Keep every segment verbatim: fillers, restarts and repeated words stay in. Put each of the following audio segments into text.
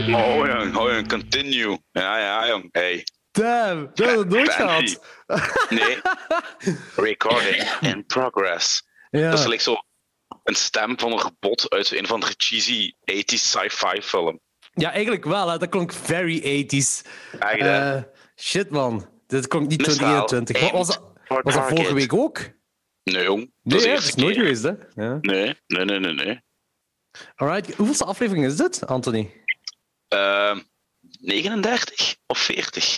Oh, jong, oh, jong, continue. Ja, ja, jong. Hey. Damn, dat heb ik nooit Fancy. gehad. Nee. Recording in progress. Ja. Dat is like zo een stem van een robot uit een van de cheesy eighties sci-fi film. ja, eigenlijk wel. Hè. Dat klonk very eighties. Echt, hè? Uh, shit, man. Dit klonk niet Mistral, twintig eenentwintig. Wat was dat, for was dat vorige target. week ook? Nee, jong. Dat Nee, is de hè, dat eerste is nooit keer. geweest, hè? Ja. Nee, nee, nee, nee. nee. Alright, hoeveelste aflevering is dit, Anthony? Uh, negenendertig of veertig?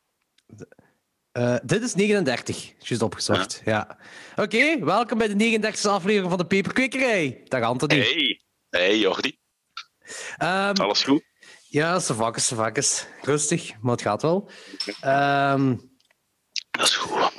Uh, dit is negenendertig, juist opgezocht. Ja. ja. Oké, okay, welkom bij de negenendertigste aflevering van de Peperkwekerij. Dag Anthony. Hey, hey Jordi. Um, Alles goed? Ja, savakjes, savakjes. Rustig, maar het gaat wel. Um, Dat is goed.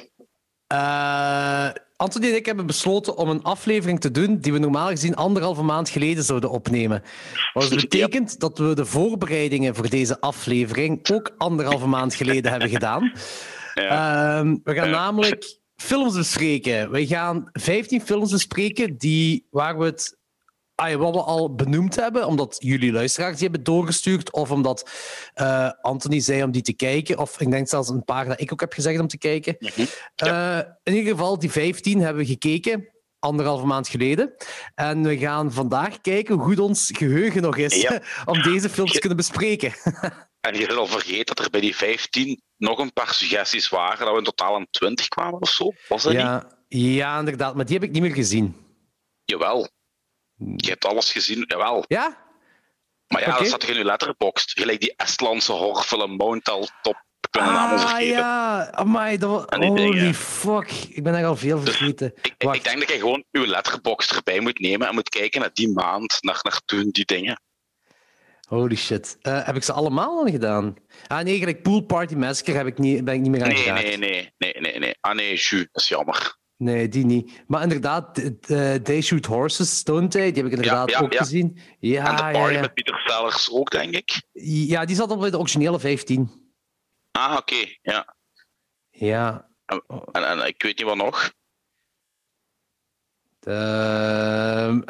Uh, Anthony en ik hebben besloten om een aflevering te doen die we normaal gezien anderhalve maand geleden zouden opnemen. Wat dus betekent dat we de voorbereidingen voor deze aflevering ook anderhalve maand geleden hebben gedaan. Ja. Um, we gaan ja. namelijk films bespreken. We gaan vijftien films bespreken die, waar we het, ah, wat we al benoemd hebben, omdat jullie luisteraars die hebben doorgestuurd, of omdat uh, Anthony zei om die te kijken, of ik denk zelfs een paar dat ik ook heb gezegd om te kijken. Mm-hmm. Ja. Uh, in ieder geval, die vijftien hebben we gekeken, anderhalve maand geleden. En we gaan vandaag kijken hoe goed ons geheugen nog is ja. om deze films te kunnen bespreken. En je hebt al vergeten dat er bij die vijftien nog een paar suggesties waren, dat we in totaal aan twintig kwamen of zo. Was dat ja, niet? Ja, inderdaad, maar die heb ik niet meer gezien. Jawel. Je hebt alles gezien, jawel. Ja? Maar ja, okay. Dat staat toch in je letterboxd. Gelijk die Estlandse horrorfilm Mountain Top. Ik ben de naam al vergeten. Ah ja, amai, dat was... Holy dingen. Fuck, ik ben echt al veel vergeten. Dus ik, ik denk dat je gewoon je letterboxd erbij moet nemen en moet kijken naar die maand, naar, naar toen die dingen. Holy shit. Uh, heb ik ze allemaal al gedaan? Ah nee, gelijk Pool Party Massacre heb ik niet, ben ik niet meer aan nee, geraakt. Nee, nee, nee, nee, nee. Ah nee, ju, dat is jammer. Nee, die niet. Maar inderdaad, uh, They Shoot Horses, Don't They? Die heb ik inderdaad ja, ja, ook ja. gezien. Ja, en de Party ja, ja. met Peter Sellers ook, denk ik. Ja, die zat al bij de originele vijftien. Ah, oké, okay, ja. Ja. En, en, en ik weet niet wat nog. Um...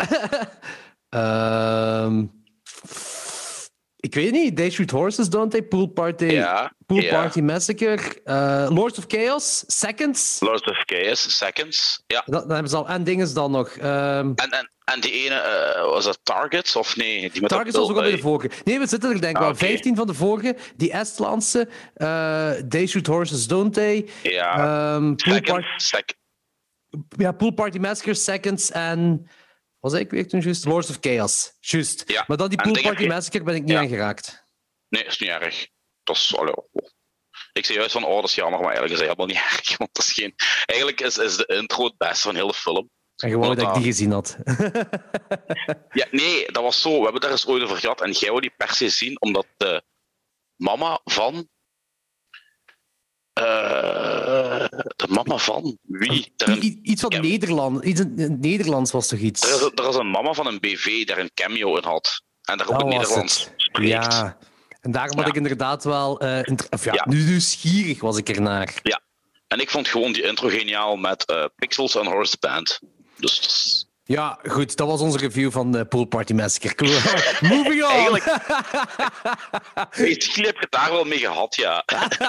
um... Ik weet niet. They Shoot Horses, Don't They? Pool Party, ja, Pool ja. Party Massacre. Uh, Lords of Chaos, Seconds. Lords of Chaos, Seconds, ja. Dat, dat hebben ze al. En dingen dan nog. Um... En, en, en die ene, uh, was dat Targets of nee? Die met Targets was ook al bij de vorige. Nee, we zitten er denk ik ah, wel. Okay. vijftien van de vorige. Die Estlandse. Uh, They Shoot Horses, Don't They? Ja. Um, Pool Second, Party... sec- ja, Pool Party Massacre, Seconds en... Was ik weer toen juist? Lords of Chaos. Juist. Ja. Maar dan die Pool Party Massacre ben ik niet ja. aan geraakt. Nee, dat is niet erg. Dat is... Allee, ik zei juist van, oh, dat is jammer, maar eigenlijk is dat helemaal niet erg. Want dat is geen... Eigenlijk is, is de intro het beste van heel de film. En gewoon dat ik die gezien had. ja, nee, dat was zo. We hebben daar eens ooit over gehad. En jij wou die per se zien, omdat de mama van... Uh, de mama van wie? I, I, iets wat Nederland, iets in het Nederlands was toch iets? Er is, er is een mama van een B V daar een cameo in had. En daar ook het Nederlands spreekt. Ja, en daarom had ja. ik inderdaad wel... Uh, inter- of ja, ja. Nu nieuwsgierig was ik ernaar. Ja, en ik vond gewoon die intro geniaal met uh, Pixels en Horse the Band. Dus... dus... Ja, goed. Dat was onze review van de Pool Party Massacre. Cool. Moving on! Eigenlijk... Misschien heb je het daar wel mee gehad, ja.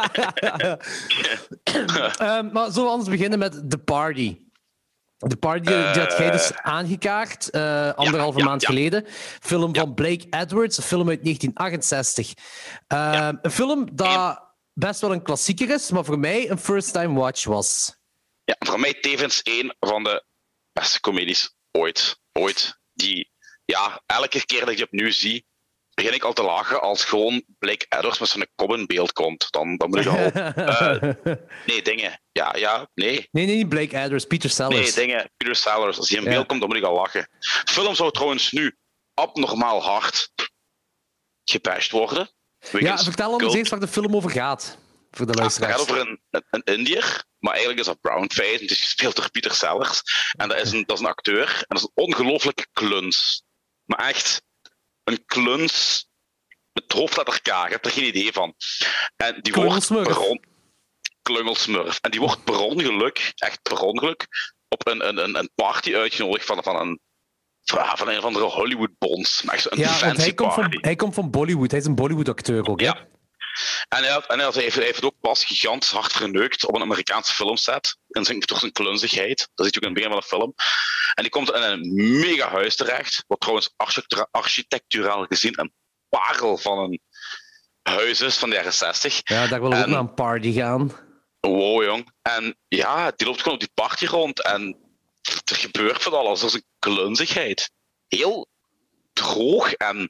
um, maar zullen we anders beginnen met The Party? The Party, uh, die had jij dus aangekaart, uh, anderhalve ja, ja, maand ja. geleden. Film van ja. Blake Edwards, een film uit negentien achtenzestig. Uh, ja. Een film dat best wel een klassieker is, maar voor mij een first-time watch was. Ja, voor mij tevens een van de beste comedies ooit. Ooit. Die, ja, elke keer dat ik die opnieuw zie, begin ik al te lachen als gewoon Blake Edwards met zijn kop in beeld komt. Dan, dan moet ik al... uh, nee, dingen. Ja, ja, nee. Nee, nee, niet Blake Edwards, Peter Sellers. Nee, dingen. Peter Sellers. Als hij in beeld ja. komt, dan moet ik al lachen. De film zou trouwens nu abnormaal hard gepashed worden. Ja, vertel ons eens waar de film over gaat. Voor de luisteraars. Ah, het gaat over een, een, een Indiër, maar eigenlijk is dat brownface. Het is gespeeld door Peter Sellers. En dat is een, dat is een acteur. En dat is een ongelooflijke kluns. Maar echt een kluns met hoofdletter K. Je hebt er geen idee van. En die wordt per on... Klungelsmurf. En die wordt per ongeluk, echt per ongeluk, op een, een, een party uitgenodigd van, van een van een of andere Hollywood-bons. Ja, want hij komt, van, hij komt van Bollywood. Hij is een Bollywood-acteur ook, ja. Hè? En, hij, had, en hij, had, hij, heeft, hij heeft ook pas gigantisch hard verneukt op een Amerikaanse filmset. En zijn, door zijn klunzigheid. Dat ziet je ook in het begin van de film. En die komt in een mega huis terecht. Wat trouwens architectura- architecturaal gezien een parel van een huis is van de jaren zestig. Ja, daar wil ik ook naar een party gaan. Wow, jong. En ja, die loopt gewoon op die party rond. En er gebeurt van alles. Er is een klunzigheid. Heel droog en...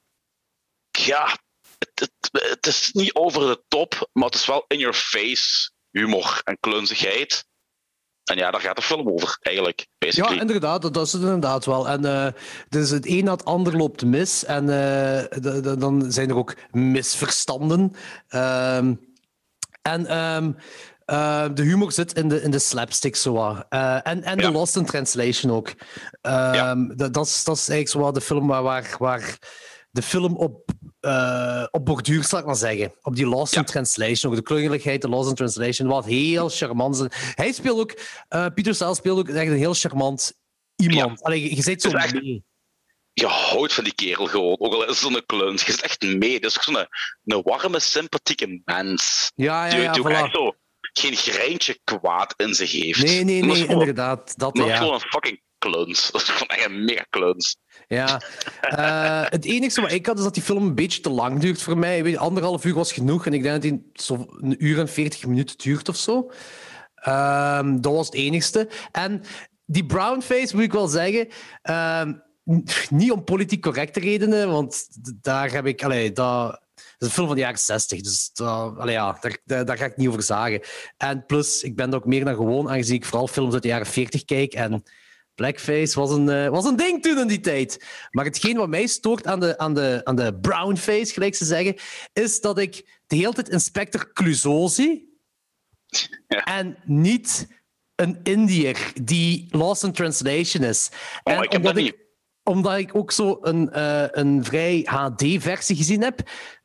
Ja... Het, het, het is niet over de top, maar het is wel in-your-face humor en klunzigheid. En ja, daar gaat de film over, eigenlijk. Basically. Ja, inderdaad, dat, dat is het inderdaad wel. En uh, dus het een na het ander loopt mis. En uh, de, de, dan zijn er ook misverstanden. Um, en um, uh, de humor zit in de, in de slapstick, zo wat. Uh, en en ja. de Lost in Translation ook. Um, ja. dat, dat, is, dat is eigenlijk zo wat de film waar... waar, waar de film op, uh, op borduur, zal ik maar zeggen. Op die Lost ja. in Translation. Ook de klungeligheid, de Lost in Translation. Wat heel charmant is. Hij speelt ook... Uh, Peter Sellers speelt ook echt een heel charmant iemand. Ja. Allee, je, je zit zo echt, mee. Je houdt van die kerel gewoon. Ook al is het zo'n kluns. Je zit echt mee. Dat is zo'n een warme, sympathieke mens. Ja, ja, die, ja. Die voilà. ook echt zo geen greintje kwaad in zich heeft. Nee, nee, nee, gewoon, inderdaad. Dat, dat ja. is gewoon een fucking kluns. Dat is gewoon echt een mega kluns. Ja, uh, het enige wat ik had is dat die film een beetje te lang duurt voor mij. Weet je, anderhalf uur was genoeg en ik denk dat die zo een uur en veertig minuten duurt of zo. Uh, dat was het enigste. En die brownface, moet ik wel zeggen, uh, niet om politiek correcte redenen, want daar heb ik... Allee, dat, dat is een film van de jaren zestig, dus dat, allee, ja, daar, daar, daar ga ik niet over zagen. En plus, ik ben er ook meer dan gewoon, aangezien ik vooral films uit de jaren veertig kijk en... Blackface was een, uh, was een ding toen in die tijd. Maar hetgeen wat mij stoort aan de, aan de, aan de brownface, gelijk ze zeggen, is dat ik de hele tijd Inspector Clouseau zie. Ja. En niet een Indiër die Lost in Translation is. Oh, en ik heb omdat, dat ik, omdat ik ook zo een, uh, een vrij H D-versie gezien heb,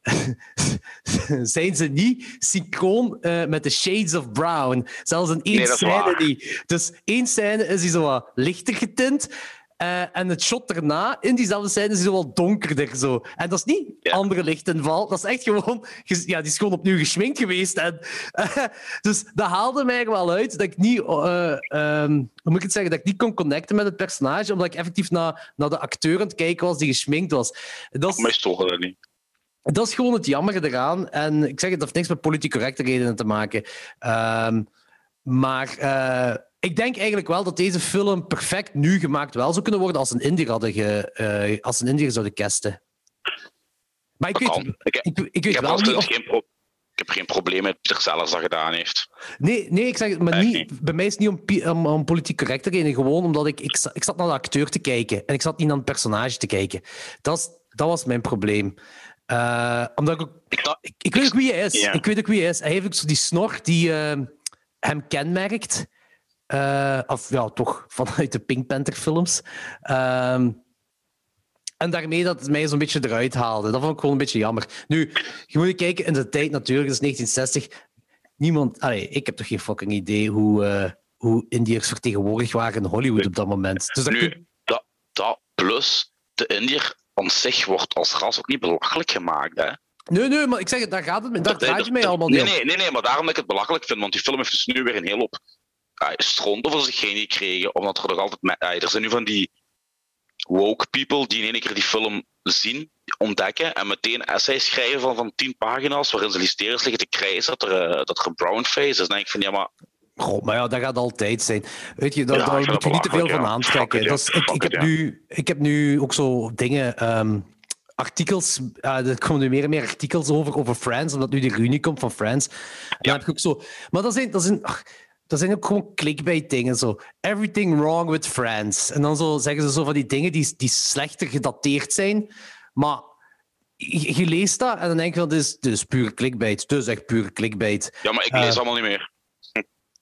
zijn ze niet synchroon uh, met de Shades of Brown. Zelfs in één nee, scène niet. Dus één scène is hij zo wat lichter getint. Uh, en het shot daarna, in diezelfde scène, is hij zo wat donkerder. Zo. En dat is niet ja. andere lichtinval. Dat is echt gewoon... Ja, die is gewoon opnieuw geschminkt geweest. En, uh, dus dat haalde mij er wel uit dat ik niet... Uh, um, hoe moet ik het zeggen? Dat ik niet kon connecten met het personage, omdat ik effectief naar, naar de acteur aan het kijken was die geschminkt was. Dat is... Mij storen dat niet. Dat is gewoon het jammer eraan. En ik zeg het, dat heeft niks met politiek correcte redenen te maken. Um, maar uh, ik denk eigenlijk wel dat deze film perfect nu gemaakt wel zou kunnen worden als een Indiër hadden ge, uh, als een Indiër zouden casten. Maar ik dat weet, ik, ik, ik, ik weet ik heb wel niet of... geen pro- Ik heb geen probleem met Peter Sellers dat gedaan heeft. Nee, nee ik zeg het, maar niet, niet. Bij mij is het niet om, om, om politiek correcte redenen. Gewoon omdat ik, ik... Ik zat naar de acteur te kijken en ik zat niet naar het personage te kijken. Dat, is, dat was mijn probleem. Uh, omdat ik, ook, ik, ik, ik, ik weet ook wie hij is. Yeah. Ik weet ook wie hij is. Hij heeft ook zo die snor die uh, hem kenmerkt. Uh, of ja, toch vanuit de Pink Panther films. Um, en daarmee dat het mij zo'n beetje eruit haalde. Dat vond ik gewoon een beetje jammer. Nu, je moet kijken in de tijd natuurlijk, dat is negentien zestig. Niemand... Allee, ik heb toch geen fucking idee hoe, uh, hoe Indiërs vertegenwoordigd waren in Hollywood op dat moment. Dus dat nu, kun... dat, dat plus de Indiër aan zich wordt als ras ook niet belachelijk gemaakt, hè? Nee, nee, maar ik zeg het, daar gaat het mee. Daar draait je mee allemaal nee, nee, nee, nee, maar daarom dat ik het belachelijk vind, want die film heeft dus nu weer een heel op uh, stront over zich heen gekregen, omdat er nog altijd... Me- uh, er zijn nu van die woke people die in één keer die film zien, ontdekken en meteen essays schrijven van, van tien pagina's waarin ze hysterisch liggen te krijsen dat er, uh, dat er een brownface is. Dan denk ik van, ja, maar... Goh, maar ja, dat gaat altijd zijn. Weet je, daar, ja, daar moet je niet te veel van ja. aantrekken. It, dat is, ja. ik, ik, heb it, nu, ik heb nu ook zo dingen... Um, artikels, uh, er komen nu meer en meer artikels over, over Friends, omdat nu de reunie komt van Friends. En ja. Dan heb ik ook zo... Maar dat zijn, dat zijn, ach, dat zijn ook gewoon clickbait dingen, zo. Everything wrong with Friends. En dan zo zeggen ze zo van die dingen die, die slechter gedateerd zijn. Maar je, je leest dat en dan denk je van, dit is, dit is pure clickbait. Dit is echt pure clickbait. Ja, maar ik lees uh, allemaal niet meer.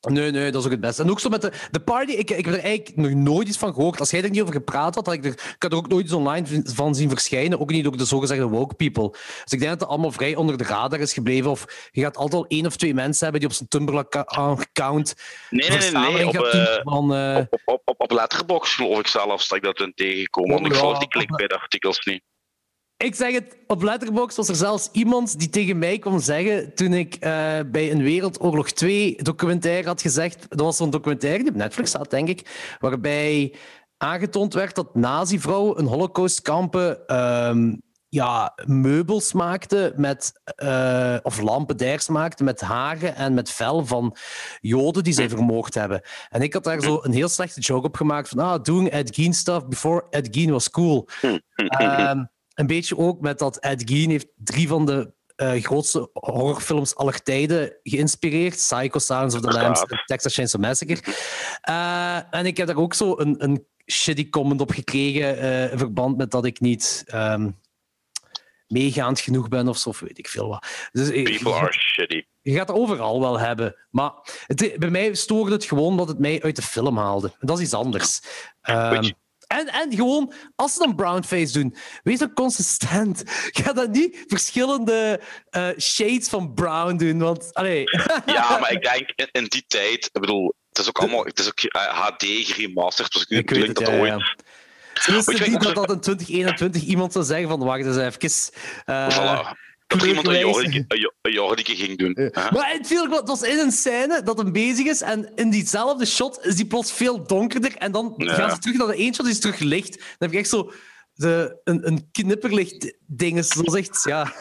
Nee, nee, dat is ook het beste. En ook zo met de, de party, ik, ik heb er eigenlijk nog nooit iets van gehoord. Als jij er niet over gepraat had, had ik, er, ik had er ook nooit iets online van zien verschijnen. Ook niet door de zogezegde woke people. Dus ik denk dat het allemaal vrij onder de radar is gebleven. Of je gaat altijd al één of twee mensen hebben die op zijn Tumblr-account Nee, nee, nee, nee. Op, uh, van, uh... op, op, op, op Letterboxd geloof ik zelfs dat ik dat ben tegengekomen. Want oh, ik ja, volg die clickbait-artikels niet. Ik zeg het, op Letterboxd was er zelfs iemand die tegen mij kwam zeggen toen ik uh, bij een Wereldoorlog twee documentaire had gezegd, dat was zo'n documentaire die op Netflix staat, denk ik, waarbij aangetoond werd dat nazi-vrouwen in holocaustkampen um, ja, meubels maakten met, uh, of lampendairs maakten met haren en met vel van Joden die zij vermoord hebben. En ik had daar zo een heel slechte joke op gemaakt van ah, doing Ed Gein stuff before Ed Gein was cool. Um, Een beetje ook met dat Ed Gein heeft drie van de uh, grootste horrorfilms aller tijden geïnspireerd. Psycho, Silence of the Lambs en Texas Chainsaw Massacre. Uh, en ik heb daar ook zo een, een shitty comment op gekregen uh, in verband met dat ik niet um, meegaand genoeg ben of zo, of weet ik veel wat. Dus, People je, are shitty. Je gaat het overal wel hebben. Maar het, bij mij stoorde het gewoon dat het mij uit de film haalde. Dat is iets anders. Um, En, en gewoon, als ze dan brownface doen, wees dan consistent. Ga dan niet verschillende uh, shades van brown doen, want... Allee. Ja, maar ik denk, in, in die tijd... Ik bedoel, het is ook allemaal... Het is ook uh, H D geremasterd, dus ik, ik weet het, dat ja, ooit... Ja. Ze wisten niet dat dat in twintig eenentwintig iemand zou zeggen van, wacht eens even... Uh, voilà. Dat er iemand een Jordieke ging doen. Ja. Huh? Maar het, viel, het was in een scène dat hem bezig is en in diezelfde shot is die plots veel donkerder en dan ja. gaan ze terug naar de één shot die is terug licht. Dan heb je echt zo de, een, een knipperlicht ding. Zo zegt, ja.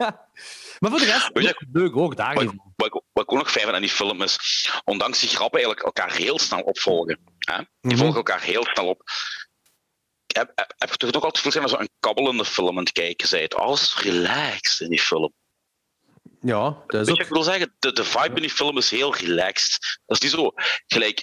Maar voor de rest, weet je, leuk ook, daar wat, wat, ik, wat ik ook nog fijn vind aan die film is, ondanks die grappen eigenlijk elkaar heel snel opvolgen. Hè? Die mm-hmm. volgen elkaar heel snel op. Ik heb, heb, heb toch ook altijd veel zijn naar zo'n kabbelende film aan het kijken bent. Alles is relaxed in die film. Ja, dat is Weet je ook... wat ik wil zeggen? De, de vibe in die film is heel relaxed. Dat is niet zo gelijk...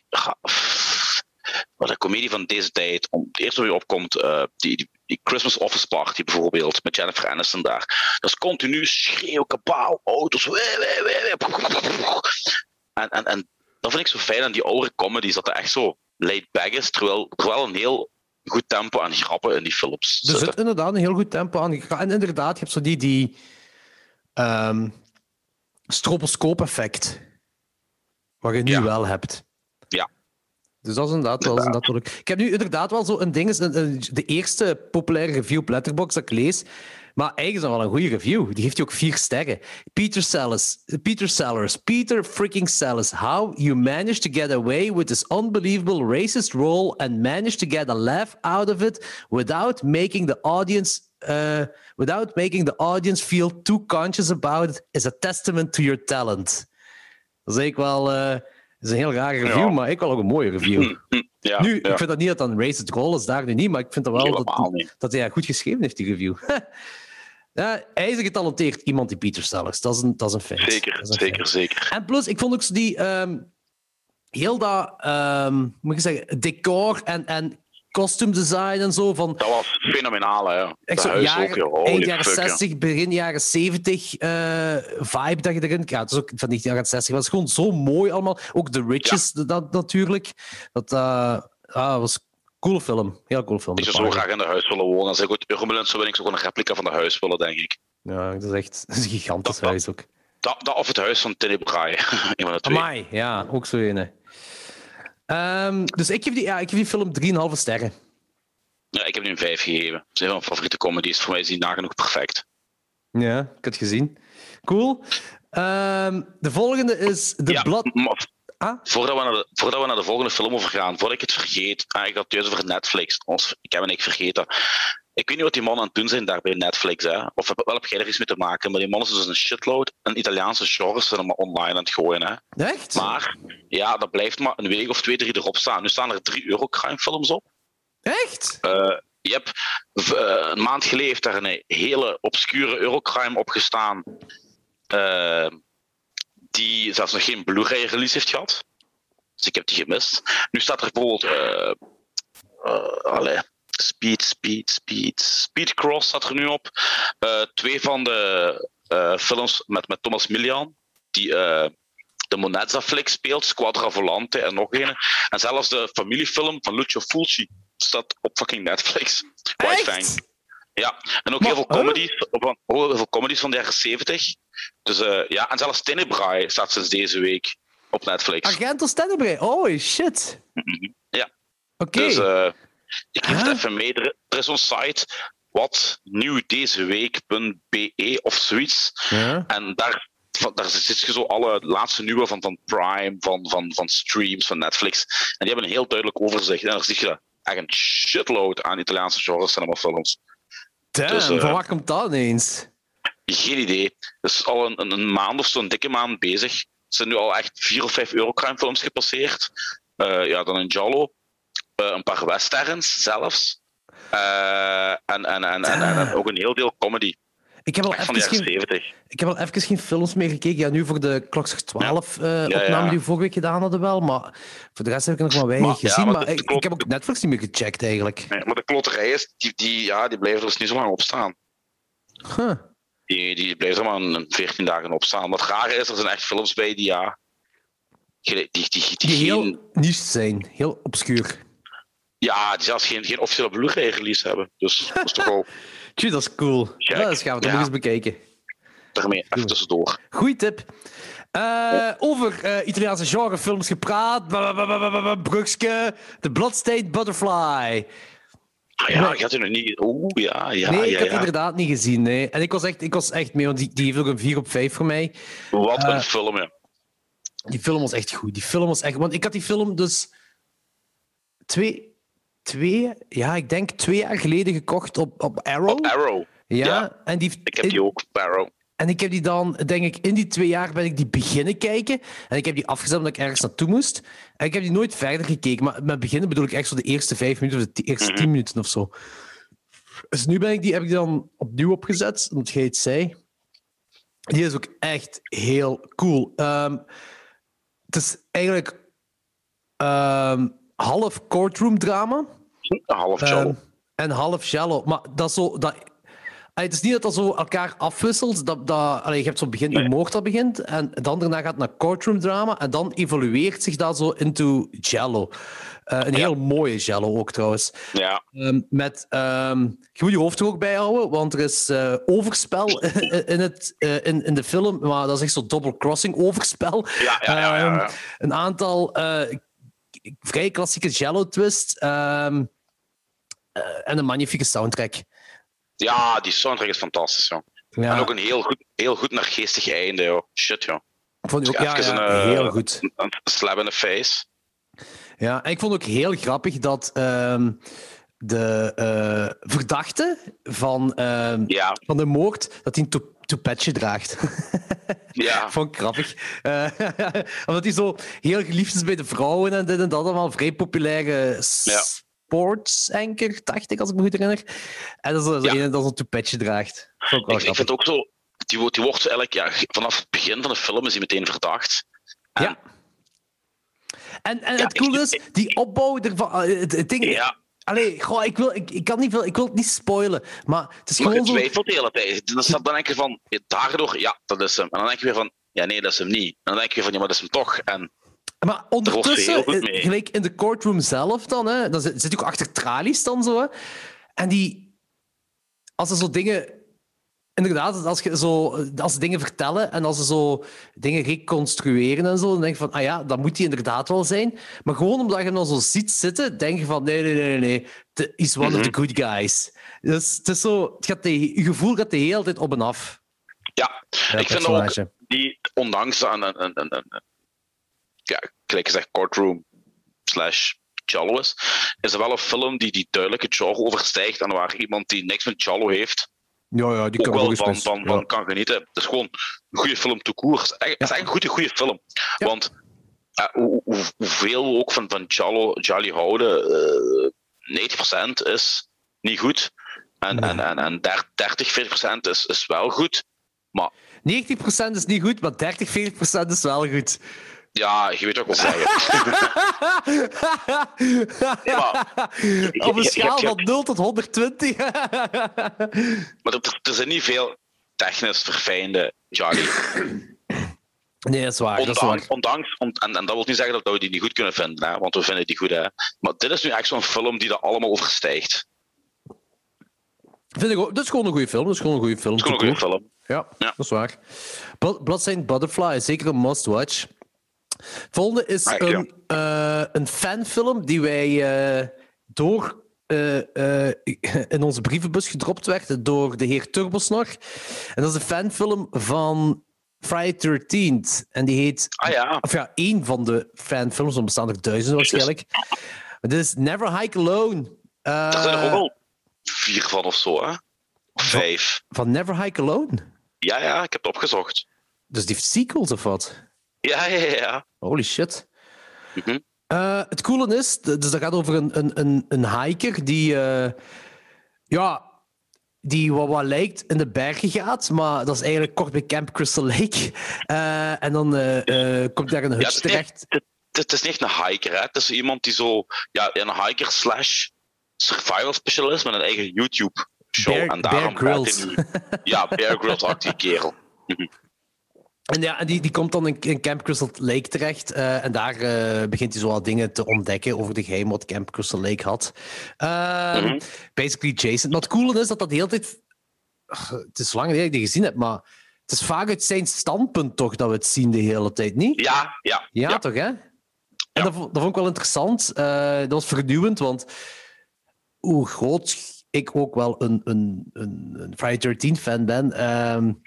Wat een comedie van deze tijd. Om, het eerste waar je opkomt, uh, die, die, die Christmas Office Party bijvoorbeeld, met Jennifer Aniston daar. Dat is continu schreeuw, kabaal, auto's. Wee, wee, wee. En, en, en dat vind ik zo fijn aan die oude comedies, dat het echt zo laid back is, terwijl, terwijl een heel goed tempo aan grappen in die films zitten. Er zit inderdaad een heel goed tempo aan. En inderdaad, je hebt zo die, die um, stroboscoop-effect, wat je nu ja. wel hebt. Ja. Dus dat is inderdaad wel... Inderdaad wel... Ik heb nu inderdaad wel zo een ding... De eerste populaire review op Letterboxd dat ik lees... Maar eigenlijk is dat wel een goede review. Die geeft je ook vier sterren. Peter Sellers. Peter Sellers. Peter freaking Sellers. How you managed to get away with this unbelievable racist role and managed to get a laugh out of it without making the audience... Uh, without making the audience feel too conscious about it is a testament to your talent. Dat is eigenlijk wel... Uh, Dat is een heel rare review, ja. maar ik wel ook een mooie review. Ja, nu, ja. ik vind dat niet dat dat een racist goal is, daar nu niet, maar ik vind dat wel nee, dat, dat hij goed geschreven heeft, die review. Ja, hij is een getalenteerd iemand, die Peter Sellers. Dat is een, dat is een feit. Zeker, een zeker, feit. zeker. En plus, ik vond ook die... Um, heel dat... Um, moet ik zeggen, decor en... en costume design en zo. Van, dat was fenomenaal, hè. Echt zo jaren, ook, eind jaren fuck, zestig, ja. begin jaren zeventig uh, vibe dat je erin... Ja, het is ook van die jaren zestig. Het was gewoon zo mooi allemaal. Ook The Riches, ja. dat, natuurlijk. Dat uh, ah, was een coole film. Heel cool film. Ik zou zo graag in de huis willen wonen. Als ik ooit Urmelens zou ben ik zo gewoon een replica van de huis willen, denk ik. Ja, dat is echt dat is een gigantisch dat, huis ook. Dat, dat of het huis van Tenebrae. Een van de twee. Amai, ja, ook zo een. Um, dus ik geef die, ja, ik geef die film drie komma vijf sterren. Ja, ik heb nu een vijf gegeven. Dat is een van mijn favoriete comedies. Voor mij is die nagenoeg perfect. Ja, ik heb het gezien. Cool. Um, de volgende is The ja, Blood... Maar, ah? voordat, we naar de, voordat we naar de volgende film overgaan, voordat ik het vergeet, ah, ik had het juist over Netflix. Ons, ik heb het niet vergeten. Ik weet niet wat die mannen aan het doen zijn daar bij Netflix. Hè? Of wel heb jij er iets mee te maken, maar die mannen zijn dus een shitload. Een Italiaanse genres zijn maar online aan het gooien. Hè? Echt? Maar ja, dat blijft maar een week of twee, drie erop staan. Nu staan er drie Eurocrime films op. Echt? Uh, je hebt uh, een maand geleden heeft daar een hele obscure Eurocrime op gestaan. Uh, die zelfs nog geen Blu-ray release heeft gehad. Dus ik heb die gemist. Nu staat er bijvoorbeeld... Uh, uh, allez, Speed, Speed, Speed... Speed Cross staat er nu op. Uh, twee van de uh, films met, met Thomas Milian. Die... Uh, de Monezza-flik speelt, Squadra Volante en nog een. En zelfs de familiefilm van Lucio Fulci staat op fucking Netflix. Quite fijn. Ja, en ook maar, heel, veel comedies, huh? van, oh, heel veel comedies van de jaren zeventig. Dus uh, ja, en zelfs Tenebrae staat sinds deze week op Netflix. Argentos Tenebrae, oh shit. Mm-hmm. Ja. Oké. Okay. Dus uh, ik geef huh? het even mee. Er, er is zo'n site, wat nieuw deze week punt b e of zoiets. Ja. En daar, daar zit je zo alle laatste nieuwe van, van Prime, van, van, van streams, van Netflix. En die hebben een heel duidelijk overzicht. En daar zie je echt een shitload aan Italiaanse genre cinemafilms. Damn, dus, uh, van waar komt dat ineens? Geen idee. Het is al een, een maand of zo, een dikke maand bezig. Er zijn nu al echt vier of vijf Eurocrime-films gepasseerd. Uh, ja, dan een Giallo. Uh, een paar westerns zelfs. Uh, en, en, en, en, en, en ook een heel deel comedy. Ik heb al even geen, ik heb al even geen films meer gekeken. Ja, nu voor de Klokslag twaalf ja. uh, ja, opname ja. die we vorige week gedaan hadden wel. Maar voor de rest heb ik nog maar weinig maar, gezien. Ja, maar maar ik, klot... ik heb ook Netflix niet meer gecheckt eigenlijk. Nee, maar de klotterijen, die, die, ja, die blijven er dus niet zo lang op staan. Huh. Die, die blijven er maar een veertien dagen op staan. Wat raar is, er zijn echt films bij die ja... Die, die, die, die, die heel geen... niche zijn. Heel obscuur. Ja, die zelfs geen, geen officiële Blu-ray release hebben. Dus dat is toch wel... Tjie, dat is cool. Check. Dat gaan we toch ja. eens bekijken. Daarmee even cool. tussendoor. Goeie tip. Uh, ja. Over uh, Italiaanse genrefilms gepraat. Brugske, The Bloodstained Butterfly. Ah ja, ik had u nog niet... Oeh, ja, ja, Nee, ik ja, heb ja. inderdaad niet gezien. Nee. En ik was echt, ik was echt mee, want die, die heeft ook een vier op vijf voor mij. Wat uh, een film, ja. Die film was echt goed. Die film was echt... Want ik had die film dus... Twee... Twee, ja, ik denk twee jaar geleden gekocht op, op Arrow. Op Arrow. Ja, ja. En die, ik heb die ook op Arrow. En ik heb die dan, denk ik, in die twee jaar ben ik die beginnen kijken. En ik heb die afgezet omdat ik ergens naartoe moest. En ik heb die nooit verder gekeken. Maar met beginnen bedoel ik echt zo de eerste vijf minuten of de eerste mm-hmm. tien minuten of zo. Dus nu ben ik die, heb ik die dan opnieuw opgezet, omdat jij het zei. Die is ook echt heel cool. Um, het is eigenlijk um, half courtroom drama. Half Giallo. Um, en half Giallo. Maar dat is zo... Dat, het is niet dat dat zo elkaar afwisselt. Dat, dat, allee, je hebt zo'n begin, nee. je moord dat begint. En dan daarna gaat het naar courtroom drama. En dan evolueert zich dat zo into Giallo. Uh, een ja. heel mooie Giallo ook trouwens. Ja. Um, met, um, je moet je hoofd er ook bij houden, want er is uh, overspel in, het, uh, in, in de film. Maar dat is echt zo'n double-crossing overspel. Ja, ja, ja, ja, ja. Um, een aantal uh, vrij klassieke Giallo-twists. Um, uh, en een magnifieke soundtrack. Ja, die soundtrack is fantastisch, joh. Ja. En ook een heel goed, heel goed naargeestig einde, joh. Shit, joh. Ik vond ook, ja, ja, een, heel goed. Een, een slap in the face. Ja, en ik vond ook heel grappig dat um, de uh, verdachte van, uh, ja. van de moord, dat hij een to- toepetje draagt. Ja. Vond ik grappig. Uh, omdat hij zo heel geliefd is bij de vrouwen en dit en dat allemaal. Vrij populaire... Ja. sportsanker, dacht ik, als ik me goed herinner. En dat is zo ja. een dat zo'n toepetje draagt. Ik, ik vind ook zo... Die, die wordt eigenlijk... Ja, vanaf het begin van de film is hij meteen verdacht. En, ja. En, en ja, het coole is, die opbouw ervan... Het, het ding... Ja. Allee, goh, ik, wil, ik, ik, kan niet veel, ik wil het niet spoilen, maar het is maar gewoon je twijfelt de hele tijd. Dan, dan denk je van, ja, daardoor, ja, dat is hem. En dan denk je weer van, ja, nee, dat is hem niet. En dan denk je van, ja, maar dat is hem toch. En... Maar ondertussen, gelijk in de courtroom zelf dan, hè, dan zit, zit je ook achter tralies dan zo. Hè, en die... Als er zo dingen... Inderdaad, als, je zo, als ze dingen vertellen en als ze zo dingen reconstrueren en zo, dan denk je van, ah ja, dat moet die inderdaad wel zijn. Maar gewoon omdat je hem dan zo ziet zitten, denk je van, nee, nee, nee, nee, nee. He's one mm-hmm. of the good guys. Dus het is zo... Het gaat de, je gevoel gaat de hele tijd op en af. Ja, ja ik vind ook, die, ondanks aan een... een, een, een ja, gelijk gezegd, courtroom slash Giallo is, is er wel een film die die duidelijke genre overstijgt en waar iemand die niks met Giallo heeft ja, ja, die ook kan wel van, van, van, ja. van kan genieten. Het is gewoon een goede film tout court. Het is eigenlijk een goede, goede film. Ja. Want uh, hoe, hoe, hoeveel we ook van, van Giallo, Gialli houden, uh, negentig procent is niet goed. En, nee. en, en, en dertig, veertig procent is, is wel goed. Maar... negentig procent is niet goed, maar dertig, veertig procent is wel goed. Ja, je weet ook wat ik wil zeggen. Nee, maar, op een schaal van nul tot honderdtwintig. Maar er, er zijn niet veel technisch verfijnde Gialli. Nee, dat is waar. Dat is Ondanks, waar. ondanks on, en, en dat wil niet zeggen dat we die niet goed kunnen vinden, hè, want we vinden die goed. Hè. Maar dit is nu echt zo'n film die dat allemaal overstijgt. Vind ik ook, dat is gewoon een goede film. Dat is gewoon een goede film. Het is gewoon een goede film. Ja, Ja. dat is waar. Blood- Bloodstained Butterfly is zeker een must-watch. Het volgende is Ah, een, eh, een fanfilm die wij eh, door eh, eh, in onze brievenbus gedropt werd door de heer Turbosnor. En dat is een fanfilm van Friday the thirteenth. En die heet... Ah ja. Of ja, één van de fanfilms. Er bestaan er duizenden waarschijnlijk. Maar dit is Never Hike Alone. Uh, Daar zijn er ook al vier van of zo, hè? Of vijf. Van Never Hike Alone? Ja, ja, ik heb het opgezocht. Dus die heeft sequels of wat? Ja, ja, ja. Holy shit. Mm-hmm. Uh, het coole is, dus dat gaat over een, een, een, een hiker die, uh, ja, die wat, wat lijkt in de bergen gaat, maar dat is eigenlijk kort bij Camp Crystal Lake. Uh, en dan uh, uh, komt daar een hutje ja, terecht. Het, het is niet echt een hiker, hè. Het is iemand die zo... Ja, een hiker slash survival specialist met een eigen YouTube-show. Bear, en daarom Bear Grylls. hij nu... Ja, Bear Grylls-achtige kerel. Mm-hmm. En ja, die, die komt dan in, in Camp Crystal Lake terecht. Uh, en daar uh, begint hij zo wat dingen te ontdekken over de geheim wat Camp Crystal Lake had. Uh, mm-hmm. Basically Jason. Maar het coole is dat dat de hele tijd... Het is lang geleden dat ik die gezien heb, maar het is vaak uit zijn standpunt toch dat we het zien de hele tijd, niet? Ja, ja. Ja, ja. toch, hè? En ja. dat, dat vond ik wel interessant. Uh, dat was vernieuwend, want hoe groot ik ook wel een, een, een, een Friday the thirteenth fan ben... Um,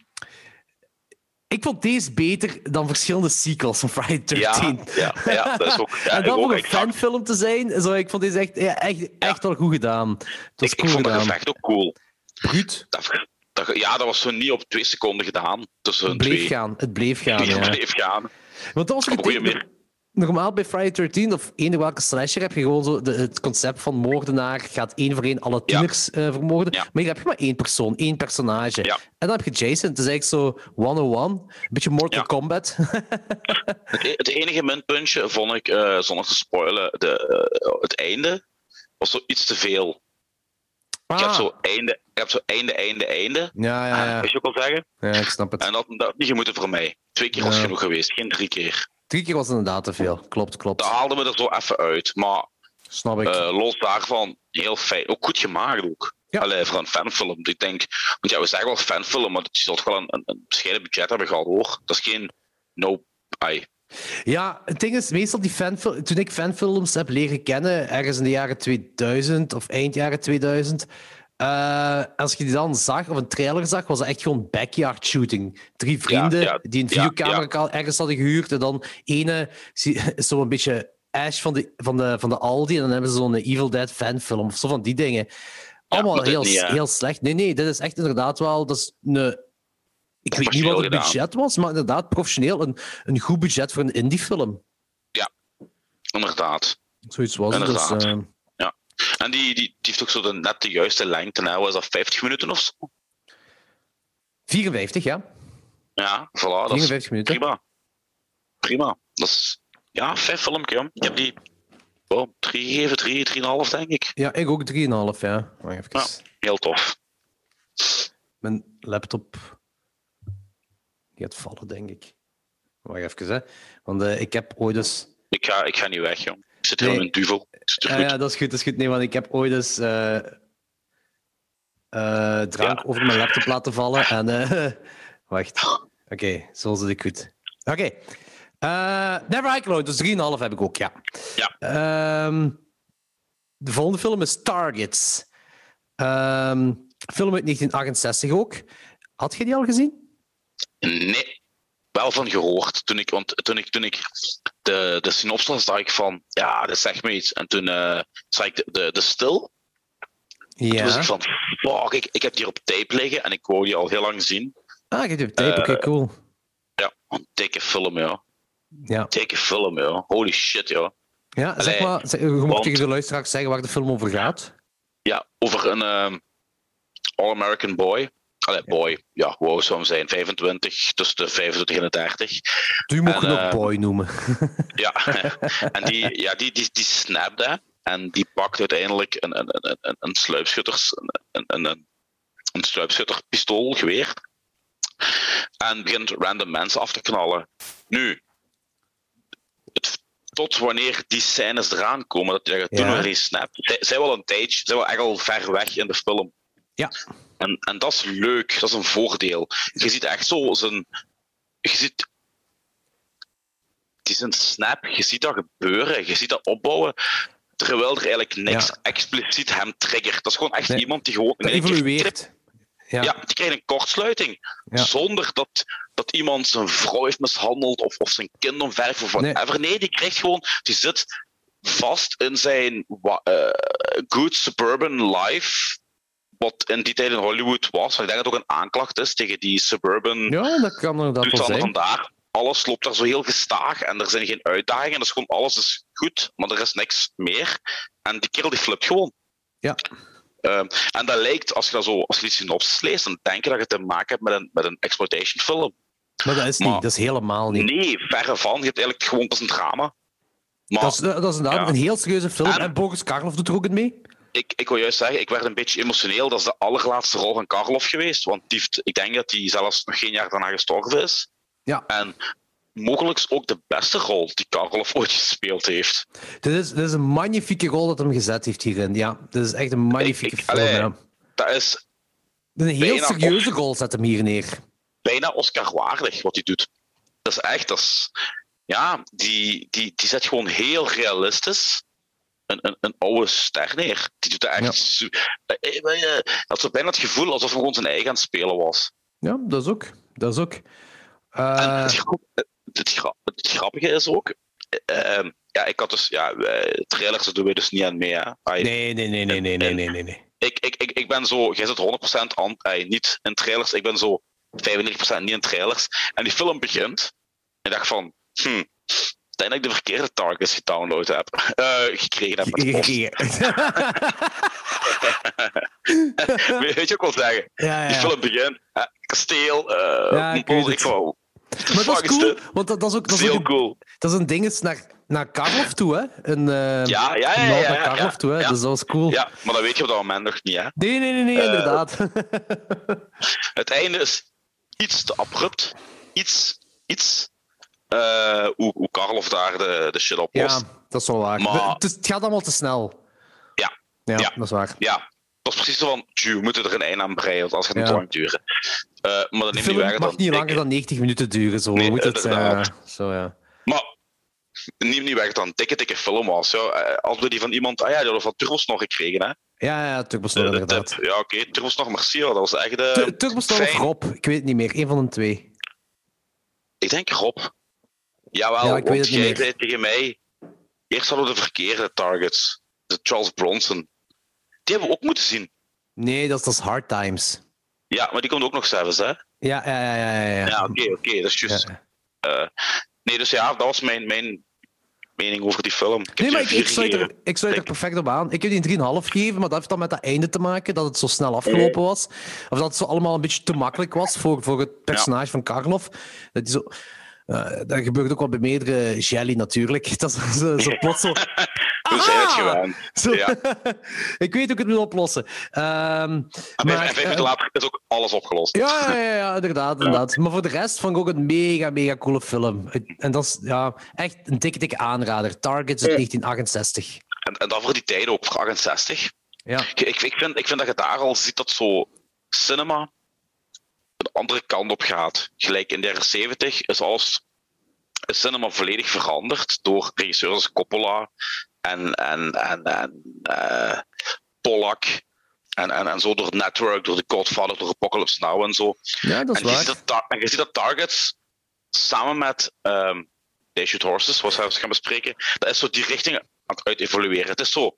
Ik vond deze beter dan verschillende sequels van Friday the thirteenth. Ja, ja, ja, dat is ook... Ja, en dan voor een fanfilm te zijn, zo, ik vond deze echt, ja, echt, ja. echt wel goed gedaan. Ik, cool ik vond gedaan. dat gevecht ook cool. Goed. Dat, dat, ja, dat was zo niet op twee seconden gedaan. Tussen het bleef twee. gaan. Het bleef gaan, Het ja. bleef gaan. Want dat was getekend... Normaal bij Friday the thirteenth of eender welke slasher heb je gewoon zo de, het concept van moordenaar gaat één voor één alle tieners ja. uh, vermoorden. Ja. Maar hier heb je maar één persoon, één personage. Ja. En dan heb je Jason. Het is eigenlijk zo honderdéén. Een beetje Mortal ja. Kombat. het, e- het enige minpuntje vond ik, uh, zonder te spoilen, de, uh, het einde was zo iets te veel. Ah. Je hebt zo einde, je hebt zo einde, einde, einde. Ja, ja, ja. Weet je ook wel zeggen? Ja, ik snap het. En dat had niet moeten voor mij. Twee keer ja. was genoeg geweest, geen drie keer. Drie keer was inderdaad te veel. Klopt, klopt. Dat haalde me er zo even uit. Maar snap ik. Uh, los daarvan, heel fijn. Ook goed gemaakt ook. Ja. Allee, voor een fanfilm. Ik denk, want ja, we zeggen wel fanfilm, maar je zult wel een, een, een bescheiden budget hebben gehad hoor. Dat is geen no... Ai. Ja, het ding is, meestal die fanfilms... Toen ik fanfilms heb leren kennen, ergens in de jaren tweeduizend of eind jaren tweeduizend... Uh, als je die dan zag, of een trailer zag, was dat echt gewoon backyard shooting. Drie vrienden ja, ja, die een videocamera ja, ja. ergens hadden gehuurd. En dan ene is zo een beetje Ash van de, van de, van de Aldi. En dan hebben ze zo'n Evil Dead fanfilm of zo van die dingen. Allemaal ja, heel, niet, heel slecht. Nee, nee, dit is echt inderdaad wel... Dat is een, ik weet niet wat het budget gedaan. was, maar inderdaad professioneel. Een, een goed budget voor een indiefilm. Ja, inderdaad. Zoiets was inderdaad. het. Dus, uh, En die, die, die heeft ook zo de, net de juiste lengte. Nou, is dat vijftig minuten of zo? vierenvijftig, ja. Ja, voilà. Dat vierenvijftig is minuten. Prima. Prima. Dat is, ja, vijf filmpje. Ik heb die oh, drie gegeven, drie, drieënhalf denk ik. Ja, ik ook drieënhalf, ja. Wacht even. Ja, heel tof. Mijn laptop die gaat vallen, denk ik. Wacht even, hè. Want uh, ik heb ooit eens... Ik ga, ik ga niet weg, joh. Ik zit heel nee. in een duvel. Ja, ja, dat is goed, dat is goed. Nee, want ik heb ooit eens uh, uh, drank ja. over mijn laptop laten vallen. En, uh, wacht. Oké, okay, zo zit ik goed. Oké. Okay. Uh, Never Hike Alone, dus drieënhalf heb ik ook, ja. ja. Um, de volgende film is Targets. Um, film uit negentien achtenzestig ook. Had je die al gezien? Nee. Wel van gehoord. Toen ik, want toen ik, toen ik de, de synopsis zag ik van, ja, dat zegt me iets. En toen uh, zag ik de, de, de stil. Ja. Toen was ik van, fuck, ik, ik heb die op tape liggen en ik wou die al heel lang zien. Ah, ik heb die op tape, uh, oké, okay, cool. Ja, een dikke film, ja. Ja. Dikke film, ja. Holy shit, ja. Ja, zeg Allee, maar, zeg, je moet want, tegen de luisteraars zeggen waar de film over gaat. Ja, over een um, All-American boy. Allee, boy, ja, hoe zou hem zijn? vijfentwintig, tussen de vijfentwintig en de dertig. Die moet je nog uh, boy noemen. Ja, en die, ja, die, die, die snapt hè, en die pakt uiteindelijk een, een, een, een sluipschutters, een, een, een, een sluipschutterpistool, geweer. En begint random mensen af te knallen. Nu, het, tot wanneer die scènes eraan komen, dat je toen Ja. weer eens snapt, zij zijn wel een tijdje, zijn wel echt al ver weg in de film. Ja. En, en dat is leuk, dat is een voordeel. Je ziet echt zo zijn. Je ziet. Het is een snap, je ziet dat gebeuren, je ziet dat opbouwen. Terwijl er eigenlijk niks Ja. expliciet hem triggert. Dat is gewoon echt Nee. iemand die gewoon. Dat in één keer evolueert. Ja. Ja, die krijgt een kortsluiting. Ja. Zonder dat, dat iemand zijn vrouw heeft mishandeld of, of zijn kind omverf of whatever. Nee. nee, die krijgt gewoon. Die zit vast in zijn wa- uh, good suburban life. Wat in die tijd in Hollywood was. Ik denk dat het ook een aanklacht is tegen die suburban Ja, dat kan inderdaad wel toestanden zijn. vandaar. Alles loopt daar zo heel gestaag en er zijn geen uitdagingen. Dat is gewoon alles is goed, maar er is niks meer. En die kerel die flipt gewoon. Ja. Uh, en dat lijkt, als je, dat zo, als je die synopsis leest, dan denk je dat je te maken hebt met een, met een exploitation film. Maar dat is niet, Maar- dat is helemaal niet. Nee, verre van. Je hebt eigenlijk gewoon, dat is een drama. Maar Dat is, dat is inderdaad ja. een heel serieuze film. En- En Boris Karloff doet er ook in mee. ik, ik wil juist zeggen, ik werd een beetje emotioneel. Dat is de allerlaatste rol van Karloff geweest. Want die heeft, ik denk dat hij zelfs nog geen jaar daarna gestorven is. Ja. En mogelijk ook de beste rol die Karloff ooit gespeeld heeft. Dit is, dit is een magnifieke rol dat hem gezet heeft hierin. Ja, dit is echt een magnifieke Ik- ik- film. allee, Ja. Dat is Een heel bijna serieuze of- rol zet hem hier neer. bijna Oscar-waardig wat hij doet. Dat is echt, dat is, ja, die, die, die zet gewoon heel realistisch een, een, een oude ster neer. Die doet dat echt. Ja. Su- eh, eh, eh, Dat zo bijna het gevoel alsof hij gewoon zijn eigen aan het spelen was. Ja, dat is ook. Dat is ook. Eh, En het, grap- het, grap- het grappige is ook. eh, eh, ja, ik had dus. Ja, eh, trailers doen we dus niet aan mee. Hè. Ai, nee, nee, nee, nee, nee, nee, nee, nee, nee. ik, ik, ik, ik ben zo. Jij zit honderd procent aan, ai, niet in trailers. Ik ben zo vijfennegentig procent niet in trailers. En die film begint. En ik dacht van. Hm, ik denk dat ik de verkeerde targets gedownload heb. Eh, gekregen heb met de post. Weet je ook wel zeggen? Ja, Die ja. film begint. hè, kasteel. eh Ja, ik bol, weet ik het. van, Maar dat fuck is is cool, dit? want dat, dat is ook, Dat dat is is heel ook een, cool. dat is een ding is naar, naar Karloff toe, hè? Een, uh, Ja, ja, ja, een ja, nod ja, naar Karloff ja, toe, hè? ja. Dus dat was cool. Ja, maar dat weet je op dat moment nog niet, hè? Nee, nee, nee, nee, Eh, inderdaad. Het einde is iets te abrupt. Iets, iets. eh, hoe, hoe Karloff daar de, de shit oplost. Ja, dat is wel waar. Maar- Het, is- het gaat allemaal te snel. Ja. Ja, Ja. dat is waar. Ja, dat is precies zo van, tjoe, we moeten er een einde aan breien, want anders gaat het Ja. te lang duren. Eh, maar dat De neemt niet film weg mag dat niet ik- langer dan negentig minuten duren. Zo. Nee, We moeten het, eh, inderdaad. zo, ja. Maar neemt niet weg dat het een dikke, dikke film was. Ja. Eh, Als we die van iemand, ah ja, die hadden van Turbos nog gekregen, hè? Ja, ja, Turbos De, nog, de inderdaad. tip. Ja, oké, Turbos nog, merci, hoor. Dat was echt... eh, Tu- Turbos nog of fijn. Rob? Ik weet het niet meer. Eén van de twee. Ik denk Rob. Jawel, Ja, ik weet want het niet jij meer. zei tegen mij... Eerst hadden we de verkeerde targets. De Charles Bronson. Die hebben we ook moeten zien. Nee, dat is, dat is Hard Times. Ja, maar die komt ook nog zelfs, hè? Ja, ja, ja, ja. ja, ja. Ja, oké, oké, dat is juist. Ja. Eh, nee, dus ja, dat was mijn, mijn mening over die film. Ik heb Nee, die maar ik, een ik vier sluit, er, gegeven. ik sluit er Denk- perfect op aan. Ik heb die een drie komma vijf gegeven, maar dat heeft dan met dat einde te maken, dat het zo snel afgelopen was. Of dat het zo allemaal een beetje te makkelijk was voor, voor het personage van Karloff. Dat die zo... eh, dat gebeurt ook wel bij meerdere Jelly natuurlijk. Dat is zo, zo plots zo... We zijn het Ah! gewend. Zo. Ja. Ik weet hoe ik het moet oplossen. Ehm, En vijf, maar, en vijf eh, minuten later is ook alles opgelost. ja, ja, ja, ja, inderdaad, inderdaad. Maar voor de rest vond ik ook een mega, mega coole film. En dat is ja, echt een dikke, dikke aanrader. Targets uit negentien achtenzestig. En, en dat voor die tijd ook, voor achtenzestig. Ja. Ik, ik, ik, vind, ik vind dat je daar al ziet dat zo cinema een andere kant op gaat. Gelijk in de jaren zeventig is alles is cinema volledig veranderd door regisseurs als Coppola en, en, en, en eh, Pollack. En, en, en zo door Network, door The Godfather, door Apocalypse Now en zo. Ja, dat is En je, waar. ziet dat tar- en je ziet dat Targets samen met ehm They Shoot Horses, zoals we gaan bespreken, dat is zo die richting aan het uit evolueren. Het is zo.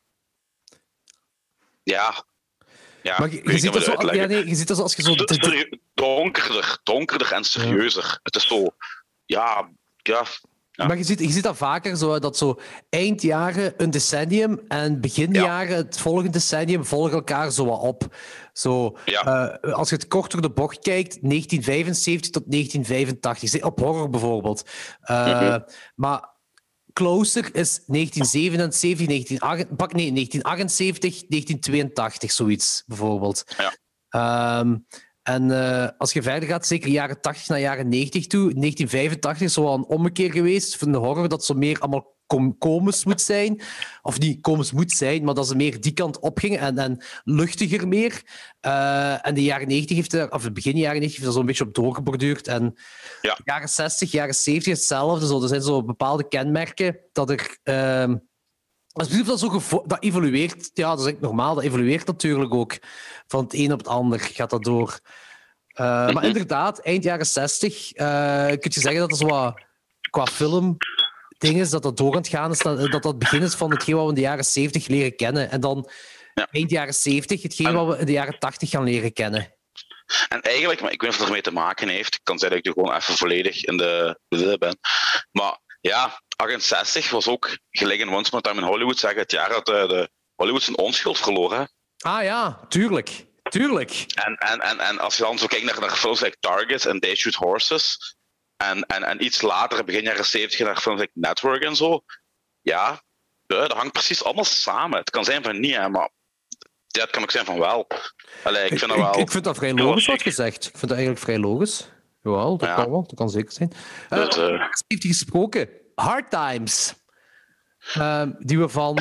Ja. Ja, Maar ik je, weet je, niet ziet dat of zo, ik het ja, uitleggen. nee, je ziet dat zo als je zo... Het is serie- Donkerder, donkerder en serieuzer. Het is zo. Ja, ja. Ja. Maar je ziet, je ziet dat vaker, zo, dat zo eindjaren een decennium en beginjaren het volgende decennium volgen elkaar zo wat op. Zo, Ja. eh, als je het kort door de bocht kijkt, negentien vijfenzeventig tot negentien vijfentachtig, op horror bijvoorbeeld. Uh, Mhm. Maar Closer is negentien zevenenzeventig, negentien acht, pak, nee, negentien achtenzeventig, negentien tweeëntachtig, zoiets bijvoorbeeld. Ja. Ehm, En uh, als je verder gaat, zeker jaren tachtig naar jaren negentig toe, negentien vijfentachtig is zo wel een ommekeer geweest van de horror, dat zo meer allemaal kom- komisch moet zijn. Of niet komisch moet zijn, maar dat ze meer die kant opgingen en, en luchtiger meer. Uh, en de jaren negentig heeft er, of het begin jaren negentig heeft er zo'n beetje op doorgeborduurd. En ja. jaren zestig, jaren zeventig hetzelfde. Zo, er zijn zo bepaalde kenmerken dat er... Uh, Als dat zo gevo- dat evolueert, ja, dat is eigenlijk normaal. Dat evolueert natuurlijk ook. Van het een op het ander gaat dat door. Uh, mm-hmm. Maar inderdaad, eind jaren zestig uh, kun je zeggen dat er zo wat qua film ding is, dat dat door aan het gaan is, dat dat het begin is van hetgeen wat we in de jaren zeventig leren kennen. En dan ja. eind jaren zeventig hetgeen en... wat we in de jaren tachtig gaan leren kennen. En eigenlijk, maar ik weet niet of het ermee te maken heeft. Ik kan zeggen dat ik er gewoon even volledig in de, de ben. Maar ja, achtenzestig was ook, gelijk in Once Upon a Time in Hollywood, zeggen het jaar dat de, de Hollywood zijn onschuld verloren. Hè? Ah ja, tuurlijk. Tuurlijk. En, en, en, en als je dan zo kijkt naar, naar films like Target en They Shoot Horses, en, en, en iets later, begin jaren zeventig, naar films like Network en zo, ja, dat hangt precies allemaal samen. Het kan zijn van niet, hè, maar ja, het kan ook zijn van wel. Allee, ik, vind ik, dat wel... ik, ik vind dat vrij logisch wat gezegd. Ik vind dat eigenlijk vrij logisch. Jawel, dat ja. kan wel. Dat kan zeker zijn. Uh, dus, uh... heeft hij gesproken. Hard Times. Uh, die we van,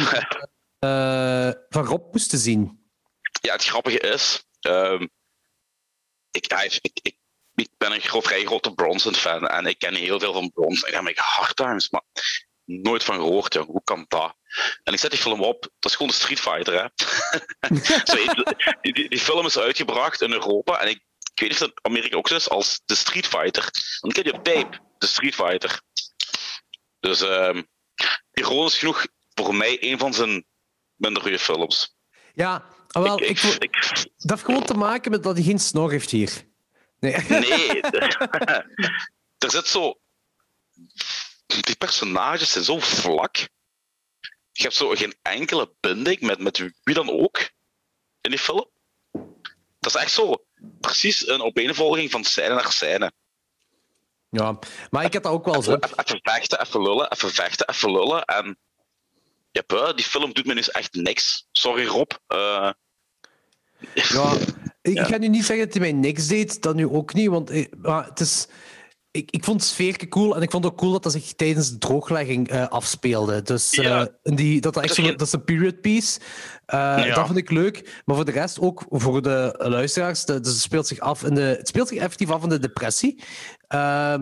uh, van Rob moesten zien. Ja, het grappige is... Um, ik, ik, ik, ik ben een groot, vrij grote Bronson-fan. En ik ken heel veel van Bronson. En dan denk ik, Hard Times, maar... Nooit van gehoord, jong. Hoe kan dat? En ik zet die film op, dat is gewoon de Street Fighter, hè. Zo, die, die, die film is uitgebracht in Europa en ik, ik weet niet of dat Amerika ook zo is als de Street Fighter. Want ik heb die op tape, de Street Fighter. Dus um, ironisch genoeg voor mij een van zijn minder goede films. Ja, wel, ik, ik, ik, dat heeft gewoon te maken met dat hij geen snor heeft hier. Nee. Nee. Er zit zo... Die personages zijn zo vlak. Je hebt zo geen enkele binding met, met wie dan ook in die film. Dat is echt zo precies een opeenvolging van scène naar scène. Ja, maar ik heb dat ook wel zo. Even, even vechten, even lullen, even vechten, even lullen. En ja, die film doet me nu echt niks. Sorry Rob. Uh... Ja, ik ja. ga nu niet zeggen dat hij mij niks deed, dat nu ook niet, want maar het is... Ik, ik vond het sfeerke cool en ik vond het ook cool dat dat zich tijdens de drooglegging uh, afspeelde. Dus uh, ja. die, dat, dat, echt zo, dat is een period piece. Uh, ja. Dat vond ik leuk. Maar voor de rest, ook voor de luisteraars, de, dus het, speelt zich af in de, het speelt zich effectief af in de depressie. Uh,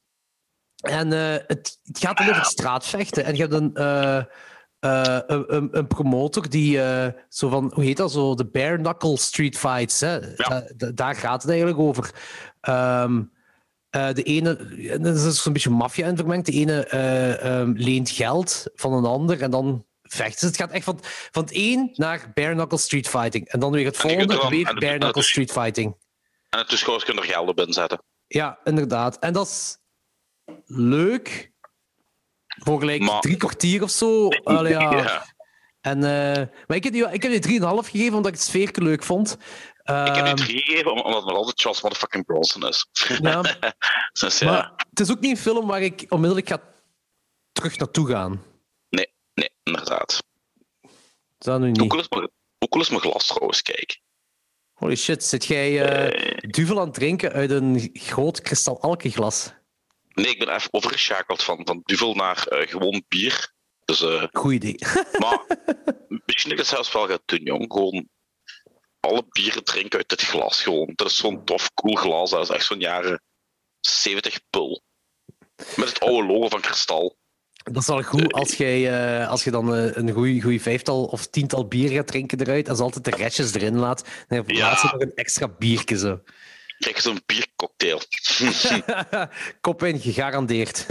en uh, het, het gaat dan over het straatvechten. En je hebt een, uh, uh, een, een promotor die uh, zo van, hoe heet dat, zo de bare knuckle street fights. Hè? Ja. Uh, daar gaat het eigenlijk over. Um, Uh, de ene, dat is zo'n beetje maffia in vermengd. De ene uh, um, leent geld van een ander en dan vechten ze. Het gaat echt van, van het een naar bare knuckle street fighting. En dan weer het volgende, dan, weer bare knuckle street fighting. En het toeschouwers kunnen er gelden binnen zetten. Ja, inderdaad. En dat is leuk. Voor gelijk maar... drie kwartier of zo. Allee, ja. ja. En, uh, maar ik heb die, ik heb die drieënhalf gegeven omdat ik het sfeerke leuk vond. Um, ik heb die drie gegeven omdat het nog altijd Charles motherfucking Bronson is. Ja. dus, ja. Maar het is ook niet een film waar ik onmiddellijk ga terug naartoe gaan. Nee, nee, inderdaad. Dat nu niet. Hoe cool is mijn, hoe cool is mijn glas trouwens, kijk. Holy shit, zit jij uh, uh, duvel aan het drinken uit een groot kristal-alkenglas? Nee, ik ben even overgeschakeld van, van duvel naar uh, gewoon bier. Dus, uh, Goed idee. Maar misschien dat ik het zelfs wel ga doen, jong. Gewoon alle bieren drinken uit dit glas gewoon. Dat is zo'n tof, cool glas. Dat is echt zo'n jaren zeventig pul. Met het oude logo van kristal. Dat is wel goed als, jij, uh, als je dan uh, een goeie vijftal of tiental bier gaat drinken eruit en ze altijd de restjes erin laat. Dan heb je ja. laatst nog een extra biertje zo. Krijg je zo'n biercocktail. Kop in, gegarandeerd.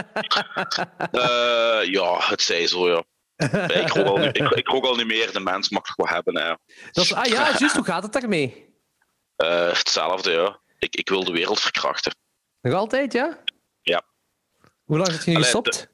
uh, ja, het zij zo, ja. Ik rook al, ik, ik rook al niet meer, de mens mag nog wat hebben. Hè. Dat is, ah ja, juist, hoe gaat het daarmee? Uh, hetzelfde, ja. Ik, ik wil de wereld verkrachten. Nog altijd, ja? Ja. Hoe lang zit je nu gestopt?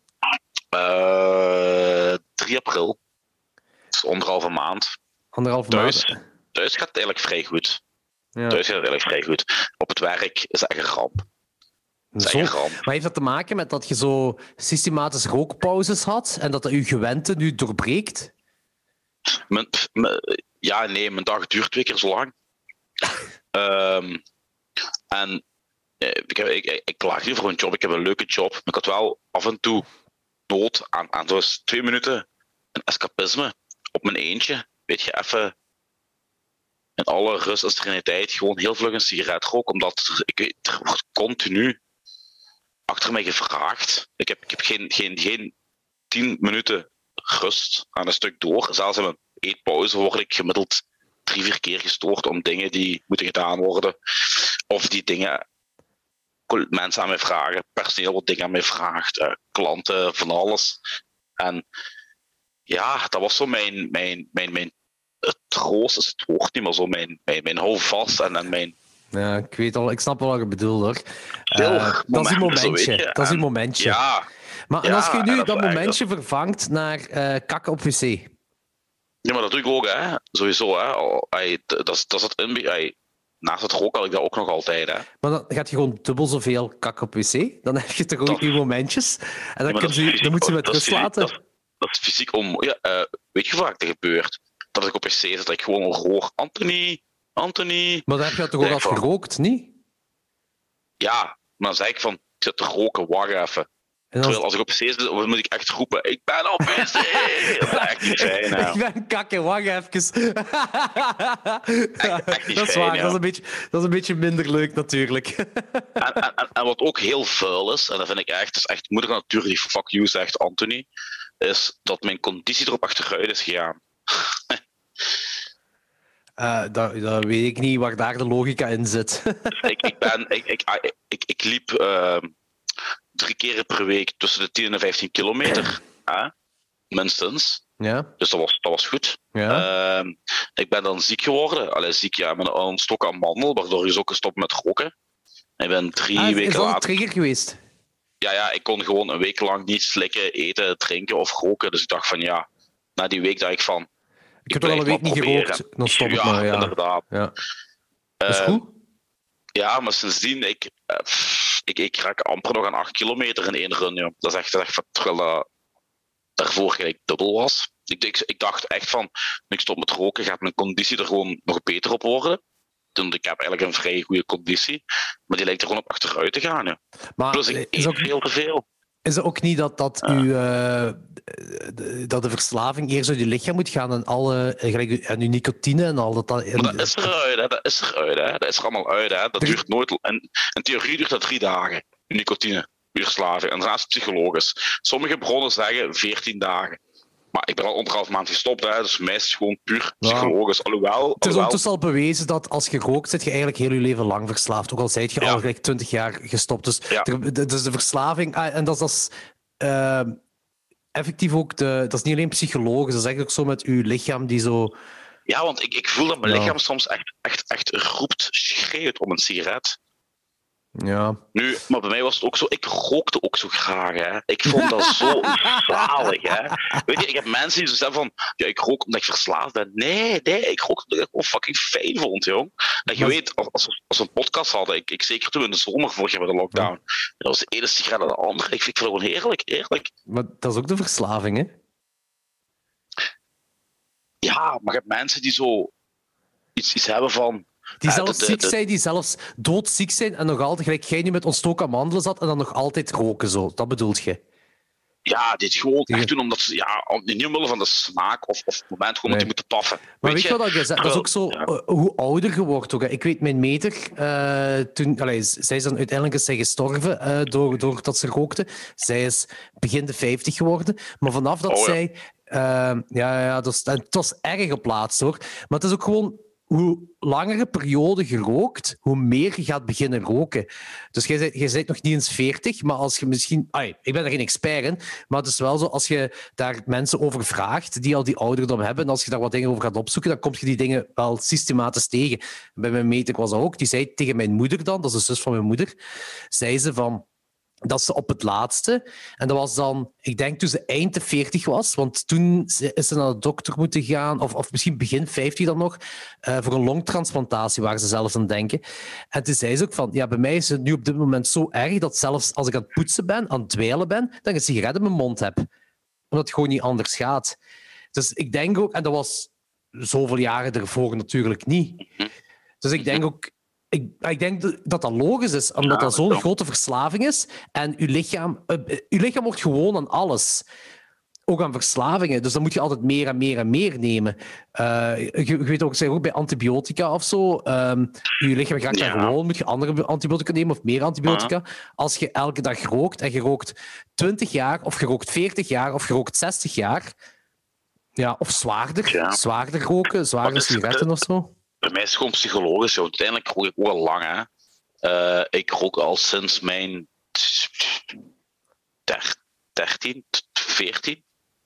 Uh, drie april. Dat is anderhalve maand. Anderhalve thuis, maand? Thuis gaat het eigenlijk vrij goed. Ja. Thuis gaat het eigenlijk vrij goed. Op het werk is dat echt een ramp. Zo. Maar heeft dat te maken met dat je zo systematisch rookpauzes had en dat dat je gewente nu doorbreekt? Mijn, mijn, ja, nee, mijn dag duurt twee keer zo lang. Um, en eh, ik, heb, ik, ik klaag niet voor een job, ik heb een leuke job. Maar ik had wel af en toe nood aan, aan zoals twee minuten een escapisme op mijn eentje. Weet je, even in alle rust en sereniteit gewoon heel vlug een sigaret roken. Omdat er, ik, er wordt continu achter mij gevraagd. Ik heb, ik heb geen, geen, geen tien minuten rust aan een stuk door. Zelfs in mijn eetpauze word ik gemiddeld drie, vier keer gestoord om dingen die moeten gedaan worden. Of die dingen mensen aan mij vragen, personeel wat dingen aan mij vraagt, uh, klanten, van alles. En ja, dat was zo mijn, mijn, mijn, mijn het troost is het woord niet, maar zo mijn, mijn, mijn houvast en, en mijn... Ja, ik weet al, ik snap wel wat je bedoelt, hoor. Uh, dat is een momentje. Dat is een momentje. Ja. Maar en ja, als je nu dat, dat momentje dat... vervangt naar uh, kakken op wc? Ja, maar dat doe ik ook, hè. Sowieso, hè. Ay, dat, dat, dat het in... Ay, naast het roken had ik dat ook nog altijd, hè. Maar dan gaat je gewoon dubbel zoveel kak op wc. Dan heb je toch ook dat... die momentjes. En dan, ja, je, dan moet je met rust laten. Dat, dat is fysiek om... Ja, uh, weet je hoe vaak er gebeurt? Dat ik op wc zit, dat ik gewoon hoor... Anthony, Anthony... Maar dan heb je dat toch ook al van... gerookt, niet? Ja, maar dan zeg ik van... Ik zit te roken, wacht even. En als... Terwijl als ik op wc zit, moet ik echt roepen... Ik ben op wc! Dat is echt niet fijn, hè. Ik ben kakken, wacht even. Echt, echt niet dat is fijn, waar, ja. dat, is een beetje, dat is een beetje minder leuk, natuurlijk. en, en, en wat ook heel vuil is, en dat vind ik echt... Dat is echt moeder natuur die fuck you zegt, Anthony... is dat mijn conditie erop achteruit is gegaan. Uh, dat, dat weet ik niet waar daar de logica in zit. ik, ik, ben, ik, ik, ik, ik liep uh, drie keer per week tussen de tien en de vijftien kilometer. Hè? Minstens. Ja. Dus dat was, dat was goed. Ja. Uh, ik ben dan ziek geworden. Allee, ziek ja, met een stok aan mandel, waardoor ik ook gestopt met roken. Ik ben drie ah, is, weken is dat later... een trigger geweest? Ja, ja, ik kon gewoon een week lang niet slikken, eten, drinken of roken. Dus ik dacht van ja, na die week dacht ik van... Ik heb toch al een week niet gerookt, dan stop ik ja, maar. Ja, inderdaad. Ja. Dat is goed? Uh, ja, maar sindsdien, ik, uh, ik, ik raak amper nog aan acht kilometer in één run. Joh. Dat is echt, echt terwijl dat daarvoor gelijk dubbel was. Ik, ik, ik dacht echt van, nu ik stop met roken, gaat mijn conditie er gewoon nog beter op worden. Toen ik heb eigenlijk een vrij goede conditie, maar die lijkt er gewoon op achteruit te gaan. Joh. Maar plus ik eet ook veel te veel. Is het ook niet dat, dat, ja. u, uh, dat de verslaving eerst uit je lichaam moet gaan en alle, gelijk, en uw nicotine en al dat... dat, maar dat is eruit, hè. Dat is eruit, hè. Dat is er allemaal uit, hè. Dat duurt nooit... En, in theorie duurt dat drie dagen, nicotine, verslaving. En daarnaast psychologisch. Sommige bronnen zeggen veertien dagen. Maar ik ben al anderhalf maand gestopt, hè. Dus voor mij is het gewoon puur psychologisch. Ja. Alhoewel... Het is ondertussen al bewezen dat als je rookt, zit je eigenlijk heel je leven lang verslaafd. Ook al zijt je ja. al gelijk twintig jaar gestopt. Dus, ja. er, dus de verslaving... En dat, dat is uh, effectief ook... De, dat is niet alleen psychologisch, dat is eigenlijk ook zo met je lichaam die zo... Ja, want ik, ik voel dat mijn ja. lichaam soms echt, echt, echt roept, schreeuwt om een sigaret. Ja. Nu, maar bij mij was het ook zo, ik rookte ook zo graag, hè. Ik vond dat zo zalig, hè. Weet je, ik heb mensen die zo zeggen van, ja, ik rook omdat ik verslaafd ben. Nee, nee, ik rook omdat ik het gewoon fucking fijn vond, jong. Dat je maar... weet, als, als, als we een podcast hadden, ik, ik zeker toen in de zomer vorig jaar bij de lockdown, ja. dat was de ene sigaret en de andere. Ik vind het gewoon heerlijk, heerlijk. Maar dat is ook de verslaving, hè? Ja, maar je hebt mensen die zo iets, iets hebben van... Die zelfs uh, de, de, ziek zijn, die zelfs doodziek zijn en nog altijd, gelijk jij nu met ontstoken amandelen zat en dan nog altijd roken, zo. Dat bedoelt je? Ja, dit gewoon die... echt doen omdat ze, ja, niet omwille van de smaak of, of het moment gewoon nee. moeten paffen. Maar weet, weet je wat je zegt? Dat is ook zo, ja. uh, hoe ouder je wordt ook. Hè. Ik weet, mijn meter, uh, toen, allez, zij is dan uiteindelijk is zij gestorven uh, door, doordat ze rookte. Zij is begin de vijftig geworden. Maar vanaf dat oh, ja. zij... Uh, ja, ja, dat is, het was erg geplaatst, hoor. Maar het is ook gewoon... Hoe langere periode je rookt, hoe meer je gaat beginnen roken. Dus jij bent, jij bent nog niet eens veertig, maar als je misschien... Ai, ik ben er geen expert in, maar het is wel zo, als je daar mensen over vraagt, die al die ouderdom hebben, en als je daar wat dingen over gaat opzoeken, dan kom je die dingen wel systematisch tegen. Bij mijn meter was dat ook. Die zei tegen mijn moeder dan, dat is de zus van mijn moeder, zei ze van... dat ze op het laatste, en dat was dan, ik denk toen ze eind de veertig was, want toen is ze naar de dokter moeten gaan, of, of misschien begin vijftig dan nog, uh, voor een longtransplantatie, waar ze zelfs aan denken. En toen zei ze ook van, ja, bij mij is het nu op dit moment zo erg, dat zelfs als ik aan het poetsen ben, aan het dweilen ben, dat ik een sigaret in mijn mond heb. Omdat het gewoon niet anders gaat. Dus ik denk ook, en dat was zoveel jaren ervoor natuurlijk niet. Dus ik denk ook, ik, ik denk dat dat logisch is, omdat Ja, dat zo'n dat- grote verslaving is. En je lichaam, uh, je lichaam wordt gewoon aan alles. Ook aan verslavingen. Dus dan moet je altijd meer en meer en meer nemen. Uh, je, je weet ook, zeg ook bij antibiotica of zo. Um, je lichaam gaat daar Ja. gewoon, moet je andere antibiotica nemen of meer antibiotica. Uh-huh. Als je elke dag rookt en je rookt twintig jaar, of je rookt veertig jaar, of je rookt zestig jaar. Ja, of zwaarder. Ja. Zwaarder roken, zwaardere sigaretten of zo. Bij mij is het gewoon psychologisch. Joh. Uiteindelijk rook ik ook al lang. Hè. Uh, ik rook al sinds mijn dertien, veertien.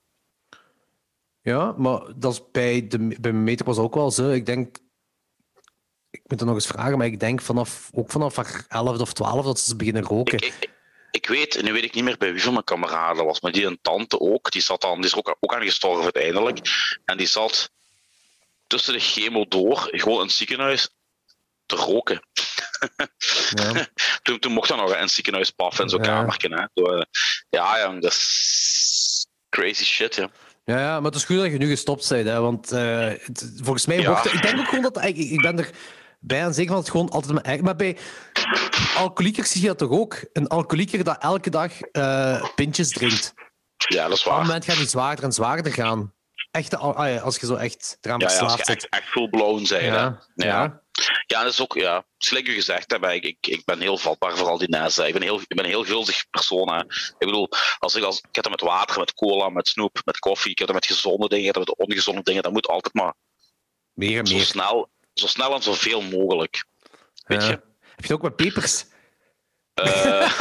Ja, maar dat is bij, de, bij mijn meter was ook wel zo. Ik denk... Ik moet er nog eens vragen, maar ik denk vanaf, ook vanaf haar elfde of twaalfde dat ze beginnen roken. Ik, ik, ik weet, en nu weet ik niet meer bij wie van mijn kameraden was, maar die een tante ook, die zat dan, die is ook, ook aan gestorven uiteindelijk. En die zat tussen de chemo door, gewoon in het ziekenhuis, te roken. Ja. toen, toen mocht dan nog in het ziekenhuis paffen in zo'n ja. kamertje. Hè. Toen, ja, ja, dat is crazy shit, ja. Ja, ja, maar het is goed dat je nu gestopt bent, hè, want uh, het, volgens mij mocht... Ja. Ik denk ook gewoon dat... Ik, ik ben er bij aan zeker van dat het gewoon altijd... Maar, maar bij alcoholiekers zie je dat toch ook? Een alcoholieker dat elke dag uh, pintjes drinkt. Ja, dat is waar. Op een moment gaat hij zwaarder en zwaarder gaan. Echt, als je zo echt eraan ja, verslaafd ja, zit. Echt, echt full-blown zijn, ja. Ja. Ja. ja. Ja, dat is ook, ja, zoals u gezegd hebt, ik, ik, ik ben heel vatbaar voor al die nezen. Ik ben, heel, ik ben een heel gulzig persoon. Hè. Ik bedoel, als ik, als, ik heb dat met water, met cola, met snoep, met koffie, ik heb dat met gezonde dingen, ik heb dat met ongezonde dingen. Dat moet altijd maar meer en zo, meer. Snel, zo snel en zoveel mogelijk. Weet ja. je? Heb je het ook met pepers? Uh,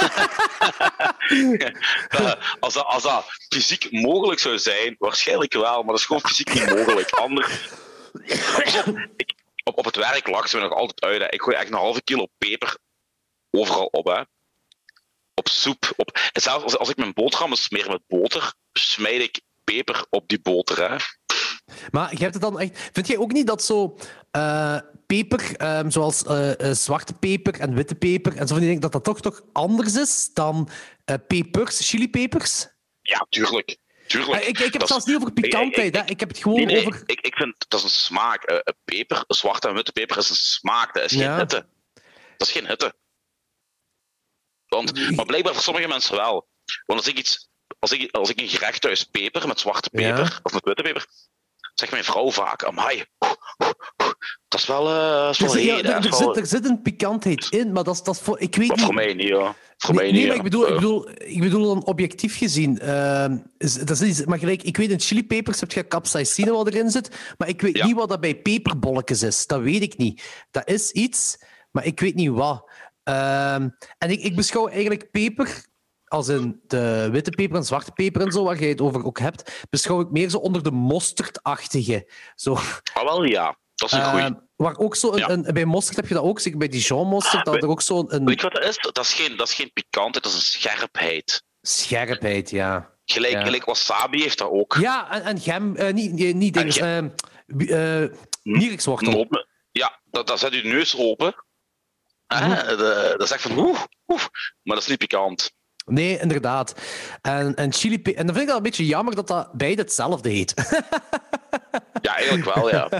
als, dat, als dat fysiek mogelijk zou zijn, waarschijnlijk wel, maar dat is gewoon fysiek niet mogelijk. Anders... Ik, Op, op het werk lachen ze me nog altijd uit. Hè. Ik gooi echt een halve kilo peper overal op. Hè. Op soep. Op... En zelfs als, als ik mijn boterhammen smeer met boter, smijt ik peper op die boter. Hè. Maar je hebt het dan echt... Vind jij ook niet dat zo uh, peper, um, zoals uh, uh, zwarte peper en witte peper en zo van die dingen, dat dat toch, toch anders is dan uh, pepers, chilipepers? Ja, tuurlijk. Tuurlijk. Uh, ik, ik heb het zelfs niet over pikantheid. Ik, ik, ik, ik heb het gewoon nee, nee, over... Ik, ik vind, dat is een smaak. Uh, peper, zwarte en witte peper is een smaak. Dat is geen ja. hitte. Dat is geen hitte. Want, maar blijkbaar voor sommige mensen wel. Want als ik, iets, als ik, als ik een gerecht thuis peper met zwarte peper, ja. of met witte peper, zegt mijn vrouw vaak, amai, dat is wel, uh, dat is wel dus, heet, ja, er, er, wel... zit, er zit een pikantheid in, maar dat is, dat is voor... Ik weet maar niet... voor mij niet, hoor. Voor nee, mij nee niet, maar ik bedoel, uh. ik, bedoel, ik bedoel dan objectief gezien. Uh, is, dat is, maar gelijk, ik weet in chilipepers heb je capsaicine wat erin zit, maar ik weet ja. niet wat dat bij peperbolletjes is. Dat weet ik niet. Dat is iets, maar ik weet niet wat. Uh, en ik, ik beschouw eigenlijk peper, als in de witte peper en zwarte peper en zo, waar jij het over ook hebt, beschouw ik meer zo onder de mosterdachtige. Zo. Ah, wel ja. Dat is een goeie. Uh, waar ook zo een, ja. een, bij mosterd heb je dat ook, zeker bij Dijon mosterd, dat er ook zo een... Weet je wat dat is? Dat is geen, dat is geen pikantheid, dat is een scherpheid. Scherpheid, ja. Gelijk, ja. gelijk wasabi heeft dat ook. Ja, en, en gem, uh, niet, niet dingen, uh, uh, mierikswortel. Ja, dat, dat zet je neus open. Mm-hmm. Uh, de, dat is echt van oeh, oeh, maar dat is niet pikant. Nee, inderdaad. En, en chili... En dan vind ik dat een beetje jammer dat dat beide hetzelfde heet. Ja, eigenlijk wel, ja.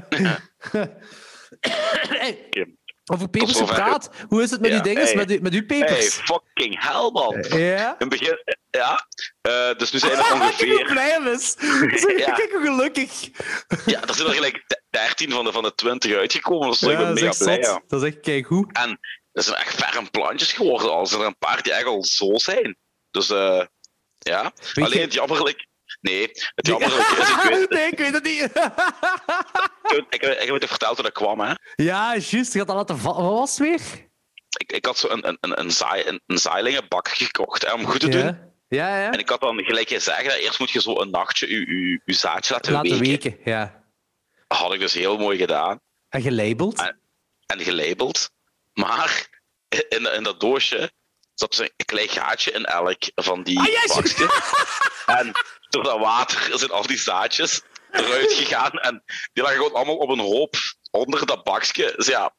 Hey, okay. Over pepers gepraat. Hoe is het met ja, die dingen, hey, met, met uw pepers? Hey, fucking hell, man. Ja? In begin, ja. Uh, dus nu zijn er ongeveer... Kijk hoe blij hij is. Ja. Kijk hoe gelukkig. Ja, er zijn er gelijk dertien van de, van de twintig uitgekomen. Dat is ja, ik ben mega blij, ja. Dat is echt keigoed. En er zijn echt ferm plantjes geworden. Al zijn er een paar die echt al zo zijn. Dus uh, ja. Weet Alleen je... het jammerlijk... Nee, het jammerlijke is... Ik weet... nee, ik weet het niet. ik, ik, ik heb het verteld toen ik kwam, hè. Ja, juist. Je had al laten vallen. Wat was het weer? Ik, ik had zo een, een, een, een, zaai, een, een zaailingenbak gekocht, hè, om goed te ja. doen. Ja, ja. En ik had dan gelijk gezegd, hè, eerst moet je zo een nachtje je, je, je zaadje laten, laten weken. weken. Ja. Dat had ik dus heel mooi gedaan. En gelabeld? En, en gelabeld. Maar in, in dat doosje zat dus een klein gaatje in elk van die ah, yes. bakjes. En door dat water zijn al die zaadjes eruit gegaan. En die lagen gewoon allemaal op een hoop onder dat bakje. Dus ja...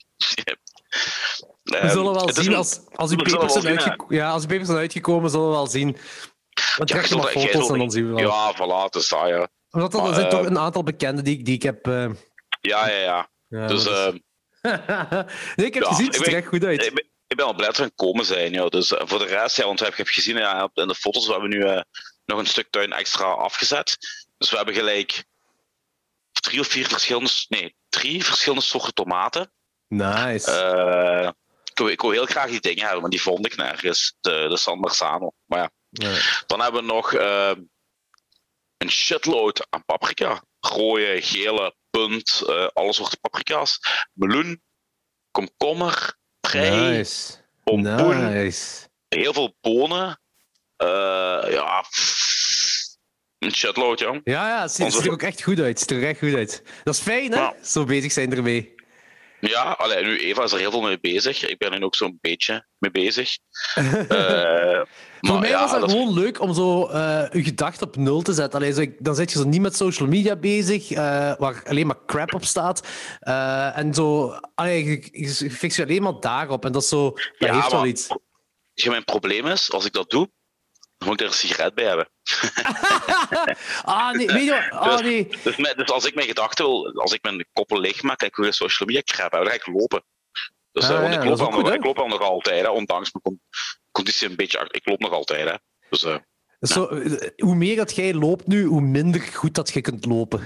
We zullen wel zien, een, als, als uw pepers zijn, uitgeko- ja, als uw pepers zijn uitgekomen, zullen we wel zien. Dan ja, krijg je maar foto's en dan zien we wel. Ja, voilà, dus dat, ja. Omdat er zijn uh, toch een aantal bekenden die, die ik heb... Uh... Ja, ja, ja. ja dus uh, nee, ik heb Ja, gezien, het ziet ik er ben- echt goed uit. Ik ben, ik ben al blij dat we aan het komen zijn. Ja. Dus eh, voor de rest, ja, want ik heb gezien ja, in de foto's, we hebben nu eh, nog een stuk tuin extra afgezet. Dus we hebben gelijk drie of vier verschillende, nee, drie verschillende soorten tomaten. Nice. Eh, ik, wil, ik wil heel graag die dingen hebben, maar die vond ik nergens. De, de San Marzano. Maar ja. Ja. Dan hebben we nog eh, een shitload aan paprika. Rode, gele, punt, eh, alle soorten paprika's. Meloen, komkommer, prei, Nice. pompoen, Nice. heel veel bonen. Eh, ja, pff, een shitload, ja. Ja, ja, het ziet, het ziet er ook echt goed uit. Het ziet er echt goed uit. Dat is fijn, hè? Ja. Zo bezig zijn ermee. Ja, allee, nu Eva is er heel veel mee bezig. Ik ben er ook zo'n beetje mee bezig. Eh, Voor maar mij ja, was het dat is- gewoon leuk om zo uh, je gedachten op nul te zetten. Allee, zo, ik- dan zit je zo niet met social media bezig, uh, waar alleen maar crap op staat. Uh, en zo, allee, je, je, je fixt je alleen maar daarop. En dat, is zo, dat Ja, heeft wel maar- iets. Ja, mijn probleem is, als ik dat doe, dan moet ik er een sigaret bij hebben. ah, nee, weet je wat? Ah, Dus- nee. Dus, mijn- dus als ik mijn gedachten wil, als ik mijn koppel leeg maak en ik wil een social media crap hebben, dan ga ik lopen. Dus, Ah, eh, want ja, ik, dat loop is ook al goed, nog, hè? ik loop al nog altijd, hè, ondanks mijn con- conditie een beetje achter. Ik loop nog altijd. Hè. Dus, eh, Zo, uh, hoe meer dat jij loopt nu, hoe minder goed dat je kunt lopen.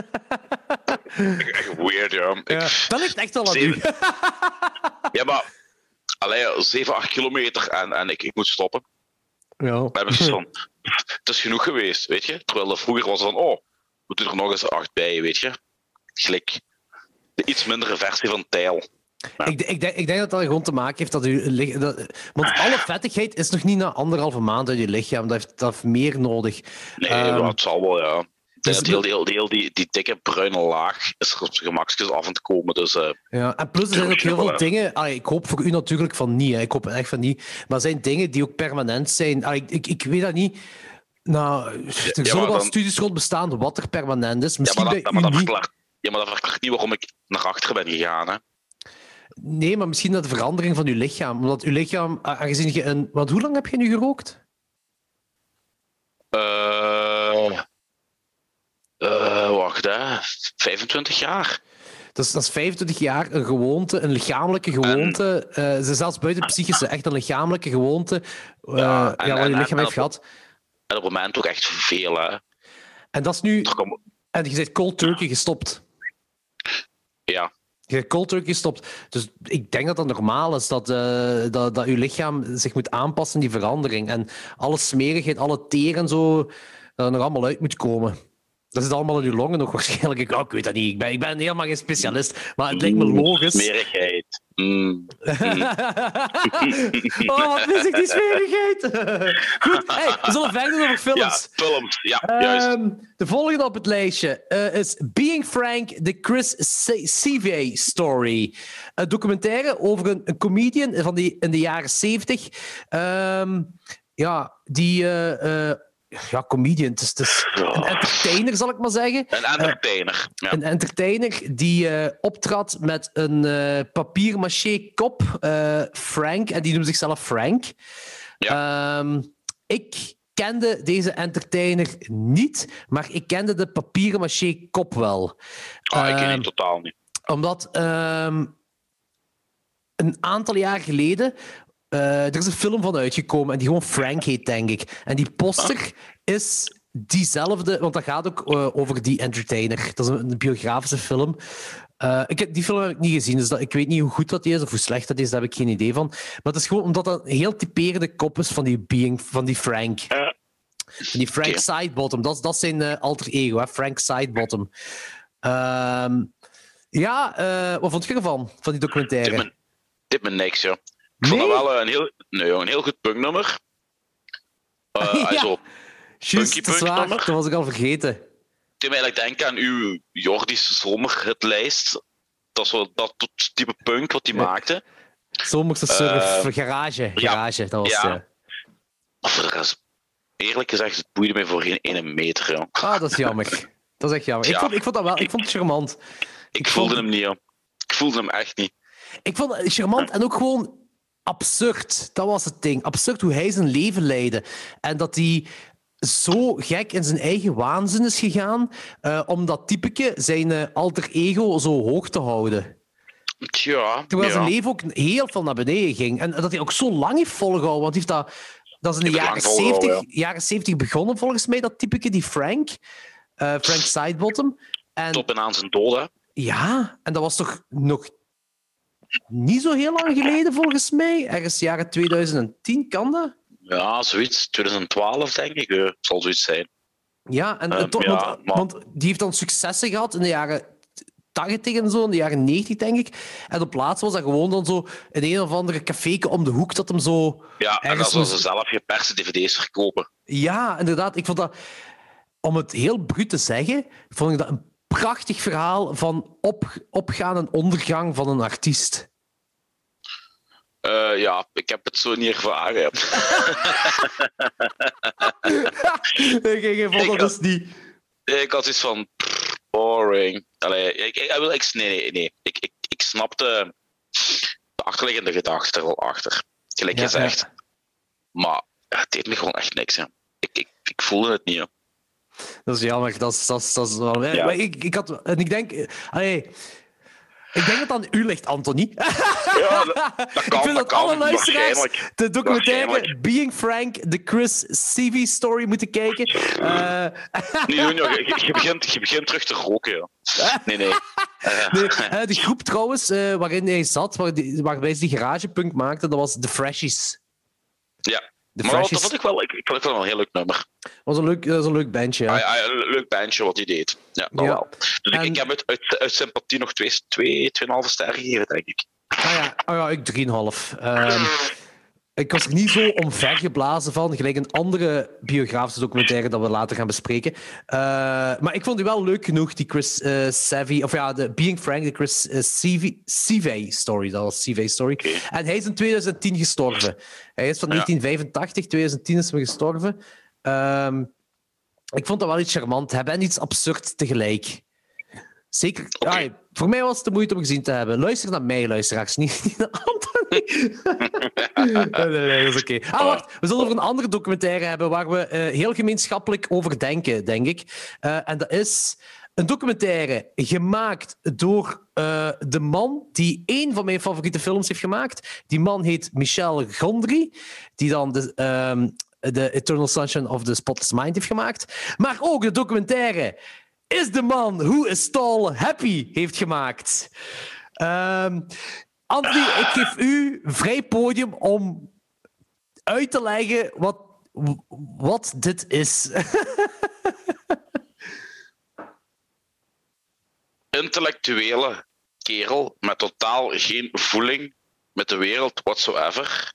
echt weird, ja. Ik- Ja, dat ligt echt wel aan u. Zeven- Ja, maar allee, zeven, acht kilometer en, en ik, ik moet stoppen. Ja. Dan heb ik zoiets van, het is genoeg geweest, weet je. Terwijl dat vroeger was van, oh, we doen er nog eens acht bij, weet je. Gelijk de iets mindere versie van Tijl. Ja. Ik, ik, denk, ik denk dat dat gewoon te maken heeft dat u... lich- Dat, want alle vettigheid is nog niet na anderhalve maand uit je lichaam. Dat heeft, dat heeft meer nodig. Nee, Ehm, ja, het zal wel, ja. dus Dus heel, heel, heel die, die dikke bruine laag is er op zijn gemakjes af aan te komen. Dus, eh, Ja, en plus er zijn ook heel veel Ja. dingen... Allee, ik hoop voor u natuurlijk van niet. Hè. Ik hoop echt van niet. Maar er zijn dingen die ook permanent zijn. Allee, ik, ik, ik weet dat niet. Nou, er ja, zullen maar wel dan- studies rond bestaan wat er permanent is. ja, Misschien maar dat, bij maar u dat niet. verklaart, ja, maar dat verklaart niet waarom ik naar achteren ben gegaan. Hè. Nee, maar misschien dat de verandering van uw lichaam. Omdat uw lichaam, aangezien je een... Want hoe lang heb je nu gerookt? Eh eh, wacht, hè. vijfentwintig jaar. Dat is, dat is vijfentwintig jaar een gewoonte, een lichamelijke gewoonte. Eh, ze zelfs buiten het psychische, echt een lichamelijke gewoonte. eh, Ja, ja, en- wat en- je en- lichaam en heeft op- gehad. En op het moment ook echt veel, hè. En dat is nu... Er komt- En je bent cold turkey gestopt. Ja, Je hebt cold turkey gestopt. Dus ik denk dat dat normaal is, dat, eh, dat, dat je lichaam zich moet aanpassen aan die verandering. En alle smerigheid, alle teer en zo, dat er nog allemaal uit moet komen. Dat zit allemaal in je longen nog waarschijnlijk. Ik, oh, ik weet dat niet. Ik ben, ik ben helemaal geen specialist. Maar het lijkt me logisch. smerigheid. Mm. oh, wat mis ik die smerigheid? Goed, hey, we zullen verder doen over Ja, films. films. Ja, juist. Ehm, de volgende op het lijstje eh, is Being Frank, the Chris Sevier Story. Een documentaire over een, een comedian van die, in de jaren zeventig. Ehm, ja, die... eh, eh, ja, comedian. Het is, het is een entertainer, zal ik maar zeggen. Een entertainer. Ja. Een entertainer die eh, optrad met een eh papier-maché kop, eh, Frank, en die noemt zichzelf Frank. Ehm, ik kende deze entertainer niet, maar ik kende de papier-maché kop wel. Ah, ik ken Ehm, die totaal niet. Omdat ehm, een aantal jaar geleden eh, er is een film van uitgekomen en die gewoon Frank heet, denk ik. En die poster is diezelfde, want dat gaat ook eh, over die entertainer. Dat is een, een biografische film. Eh, ik heb, die film heb ik niet gezien, dus dat, ik weet niet hoe goed dat die is of hoe slecht dat is, daar heb ik geen idee van. Maar het is gewoon omdat dat een heel typerende kop is van die, being, van die Frank. Ja. Van die Frank Oké. Sidebottom. Dat, is- dat is zijn eh, alter ego, hè? Frank Sidebottom. Ehm ja, eh, wat vond je ervan, van die documentaire? Dit me, dit me niks, ja. Ik vond Nee? dat wel een heel, nee, een heel goed punknummer. Uh, Ja. also, Juist, Punky dat is Punk waar. nummer? Dat was ik al vergeten. ik moet eigenlijk denken aan uw Jordi's zomerhitlijst. Dat is zo dat type punk wat hij Ja. maakte. Zomerse surf, Eh, garage. Garage, dat was... ja. eh, Maar voor de rest, eerlijk gezegd, het boeide mij voor geen ene meter. Ja. Ah, dat is jammer. Dat is echt jammer. Ik, Ja. vond, ik vond dat wel. Ik vond het charmant. Ik, vond- voelde hem niet, ja. Ik voelde hem echt niet. Ik vond het charmant en ook gewoon absurd. Dat was het ding. Absurd hoe hij zijn leven leidde. En dat hij zo gek in zijn eigen waanzin is gegaan, eh, om dat typeke, zijn eh, alter ego, zo hoog te houden. Tja, Terwijl ja. zijn leven ook heel veel naar beneden ging. En dat hij ook zo lang heeft volgehouden. Want hij heeft dat, dat is in de Heeft jaren lang volgehouden, zeventig, jaren zeventig begonnen, volgens mij, dat typeke, die Frank. Uh, Frank Sidebottom. En, tot en aan zijn dood, hè? Ja, en dat was toch nog niet zo heel lang geleden, volgens mij. Ergens jaren twintig tien, kan dat? Ja, zoiets. twintig twaalf, denk ik. Uh, zal zoiets zijn. Ja, en, um, to, ja, want, maar... want die heeft dan successen gehad in de jaren tachtig en zo, in de jaren negentig, denk ik. En op plaats was dat gewoon dan zo in een of andere caféke om de hoek dat hem zo... Ja, en dat was ze zelf geperste dvd's verkopen. Ja, inderdaad. Ik vond dat... Om het heel bruut te zeggen, vond ik dat een prachtig verhaal van op, opgaan en ondergang van een artiest. Uh, ja, ik heb het zo niet ervaren. ik, ik vond dat dus niet... Ik had iets van... Pff, boring. Allee, ik, ik, ik, ik, nee, nee, nee. Ik, ik, ik snapte de achterliggende gedachte er wel achter. Gelijk ja, gezegd. Ja. Maar het deed me gewoon echt niks. Hè. Ik, ik, ik voelde het niet. Hè. Dat is jammer. Dat is, dat is, dat is wel... Ja. Maar ik, ik had... En ik denk... Allee, ik denk dat het aan u ligt, Anthony. Ja, dat, dat kan, ik vind dat, dat alle kan, luisteraars de documentaire Being Frank, de Chris Sievey story moeten kijken. Uh... Niet doen, joh. Je, je, begint, je begint terug te roken. Joh. Nee, nee. Uh. nee uh, de groep trouwens, uh, waarin hij zat, waar die, waarbij ze die garagepunk maakten, dat was The Freshies. Ja. De maar Freshies. dat vond ik wel, ik, ik vond het wel een heel leuk nummer. Was een leuk, dat was een leuk bandje, ja. Ah, ja, een leuk bandje wat hij deed. Ja, dat ja. wel. Dus en... ik, ik heb het uit, uit sympathie nog twee, twee, tweeënhalve sterren gegeven, denk ik. Ah ja, oh ja ik drieënhalf. Um, ik was er niet zo omvergeblazen van, gelijk een andere biografische documentaire dat we later gaan bespreken. Uh, maar ik vond die wel leuk genoeg, die Chris uh, Savvy, of ja, de Being Frank, de Chris uh, Sievey story. Dat was Sievey story. Okay. En hij is in twintig tien gestorven. Hij is van ja. negentien vijfentachtig, twintig tien is hij gestorven. Um, ik vond dat wel iets charmant hebben en iets absurd tegelijk. Zeker, okay. ah, voor mij was het de moeite om gezien te hebben. Luister naar mij, luisteraars, niet, niet naar Anthony. nee, nee, nee, dat is oké. Okay. Ah, wacht, we zullen over een andere documentaire hebben waar we uh, heel gemeenschappelijk over denken, denk ik. Uh, en dat is een documentaire gemaakt door uh, de man die één van mijn favoriete films heeft gemaakt. Die man heet Michel Gondry, die dan de... Um, de Eternal Sunshine of the Spotless Mind heeft gemaakt. Maar ook de documentaire is de man Who is Tall Happy heeft gemaakt. Um, Anthony, ik geef u vrij podium om uit te leggen wat, wat dit is. Intellectuele kerel met totaal geen voeling met de wereld whatsoever.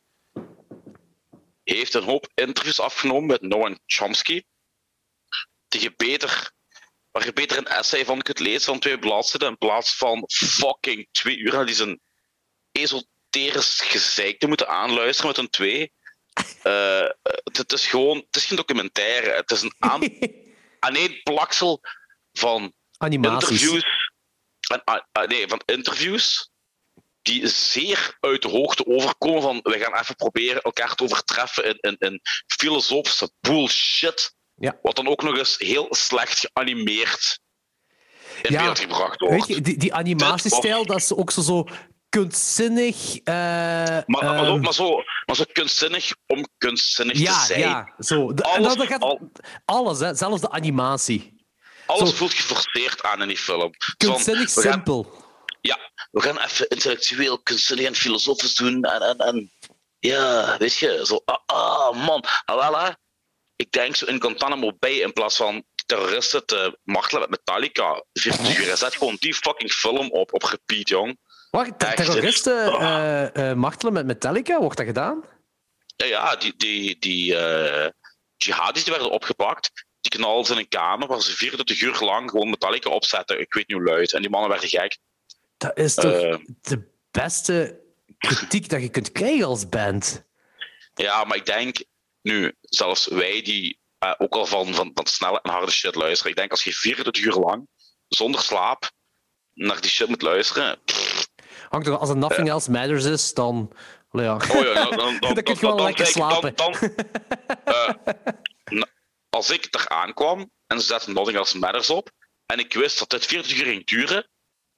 Heeft een hoop interviews afgenomen met Noam Chomsky. Die je beter, waar je beter een essay van kunt lezen van twee bladzijden in plaats van fucking twee uur naar die zijn esoterisch gezeik te moeten aanluisteren met een twee. Uh, het is gewoon, het is geen documentaire. Het is een aan, aaneenplaksel van animaties. Interviews. En, uh, nee, van interviews. Die zeer uit de hoogte overkomen van we gaan even proberen elkaar te overtreffen in, in, in filosofische bullshit. Ja. Wat dan ook nog eens heel slecht geanimeerd in ja, beeld gebracht wordt. Weet je, die, die animatiestijl, of... dat is ook zo, zo kunstzinnig. Uh, maar, maar, um... maar, zo, maar zo kunstzinnig om kunstzinnig ja, te zijn. Ja, zo. De, alles, en dat gaat, al... alles hè, zelfs de animatie. Alles zo. voelt geforceerd aan in die film. Kunstzinnig van, simpel. Gaan, ja, we gaan even intellectueel, kunstzinnig en filosofisch doen. En, en, en ja, weet je, zo, ah, ah man. Alala, ik denk zo in Guantanamo Bay in plaats van terroristen te martelen met Metallica. vierenveertig uur, zet gewoon die fucking film op, op repeat, jong. Wacht, ter- terroristen uh, uh, martelen met Metallica? Wordt dat gedaan? Ja, ja, die, die, die uh, jihadis die werden opgepakt. Die knalden in een kamer waar ze vierentwintig uur lang gewoon Metallica opzetten. Ik weet niet hoe luid. En die mannen werden gek. Dat is toch uh, de beste kritiek dat je kunt krijgen als band? Ja, maar ik denk nu, zelfs wij die uh, ook al van, van, van snelle en harde shit luisteren. Ik denk als je vierentwintig uur lang zonder slaap naar die shit moet luisteren. Pff, Hangt toch, als het Nothing uh, Else Matters is, dan. Ja. Oh ja, dan, dan, dan, dan kun je wel dan, lekker dan, slapen. Dan, dan, uh, als ik er aankwam en ze zetten Nothing Else Matters op en ik wist dat dit vierentig uur ging duren,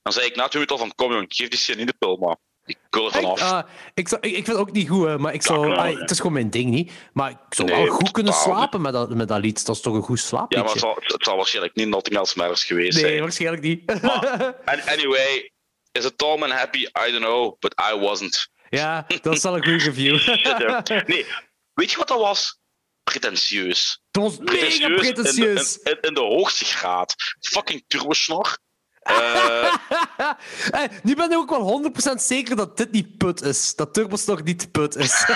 Dan zei ik na twee minuten al van, kom jong, geef die cyanidepil, maar ik wil er vanaf. Uh, ik, zou, ik, ik vind het ook niet goed, hè, maar ik zou, Ja, ah, het is gewoon mijn ding niet. Maar ik zou Nee, wel goed kunnen totaal slapen met dat, met dat lied. Dat is toch een goed Ja, slaapliedje? maar het zal, het zal waarschijnlijk niet Nothing Else Matters geweest zijn. Nee, waarschijnlijk niet. Maar, anyway, is it Tall Man happy? I don't know, but I wasn't. Ja, dat is wel een goede review. Nee, weet je wat dat was? Pretentieus. Dat was mega Pretentieus pretentieus. In de, in, in de hoogste graad. Fucking turbosnor. Uh, hey, nu ben ik ook wel honderd procent zeker dat dit niet put is. Dat Turbosnor niet put is.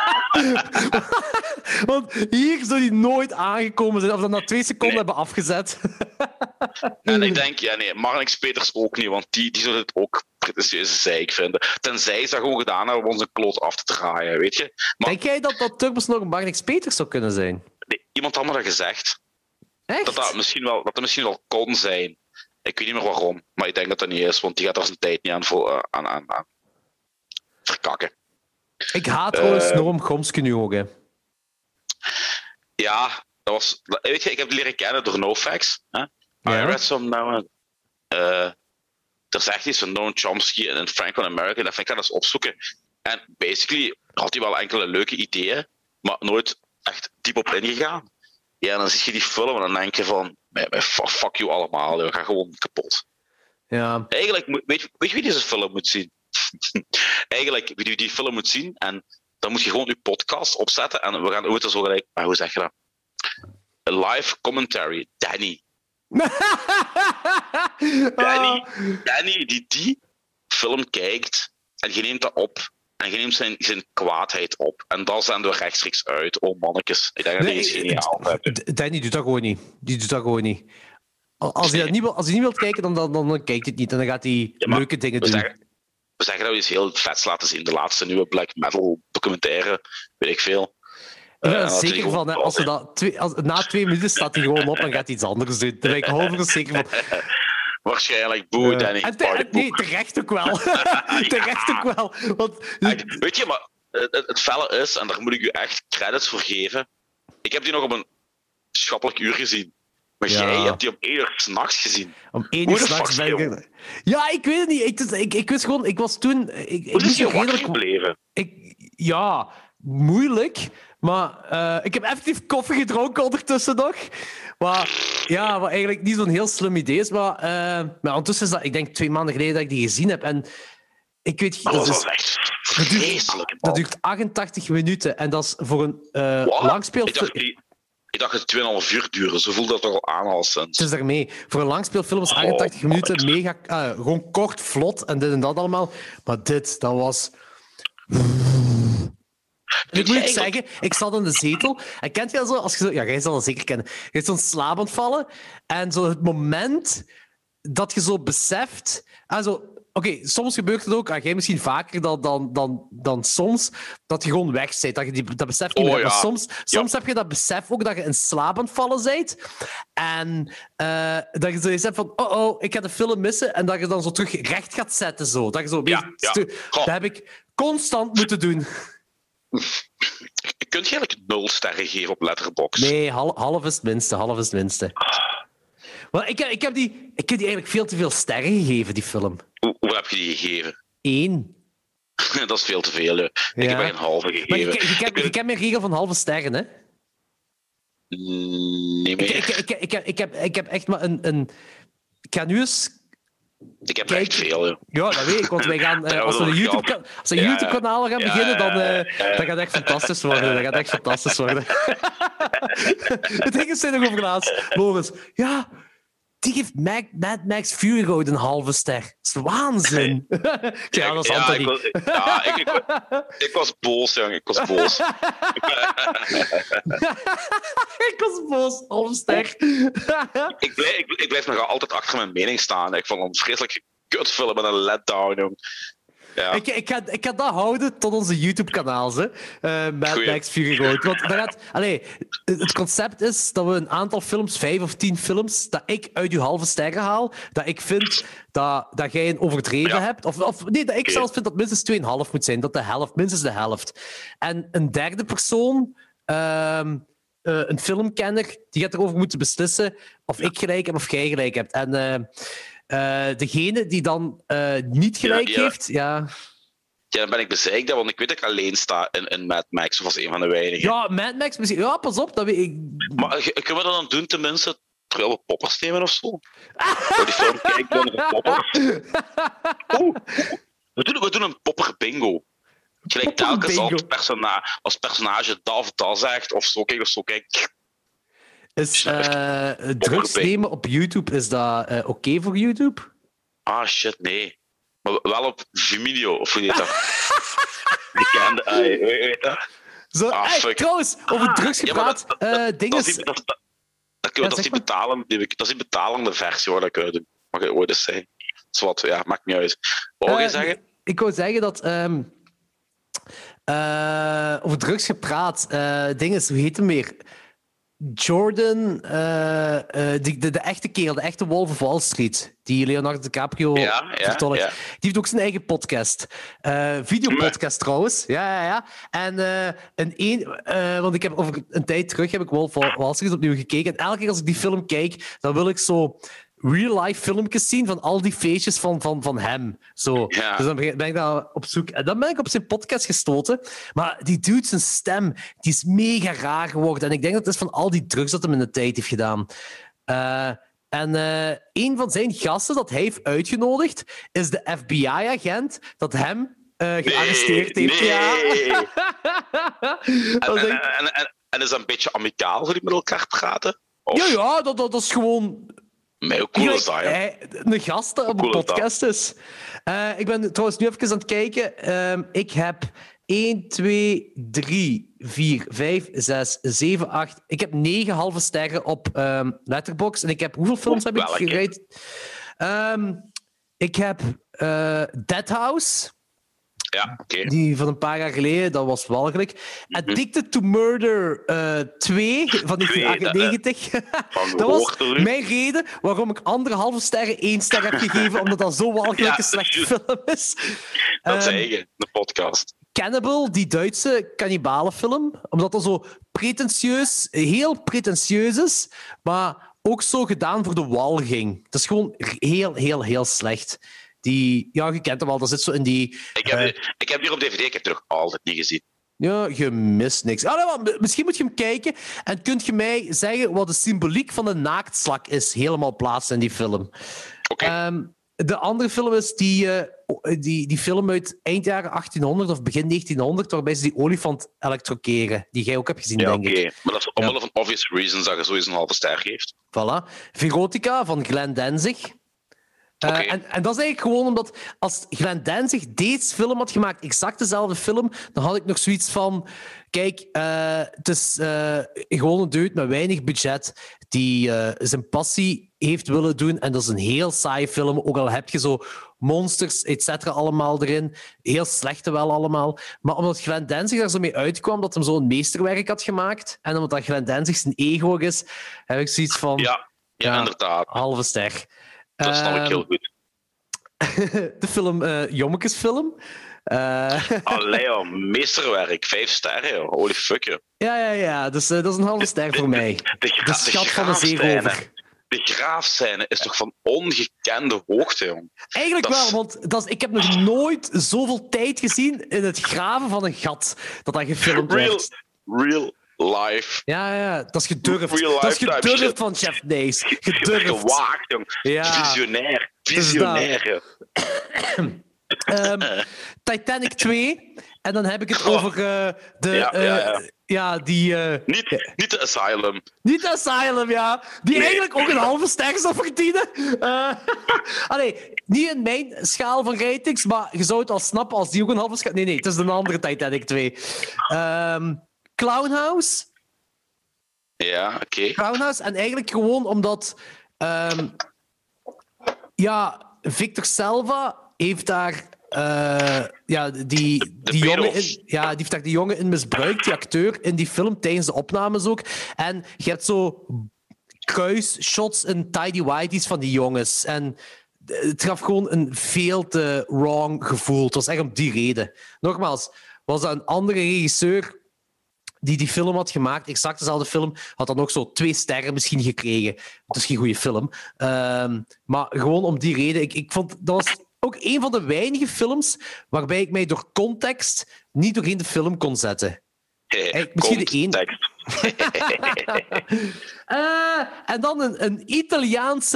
Want hier zou die nooit aangekomen zijn. Of dat na twee seconden Nee. hebben afgezet. en ik denk, ja nee, Marnix Peters ook niet, want die, die zou het ook pretentieuze zeik vinden. Tenzij ze dat gewoon gedaan hebben om onze kloot af te draaien, weet je. Maar Denk jij dat dat Turbosnor een Marnix Peters zou kunnen zijn? nee, iemand had me dat gezegd. Echt? Dat dat misschien wel, dat dat misschien wel kon zijn. Ik weet niet meer waarom, maar ik denk dat dat niet is, want die gaat er zijn tijd niet aan, vol, uh, aan, aan, aan verkakken. Ik haat trouwens Uh, Norm Chomsky nu ook, hè. Ja, dat was, weet je, ik heb die leren kennen door NoFX. Hè? Ja. I read some now. Uh, er zegt iets van Noam Chomsky en Franco American, dat vind ik dat eens opzoeken. En basically had hij wel enkele leuke ideeën, maar nooit echt diep op ingegaan. Ja, dan zie je die film en dan denk je van, fuck you allemaal, we gaan gewoon kapot. Ja. Eigenlijk, moet- weet, je- weet je wie deze film moet zien? Eigenlijk, wie die film moet zien, en dan moet je gewoon je podcast opzetten en we gaan ooit zo gelijk, ah, hoe zeg je dat? Een live commentary, Danny. Danny, Danny die die film kijkt en je neemt dat op en je neemt zijn, zijn kwaadheid op en dat zenden we rechtstreeks uit. Oh mannetjes, ik denk dat Nee, die is geniaal. D- Danny doet dat gewoon niet. Die doet dat gewoon niet. Als hij, dat niet, wil, als hij niet wil kijken, dan, dan, dan, dan kijkt hij het niet. En dan gaat hij Ja, maar leuke dingen we doen. zeggen, we zeggen dat we iets heel vets laten zien. De laatste nieuwe black metal documentaire, weet ik veel. Ik ben Eh, er en dat zeker hij van, hè, gewoon- als we dat twee, als, na twee minuten staat hij gewoon op en gaat hij iets anders doen. Daar ben ik honderd procent zeker van. Waarschijnlijk, boe, Eh, Danny. en te- party nee, terecht ook wel. terecht ook wel. Want, Echt, weet je, maar het, het felle is, en daar moet ik u echt credits voor geven, ik heb die nog op een schappelijk uur gezien. Maar Ja. jij hebt die om één uur s'nachts gezien. om één Hoe uur de s'nachts fuck, ben joh? ik... Ja, ik weet het niet. Ik, dus- ik, ik wist gewoon... Ik was toen... Ik, ik Hoe is moest je nog wakker redelijk... gebleven? Ik, ja, moeilijk. Maar eh, ik heb effectief koffie gedronken ondertussen nog. Maar ja, wat eigenlijk niet zo'n heel slim idee is. Maar, eh, maar ondertussen is dat, ik denk, twee maanden geleden dat ik die gezien heb. En ik weet... Dat Dat, was is, wel echt dat, duurt, vreselijk. dat man. duurt achtentachtig minuten. En dat is voor een uh, Wat? langspeel... Ik dacht, die, ik dacht dat het tweeënhalf uur duurde. Zo voelde dat toch al aan al sinds. Het is daarmee. Voor een langspeelfilm is achtentachtig Oh, minuten mega... ah, gewoon kort, vlot en dit en dat allemaal. Maar dit, dat was... En ik moet ik zeggen, ik zat in de zetel. En kent je dat zo? Als je zo ja, jij zal dat zeker kennen. Je hebt zo'n slaap aan het vallen. En zo het moment dat je zo beseft... Ah, zo, Oké, soms gebeurt het ook, ah, jij misschien vaker dan, dan, dan, dan soms, dat je gewoon weg bent. Dat je die, dat besef niet Oh, meer hebt. ja. Maar soms, soms heb je dat besef ook dat je in slaap aan het vallen bent. En uh, dat je zoiets hebt van, oh oh, ik ga de film missen. En dat je dan zo terug recht gaat zetten. Zo. Dat je zo Ja, weer ja. stu- Goh. Dat heb ik constant moeten doen. Kun je eigenlijk nul sterren geven op Letterboxd? Nee, half, half is het minste. Half is het minste. Maar ik, heb, ik, heb die, ik heb die eigenlijk veel te veel sterren gegeven, die film. Hoe, hoeveel heb je die gegeven? Eén. Dat is veel te veel. Hè. Ik Ja. heb er een halve Maar gegeven. je, je, je, kent- je kent mijn regel van halve sterren, hè? Mm, Niet Ik, meer. ik, ik, ik, heb, ik, heb, ik heb echt maar een... een... Ik ga nu eens... Ik heb Kijk, echt veel. Hè. Ja, dat weet ik, want wij gaan... eh, Ja, als we een dat YouTube, kan. als we een Ja, YouTube-kanaal gaan ja, beginnen, dan, ja, eh, ja, ja. dan gaat het echt fantastisch worden. Dat gaat echt fantastisch worden. Het ding is er nog over laatst. Loris, ja... Die geeft Mad, Mad Max Fury Road een halve ster. Dat is waanzin. Ja, dat is ja, Anthony. ik was, ja, ik, ik, ik was boos, jongen. Ik was boos. Ik was boos. Halve ster. ik, blijf, ik, ik blijf nog altijd achter mijn mening staan. Ik vond het een vreselijk kutfilm met een letdown, jong. Ja. Ik, ik, ga, ik ga dat houden tot onze YouTube-kanaals, hè. Uh, Mad Goeie. Max Fury Road. Want dat gaat, allee, het concept is dat we een aantal films, vijf of tien films, dat ik uit uw halve sterren haal, dat ik vind dat, dat jij een overdreven Ja. hebt. Of, of nee, dat ik Oké. zelfs vind dat minstens twee komma vijf moet zijn. Dat de helft, minstens de helft. En een derde persoon... ehm, uh, een filmkenner, die gaat erover moeten beslissen of ik gelijk heb of jij gelijk hebt. En... Uh, uh, degene die dan uh, niet gelijk ja, ja. heeft, ja... Ja, dan ben ik bezeikt, want ik weet dat ik alleen sta in, in Mad Max, of als een van de weinigen. Ja, Mad Max misschien. Ja, pas op. Dat weet ik... Maar kunnen we dat dan doen, tenminste, terwijl we poppers nemen of zo? Voor die film kijken we naar poppers. Oeh, we doen, we doen een popper bingo. Gelijk telkens als, persona als personage dat of dat zegt, of zo kijk of zo kijk. Is uh, drugs nemen op YouTube, is dat uh, oké okay voor YouTube? Ah, shit, nee. Maar wel op Vimeo, of hoe heet dat? Ik ken de... Weet je dat? Zo, ah, hey, trouwens, over ah, drugs gepraat. Ja, dat, dat, uh, dat, is die, dat, dat, dat, ja, dat, is die betalende, die, dat is die betalende versie waar dat ik uit doe. Mag je ooit eens zeggen. Zwat, ja, maakt niet uit. Wat wil je uh, zeggen? Ik wou zeggen dat... Um, uh, over drugs gepraat. Uh, ding is, hoe heet hem weer? Jordan, uh, uh, de, de, de echte kerel, de echte Wolf of Wall Street, die Leonardo DiCaprio ja, ja, vertolkt. Ja. Die heeft ook zijn eigen podcast. Uh, videopodcast nee. trouwens. Ja, ja, ja. En uh, een een, uh, want ik heb over een tijd terug heb ik Wolf of Wall Street opnieuw gekeken. En elke keer als ik die film kijk, dan wil ik zo real-life filmpjes zien van al die feestjes van, van, van hem. Zo. Ja. Dus dan ben ik daar op zoek. En dan ben ik op zijn podcast gestoten. Maar die dude, zijn stem, die is mega raar geworden. En ik denk dat het is van al die drugs dat hem in de tijd heeft gedaan. Uh, en uh, een van zijn gasten dat hij heeft uitgenodigd, is de F B I-agent dat hem uh, gearresteerd nee, heeft. Nee. Ja. en, en, en, en, en is dat een beetje amicaal voor die met elkaar praten? Of? Ja, ja, dat, dat, dat is gewoon... Maar hoe cool is dat, ja? Hij, een gast op een cool podcast is. Uh, ik ben trouwens nu even aan het kijken. Uh, ik heb één, twee, drie, vier, vijf, zes, zeven, acht... Ik heb negen halve sterren op um, Letterboxd. En ik heb... Hoeveel films heb ik gereid? Um, ik heb uh, Dead House... Ja, oké. Okay. Die van een paar jaar geleden, dat was walgelijk. Mm-hmm. Addicted to Murder uh, twee van negentien achtennegentig. Dat, dat was mijn reden waarom ik anderhalve sterren één ster heb gegeven, omdat dat zo'n walgelijke ja, slechte film is. Dat um, zei je, de podcast. Cannibal, die Duitse kannibalenfilm, omdat dat zo pretentieus, heel pretentieus is, maar ook zo gedaan voor de walging. Dat is gewoon heel, heel, heel slecht. Die, ja, je kent hem al, dat zit zo in die... Ik heb, uh, ik heb die op D V D, ik heb het nog altijd niet gezien. Ja, je mist niks. Ah, nou, misschien moet je hem kijken en kunt je mij zeggen wat de symboliek van de naaktslak is, helemaal plaatsen in die film. Okay. Um, de andere film is die, uh, die, die film uit eind jaren achttienhonderd of begin negentienhonderd, waarbij ze die olifant elektrokeren, die jij ook hebt gezien, ja, denk okay. ik. Maar dat is omwille ja. van obvious reasons dat je sowieso een halve ster geeft. Voilà. Verotica van Glenn Danzig. Okay. Uh, en, en dat is eigenlijk gewoon omdat als Glenn Danzig deze film had gemaakt, exact dezelfde film, dan had ik nog zoiets van... Kijk, uh, het is uh, gewoon een dude met weinig budget die uh, zijn passie heeft willen doen. En dat is een heel saaie film. Ook al heb je zo monsters, et cetera, allemaal erin. Heel slechte wel allemaal. Maar omdat Glenn Danzig daar zo mee uitkwam, dat hij zo'n meesterwerk had gemaakt, en omdat dat Glenn Danzig zijn ego is, heb ik zoiets van... Ja, ja, ja inderdaad. Halve ster. Dat snap ik heel goed. De film uh, Jommekesfilm. Uh... Allee, joh, meesterwerk. Vijf sterren, joh. Holy fuck, joh. Ja, ja, ja. Dus uh, dat is een halve ster voor mij. De, de, de, de schat de van de zeerover. De graafscène is toch van ongekende hoogte, jong. Eigenlijk dat wel, is... want dat is, ik heb nog nooit zoveel tijd gezien in het graven van een gat dat dat gefilmd real, werd. Real life. Ja, ja, dat is gedurfd. Dat is gedurfd van Chef Nace. Gedurfd. Gewaagd, jong. Ja. Visionair. Visionair. um, Titanic twee. En dan heb ik het oh. over uh, de... Ja, uh, ja, ja. ja die... Uh, niet, niet de Asylum. Niet de Asylum, ja. Die nee. eigenlijk ook een halve ster zou verdienen. Uh, allee, niet in mijn schaal van ratings, maar je zou het al snappen als die ook een halve schaal... Nee, nee, het is een andere Titanic twee. Um, Clownhouse. Ja, oké. Okay. Clownhouse. En eigenlijk gewoon omdat... Um, ja, Victor Salva heeft daar... Uh, ja, die, die, jongen in, ja, die heeft daar die jongen in misbruikt, die acteur, in die film, tijdens de opnames ook. En je hebt zo kruisshots en tidy-whities van die jongens. En het gaf gewoon een veel te wrong gevoel. Het was echt om die reden. Nogmaals, was dat een andere regisseur... die die film had gemaakt, exact dezelfde film, had dan ook zo twee sterren misschien gekregen. Het is geen goede film. Um, maar gewoon om die reden. Ik, ik vond, dat was ook een van de weinige films waarbij ik mij door context niet doorheen de film kon zetten. Hey, misschien de één. uh, en dan een, een Italiaanse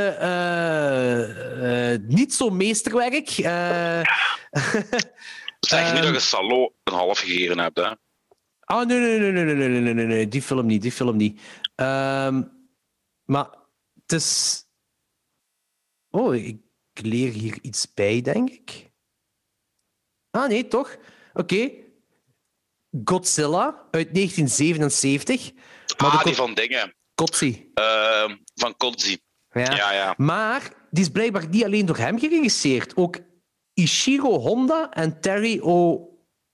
uh, uh, niet zo meesterwerk. Uh, zeg niet um, dat je Salo een half gegeven hebt, hè? Ah, nee, nee, nee, nee, nee, nee, nee, nee, nee, die film niet, die film niet. Um, maar het is... Oh, ik leer hier iets bij, denk ik. Ah, nee, toch? Oké. Okay. Godzilla uit negentien zevenenzeventig. Maar ah, die God... van dingen. Kotzi. Uh, van Kotzi. Ja. ja, ja. Maar die is blijkbaar niet alleen door hem geregisseerd. Ook Ishiro Honda en Terry O...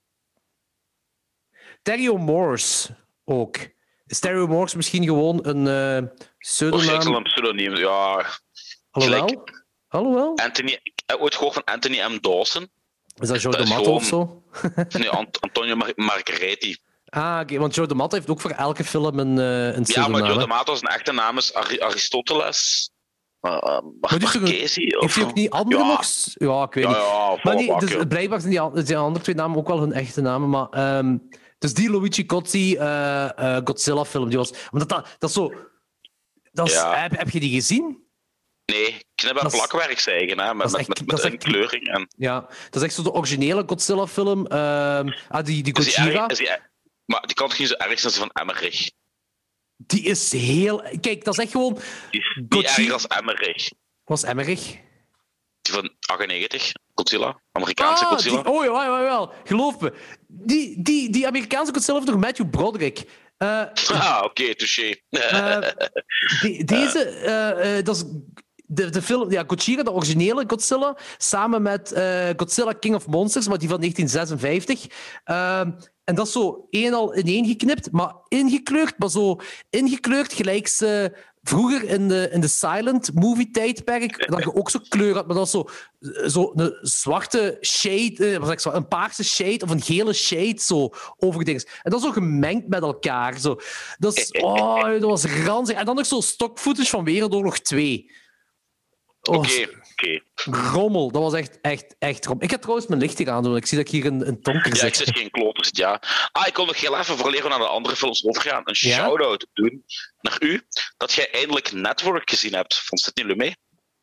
Terry O'Morse ook. Is Terry O'Morse misschien gewoon een uh, pseudonaam? Een pseudoniem, ja. Alhoewel? Alhoewel? Anthony, ik heb ooit gehoord van Anthony M. Dawson. Is dat Joe D'Amato gewoon... of zo? Nee, Ant- Antonio Mar- Margaretti. Ah, oké, okay, want Joe D'Amato heeft ook voor elke film een, uh, een pseudonaam. Ja, maar Joe D'Amato zijn echte naam is Ar- Aristoteles. Uh, uh, maar die Marchesi, heeft hij ook niet andere ja. nog? Ja, ik weet ja, niet. Ja, maar nee, dus, blijkbaar zijn die, die andere twee namen ook wel hun echte namen. Maar, um, dus die Luigi Cozzi uh, uh, Godzilla-film, die was... Want dat, dat is zo... Dat is, ja. heb, heb je die gezien? Nee, knip- en plakwerk zeggen, hè, met, met, met, met inkleuring. En... Ja, dat is echt zo de originele Godzilla-film. Um, ah, die, die Gojira. Is die erg, is die, maar die kan toch niet zo erg zijn als van Emmerich? Die is heel... Kijk, dat is echt gewoon... Die is niet erg als Emmerich. Was Emmerich? Die van achtennegentig, Godzilla. Amerikaanse ah, Godzilla. Die, oh, ja, ja, ja, geloof me. Die, die, die Amerikaanse Godzilla heeft toch Matthew Broderick. Uh, ah, oké, okay, touché. uh, de, deze... Uh, uh, dat is... De, de film, ja, Gojira, de originele Godzilla, samen met uh, Godzilla King of Monsters, maar die van negentien zesenvijftig. Uh, en dat is zo één al ineengeknipt, maar ingekleurd, maar zo ingekleurd gelijk ze vroeger in de, in de silent movie tijdperk, dat je ook zo kleur had, maar dat was zo, zo een zwarte shade, wat zeg ik zo, een paarse shade of een gele shade zo over dingen. En dat is zo gemengd met elkaar. Zo. Dat, is, oh, dat was ranzig. En dan nog zo stock footage van Wereldoorlog twee. Oké, oh, oké. Okay. Rommel, dat was echt, echt, echt rommel. Ik ga trouwens mijn licht hier aan doen. Ik zie dat ik hier een, een tonker zit. Ja, ik zit geen kloter, ja. Ah, ik kon nog heel even, voordat we naar de andere films overgaan, een ja? shout-out doen naar u, dat jij eindelijk Network gezien hebt. Vond je het niet mee?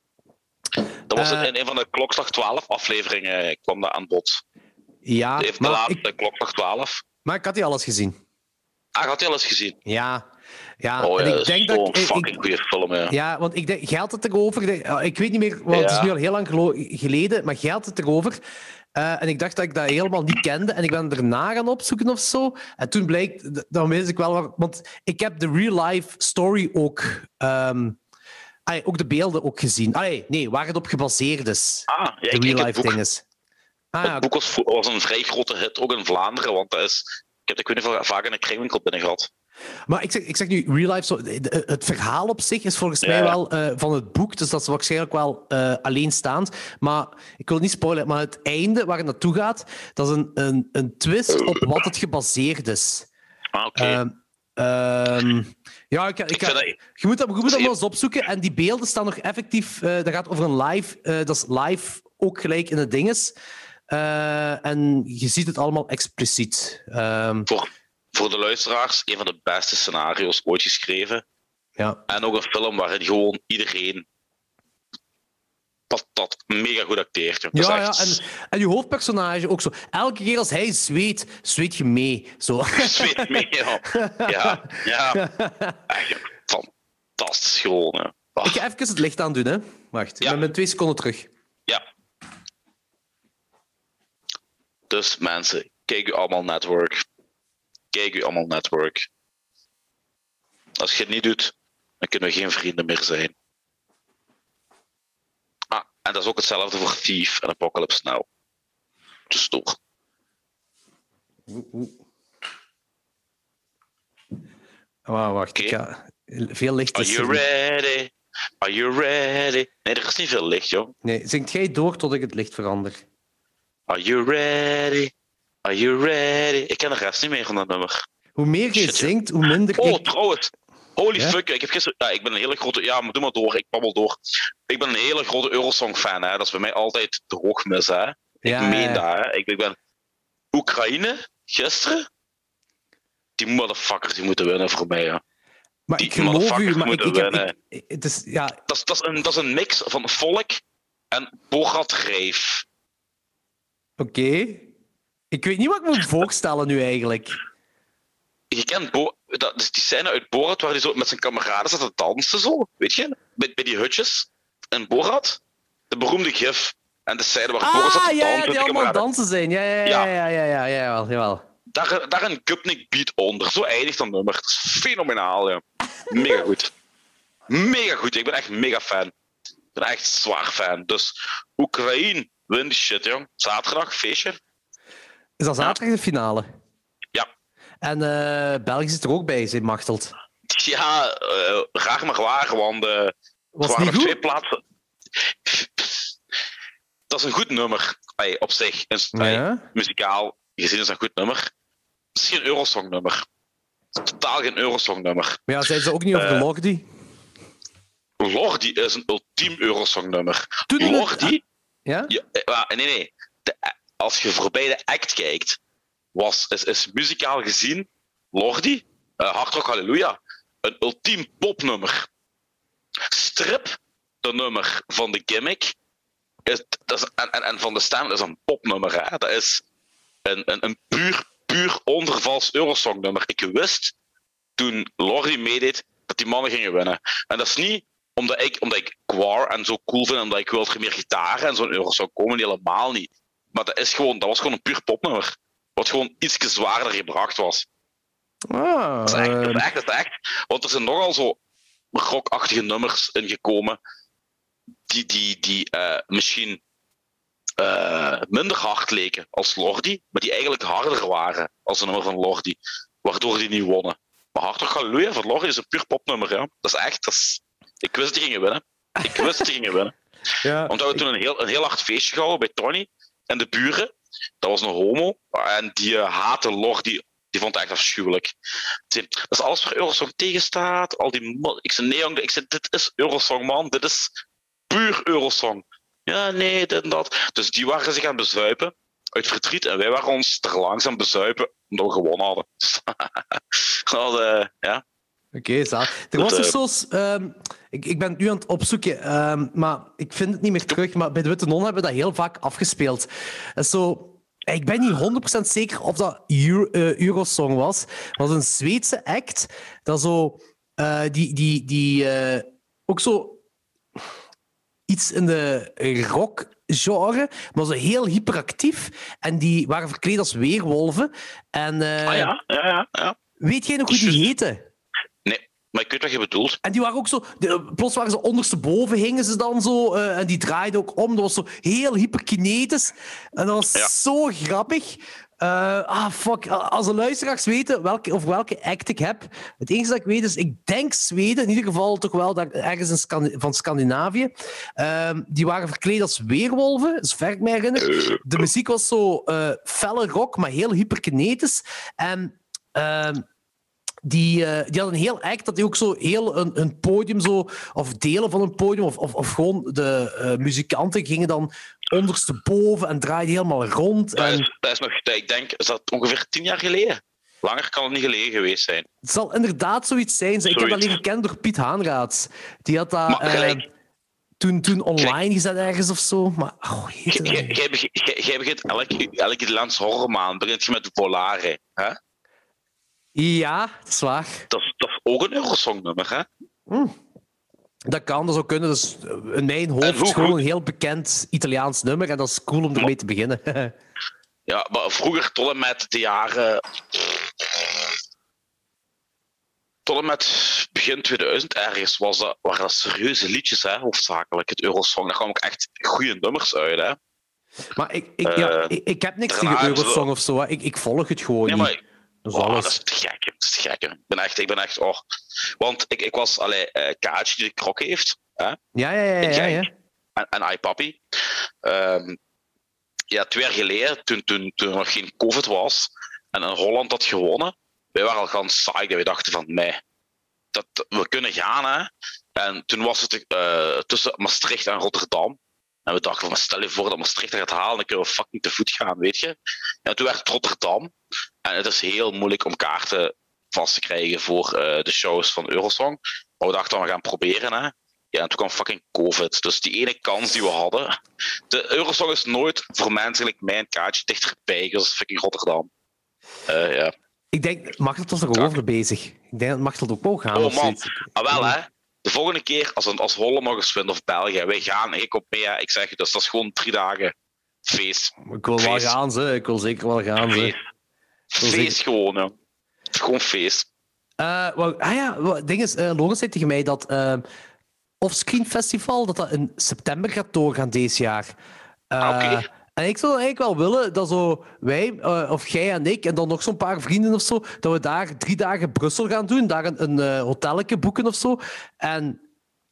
Dat was uh, in een van de Klokslag twaalf afleveringen kwam dat aan bod. Ja, de, de laatste ik... Klokslag twaalf. Maar ik had die alles gezien. Ah, ik had die alles gezien? Ja. Ja, oh, en ja, ik denk dat dat is een fucking goede film, ja. Ja, want ik denk, geldt het erover? Ik weet niet meer, want ja. het is nu al heel lang gelo- geleden, maar geldt het erover? Uh, en ik dacht dat ik dat helemaal niet kende en ik ben erna gaan opzoeken of zo. En toen blijkt, dan wist ik wel waar, want ik heb de real-life story ook, um, allee, ook de beelden ook gezien. Allee, nee, waar het op gebaseerd is. Ah, ja, de real-life ding is. Ah, het boek was, was een vrij grote hit, ook in Vlaanderen, want dat is, ik heb het, ik weet niet of vaak in een kringwinkel binnen gehad. Maar ik zeg, ik zeg nu, real life, zo, het verhaal op zich is volgens ja. mij wel uh, van het boek, dus dat is waarschijnlijk wel uh, alleenstaand. Maar ik wil niet spoilen, maar het einde waar het naartoe gaat, dat is een, een, een twist op wat het gebaseerd is. Ah, oké. Okay. Uh, um, ja, ik, ik, ik dat... je moet dat, je moet dat wel eens opzoeken. En die beelden staan nog effectief, uh, dat gaat over een live, uh, dat is live ook gelijk in het dinges. Uh, en je ziet het allemaal expliciet. Um, Voor, voor de luisteraars, een van de beste scenario's ooit geschreven. Ja. En ook een film waarin gewoon iedereen dat, dat mega goed acteert. Dat ja, echt... ja en, en je hoofdpersonage ook zo. Elke keer als hij zweet, zweet je mee. Zo. Zweet mee, ja. Ja, ja. Echt fantastisch gewoon. Hè. Oh. Ik ga even het licht aandoen, hè. Wacht, ik ja. ben twee seconden terug. Ja. Dus mensen, kijk u allemaal Network. Kijk u allemaal Network. Als je het niet doet, dan kunnen we geen vrienden meer zijn. Ah, en dat is ook hetzelfde voor Thief en Apocalypse Now. Dus toch. Oeh, oeh. Oh, wacht, okay. Ik ga... Veel licht is Are you ready? Are you ready? Nee, er is niet veel licht, joh. Nee, zingt jij door tot ik het licht verander. Are you ready? Are you ready? Ik ken de rest niet meer van dat nummer. Hoe meer je Shit, ja. zingt, hoe minder Oh, ik... trouwens. Holy Ja? fuck. Ik heb gisteren... Ja, ik ben een hele grote... Ja, maar doe maar door. Ik babbel door. Ik ben een hele grote Eurosong-fan. Hè. Dat is bij mij altijd de hoogmis. Hè. Ik Ja, meen ja, dat. ja. Hè. Ik, ik ben... Oekraïne, gisteren... Die motherfuckers die moeten winnen voor mij. Ja. Maar Die ik geloof u, motherfuckers maar ik, moeten ik heb... winnen. Ik, ik- het is, ja, Dat is, dat, is een, dat is een mix van volk en Borat Rijf. oké. Ik weet niet wat ik moet voorstellen nu eigenlijk. Je kent Bo dat is die scène uit Borat waar hij zo met zijn kameraden zat te dansen, zo, weet je? Bij, bij die hutjes in Borat. De beroemde gif. En de scène waar Borat zat Ah, te ja, dansen ja, met die zijn allemaal kameraden. dansen zijn. Ja, ja, ja, ja, ja, ja, ja, jawel, jawel. Daar, daar een Gubnik beat onder. Zo eindigt dat nummer. Dat is fenomenaal, ja. Mega goed. Mega goed. Ik ben echt mega fan. Ik ben echt zwaar fan. Dus Oekraïne, win die shit, jong. Zaterdag, feestje. Is dat zaterdag de finale? Ja. En eh, België zit er ook bij, zei Machteld. Ja, uh, raar maar waar, want uh, er Was waren niet nog goed? twee plaatsen. Dat is een goed nummer. Ay, op zich. Is, ay, Ja. muzikaal gezien is dat een goed nummer. Het is geen Eurosong-nummer. Het is totaal geen Eurosong-nummer. Maar ja, zeiden ze ook niet over Eh, Lordi? Lordi is een ultiem Eurosong-nummer. Toen in het- Lordi... Ja? Ja, eh, nee, nee. De, als je voorbij de act kijkt, was, is, is muzikaal gezien Lordi, uh, Hard Rock Hallelujah, een ultiem popnummer. Strip, de nummer van de gimmick, is, dat is, en, en, en van de stem is een popnummer. Hè. Dat is een, een, een puur, puur onvervals Eurosong-nummer. Ik wist toen Lordi meedeed dat die mannen gingen winnen. En dat is niet omdat ik, omdat ik Gwar en zo cool vind, omdat ik wil dat er meer gitaar en zo'n Eurosong komen, die helemaal niet. Maar dat, is gewoon, dat was gewoon een puur popnummer. Wat gewoon iets zwaarder gebracht was. Ah, Dat is echt, dat eh, is echt, dat is echt. Want er zijn nogal zo rockachtige nummers ingekomen die, die, die uh, misschien uh, minder hard leken als Lordi, maar die eigenlijk harder waren als een nummer van Lordi, waardoor die niet wonnen. Maar Hard Rock Hallelujah van Lordi is een puur popnummer. Ja. Dat is echt... Dat is, ik wist dat die gingen winnen. Ik wist dat die gingen winnen. ja, Want we hebben toen een heel, een heel hard feestje gehouden bij Tony en de buren. Dat was een homo. En die uh, haatte Lordi. Die vond het echt afschuwelijk. Dat is alles waar Eurosong tegen staat. Al die mo- ik zei, nee jong, ik zei, dit is Eurosong, man. Dit is puur Eurosong. Ja, nee, dit en dat. Dus die waren zich aan het bezuipen. Uit verdriet. En wij waren ons er langs aan het bezuipen. Omdat we gewonnen hadden. dat, uh, ja. oké, okay, zaal. Er was Dat, er uh, zoals... ehm, ik, ik ben het nu aan het opzoeken, ehm, maar ik vind het niet meer terug. Maar bij de Witte Non hebben we dat heel vaak afgespeeld. Dat is zo... Ik ben niet honderd procent zeker of dat Euro, uh, Eurosong was. Het was een Zweedse act. Dat zo... Uh, die... die, die uh, ook zo... Iets in de rock-genre, maar zo heel hyperactief. En die waren verkleed als weerwolven. En, uh, ah ja, ja, ja. ja. weet jij nog hoe die heten? Nee, maar ik weet wat je bedoelt. En die waren ook zo... De, plots waren ze ondersteboven, hingen ze dan zo. Uh, en die draaiden ook om. Dat was zo heel hyperkinetisch. En dat was Ja. zo grappig. Uh, ah, fuck. Als de luisteraars weten welke, over welke act ik heb... Het enige dat ik weet is... Ik denk Zweden. In ieder geval toch wel dat ergens in Scandi- van Scandinavië. Uh, die waren verkleed als weerwolven. Zover ik me herinner. De muziek was zo uh, felle rock, maar heel hyperkinetisch. En... Uh, Die, uh, die had een heel act dat die ook zo heel een, een podium, zo, of delen van een podium, of, of, of gewoon de uh, muzikanten gingen dan ondersteboven en draaiden helemaal rond. Dat, En is, dat is nog, dat ik denk, is dat ongeveer tien jaar geleden? Langer kan het niet geleden geweest zijn. het zal inderdaad zoiets zijn. Ik heb dat Zoiets. leren kennen door Piet Haanraads. Die had dat Maar uh, gelijk. toen, toen online gezet ergens of zo. Maar, oh, heet het Jij- dan? Jij beg- jij- jij begint elke, elke Italiaanse horrormaand begint je met Volare. Hè? Ja, dat is waar. Dat, is, dat is ook een Eurosong-nummer, hè? Dat kan, dat zou kunnen. Dus in mijn hoofd En is hoe het gewoon goed- een heel bekend Italiaans nummer. En dat is cool om ermee te beginnen. Ja, maar vroeger, tot en met de jaren... Tot en met begin tweeduizend ergens was dat, waren dat serieuze liedjes, hè, hoofdzakelijk, het Eurosong. Daar kwamen ook echt goede nummers uit, hè. Maar ik, ik, ja, Eh, ik, ik heb niks daarna tegen hebben ze- Eurosong of zo. Hè. Ik, ik volg het gewoon Nee, niet. maar Dat is oh, alles. dat is te gek, hè. Dat is te gek, hè. Ik ben echt, ik ben echt, oh. Want ik, ik was, allee, uh, Kaatje die de krok heeft, hè, Ja, ja, ja. in ja, Genk, ja. en, en iPapi. Um, ja, twee jaar geleden, toen, toen, toen er nog geen COVID was, en in Holland had gewonnen, wij waren al gaan psyched. We dachten van, nee, dat, we kunnen gaan. Hè. En toen was het uh, tussen Maastricht en Rotterdam. En we dachten van, stel je voor dat Maastricht gaat halen, dan kunnen we fucking te voet gaan, weet je. En toen werd het Rotterdam. En het is heel moeilijk om kaarten vast te krijgen voor uh, de shows van Eurosong. Maar we dachten, we gaan proberen, hè. Ja, en toen kwam fucking COVID. Dus die ene kans die we hadden... De Eurosong is nooit voor menselijk mijn kaartje dichterbij, dus fucking Rotterdam. Uh, ja. Ik denk, Machtel was er over bezig. Ik denk dat Machtel ook ook gaan. Oh man, ah, wel hè. De volgende keer, als, als Holland nog eens wint of België, wij gaan en ik kom mee, ik zeg je, dus dat is gewoon drie dagen feest. Ik wil feest. wel gaan, ze. Ik wil zeker wel gaan, feest. ze. Feest zeker... gewoon, ja. Gewoon feest. Uh, well, ah ja, het ding is, uh, Logan zei tegen mij dat uh, Offscreen Festival, dat dat in september gaat doorgaan deze jaar. Uh, ah, Oké. Okay. En ik zou eigenlijk wel willen dat zo wij, uh, of jij en ik, en dan nog zo'n paar vrienden of zo, dat we daar drie dagen Brussel gaan doen, daar een, een uh, hotelletje boeken of zo. En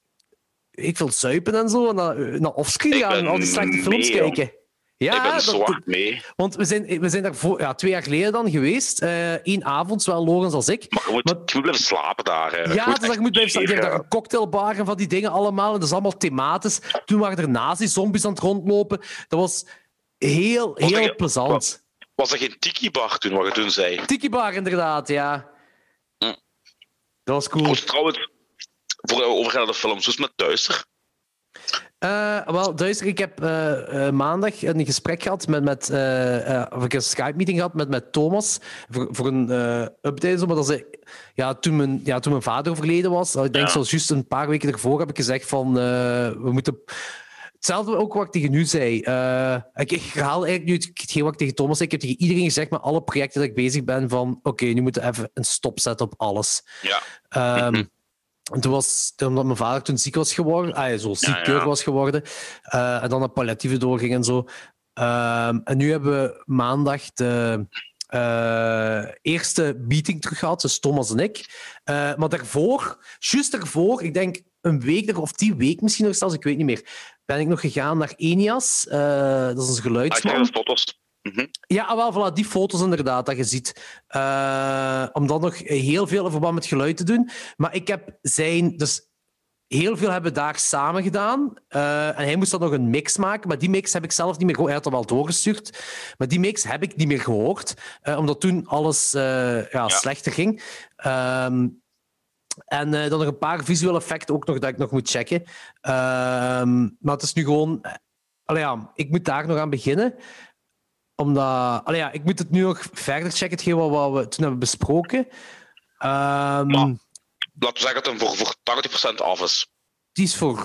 ik wil zuipen en zo, en naar, naar Offscreen gaan en al die slechte films mee, kijken. Ja, ik ben dat, zo hard mee. Want we zijn, we zijn daar voor, ja, twee jaar geleden dan geweest. Uh, Eén avond, zowel Logans als ik. Maar je moet, maar, je moet blijven slapen daar. Hè. Ja, dus je moet blijven slapen. Je hebt daar een cocktailbar en van die dingen allemaal. En dat is allemaal thematisch. Toen waren er nazi-zombies aan het rondlopen. Dat was... Heel, heel was er, plezant. Was, was er geen tiki-bar toen, wat je toen zei? Tiki-bar, inderdaad, ja. Hm. Dat was cool. Goed, trouwens, voor we overgaan naar de films, hoe is het met Duister? Uh, wel, Duister, ik heb uh, uh, maandag een gesprek gehad met... met uh, uh, of ik een Skype-meeting gehad met, met Thomas voor, voor een uh, update. Maar dat is, ja, toen, mijn, ja, toen mijn vader overleden was, ik denk ja. zoals juist een paar weken ervoor, heb ik gezegd van... Uh, we moeten... Hetzelfde ook wat ik tegen u zei. Uh, ik, ik herhaal eigenlijk nu hetgeen wat ik tegen Thomas zei. Ik heb tegen iedereen gezegd met alle projecten dat ik bezig ben van oké, okay, nu moeten we even een stop zetten op alles. Ja. Um, mm-hmm. En toen was, omdat mijn vader toen ziek was geworden, ah, zo zieker ja, ja. was geworden, uh, en dan naar palliatieve doorging en zo. Um, en nu hebben we maandag de uh, eerste meeting terug gehad, dus Thomas en ik. Uh, maar daarvoor, juist daarvoor, ik denk een week of die week misschien nog zelfs, ik weet niet meer, ben ik nog gegaan naar Enias. Uh, dat is een geluidsman. Ah, foto's. Mm-hmm. Ja, wel, voilà, die foto's inderdaad, dat je ziet. Uh, om dan nog heel veel in verband met geluid te doen. Maar ik heb zijn... Dus heel veel hebben we daar samen gedaan. Uh, en hij moest dan nog een mix maken. Maar die mix heb ik zelf niet meer gehoord. Hij had hem wel doorgestuurd. Maar die mix heb ik niet meer gehoord. Uh, omdat toen alles uh, ja, ja. slechter ging. Um, En uh, dan nog een paar visuele effecten ook nog dat ik nog moet checken. Um, maar het is nu gewoon... Allee, ja, ik moet daar nog aan beginnen. Omdat... Allee, ja, ik moet het nu nog verder checken, hetgeen wat we toen hebben besproken. Um, maar, laten we zeggen dat het voor, voor tachtig procent af is. Die is voor,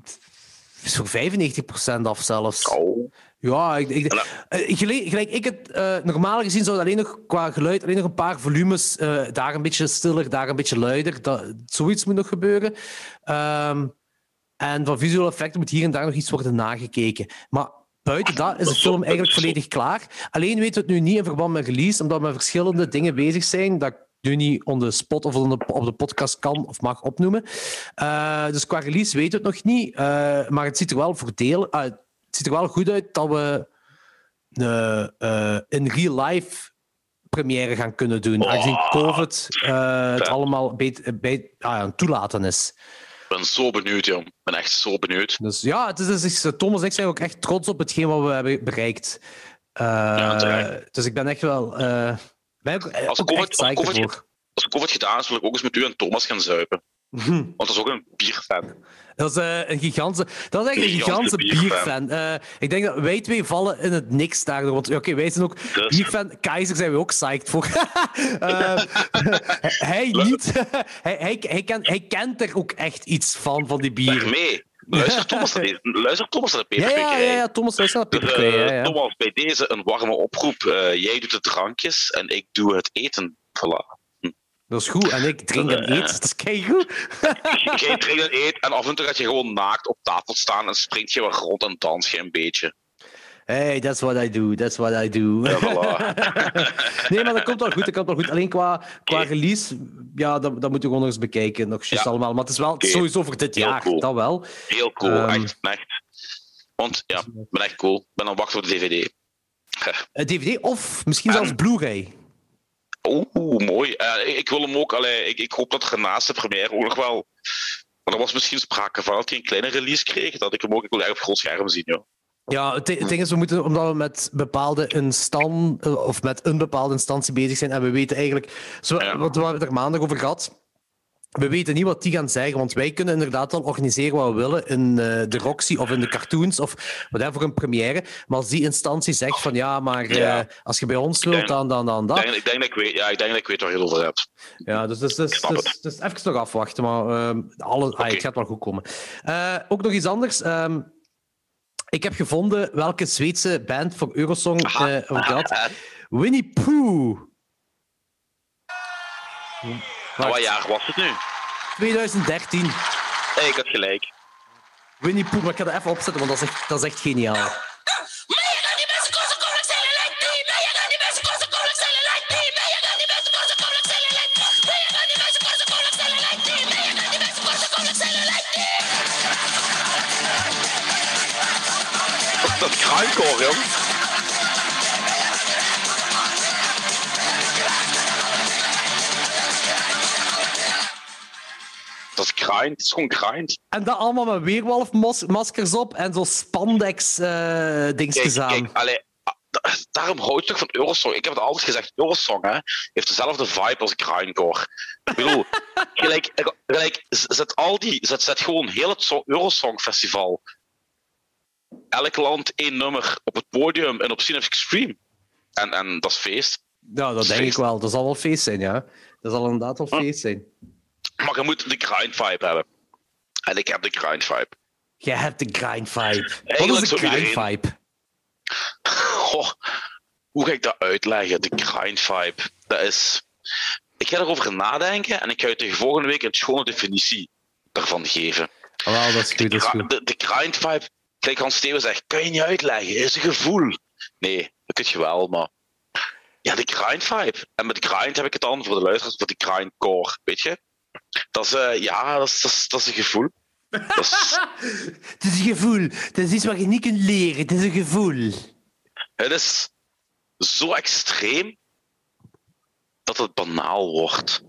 is voor vijfennegentig procent af zelfs. Oh. Ja, ik, ik, uh, gelijk, gelijk ik het uh, normaal gezien zou het alleen nog qua geluid alleen nog een paar volumes uh, daar een beetje stiller, daar een beetje luider. Dat, zoiets moet nog gebeuren. Um, en van visuele effecten moet hier en daar nog iets worden nagekeken. Maar buiten dat is de film eigenlijk volledig klaar. Alleen weten we het nu niet in verband met release, omdat we met verschillende dingen bezig zijn dat ik nu niet on the spot of on the, op de podcast kan of mag opnoemen. Uh, dus qua release weten we het nog niet. Uh, maar het ziet er wel voordelig uh, Het ziet er wel goed uit dat we een uh, in real life première gaan kunnen doen. Oh, aangezien COVID uh, het allemaal bij, bij, ah, ja, toelaten is. Ik ben zo benieuwd, jong. Ik ben echt zo benieuwd. Dus ja, het is, is, Thomas en ik zijn ook echt trots op hetgeen wat we hebben bereikt. Uh, ja, dus ik ben echt wel... Uh, ben ook, als, ook COVID, echt als, COVID, als COVID gedaan is, wil ik ook eens met u en Thomas gaan zuipen. Want dat is ook een bierfan. Dat is uh, een gigantische... Dat is eigenlijk een gigantische bierfan. bierfan. Uh, ik denk dat wij twee vallen in het niks daardoor. Want oké, okay, wij zijn ook dus. bierfan. Keizer zijn we ook psyched voor. uh, hij niet. hij, hij, hij, kent, hij kent er ook echt iets van, van die bieren. Daarmee. Luister Thomas naar de, luister Thomas naar de peperkwekerij. Ja, ja, ja, Thomas luistert naar de peperkwekerij. Dus, uh, ja, ja. Thomas, bij deze een warme oproep. Uh, jij doet de drankjes en ik doe het eten. Voilà. Dat is goed. En ik drink en eet. Dat is keigoed. Jij drinkt en eet en af en toe gaat je gewoon naakt op tafel staan en springt je weer rond en dans je een beetje. Hey, that's what I do. That's what I do. Ja, voilà. Nee, maar dat komt wel goed. Dat komt wel goed. Alleen qua, qua release, ja, dat, dat moeten we gewoon nog eens bekijken. Nog juist ja. allemaal. Maar het is wel okay. sowieso voor dit Heel jaar. Cool. Dat wel. Heel cool. Um, echt, echt. Want ja, ik ben echt cool. Ik ben aan het wachten op de D V D. Een D V D of misschien en... zelfs Blu-ray. Oeh, mooi. Uh, ik, ik wil hem ook, allee, ik, ik hoop dat er naast de première ook nog wel... Maar er was misschien sprake van dat hij een kleine release kreeg, dat ik hem ook ik wil op groot scherm zien, ja. Ja, het, het ding is, we moeten, omdat we met bepaalde instan of met een bepaalde instantie bezig zijn, en we weten eigenlijk, zo, Ja. wat we hebben er maandag over gehad, we weten niet wat die gaan zeggen, want wij kunnen inderdaad wel organiseren wat we willen in uh, de Roxy of in de cartoons of whatever voor een première, maar als die instantie zegt van ja, maar uh, Ja. als je bij ons wilt, denk, dan, dan, dan, dat. Ik denk, ik denk dat ik weet, ja, ik denk dat ik weet waar je het over hebt. Ja, dus, dus, dus, dus, dus, dus even nog afwachten, maar uh, alle, okay. ah, het gaat wel goed komen. Uh, ook nog iets anders. Um, Ik heb gevonden welke Zweedse band voor Eurosong uh, had. Winnie Pooh. Nou, wat jaar was het nu? twintig dertien. Hey, ik had gelijk. Winnie Pooh, maar ik ga dat even opzetten, want dat is echt, dat is echt geniaal. Dat is kruinkoor, joh. Dat is grind, het is gewoon grind. En dat allemaal met weerwolfmaskers op en zo spandex-dingetjes uh, aan. Kijk, allee, daarom houd ik toch van Eurosong. Ik heb het altijd gezegd, Eurosong hè, heeft dezelfde vibe als grindcore. Ik bedoel, gelijk, gelijk, zet, al die, zet, zet gewoon heel het Eurosong Festival. Elk land één nummer op het podium en op Scene of Extreme. En, en dat is feest. Ja, dat denk feest. ik wel. Dat zal wel feest zijn, ja. Dat zal inderdaad wel feest hm. zijn. Maar je moet de grind vibe hebben. En ik heb de grind vibe. Jij hebt de grind vibe. Wat is de grind vibe? Oh, hoe ga ik dat uitleggen? De grind vibe. Dat is... Ik ga erover nadenken en ik ga je tegen volgende week een schone definitie daarvan geven. Oh, well, dat is goed, de, dat is goed. De, de grind vibe... Kijk, Hans Steven zegt, kan je niet uitleggen, is een gevoel. Nee, dat kun je wel, maar... Ja, de grind vibe. En met grind heb ik het dan, voor de luisteraars, voor de grindcore, weet je? Dat is, uh, ja, dat is, dat, is, dat is een gevoel. Dat is... Het is een gevoel. Dat is iets wat je niet kunt leren. Het is een gevoel. Het is zo extreem dat het banaal wordt.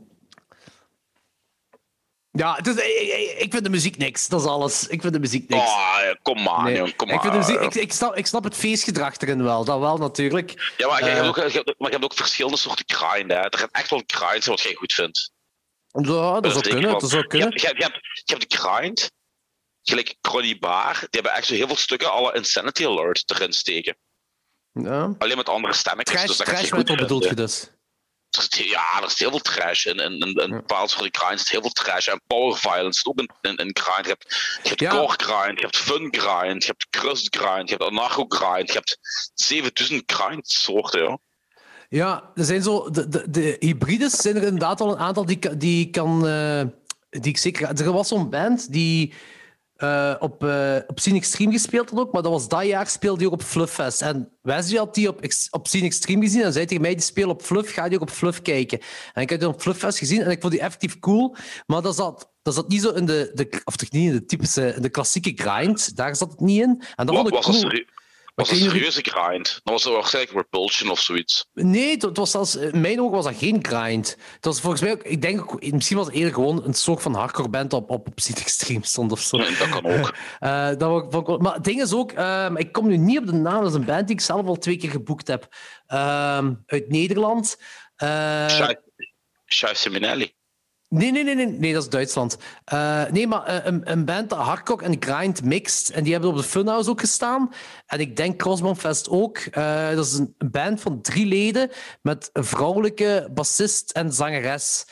Ja, dus, ik, ik vind de muziek niks. Dat is alles. Ik vind de muziek niks. Oh, ja, kom maar, nee. jongen, kom ik, maar. Vind de muziek, ik, ik, snap, ik snap het feestgedrag erin wel. Dat wel, natuurlijk. Ja, maar, uh, je, hebt ook, je, hebt, maar je hebt ook verschillende soorten grind. Hè. Er gaat echt wel grind zijn wat jij goed vindt. Ja, dat zou kunnen. Dat zou kunnen. Je, hebt, je, hebt, je hebt de grind. Gelijk Cronny Bar. Die hebben echt zo heel veel stukken alle Insanity Alert erin steken. Ja. Alleen met andere stemmetjes. Trash, dus dat trash metal bedoel je dus? Ja, er is heel veel trash. In, in, in, in bepaalde soorten grind zit heel veel trash. En power violence ook in, in, in grind. Je hebt, je hebt ja. core grind, je hebt fun grind, je hebt crust grind, je hebt anarcho grind, je hebt zevenduizend grind soorten, ja. Ja, er zijn zo... De, de, de hybrides zijn er inderdaad al een aantal die, die kan... Uh, die ik zeker... Er was zo'n band die... Uh, op, uh, op Scene Extreme gespeeld had ook, maar dat was dat jaar speelde hij ook op Flufffest. En Wesley had die op, op Scene Extreme gezien en zei tegen mij, die spelen op Fluff, ga die ook op Fluff kijken. En ik heb die op Flufffest gezien en ik vond die effectief cool, maar dat zat, dat zat niet zo in de, de... Of toch niet in de typische... In de klassieke grind, daar zat het niet in. En dat vond ik cool. Was dat een serieuze grind? Dan was het waarschijnlijk Repulsion of zoiets. Nee, het was zelfs, in mijn ogen was dat geen grind. Het was volgens mij ook, ik denk ook, misschien was het eerder gewoon een soort van hardcore band op, op, op Scene Extreme stond of zo. Nee, dat kan ook. uh, dat vond ik, maar het ding is ook, uh, ik kom nu niet op de naam, dat is een band die ik zelf al twee keer geboekt heb. Uh, uit Nederland. Uh, Shai Seminelli. Nee, nee, nee, nee, nee, dat is Duitsland. Uh, nee, maar uh, een, een band dat hardcore en grind mixt. En die hebben op de Funhouse ook gestaan. En ik denk Crossbandfest ook. Uh, dat is een band van drie leden met een vrouwelijke bassist en zangeres.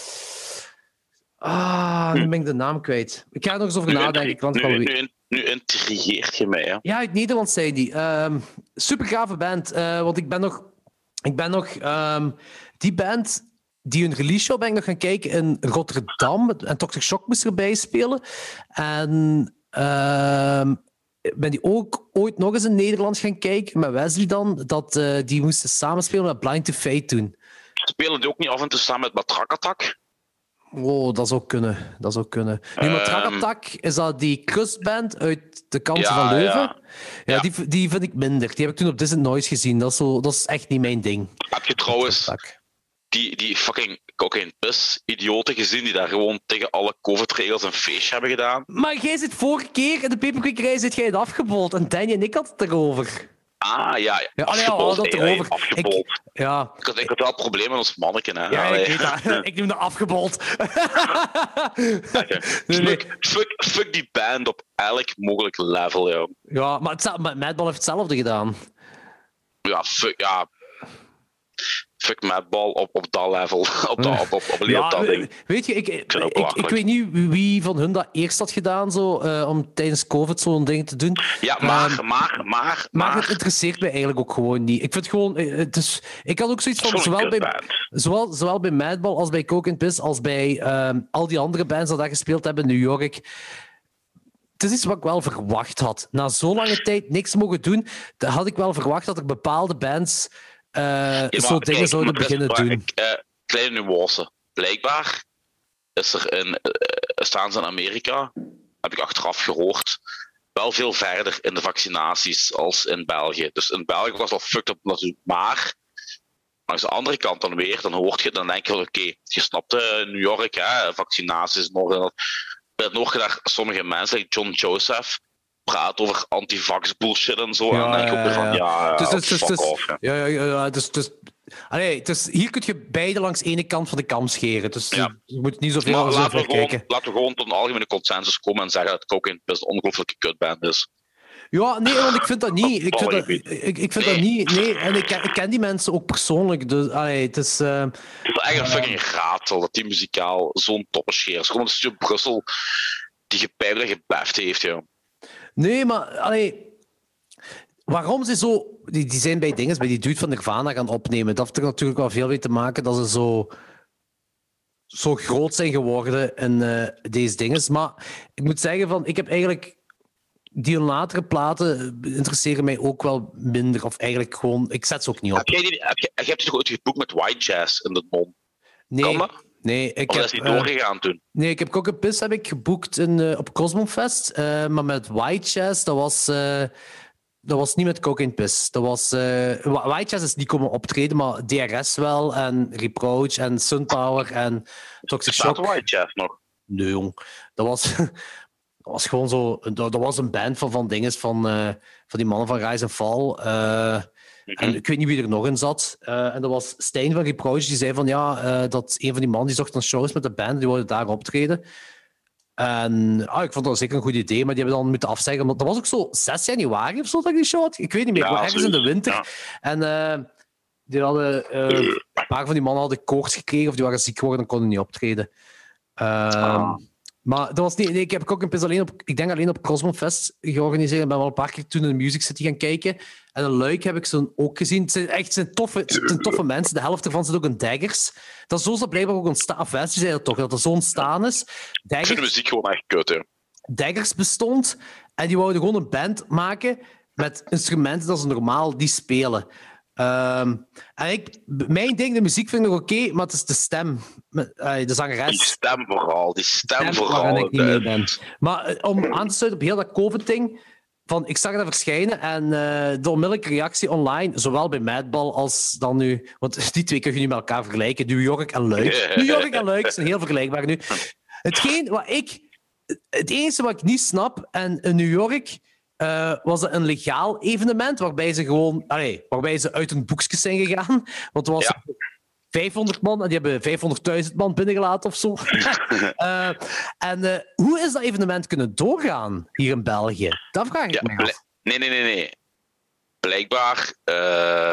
Ah, nu ben ik de naam kwijt. Ik ga er nog eens over nu nadenken. Want nu, nu, nu, nu intrigeert je mij, hè? Ja, uit Nederland zei die. Uh, super gave band. Uh, want ik ben nog... Ik ben nog... Um, die band... Die hun release show ben ik nog gaan kijken in Rotterdam. En dokter Shock moest erbij spelen. En uh, ben die ook ooit nog eens in Nederland gaan kijken, met Wesley dan, dat uh, die moesten samenspelen met Blind to Fate toen. Spelen die ook niet af en toe samen met Matrak Attack? Oh, dat zou kunnen. Dat zou kunnen. Nu, um, Matrak Attack is dat die crustband uit de kanten ja, van Leuven. Ja, ja, ja. Die, die vind ik minder. Die heb ik toen op Disney Noise gezien. Dat is, zo, dat is echt niet mijn ding. Heb je trouwens... die, die fucking cocaine piss idioten gezien die daar gewoon tegen alle COVID-regels een feestje hebben gedaan. Maar jij zit vorige keer in de peperkwekerij zit jij het afgebold en Danny en ik hadden het erover. Ah, ja. Ja, allee, ja, we hadden het erover. Afgebold. Ik, ja. Ik had, ik had wel problemen met ons manneken, hè. Ja, Allee. ik weet dat. Ik noem dat afgebold. Okay. nee, nee. Fuck, fuck, fuck die band op elk mogelijk level, joh. Ja, maar het, maar Madball heeft hetzelfde gedaan. Ja, fuck, ja. Fuck Madball op, op dat level. op, dat, op, op, op, Ja, op dat ding. weet je, ik, ik, vind het ook ik, ik belachelijk. weet niet wie van hun dat eerst had gedaan, zo, uh, om tijdens COVID zo'n ding te doen. Ja, maar, Um, maar, maar, Maar het maar. interesseert mij eigenlijk ook gewoon niet. Ik vind gewoon... eh, Het is, ik had ook zoiets van... Zo'n Zowel bij, kutband. zowel, zowel bij Madball als bij Coke and Piss, als bij um, al die andere bands die daar gespeeld hebben in New York. Het is iets wat ik wel verwacht had. Na zo'n lange tijd niks mogen doen, dan had ik wel verwacht dat er bepaalde bands uh, Ja, zo maar dingen kijk, zouden maar beginnen best- doen. ik, eh, kleine nuance. Blijkbaar is er in, eh, staan ze in Amerika, heb ik achteraf gehoord, wel veel verder in de vaccinaties als in België. Dus in België was al fucked up natuurlijk, maar langs de andere kant dan weer, dan hoort je, dan denk je, oké, okay, je snapt uh, New York, hè, vaccinaties, nog en dat. Bij het nog daar sommige mensen, like John Joseph, praat over anti-vax bullshit en zo. Ja, en dan denk je ook weer van, ja, ja. ja, Dus, ja dus, dus, fuck dus, off. Ja. ja, ja, ja, dus, dus, allee, dus hier kun je beide langs de ene kant van de kam scheren. Dus Ja. je moet niet zoveel Maar over laten we, gewoon, kijken. laten we gewoon tot een algemene consensus komen en zeggen dat Cocaine Piss een ongelooflijke kutband is. Ja, nee, want ik vind dat niet. Ik vind, dat, Sorry. ik, ik vind Nee. dat niet. Nee, en ik ken, ik ken die mensen ook persoonlijk. Dus, allee, het is... Uh, Het is echt een fucking raadsel dat die muzikaal zo'n toppenscheer is. Gewoon een stuk Brussel die gepijpt en gebeft heeft, joh. nee, maar... Allee, waarom ze zo... Die, die zijn bij dingen, bij die dude van Nirvana gaan opnemen. Dat heeft er natuurlijk wel veel mee te maken dat ze zo... zo groot zijn geworden in uh, deze dingen. Maar ik moet zeggen, van, ik heb eigenlijk... Die latere platen interesseren mij ook wel minder. Of eigenlijk gewoon... Ik zet ze ook niet op. Heb jij die, heb je, je hebt toch ooit geboekt met White Jazz in de Mon? Nee, Kan dat? nee, ik Of heb... is die uh, doorgegaan toen? Nee, ik heb Coke and Piss heb ik geboekt in, uh, op Cosmofest. Uh, maar met White Jazz, dat was... Uh, dat was niet met Coke and Piss. Dat was... Uh, White Jazz is niet komen optreden, maar D R S wel. En Reproach en Sunpower en Toxic Staat Shock. White Jazz nog? Nee, jong. Dat was... Dat was gewoon zo... Dat, dat was een band van, van dinges, van, uh, van die mannen van Rise and Fall. Uh, mm-hmm. En ik weet niet wie er nog in zat. Uh, en dat was Stijn van Reproach, die zei van ja, uh, dat een van die mannen die zocht dan shows met de band, die wilde daar optreden. En ah, ik vond dat zeker een goed idee, maar die hebben dan moeten afzeggen. Want dat was ook zo zes januari of zo dat ik die show had. Ik weet niet meer, Ja, maar ergens in de winter. Ja. En uh, die hadden, uh, een paar van die mannen hadden koorts gekregen of die waren ziek geworden en konden niet optreden. Uh, ah. Maar dat was niet, nee, ik heb Coke and Piss alleen op, ik denk alleen op Cosmofest georganiseerd. Ik ben wel een paar keer toen in de Music City gaan kijken. En in Luik heb ik ze ook gezien. Het zijn echt zijn toffe, het zijn toffe mensen. De helft ervan zit ook in Daggers. Dat is zo dat blijkbaar ook ontstaan. Of mensen zeiden toch dat er zo ontstaan is. Daggers, ik vind de muziek gewoon echt kut, hè. Daggers bestond en die wouden gewoon een band maken met instrumenten dat ze normaal die spelen. Um, en ik, mijn ding, de muziek vind ik nog oké, okay, maar het is de stem. Uh, de zangeres. Die stem vooral, die stem, stem vooral. Waar ik niet mee ben. Maar uh, om aan te sluiten op heel dat COVID-ding, van, ik zag dat verschijnen en uh, de onmiddellijke reactie online, zowel bij Madball als dan nu, want die twee kun je nu met elkaar vergelijken, New York en Luik. New York en Luik zijn heel vergelijkbaar nu. Hetgeen wat ik, het enige wat ik niet snap, en in New York... Uh, was het een legaal evenement waarbij ze gewoon, allee, waarbij ze uit hun boekjes zijn gegaan. Want er was ja. vijfhonderd man en die hebben vijfhonderdduizend man binnengelaten of zo. uh, en uh, hoe is dat evenement kunnen doorgaan hier in België? Dat vraag ik ja, me af. Nee, nee, nee, nee. Blijkbaar uh,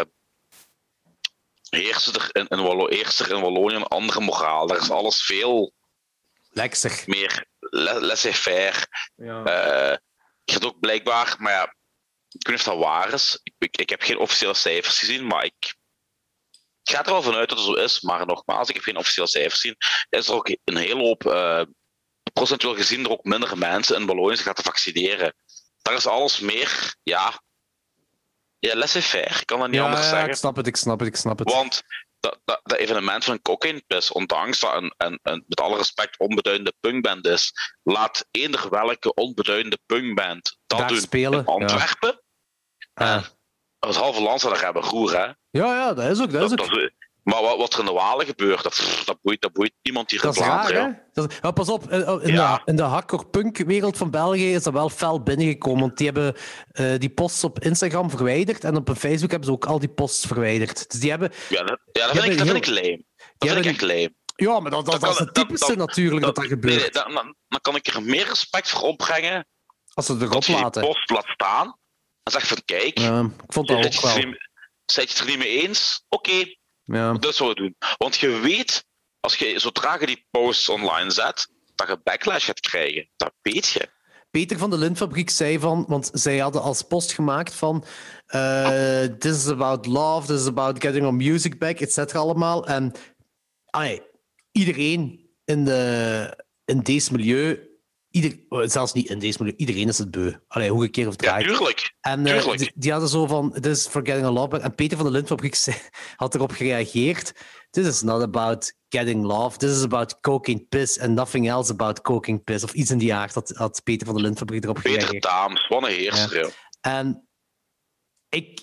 heerst er in, in, Wallo- heerst er in Wallonië een andere moraal. Daar is alles veel Lekser. meer laissez-faire. Ja. Uh, Ik had ook blijkbaar, maar ja, ik weet niet of dat waar is. Ik, ik, ik heb geen officiële cijfers gezien, maar ik, ik ga er wel vanuit dat het zo is. Maar nogmaals, ik heb geen officiële cijfers gezien. Is er ook een hele hoop, uh, procentueel gezien, er ook minder mensen in Wallonië zich laten vaccineren. Daar is alles meer, ja, ja laissez-faire. Ik kan dat niet ja, anders ja, zeggen. Ik snap het, ik snap het, ik snap het. Want dat, dat, dat evenement van Cocaine Piss, ondanks dat een, een, een met alle respect onbeduidende punkband is, laat eender welke onbeduidende punkband dat daar doen spelen, in Antwerpen. Ja. En het halve land zou daar hebben roer, hè? Ja, ja, dat is ook. Dat is ook. Dat, dat, Maar wat, wat er in de Walen gebeurt, dat, pff, dat, boeit, dat boeit niemand hier Dat in is raar, Vlaanderen. hè? Dat is- ja, pas op, in, in Ja. de, in de hardcore-punk-wereld van België is dat wel fel binnengekomen. Want die hebben uh, die posts op Instagram verwijderd en op hun Facebook hebben ze ook al die posts verwijderd. Dus die hebben... Ja, dat, ja, dat, vind, ik, dat vind ik leem. Dat vind ik echt leem. Ja, maar dat, dat, dat is het typische dat, natuurlijk dat dat, dat gebeurt. Nee, dan, dan, dan kan ik er meer respect voor opbrengen als ze erop als je laten. die post laat staan en zegt van kijk, ja, ik vond dat ook wel. Zet je het er niet mee eens? Oké, okay, ja. dat zullen we doen. Want je weet, als je zodra je die posts online zet, dat je backlash gaat krijgen. Dat weet je. Peter van de Lintfabriek zei van, want zij hadden als post gemaakt van uh, this is about love, this is about getting our music back, et cetera allemaal. En allee, iedereen in, de, in deze milieu, ieder, zelfs niet in deze milieu, iedereen is het beu. Allee, hoe een keer of draait. Ja, tuurlijk. En uh, tuurlijk. Die, die hadden zo van, this is for getting a love back. En Peter van de Lintfabriek zei, had erop gereageerd, this is not about getting love, this is about coking piss and nothing else about coking piss. Of iets in die aard had, had Peter van de Lintfabriek erop Peter gereageerd. Peter Daams, wat een heerser. Ja. En ik...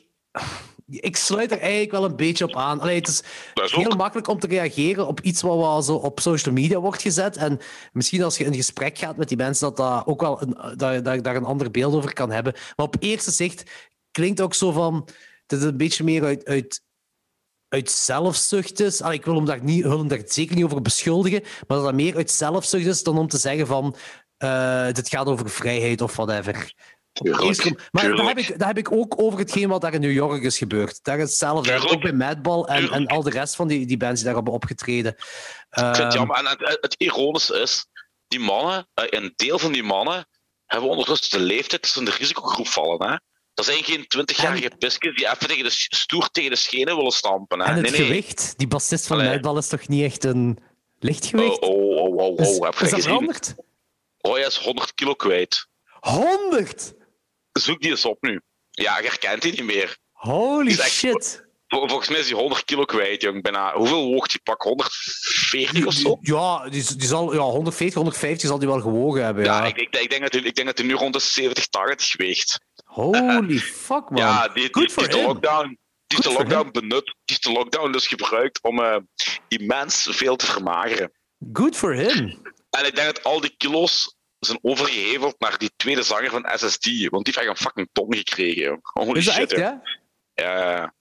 Ik sluit er eigenlijk wel een beetje op aan. Allee, het is, is heel ook... makkelijk om te reageren op iets wat wel zo op social media wordt gezet. En misschien als je in gesprek gaat met die mensen, dat dat ook wel een, dat, dat je daar een ander beeld over kan hebben. Maar op eerste zicht klinkt ook zo van... Dat het een beetje meer uit, uit, uit zelfzucht is. Allee, ik wil hem daar, niet, wil hem daar zeker niet over beschuldigen, maar dat dat meer uit zelfzucht is dan om te zeggen van... Uh, dit gaat over vrijheid of whatever. Tuurlijk, maar tuurlijk. Dat, heb ik, dat heb ik ook over hetgeen wat daar in New York is gebeurd. Daar is hetzelfde. Ook bij Madball en, en al de rest van die, die bands die daar hebben opgetreden. Ik vind het jammer. En het, het ironische is, die mannen, een deel van die mannen, hebben ondertussen de leeftijd dat ze in de risicogroep vallen. Hè? Dat zijn geen twintigjarige en... pisken die even tegen de, stoer tegen de schenen willen stampen. Hè? En het nee, nee. gewicht, die bassist van Madball is toch niet echt een lichtgewicht? Oh, oh, oh, oh. oh. Is, Heb is dat veranderd? Oh, hij is honderd kilo kwijt. honderd? Zoek die eens op nu. Ja, je herkent die niet meer. Holy echt, shit. Vol, volgens mij is hij honderd kilo kwijt, jong. Bijna. Hoeveel woog hij? Pak honderdveertig of zo? Ja, die, die zal, ja honderdveertig, honderdvijftig zal hij wel gewogen hebben. Ja, ja ik, ik, ik, denk dat hij, ik denk dat hij nu rond de zeventig, tachtig weegt. Holy fuck, man. Ja, die, die, die, die de lockdown, die de lockdown benut. Die heeft de lockdown dus gebruikt om uh, immens veel te vermageren. Good for him. En ik denk dat al die kilo's zijn overgeheveld naar die tweede zanger van S S D. Want die heeft echt een fucking ton gekregen. Holy is dat shit, echt, hè? Ja.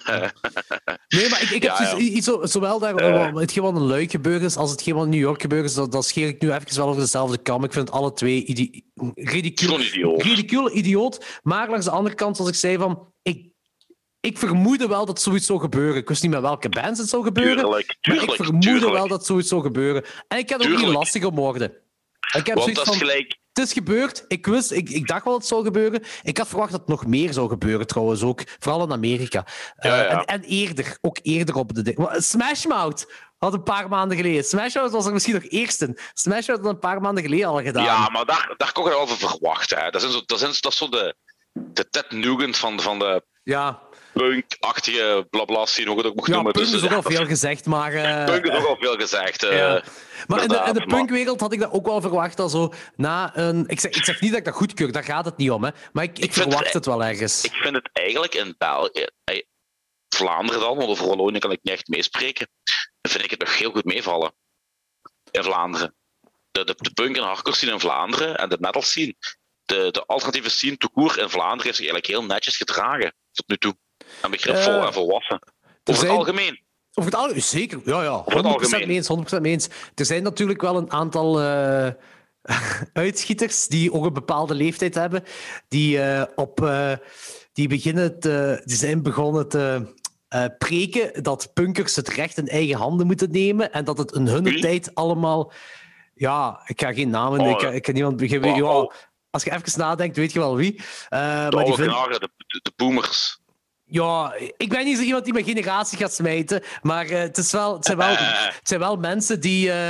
Nee, maar ik, ik heb ja, dus ja. iets zo, zowel daar, uh, hetgeen wat een Luik gebeurd is, als hetgeen wat in New York gebeurd is, dat, dat scheer ik nu even wel over dezelfde kam. Ik vind alle twee idi- ridicule, idioot. ridicule, idioot. Maar langs de andere kant, zoals ik zei, van, ik, ik vermoedde wel dat zoiets zou gebeuren. Ik wist niet met welke bands het zou gebeuren, tuurlijk, tuurlijk, maar ik vermoedde tuurlijk. wel dat zoiets zou gebeuren. En ik heb er ook niet lastig om worden. Ik heb Want dat is van, gelijk... Het is gebeurd. Ik, wist, ik, ik dacht wel dat het zou gebeuren. Ik had verwacht dat het nog meer zou gebeuren, trouwens ook. Vooral in Amerika. Ja, ja. Uh, en, en eerder. Ook eerder op de dingen. Smash Mouth had een paar maanden geleden. Smash Mouth was er misschien nog eerst in. Smash Mouth had een paar maanden geleden al gedaan. Ja, maar daar, daar kon je wel van verwachten. Hè. Dat, zijn zo, dat, zijn, dat is zo de, de Ted Nugent van, van de... Ja. Punk-achtige blabla scene, hoe je het ook mocht ja, noemen. Punk dus, is ook ja, al veel gezegd, maar... Uh, punk is ook al veel gezegd. Uh, ja. Maar in de, in de punkwereld had ik dat ook wel verwacht. Al zo, na een, ik, zeg, ik zeg niet dat ik dat goedkeur, daar gaat het niet om. Hè, maar ik, ik, ik verwacht het, het wel ergens. Ik vind het eigenlijk in België... Vlaanderen dan, want over Wallonië kan ik niet echt meespreken. Dan vind ik het nog heel goed meevallen. In Vlaanderen. De, de, de punk- en hardcore scene in Vlaanderen en de metal scene. De, de alternatieve scene tout court in Vlaanderen heeft zich eigenlijk heel netjes gedragen. Tot nu toe. En begripvol uh, en volwassen. Over zijn, het algemeen. Over het algemeen, zeker. Ja, ja. honderd procent mee eens, honderd procent mee eens. Er zijn natuurlijk wel een aantal uh, uitschieters die ook een bepaalde leeftijd hebben. Die, uh, op, uh, die, beginnen te, die zijn begonnen te uh, preken dat punkers het recht in eigen handen moeten nemen. En dat het in hun Wie? tijd allemaal... Ja, ik ga geen namen... Oh, ik, ik kan niemand beginnen. Oh, oh. Ja, als je even nadenkt, weet je wel wie. Uh, de maar die oude knarren, de, de, de boomers. Ja, ik ben niet zo iemand die mijn generatie gaat smijten, maar uh, het, is wel, het, zijn wel, het zijn wel mensen die uh,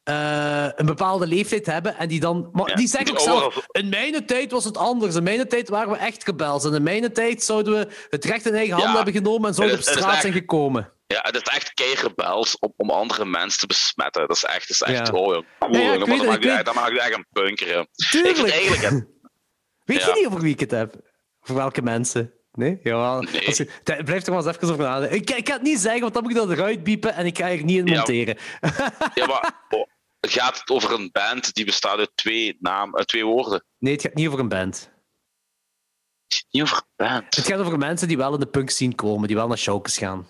uh, een bepaalde leeftijd hebben en die dan... Maar ja, die zeggen ook zelf, als... in mijn tijd was het anders. In mijn tijd waren we echt rebels. En in mijn tijd zouden we het recht in eigen handen ja, hebben genomen en zouden op straat echt... zijn gekomen. Ja, het is echt kei-rebels om, om andere mensen te besmetten. Dat is echt, dat is echt ja. oh, cool. Ja, ja, dan, weet, maak je, weet... dan maak je echt een punker. Tuurlijk. Ik vind eigenlijk... Weet ja. je niet over wie ik het heb? Voor welke mensen? Nee? Jawel. Nee. Als je, t- blijf er maar eens even over nadenken. Ik, ik ga het niet zeggen, want dan moet ik dat eruit biepen en ik ga er niet in Ja. monteren. Ja, maar oh, gaat het over een band die bestaat uit twee, naam, uit twee woorden? Nee, het gaat niet over een band. Het gaat niet over een band. Het gaat over mensen die wel in de punk scene komen, die wel naar showkes gaan.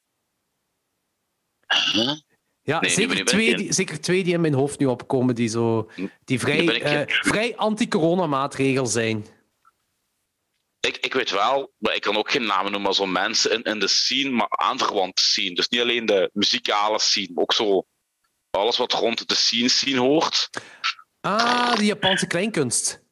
Huh? Ja, Nee, nu zeker, ben ik- twee, ben ik- die, zeker twee die in mijn hoofd nu opkomen, die, zo, die vrij, Nu ben ik- eh, vrij anti-corona-maatregel zijn. Ik, ik weet wel, maar ik kan ook geen namen noemen, maar zo mensen in, in de scene, maar aanverwante scene. Dus niet alleen de muzikale scene, maar ook zo alles wat rond de scene scene hoort. Ah, die Japanse kleinkunst.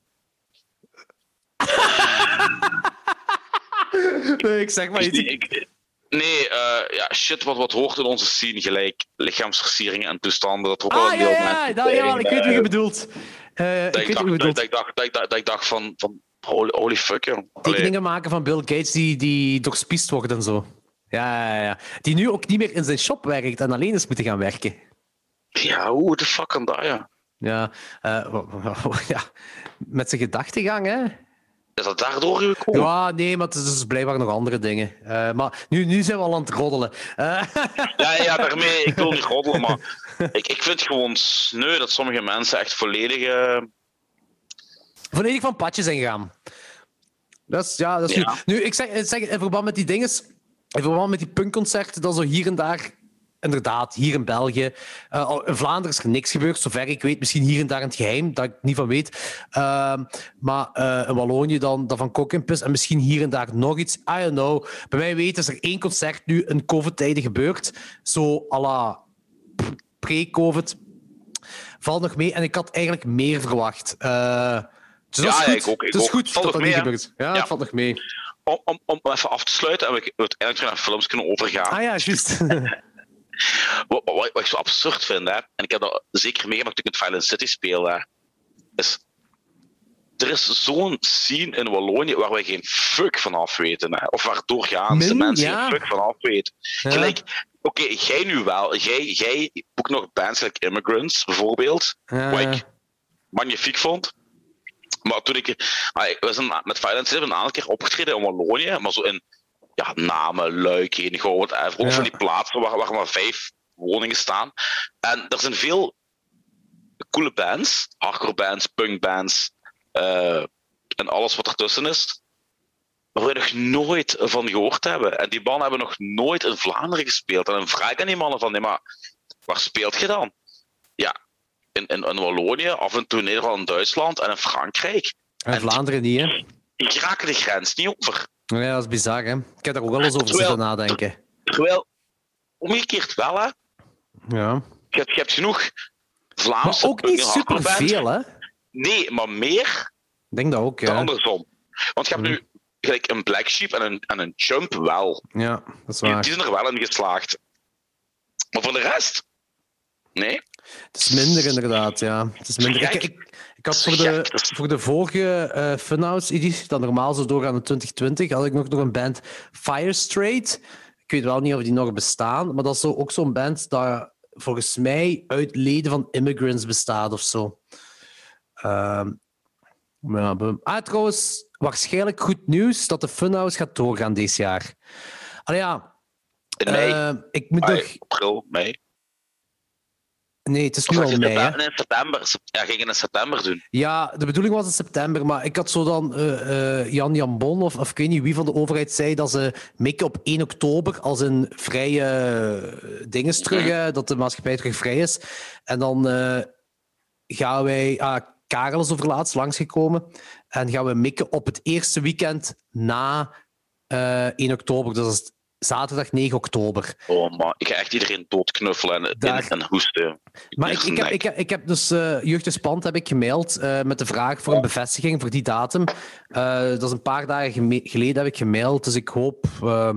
Nee, ik zeg maar iets. Nee, ik- nee eh, ja, shit, wat, wat hoort in onze scene, gelijk lichaamsversieringen en toestanden. Dat er ook wel Ah, een ja, deel ja, mensen ja, ja, zijn, ik weet eh, wie je bedoelt. Eh, ik Dat weet ik wie je dacht, dat, bedoelt. dat ik dacht, dat ik dacht, dat ik dacht van, van holy, holy fuck, joh. Allee. Tekeningen maken van Bill Gates die, die doorspiest worden en zo. Ja, ja, ja. Die nu ook niet meer in zijn shop werkt en alleen is moeten gaan werken. Ja, hoe de fuck kan dat, ja? Ja, eh, ja. Met zijn gedachtegang, hè? Is dat daardoor gekomen? Ja, nee, maar het is dus blijkbaar nog andere dingen. Eh, maar nu, nu zijn we al aan het roddelen. Eh, Ja, ja, daarmee, ik wil niet roddelen, maar ik, ik vind het gewoon sneu dat sommige mensen echt volledig... eh, volledig van padje zijn gegaan. Dat is, ja, dat is Ja. nu. Nu, ik zeg, ik zeg in verband met die dingen, in verband met die punkconcerten, dat zo hier en daar, inderdaad, hier in België, uh, al in Vlaanderen is er niks gebeurd, zover ik weet, misschien hier en daar in het geheim, dat ik niet van weet. Uh, maar uh, in Wallonië dan, dat van Kokkimpus en misschien hier en daar nog iets, I don't know. Bij mij weten is er één concert nu in COVID-tijden gebeurd, zo à la pre-COVID. Valt nog mee en ik had eigenlijk meer verwacht. Uh, Dus dat Ja, is ja, goed. ik ook, ik het is ook. goed Valt dat nog dat niet mee, hè? gebeurt. Ja, Ja. het valt nog mee. om, om, om even af te sluiten en we we uiteindelijk weer naar films kunnen overgaan. Ah ja, juist. Wat, wat, wat ik zo absurd vind, hè, en ik heb dat zeker meegemaakt toen ik in Violent City speelde, hè, is... Er is zo'n scene in Wallonië waar wij geen fuck van af weten. Hè. Of waar doorgaans de Min, mensen ja. geen fuck van af weten. Ja. Gelijk, oké, jij nu wel. Jij, jij ook nog bands like Immigrants, bijvoorbeeld. Ja. Wat ik magnifiek vond. Maar toen ik... ah, we zijn met Violent City een aantal keer opgetreden in Wallonië, maar zo in ja, Namen, Luik, Henegouw, whatever. Ook Ja. van die plaatsen waar, waar maar vijf woningen staan. En er zijn veel coole bands. Hardcore bands, punk bands... Uh, en alles wat ertussen is, waar we nog nooit van gehoord hebben. En die mannen hebben nog nooit in Vlaanderen gespeeld. En dan vraag ik aan die mannen van, nee, maar waar speelt je dan? Ja, in, in, in Wallonië, af en toe in Nederland, in Duitsland en in Frankrijk. En En Vlaanderen niet, hè? die raken de grens niet over. Ja, dat is bizar, hè? Ik heb daar ook wel eens over Terwijl- zitten nadenken. Terwijl, omgekeerd wel, hè. Ja. Je hebt, je hebt genoeg Maar Vlaamse ook niet punk- en hardcore bands. superveel, hè? Nee, maar meer Ik denk dat ook, dan ja. andersom. Want je hebt Mhm. nu gelijk een Black Sheep en een, en een Jump wel. Ja, dat is Die, waar. die zijn er wel in geslaagd. Maar voor de rest? Nee. Het is minder, inderdaad, ja. Het is minder. Ik, Gek. ik, ik had Dat voor is de, gek, dat is- voor de vorige uh, Funhouse-editie, dat normaal zo doorgaan in twintig twintig, had ik nog, nog een band Fire Straight. Ik weet wel niet of die nog bestaan, maar dat is zo, ook zo'n band dat volgens mij uit leden van Immigrants bestaat of zo. Ehm ja, be- ah, trouwens, waarschijnlijk goed nieuws dat de Funhouse gaat doorgaan dit jaar. Allee, ja, In mei. eh, ik moet Ah, nog... april, mei. Nee, het is Of nu had al je mei, hè. september, in september? Sep- Ja, ging je in september doen. Ja, de bedoeling was in september, maar ik had zo dan uh, uh, Jan Jambon of, of ik weet niet wie van de overheid zei dat ze mikken op één oktober als een vrije uh, ding is terug, uh, dat de maatschappij terug vrij is. En dan uh, gaan wij... Ah, Karel is over laatst langsgekomen en gaan we mikken op het eerste weekend na uh, één oktober. Dus dat is zaterdag negen oktober. Oh man, ik ga echt iedereen doodknuffelen en, Daar- en, en hoesten. Maar ik, ik, heb, ik, heb, ik heb dus uh, Jeugd is Pand heb ik gemaild uh, met de vraag voor een bevestiging voor die datum. Uh, dat is een paar dagen geme- geleden heb ik gemaild, dus ik hoop... Uh,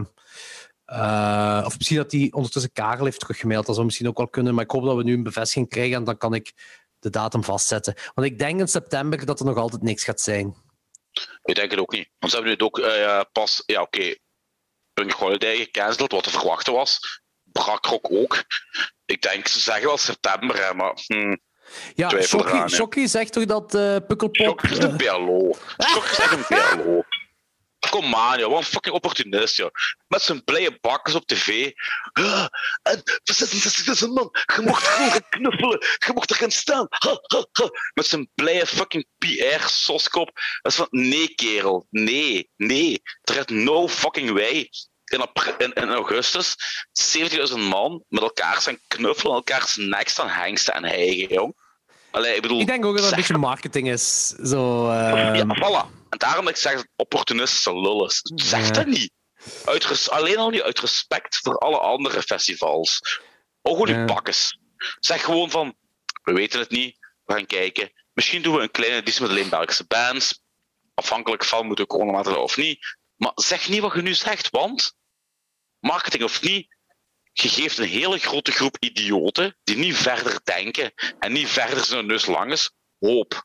uh, of misschien dat die ondertussen Karel heeft teruggemaild, dat zou misschien ook wel kunnen, maar ik hoop dat we nu een bevestiging krijgen en dan kan ik de datum vastzetten. Want ik denk in september dat er nog altijd niks gaat zijn. Ik denk het ook niet. Want ze hebben nu het ook uh, pas... Ja, oké. Okay, Punk Holiday gecanceld, wat te verwachten was. Brakrock ook. Ik denk, ze zeggen wel september, hè, maar... Hmm, ja, twijfel Shocky, eraan, hè. Shocky zegt toch dat uh, Pukkelpop... Shock is een uh, B L O. Shock is echt een B L O. Kom aan, joh. Wat een fucking opportunist, joh. Met zijn blije bakkers op tv. Ah, en voor zesenzestigduizend man, je mocht gewoon gaan knuffelen. Je mocht er gaan staan. Ha, ha, ha. Met zijn blije fucking P R-soskop. Dat is van, nee, kerel. Nee, nee. Er gaat no fucking way. In, april, in, in augustus zeventigduizend man met elkaar staan knuffelen, elkaars nek staan hengsten en hijgen, jong. Allee, ik bedoel... Ik denk ook dat het een beetje marketing is. Zo, uh... Ja, voilà. En daarom dat ik zeg dat opportunistische lul is. Zeg dat niet. Uit res- alleen al niet uit respect voor alle andere festivals. Ook gewoon Ja. die bakkes. Zeg gewoon van, we weten het niet, we gaan kijken. Misschien doen we een kleine editie met alleen Belgische bands. Afhankelijk van, moeten we coronamaatregelen of niet. Maar zeg niet wat je nu zegt, want... marketing of niet, je geeft een hele grote groep idioten die niet verder denken en niet verder zijn neus lang is, hoop.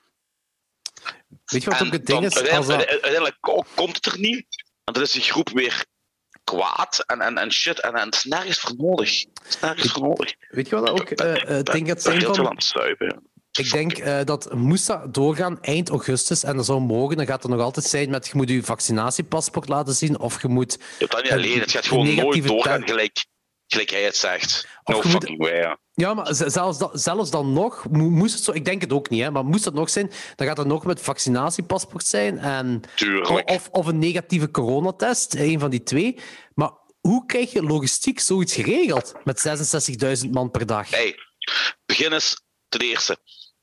Weet je wat En ook het ding dan is? Als uiteindelijk, dat... uiteindelijk ko- komt het er niet en dan is die groep weer kwaad en, en, en shit en, en het is nergens voor nodig. Het is nergens voor nodig. Weet je wat dat ook uh, het ding gaat Ik ben zijn heel veel aan van... het zuipen. Ik denk uh, dat moest dat doorgaan eind augustus en dat zou mogen, dan gaat het nog altijd zijn met je moet je vaccinatiepaspoort laten zien of je moet... Je hebt dat niet een- alleen, het gaat een gewoon nooit negatieve doorgaan te- gelijk, gelijk hij het zegt. Of No je moet- fucking way. Ja. Ja, maar z- zelfs, dat, zelfs dan nog, mo- moest het zo... Ik denk het ook niet, hè, maar moest dat nog zijn, dan gaat het nog met vaccinatiepaspoort zijn en... Tuurlijk. Of, of een negatieve coronatest, een van die twee. Maar hoe krijg je logistiek zoiets geregeld met zesenzestigduizend man per dag? Hey, begin eens ten eerste.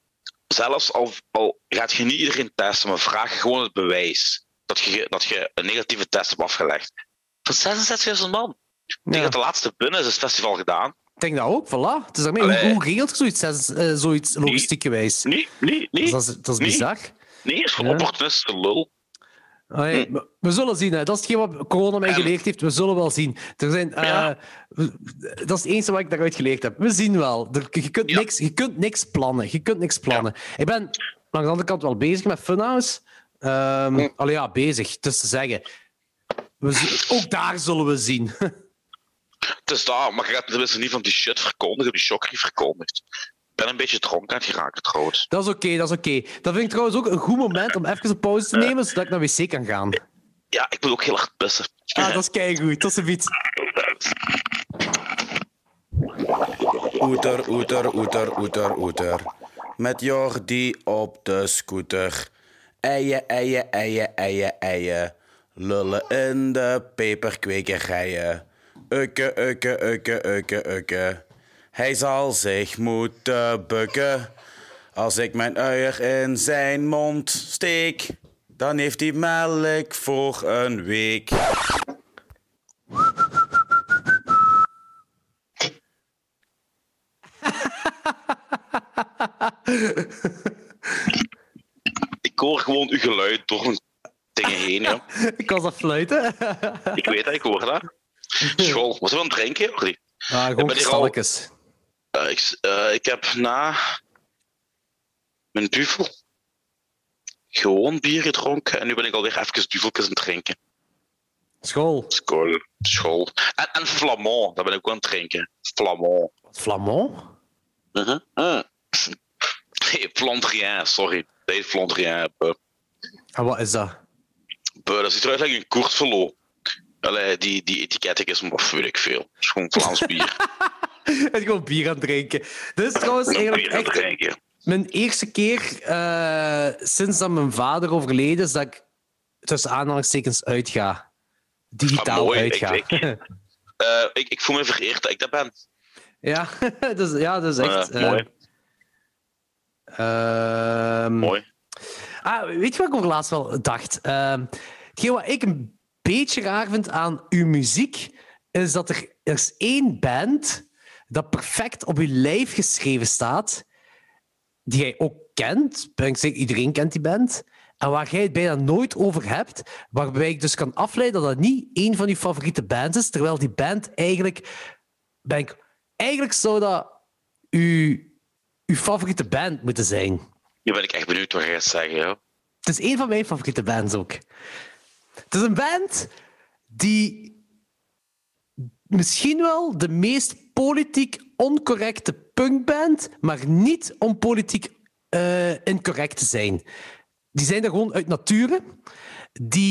Zelfs al, al gaat je niet iedereen testen, maar vraag gewoon het bewijs dat je, dat je een negatieve test hebt afgelegd. Van zesenzestigduizend man. Ik denk Ja. dat de laatste binnen is het festival gedaan. Ik denk dat ook, voilà. Het is daarmee, hoe, Allee. hoe regelt je zoiets, zes- eh, zoiets logistiek gewijs? Nee, nee, nee. Dat is, dat is Nee. bizar. Nee, is voor Ja. opportunistische lul. Allee, Hm. we- We zullen zien. Hè. Dat is hetgeen wat corona mij En- geleerd heeft. We zullen wel zien. Er zijn, eh, Ja. we- dat is het enige wat ik daaruit geleerd heb. We zien wel. Er- je, kunt Ja. niks, je kunt niks plannen. Je kunt niks plannen. Ik ben langs de andere kant wel bezig met Funhouse. Ehm Hm. Allee, ja, bezig. Dus te zeggen. We z- ook daar zullen we zien. Het is daar, maar je gaat tenminste niet van die shit verkondigen, die shocker verkondigd. Ik ben een beetje dronken aan het geraken trouwens. Dat is oké, dat is oké. Dat vind ik trouwens ook een goed moment om even een pauze te nemen, zodat ik naar wc kan gaan. Ja, ik moet ook heel hard pissen. Ah, dat is keigoed. Tot ziens. Oeter, oeter, oeter, oeter, oeter. Met Jordi op de scooter. Eien, eien, eien, eien, eien. Lullen in de peperkwekerijen. Ukke, ukke, ukke, ukke, ukke. Hij zal zich moeten bukken. Als ik mijn uier in zijn mond steek, dan heeft hij melk voor een week. Ik hoor gewoon uw geluid door mijn dingen heen, joh. Ik was aan het fluiten. Ik weet dat, ik hoor dat. School, wat zijn we aan het drinken, Jordi? Ah, gewoon ben hier kristalletjes. Uh, ik, uh, ik heb na mijn duvel gewoon bier gedronken en nu ben ik alweer even duveltjes aan het drinken. School. School. School. En, en Flamand, dat ben ik ook aan het drinken. Flamand. Wat, Flamand? Uh-huh. Uh. Nee, Flandrien, sorry. Nee, Flandrien. Buh. En wat is dat? Buh, dat ziet eruit als een Courtevelo. Allee, die, die etiketjes, maar weet ik veel. Het is gewoon Vlaams bier. En gewoon bier aan het drinken. Dit is trouwens eigenlijk bier aan het echt drinken. mijn eerste keer uh, sinds dat mijn vader overleden is dat ik tussen aanhalingstekens uitga. Digitaal Ah, mooi. uitga. Ik, ik, uh, ik, ik voel me vereerd dat ik dat ben. ja, dus, ja, dat is echt... Uh, mooi. Uh, um, mooi. Ah, weet je wat ik over laatst wel dacht? Uh, hetgeen wat ik een beetje raar vind aan uw muziek, is dat er, er is één band dat perfect op uw lijf geschreven staat, die jij ook kent. Ben ik zeker, iedereen kent die band. En waar jij het bijna nooit over hebt, waarbij ik dus kan afleiden dat dat niet één van je favoriete bands is, terwijl die band eigenlijk... Ben ik, eigenlijk zou dat uw, uw favoriete band moeten zijn. Nu ben ik echt benieuwd wat je gaat zeggen, joh. Het is één van mijn favoriete bands ook. Het is een band die misschien wel de meest politiek oncorrecte punkband, maar niet om politiek uh, incorrect te zijn. Die zijn er gewoon uit nature. Die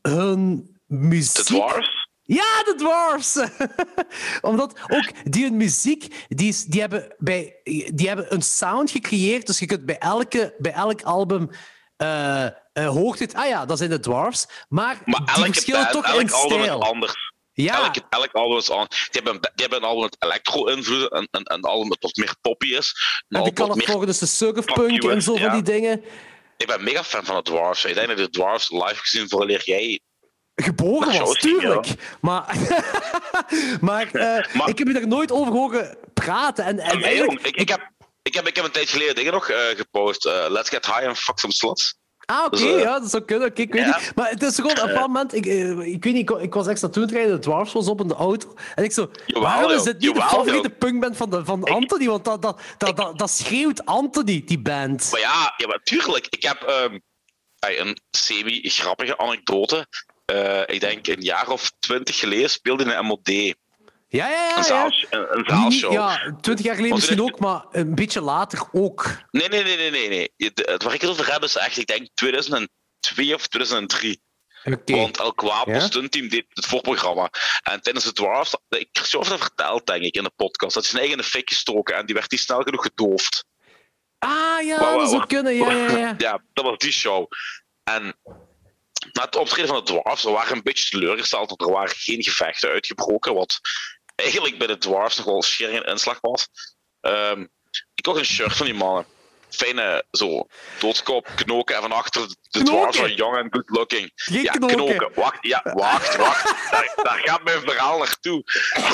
hun muziek... De Dwarfs? Ja, de Dwarfs! Omdat ook die hun muziek, die, is, die, hebben bij, die hebben een sound gecreëerd, dus je kunt bij, elke, bij elk album uh, uh, hoort het, ah ja, dat zijn de Dwarfs, maar, maar die verschillen band, toch elk in album stijl. is anders. Ja. Elk, elk album is anders. Die hebben, die hebben een album met electro-invloeden, en een, een album dat wat meer poppy is. En die kan het volgen, dus de surfpunk en zo ja. van die dingen. Ik ben mega fan van de Dwarfs. Ik denk dat ik de Dwarfs live gezien vooraleer jij... geboren was, tuurlijk. Ja. Maar, maar, uh, maar ik heb je daar nooit over horen praten. En, en nee, jong, ik, ik, heb, ik, heb, ik heb een tijd geleden dingen nog uh, gepost. Uh, Let's get high and fuck some sluts. Ah, oké, okay, dus, uh, ja, dat zou kunnen. Okay, ik weet ja. niet. Maar het is gewoon, op een bepaald moment, ik, uh, ik weet niet, ik, ik was extra toen rijden, de Dwarfs was op in de auto. En ik zo, jawel, waarom is dit niet jawel, de favoriete joh. punkband van, de, van ik, Anthony? Want dat, dat, dat, ik, dat, dat schreeuwt Anthony, die band. Maar ja, ja maar tuurlijk. Ik heb um, een semi-grappige anekdote. Uh, ik denk een jaar of twintig geleden speelde in een M O D. Ja, ja, ja. Een, zaal, ja. een, een zaalshow. Ja, twintig jaar geleden misschien ook, maar een beetje later ook. Nee, nee, nee, nee, nee. nee. Het, waar ik het over heb is echt, ik denk tweeduizend twee of tweeduizend drie. Okay. Want El Quapo, ja? stuntteam, deed het voorprogramma. En tijdens het Dwarfs, ik heb het dat verteld, denk ik, in de podcast, dat ze zijn eigen in de fik gestoken en die werd niet snel genoeg gedoofd. Ah, ja, waar, dat zou kunnen, ja, ja, ja. Ja, dat was die show. En na het optreden van de Dwarfs, we waren een beetje teleurgesteld, want er waren geen gevechten uitgebroken, wat eigenlijk bij de Dwarfs nog wel schering en inslag was. Um, ik kocht een shirt van die mannen. Fijne, zo, doodskop, knoken en van achter de knoken. Dwarfs van young and good looking. Geen ja, knoken. knoken. Wacht, ja, wacht, wacht. daar, daar gaat mijn verhaal naartoe.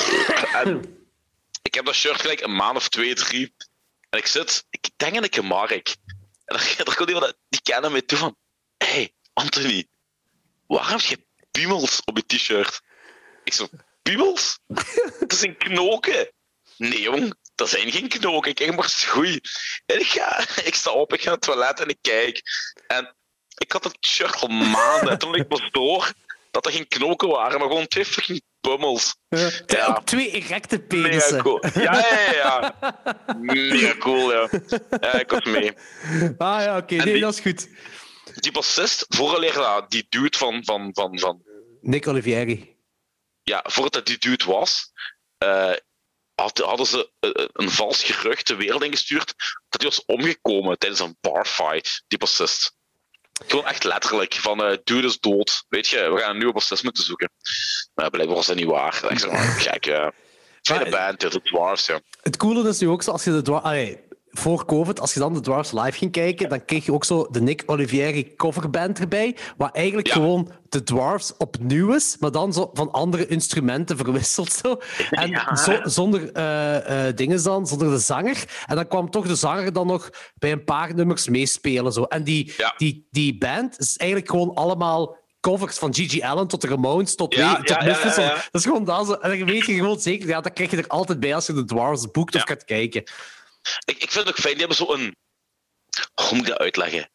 En ik heb dat shirt gelijk een maand of twee, drie. En ik zit, ik denk aan een Mark. En er, er komt iemand, die kennen mij toe van, hé, hey, Anthony, waarom heb je piemels op je t-shirt? Ik zo, piemels? Dat zijn knoken. Nee, jong, dat zijn geen knoken. Ik kijk maar schoei. En ik, ga, ik sta op, ik ga naar het toilet en ik kijk. En ik had het shirt al maanden. En toen ik pas door dat er geen knoken waren, maar gewoon twee fucking pummels. Ja, ja. Ook twee erecte penissen. Mega cool. Ja, ja, ja. Mega cool, ja. Ja, ik was mee. Ah ja, oké. Okay. Nee, die, dat is goed. Die bassist, vooraleer die dude van, van, van, van... Nick Olivieri. Ja, voordat dat die dude was, uh, had, hadden ze uh, een vals gerucht de wereld ingestuurd dat hij was omgekomen tijdens een barfight, die bassist. Gewoon echt letterlijk, van uh, dude is dood. Weet je, we gaan een nieuwe bassist moeten zoeken. Maar blijkbaar was dat niet waar. Ik zeg maar, kijk, uh, tweede band, de Dwarfs, ja. Het coole is nu ook zo, als je de Dwarfs... Allee, voor COVID, als je dan de Dwarfs live ging kijken, dan kreeg je ook zo de Nick Olivieri coverband erbij, waar eigenlijk ja. gewoon de Dwarfs opnieuw is, maar dan zo van andere instrumenten verwisseld. Zo. En ja. zo, zonder uh, uh, dingen dan, zonder de zanger. En dan kwam toch de zanger dan nog bij een paar nummers meespelen. Zo. En die, ja. die, die band is eigenlijk gewoon allemaal covers van Gigi Allen tot de Ramones tot, ja, tot ja, Misfits. Ja, ja, ja. Dat is gewoon dat. Zo. En dan weet je gewoon zeker, ja, dat krijg je er altijd bij als je de Dwarfs boekt ja. of gaat kijken. Ik, ik vind het ook fijn, die hebben zo'n... Hoe moet ik dat uitleggen?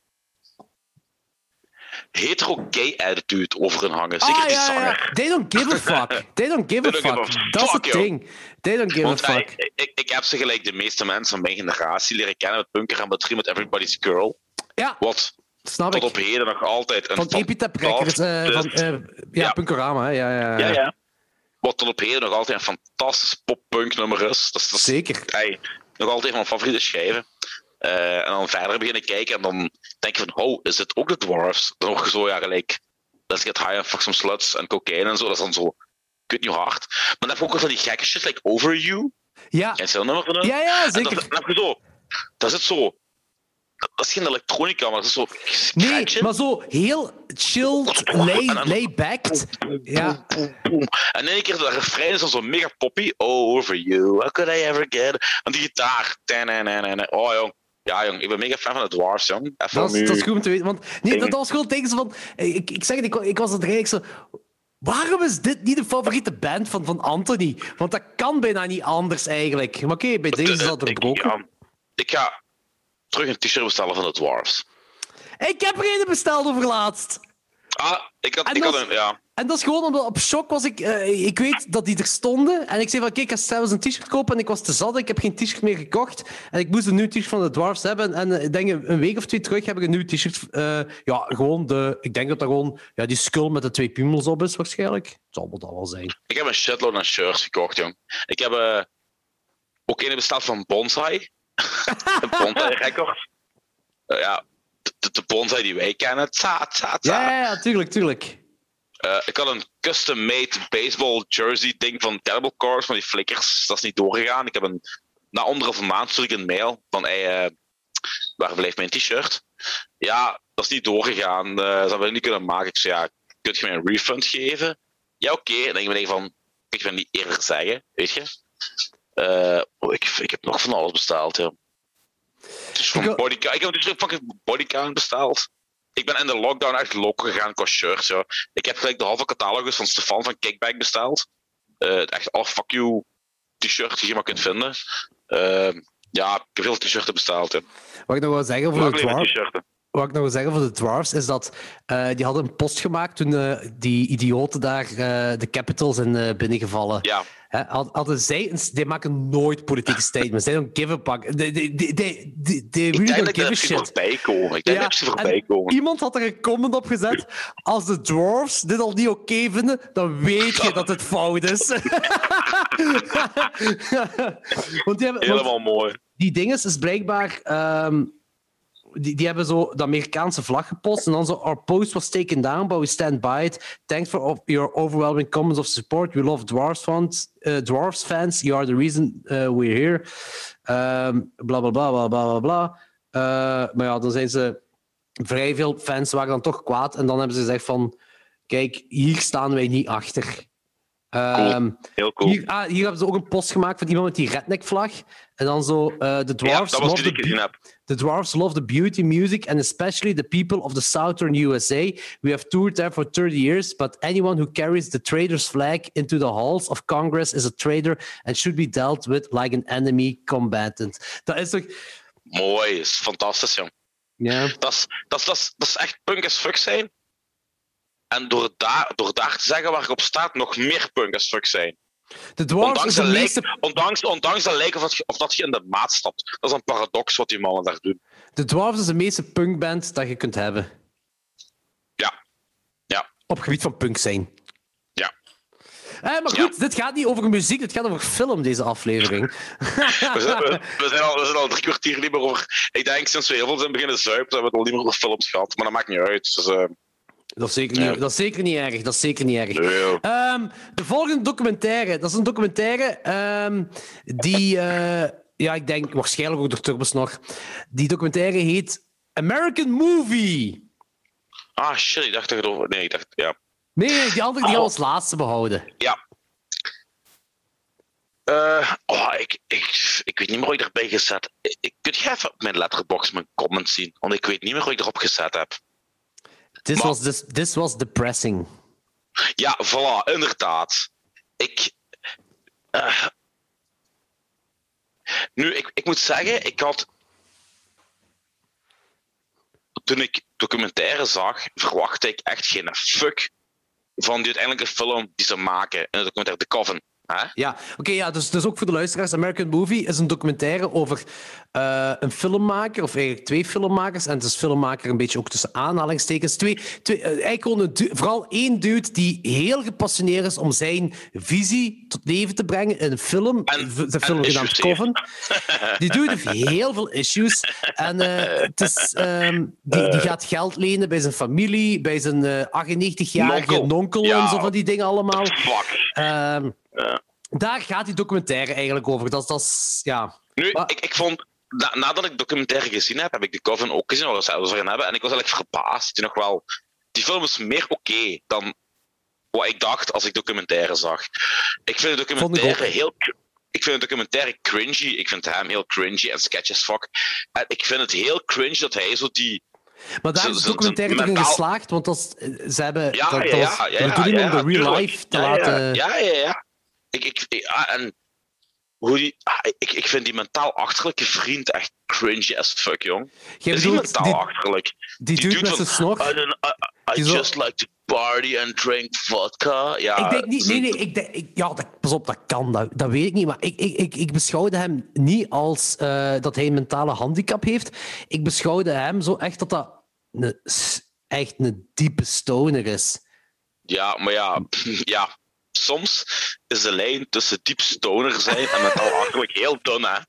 Hetero-gay attitude over hun hangen. Zeker ah, die ja, zanger. Ja. They don't give a fuck. They don't give a fuck. Dat is het ding. They don't give Want, a fuck. Ik, ik, ik heb ze gelijk de meeste mensen van mijn generatie leren kennen met punker en met met Everybody's Girl. Ja. Wat Snap tot ik. op heden nog altijd een van Epitaph Records. Uh, van uh, ja, ja, Punkorama. Ja, ja, ja. ja, ja. Wat tot op heden nog altijd een fantastisch pop-punk nummer is. Dat is, dat is Zeker. Hey, nog altijd mijn favoriete schijven. Uh, en dan verder beginnen kijken en dan denk je van, oh, is dit ook de Dwarfs? Dan hoor je zo, ja, gelijk, let's get high and fuck some sluts en cocaine en zo. Dat is dan zo, ik weet niet hoe hard. Maar dan heb je ook wel van die gekke shit, like Over You. Ja. Ken je dat nummer van hem? Ja, ja, zeker. En dan, dan heb je zo, dat is zo, dat is geen elektronica, maar dat is zo... Nee, maar zo heel chilled, lay, lay-backed. Ja. En in één keer, dat refrein is dan zo mega poppy. Oh, over you, how could I ever get... En die gitaar. Oh, jong. Ja, jong, ik ben mega fan van de Dwarfs, jong. Dat is, dat is goed om te weten. Want, nee, dat was gewoon tegen ze van... Ik, ik zeg het, ik, ik was het eigenlijk zo... Waarom is dit niet de favoriete band van, van Anthony? Want dat kan bijna niet anders, eigenlijk. Maar oké, okay, bij deze is dat erbroken. Ik, ik ga terug een t-shirt bestellen van de Dwarfs. Ik heb er een besteld over laatst. Ah, ik had, en ik dat, had een... Ja. En dat is gewoon omdat op shock was ik... Uh, ik weet dat die er stonden. En ik zei van, kijk, ik ga zelfs een t-shirt kopen. En ik was te zat. Ik heb geen t-shirt meer gekocht. En ik moest een nieuw t-shirt van de Dwarfs hebben. En uh, ik denk een week of twee terug heb ik een nieuw t-shirt. Uh, ja, gewoon de... Ik denk dat dat gewoon... Ja, die skull met de twee piemels op is, waarschijnlijk. Het zal wel dat wel zijn. Ik heb een shitload aan shirts gekocht, jong. Ik heb uh, ook een besteld van Bonsai. Een Bonsai record. Uh, ja, de, de Bonsai die wij kennen. Tsa, tsa, tsa. Ja, ja, ja, tuurlijk, tuurlijk. Uh, ik had een custom-made baseball jersey ding van Cannibal Corpse, van die flikkers. Dat is niet doorgegaan. Ik heb een, na anderhalve maand stuurde ik een mail van hey, uh, waar blijft mijn t-shirt? Ja, dat is niet doorgegaan. Uh, dat hebben we niet kunnen maken. Ik zei, ja, kun je mij een refund geven? Ja, oké. Okay. En dan denk ik van, ik wil niet eerder zeggen, weet je. Uh, oh, ik, ik heb nog van alles besteld, ja. Het is van bodycount. Ik heb dus fucking bodycount besteld. Ik ben in de lockdown echt loco gegaan qua shirts. Ja. Ik heb gelijk de halve catalogus van Stefan van Kickback besteld. Uh, echt all fuck you t-shirts die je maar kunt vinden. Uh, ja, ik heb veel t-shirts besteld. Ja. Wat ik nog wil zeggen over de Dwarfs, wat ik nog wil zeggen over de Dwarfs is dat uh, die hadden een post gemaakt toen uh, die idioten daar uh, de Capitol zijn uh, binnengevallen. Ja. He, hadden zij, die maken nooit politieke statements. They don't give a fuck. They, they, they, they, they really ik denk don't dat give ze voorbij komen. Ik denk ja, dat ze voorbij komen. Iemand had er een comment op gezet. Als de Dwarfs dit al niet oké okay vinden, dan weet je dat het fout is. want die hebben, Helemaal want mooi. Die dinges is blijkbaar... Um, Die, die hebben zo de Amerikaanse vlag gepost en dan zo, our post was taken down, but we stand by it. Thanks for your overwhelming comments of support. We love Dwarfs fans. Uh, Dwarfs fans. You are the reason uh, we're here. Um, bla bla bla bla bla bla. Uh, maar ja, dan zijn ze... Vrij veel fans waren dan toch kwaad en dan hebben ze gezegd van... Kijk, hier staan wij niet achter. Cool. Um, Heel cool. Hier, ah, hier hebben ze ook een post gemaakt van iemand met die redneck-vlag. En dan zo... Uh, the Dwarfs ja, dat was die die ik gezien heb. The Dwarfs love the beauty, music, and especially the people of the southern U S A. We have toured there for thirty years, but anyone who carries the trader's flag into the halls of Congress is a traitor and should be dealt with like an enemy combatant. Dat is toch... Mooi, is fantastisch, jong. Ja. Dat is, dat is, dat is, dat is echt punk as fuck zijn. En door daar, door daar te zeggen waar ik op staat, nog meer punk as fuck zijn. De Dwarfs ondanks, is de de meeste... lijk, ondanks, ondanks dat lijken of dat, je, of dat je in de maat stapt. Dat is een paradox wat die mannen daar doen. De Dwarfs is de meeste punkband dat je kunt hebben. Ja. Ja. Op het gebied van punk zijn. Ja. Eh, maar goed, ja. Dit gaat niet over muziek, dit gaat over film, deze aflevering. we, zijn, we, we, zijn al, we zijn al drie kwartier niet meer over... Ik denk, sinds we heel veel zijn beginnen zuipen, hebben we het al niet meer over films gehad. Maar dat maakt niet uit. Dus, uh... Dat is, zeker niet, ja. dat is zeker niet erg. Dat is zeker niet erg. Nee, um, de volgende documentaire. Dat is een documentaire um, die... Uh, ja, ik denk waarschijnlijk ook door Turbos nog. Die documentaire heet American Movie. Ah, shit. Ik dacht dat je het over... Nee, ik dacht... Ja. Nee, nee, die andere die gaan we als laatste behouden. Ja. Uh, oh, ik, ik, ik weet niet meer hoe ik erbij gezet heb. Kun je even op mijn Letterboxd mijn comments zien? Want ik weet niet meer hoe ik erop gezet heb. This, maar, was, this, this was depressing. Ja, voilà, inderdaad. Ik... Uh, nu, ik, ik moet zeggen, ik had... Toen ik documentaire zag, verwachtte ik echt geen fuck van die uiteindelijke film die ze maken in de documentaire The Coven. Huh? Ja, oké, okay, ja, dus, dus ook voor de luisteraars. American Movie is een documentaire over uh, een filmmaker, of eigenlijk twee filmmakers. En het is filmmaker een beetje ook tussen aanhalingstekens. Twee, twee, uh, eigenlijk gewoon een du- vooral één dude die heel gepassioneerd is om zijn visie tot leven te brengen in een film. En, de film genaamd Coven. Die dude heeft heel veel issues. En uh, het is, um, die, die gaat geld lenen bij zijn familie, bij zijn uh, achtennegentigjarige nonkel ja. en zo van die dingen allemaal. Fuck. Um, Ja. Daar gaat die documentaire eigenlijk over. Dat, dat is, ja. Nu, maar... ik, ik vond... Na, nadat ik de documentaire gezien heb, heb ik de Coven ook gezien, waar we het over hebben. En ik was eigenlijk verbaasd. Die, nog wel, die film is meer oké okay dan wat ik dacht als ik documentaire zag. Ik vind de documentaire heel... Ik vind de documentaire cringy. Ik vind hem heel cringy en sketch as fuck. En ik vind het heel cringy dat hij zo die... Maar daar is de documentaire toch in mentaal... geslaagd? Want dat is, ze hebben... Ja, dat, ja, dat ja. was ja, de ja, bedoeling ja, ja, om de real tuurlijk. life te ja, laten... Ja, ja, ja. Ik, ik, ja, en hoe die, ik, ik vind die mentaal achterlijke vriend echt cringy as fuck, jong. Jij is die bedoelt, mentaal die, achterlijk? Die, die dude met zijn snor? I don't, I, I zo... just like to party and drink vodka. Ja, ik denk niet... Nee, nee, ik denk... Ik, ja, dat, pas op, dat kan, dat, dat weet ik niet. Maar ik, ik, ik, ik beschouwde hem niet als uh, dat hij een mentale handicap heeft. Ik beschouwde hem zo echt dat dat een, echt een diepe stoner is. Ja, maar ja... ja. Soms is de lijn tussen diep stoner zijn en mentaal achterlijk heel dun, hè?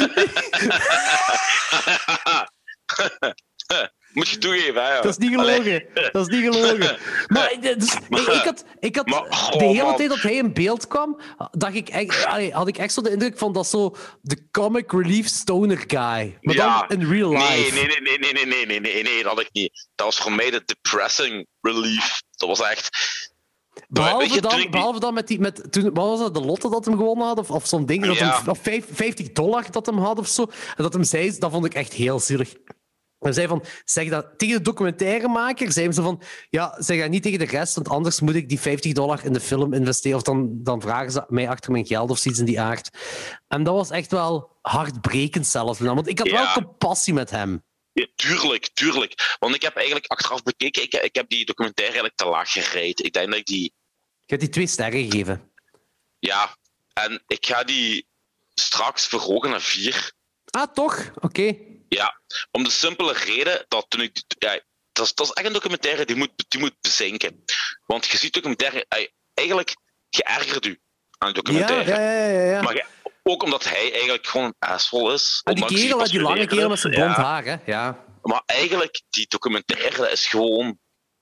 Moet je toegeven, hè? Dat is niet gelogen. Allee. Dat is niet gelogen. Maar, dus, ik, ik had, ik had maar, oh, de hele man. tijd dat hij in beeld kwam, dacht ik, allee, had ik echt zo de indruk van dat zo de comic relief stoner guy. Maar ja. dan in real life. Nee, nee, nee, nee, nee, nee, nee, nee, nee, dat had ik niet. Dat was voor mij de depressing relief. Dat was echt... Behalve, je, dan, die... behalve dan met die... Met, toen, wat was dat, de lotte dat hem gewonnen had? Of, of zo'n ding, dat ja. hem, of vijftig dollar dat hem had of zo. En dat hem zei, dat vond ik echt heel zielig. Hij zei van, zeg dat tegen de documentairemaker, zei ze van, ja, zeg dat niet tegen de rest, want anders moet ik die vijftig dollar in de film investeren, of dan, dan vragen ze mij achter mijn geld of zoiets in die aard. En dat was echt wel hartbrekend zelfs, want ik had ja. wel compassie met hem. Ja, tuurlijk, tuurlijk. Want ik heb eigenlijk achteraf bekeken, ik, ik heb die documentaire eigenlijk te laag gereden. Ik denk dat ik die... Ik heb die twee sterren gegeven. Ja, en ik ga die straks verhogen naar vier. Ah, toch? Oké. Okay. Ja, om de simpele reden dat toen ik... Ja, dat, is, dat is echt een documentaire die moet, die moet bezinken. Want je ziet documentaire... Eigenlijk, je ergert u aan de documentaire. Ja, ja, ja, ja, ja. Maar je, ook omdat hij eigenlijk gewoon een asshole is. En die kerel, die, die lange kerel met zijn blond ja. haar, hè? Ja. Maar eigenlijk, die documentaire, dat is gewoon...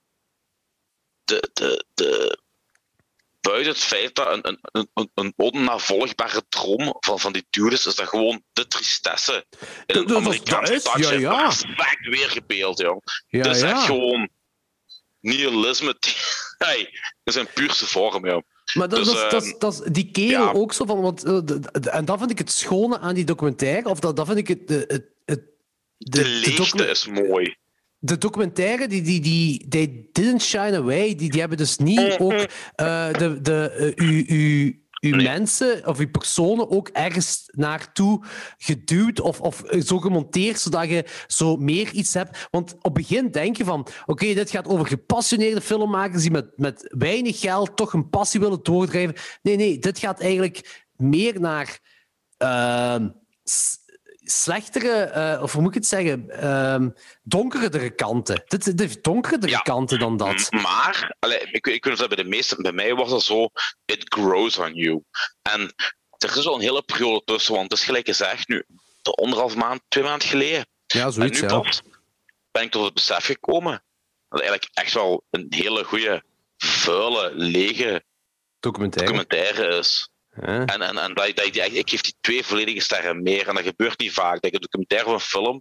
De... de, de buiten het feit dat een, een, een, een onnavolgbare droom van, van die dudes is dat gewoon de tristesse in een Amerikaans stadje. Ja, ja. Perfect weergebeeld, joh. Ja, Het is ja. echt gewoon nihilisme. Hey, dat is een puurste vorm, joh. Maar dat, dus, dat, dat, dat, dat, die kerel ja. ook zo van... Want, en dat vind ik het schone aan die documentaire, of dat, dat vind ik het... het, het de, de, de leegte de is mooi. De documentaire, die, die, die, die didn't shine away, die, die hebben dus niet ook uh, de, de, uh, u, u, uw nee. mensen of uw personen ook ergens naartoe geduwd of, of zo gemonteerd, zodat je zo meer iets hebt. Want op het begin denk je van, oké, okay, dit gaat over gepassioneerde filmmakers die met, met weinig geld toch een passie willen doordrijven. Nee, nee, dit gaat eigenlijk meer naar... Uh, slechtere, uh, of hoe moet ik het zeggen, uh, donkerdere kanten. Dit, dit heeft donkerdere ja, kanten dan dat. Maar, allee, ik, ik weet dat bij de meesten, bij mij was dat zo, it grows on you. En er is al een hele periode tussen, want het is gelijk gezegd nu, de anderhalf maand, twee maanden geleden. Ja, zoiets, en nu ja. pas ben ik tot het besef gekomen dat het eigenlijk echt wel een hele goede, vuile, lege documentaire, documentaire is. Ja. En, en, en dat, dat, dat, ik geef die twee volledige sterren meer. En dat gebeurt niet vaak. Dat ik een documentaire of een film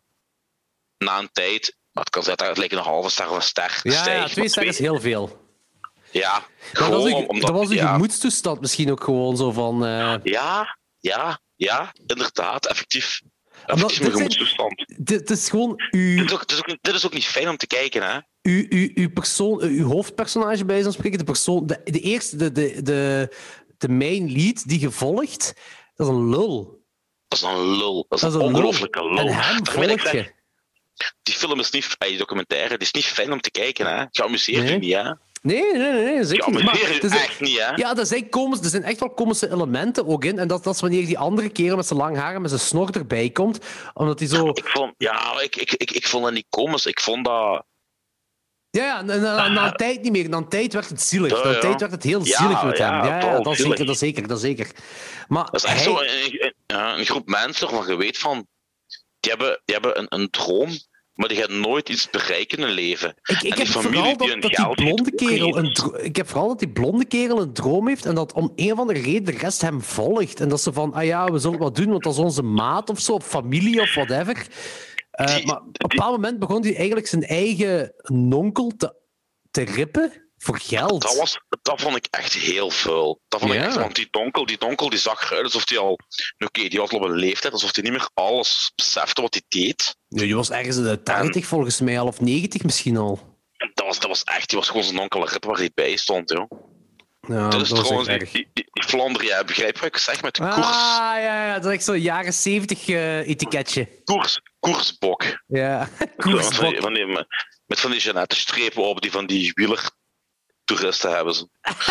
na een tijd... Het kan zijn dat het lijkt een halve ster of een ster ja, stijgt. Ja, twee sterren is heel veel. Ja. Dat was, uw, omdat, dat was uw ja. gemoedstoestand misschien ook gewoon zo van... Uh... Ja, ja, ja, inderdaad, effectief. Effectief mijn gemoedstoestand. Dit is gewoon uw... Dit is, ook, dit, is ook, dit is ook niet fijn om te kijken, hè. Uw, uw, uw, persoon, uw hoofdpersonage bij zo'n spreken, de persoon... De, de eerste, de... de, de de main lead die je volgt, dat is een lul. Dat is een lul. Dat is dat een, een ongelooflijke lul. En hem volg je. Die film is niet... Die documentaire, die is niet fijn om te kijken, hè. Je amuseert nee. je niet, hè. Nee, nee, nee. nee zeker je amuseert niet. je echt niet, hè. Ja, er zijn, komisch, er zijn echt wel komische elementen ook in. En dat, dat is wanneer die andere kerel met zijn lang haar en met zijn snor erbij komt. Omdat hij zo... Ik vond... Ja, ik, ik, ik, ik vond dat niet komisch. Ik vond dat... Ja, ja na, na, na een tijd niet meer. Na een tijd werd het zielig. Ja, na een ja. tijd werd het heel ja, zielig met ja, hem. Ja, ja, dat, is zeker, dat is zeker, dat is zeker. Maar dat is echt hij... zo een, een, een groep mensen waarvan je weet van... Die hebben, die hebben een, een droom, maar die gaan nooit iets bereiken in hun leven. Ik, ik, en heb die familie vooral die dat, hun dat geld die blonde heeft, kerel een dro- ik heb vooral dat die blonde kerel een droom heeft en dat om een of andere reden de rest hem volgt. En dat ze van, ah ja, we zullen wat doen, want dat is onze maat of zo, of familie of whatever. Uh, die, maar op een bepaald moment begon hij eigenlijk zijn eigen nonkel te, te rippen voor geld. Dat, was, dat vond ik echt heel vuil. Dat vond ja. ik echt, want die donkel, die donkel die zag eruit alsof hij al... Oké, okay, die was al op een leeftijd, alsof hij niet meer alles besefte wat hij deed. Ja, die was ergens in de tachtig en... volgens mij, al of negentig misschien al. Dat was, dat was echt, die was gewoon zijn onkel rip waar hij bij stond, joh. Ja, dat is dat trouwens die, die, die, die Flandria, begrijp je wat ik zeg met de koers? Ah, ja, ja, dat is echt zo'n jaren zeventig uh, etiketje. Koers, koersbok. Ja, koersbok. Van die, Met van die Jeannette-strepen op die van die wielertoeristen hebben. Ze.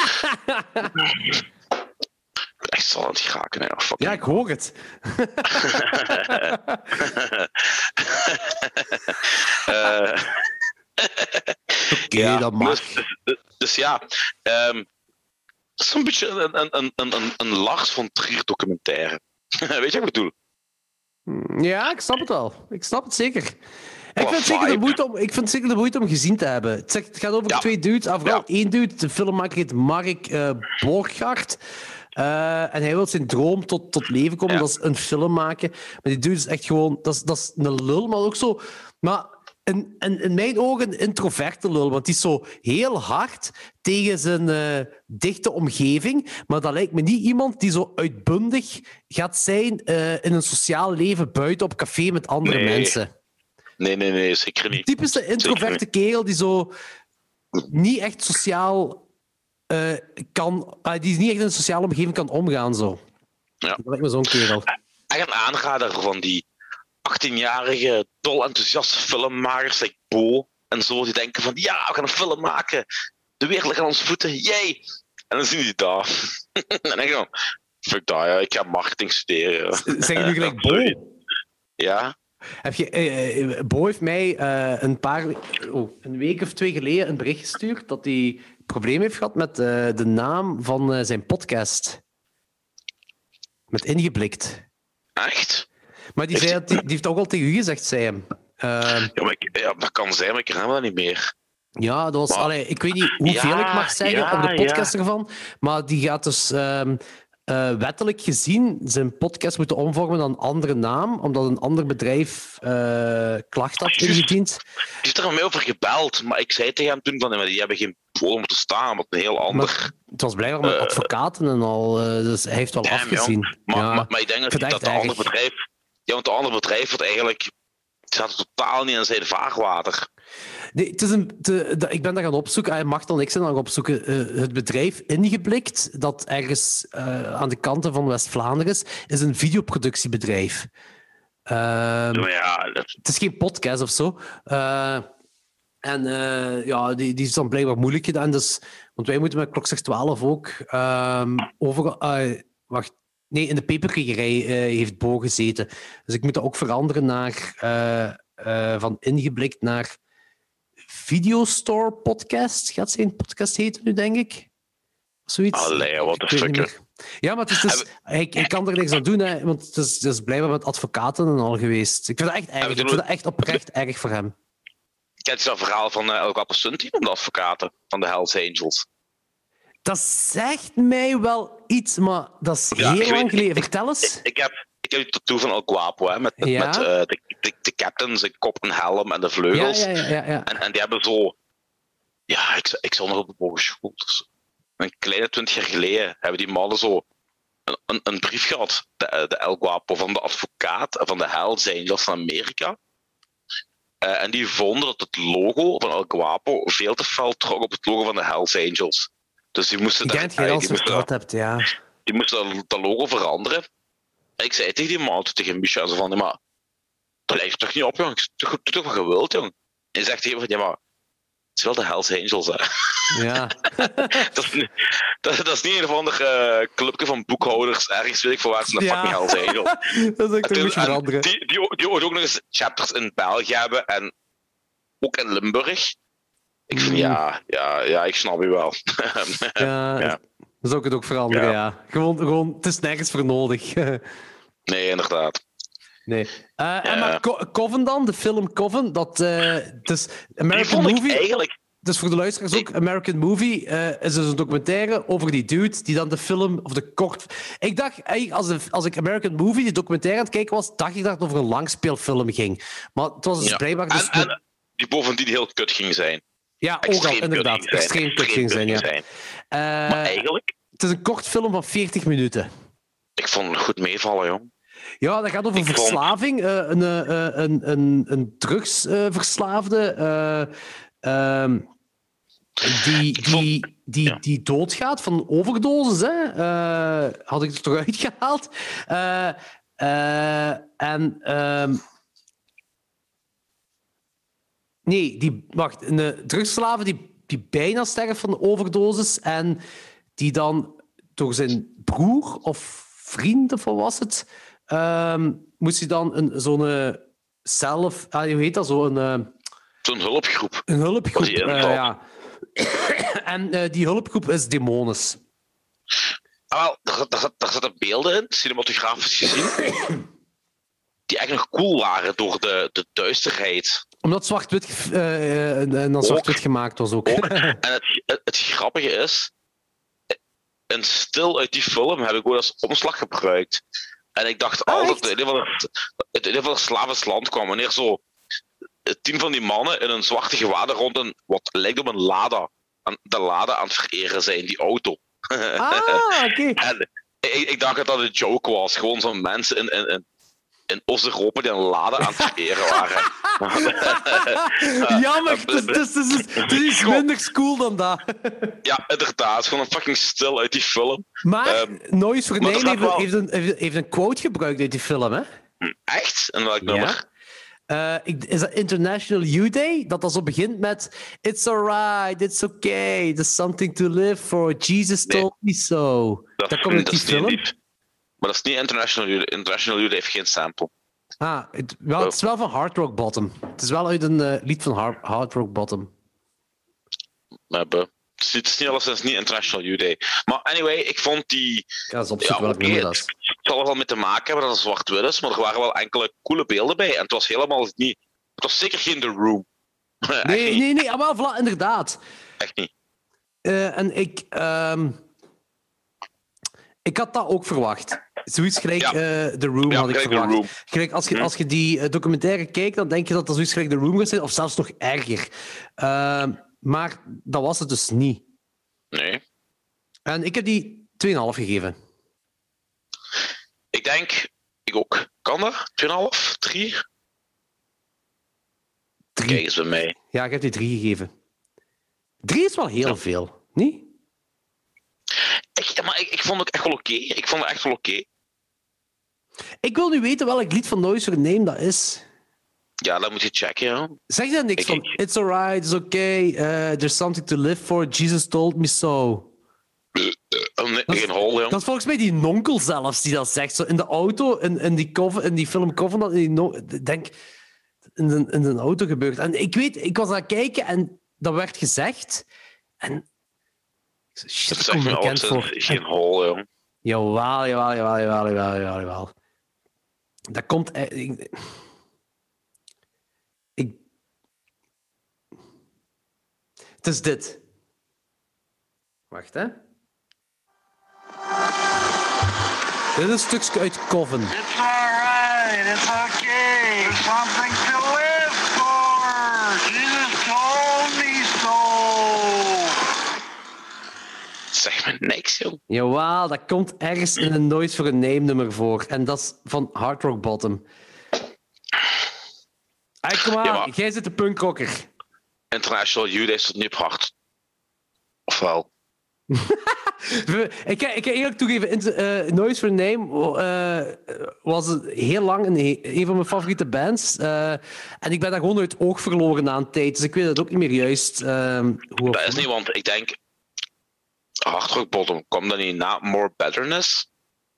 Echt zo aan het geraken, hè. Fucking... Ja, ik hoor het. uh... Oké, okay, ja, dat mag. Dus, dus, dus ja, um, dat is een beetje een, een, een, een, een Lars von Trier documentaire. Weet je wat ik bedoel? Ja, ik snap het wel. Ik snap het zeker. Ik vind, het zeker de moeite om, ik vind het zeker de moeite om gezien te hebben. Het, zegt, het gaat over ja. twee dudes. Ah, vooral ja. één dude. De filmmaker heet Mark uh, Borchardt. Uh, en hij wil zijn droom tot, tot leven komen. Ja. Dat is een film maken. Maar die dude is echt gewoon... Dat is, dat is een lul, maar ook zo... Maar in, in, in mijn ogen een introverte lul. Want die is zo heel hard tegen zijn uh, dichte omgeving. Maar dat lijkt me niet iemand die zo uitbundig gaat zijn uh, in een sociaal leven buiten op café met andere nee. mensen. Nee, nee, nee, zeker niet. Typische introverte kerel die zo niet echt sociaal... Uh, kan, uh, die niet echt in een sociale omgeving kan omgaan. Zo. Ja. Dat lijkt me zo'n kerel. Echt een aanrader van die achttienjarige, dol enthousiaste filmmakers, like Bo en zo, die denken van ja, we gaan een film maken. De wereld ligt aan onze voeten, yay! En dan zien die dat. En dan denk ik van, fuck dat, ja, ik ga marketing studeren. Zeg je nu gelijk Bo? Ja. Heb je, uh, Bo heeft mij uh, een paar... Oh, een week of twee geleden een bericht gestuurd dat hij probleem heeft gehad met uh, de naam van uh, zijn podcast. Met Ingeblikt. Echt? Maar die, zei dat, die, die heeft ook al tegen u gezegd, zei hem. Uh, ja, maar ik, ja, dat kan zijn, maar ik herinner me dat niet meer. Ja, dat was... Maar, allee, ik weet niet hoeveel ja, ik mag zeggen ja, op de podcast ja. ervan, maar die gaat dus... Um, Uh, wettelijk gezien zijn podcast moeten omvormen naar een andere naam, omdat een ander bedrijf uh, klacht had ingediend. Die heeft er aan mij over gebeld, maar ik zei tegen hem toen van, die hebben geen podium moeten staan, wat een heel ander... Maar het was blijkbaar met uh, advocaten en al, uh, dus hij heeft wel damn, afgezien. Maar, ja, maar, maar ik denk dat, dat de andere bedrijf... Ja, want de andere bedrijf wordt eigenlijk... Het staat totaal niet in zijn vaarwater. Nee, het is een, te, de, ik ben dat gaan opzoeken. Hij mag dan niks gaan opzoeken. Uh, het bedrijf Ingeblikt, dat ergens uh, aan de kanten van West-Vlaanderen is, is een videoproductiebedrijf. Uh, ja, dat... Het is geen podcast of zo. Uh, en uh, ja, die, die is dan blijkbaar moeilijk gedaan. Dus, want wij moeten met Klokslag twaalf ook um, over... Uh, wacht. Nee, in de peperkwekerij uh, heeft Bo gezeten. Dus ik moet dat ook veranderen naar... Uh, uh, van Ingeblikt naar... Videostore Podcast. Gaat zijn podcast heten nu, denk ik? Zoiets. Allee, wat de fuck. Ja, maar het is, het is, hij, hij kan er niks aan doen, hè, want het is, het is blijkbaar met advocaten en al geweest. Ik vind dat echt erg. Ik vind dat echt oprecht erg voor hem. Kent je dat verhaal van uh, El Guapo Sunti, van de advocaten van de Hells Angels? Dat zegt mij wel iets, maar dat is ja, heel lang geleden. Vertel eens. Ik, ik, ik heb... Ik heb die tattoo van El Guapo, hè, met, met, ja. met uh, de, de, de captain, zijn kop en helm en de vleugels. Ja, ja, ja, ja. En, en die hebben zo... Ja, ik, ik zal nog op de bovenschot. Dus een kleine twintig jaar geleden hebben die mannen zo een, een, een brief gehad. De, de El Guapo van de advocaat van de Hells Angels van Amerika. Uh, en die vonden dat het logo van El Guapo veel te fel trok op het logo van de Hells Angels. Dus die moesten... Ik denk dat je dat verteld hebt, ja. Die moesten dat logo veranderen. En ik zei tegen die man, tegen Micha, zo van, ja, maar dat lijkt er toch niet op, jong. Doe toch wat je wilt, jong. En hij zegt tegen van, ja, maar het is wel de Hells Angels, hè. Ja. dat, is niet, dat, dat is niet een of ander uh, clubje van boekhouders, ergens weet ik voor waar ze een ja. fucking Hells Angels. Dat is ook toch een beetje veranderen. Die, die, die ook nog eens chapters in België hebben en ook in Limburg. Ik vind, mm. ja, ja, ja, ik snap je wel. ja, ja. Dan zou ik het ook veranderen, ja. ja. Gewoon, gewoon, het is nergens voor nodig. Nee, inderdaad. Nee. Uh, ja. En maar Coven dan, de film Coven, dat uh, dus American die Movie. Eigenlijk... Dus voor de luisteraars ook, American Movie uh, is dus een documentaire over die dude die dan de film, of de kort... Ik dacht, als, de, als ik American Movie, die documentaire aan het kijken was, dacht ik dat het over een langspeelfilm ging. Maar het was dus ja. blijkbaar... Dus en, en die bovendien heel kut ging zijn. Ja, ook al, inderdaad. Kut extreem kut ging zijn, ja. zijn. Uh, maar eigenlijk... Het is een kort film van veertig minuten. Ik vond het goed meevallen, jong. Ja, dat gaat over ik verslaving. Vond... Uh, een, uh, een, een, een drugsverslaafde uh, uh, die, vond... die, die, ja. die doodgaat van overdosis. Hè? Uh, had ik er toch uitgehaald. Uh, uh, en... Uh, Nee, die, wacht, een drugsslave die, die bijna sterft van de overdosis en die dan door zijn broer of vriend, of wat was het, um, moest hij dan een, zo'n zelf... Ah, hoe heet dat? Zo'n... Uh, zo'n hulpgroep. Een hulpgroep, uh, ja. En uh, die hulpgroep is Demones. Ah, wel, daar, daar, daar zitten beelden in, cinematografisch gezien, die eigenlijk cool waren door de, de duisterheid. Omdat zwart-wit uh, en dan zwart-wit gemaakt was ook. ook. En het, het, het grappige is, een stil uit die film heb ik ook als omslag gebruikt. En ik dacht ah, altijd dat het in ieder geval een Slavisch land kwam. Wanneer zo het team van die mannen in een zwarte gewaden rond een, wat lijkt op een Lada, aan, de Lada aan het vereren zijn, die auto. Ah, oké. Okay. En ik, ik dacht dat dat een joke was. Gewoon zo'n mensen in, in, in, in Oost-Europa die een Lada aan het vereren waren. Jammer, het is, het is, het is iets minder cool dan dat. Ja, inderdaad. Gewoon een fucking stil uit die film. Maar um, Noise for Name heeft, wel... heeft, een, heeft een quote gebruikt uit die film, hè? Echt? En welk ja. nummer? Uh, is dat International Youth Day? Dat dat zo begint met It's alright, it's okay, there's something to live for, Jesus nee. told me so. Dat, dat komt uit die film? Niet, maar dat is niet International Youth. International Youth heeft geen sample. Ah, het, wel, het is wel van Hard Rock Bottom. Het is wel uit een uh, lied van Hard, Hard Rock Bottom. Maar be, het, is niet, het is niet alleszins niet International Youth Day. Maar anyway, ik vond die... Ik ga eens opzoeken ja, welk okay, nummer dat is. Het zal er wel mee te maken hebben dat het zwart-wit is, maar er waren wel enkele coole beelden bij. En het was helemaal niet... Het was zeker geen The Room. nee, niet. nee, nee, ah, wel, voilà, inderdaad. Echt niet. Uh, en ik... Um, ik had dat ook verwacht. Zoiets gelijk ja. uh, The Room ja, had ik verwacht. Room. Gelijk als, je, hm. als je die uh, documentaire kijkt, dan denk je dat dat zoiets gelijk The Room gaat zijn, of zelfs nog erger. Uh, maar dat was het dus niet. Nee. En ik heb die twee komma vijf gegeven. Ik denk, ik ook. Kan dat? twee komma vijf? drie? drie. Kijk eens bij mij. Ja, ik heb die drie gegeven. drie is wel heel ja. veel, niet? Ik, maar ik, ik vond het echt wel oké. Okay. Ik vond het echt wel oké. Okay. Ik wil nu weten welk lied van Noise for Name dat is. Ja, dat moet je checken, ja. Zeg je niks ik, van, ik... it's alright, it's okay, uh, there's something to live for, Jesus told me so. Uh, uh, nee, dat, is, hol, ja. dat is volgens mij die nonkel zelfs die dat zegt. Zo in de auto, in, in, die, cover, in die film Covenant, in die no, denk, in een, in een auto gebeurt. En ik weet, ik was aan het kijken en dat werd gezegd. En shit, dat komt me bekend voor. Geen hol, joh. Jawel, jawel, jawel, jawel, jawel, jawel, jawel. Dat komt... Ik, ik... Het is dit. Wacht, hè. Dit is een stukje uit Coven. It's alright, it's okay. Something to live for. Jesus told me so. Zeg me niks, joh. Jawel, dat komt ergens in een Noise for a Name nummer voor. En dat is van Hard Rock Bottom. Hey, kom aan, ja, maar... jij zit de punkrocker. International Youth is het niet op hard. Of wel? ik, ga, ik ga eerlijk toegeven, uh, Noise for a Name uh, was heel lang een, een van mijn favoriete bands. Uh, en ik ben daar gewoon uit het oog verloren na een tijd. Dus ik weet het ook niet meer juist. Uh, hoe dat is niet, want ik denk... Hard Rock Bottom, kwam dat niet na More Betterness?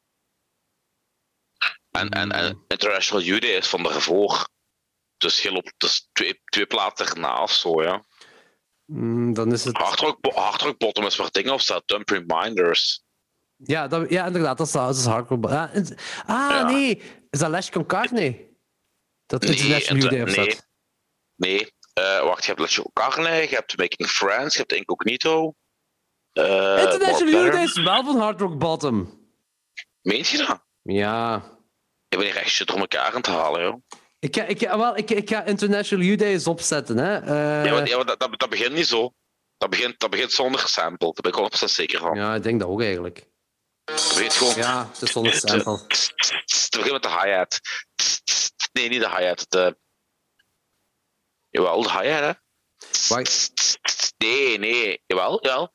En, en, en International Youth is van daarvoor. Dus heel op, dus twee, twee platen erna of zo, ja. Mm, dan is het... Hard Rock, Hard Rock Bottom is waar dingen op staat. Dump Reminders. Ja, dat, ja, inderdaad. Dat is, dat is Hard Rock Bottom. Ah, ah ja. nee. Is dat Lash Concarne? Dat nee, International Youth op staat. Nee. nee. Uh, wacht, je hebt Lash Concarne, je hebt Making Friends, je hebt Incognito. Uh, International Youth is wel van Hard Rock Bottom. Meent je dat? Ja. Ik ben hier echt shit door elkaar aan het halen, joh. Ik ga, ik, ga, wel, ik, ik ga International Youth Day eens opzetten. Hè. Uh... Ja, maar, ja, maar dat, dat, dat begint niet zo. Dat begint, dat begint zonder sample. Daar ben ik honderd procent zeker van. Ja, ik denk dat ook eigenlijk. Weet gewoon... Ja, het is zonder sample. Het begint met de hi-hat. Nee, niet de hi-hat. De... Jawel, de hi-hat, hè. Wacht. Nee, nee. Jawel, jawel.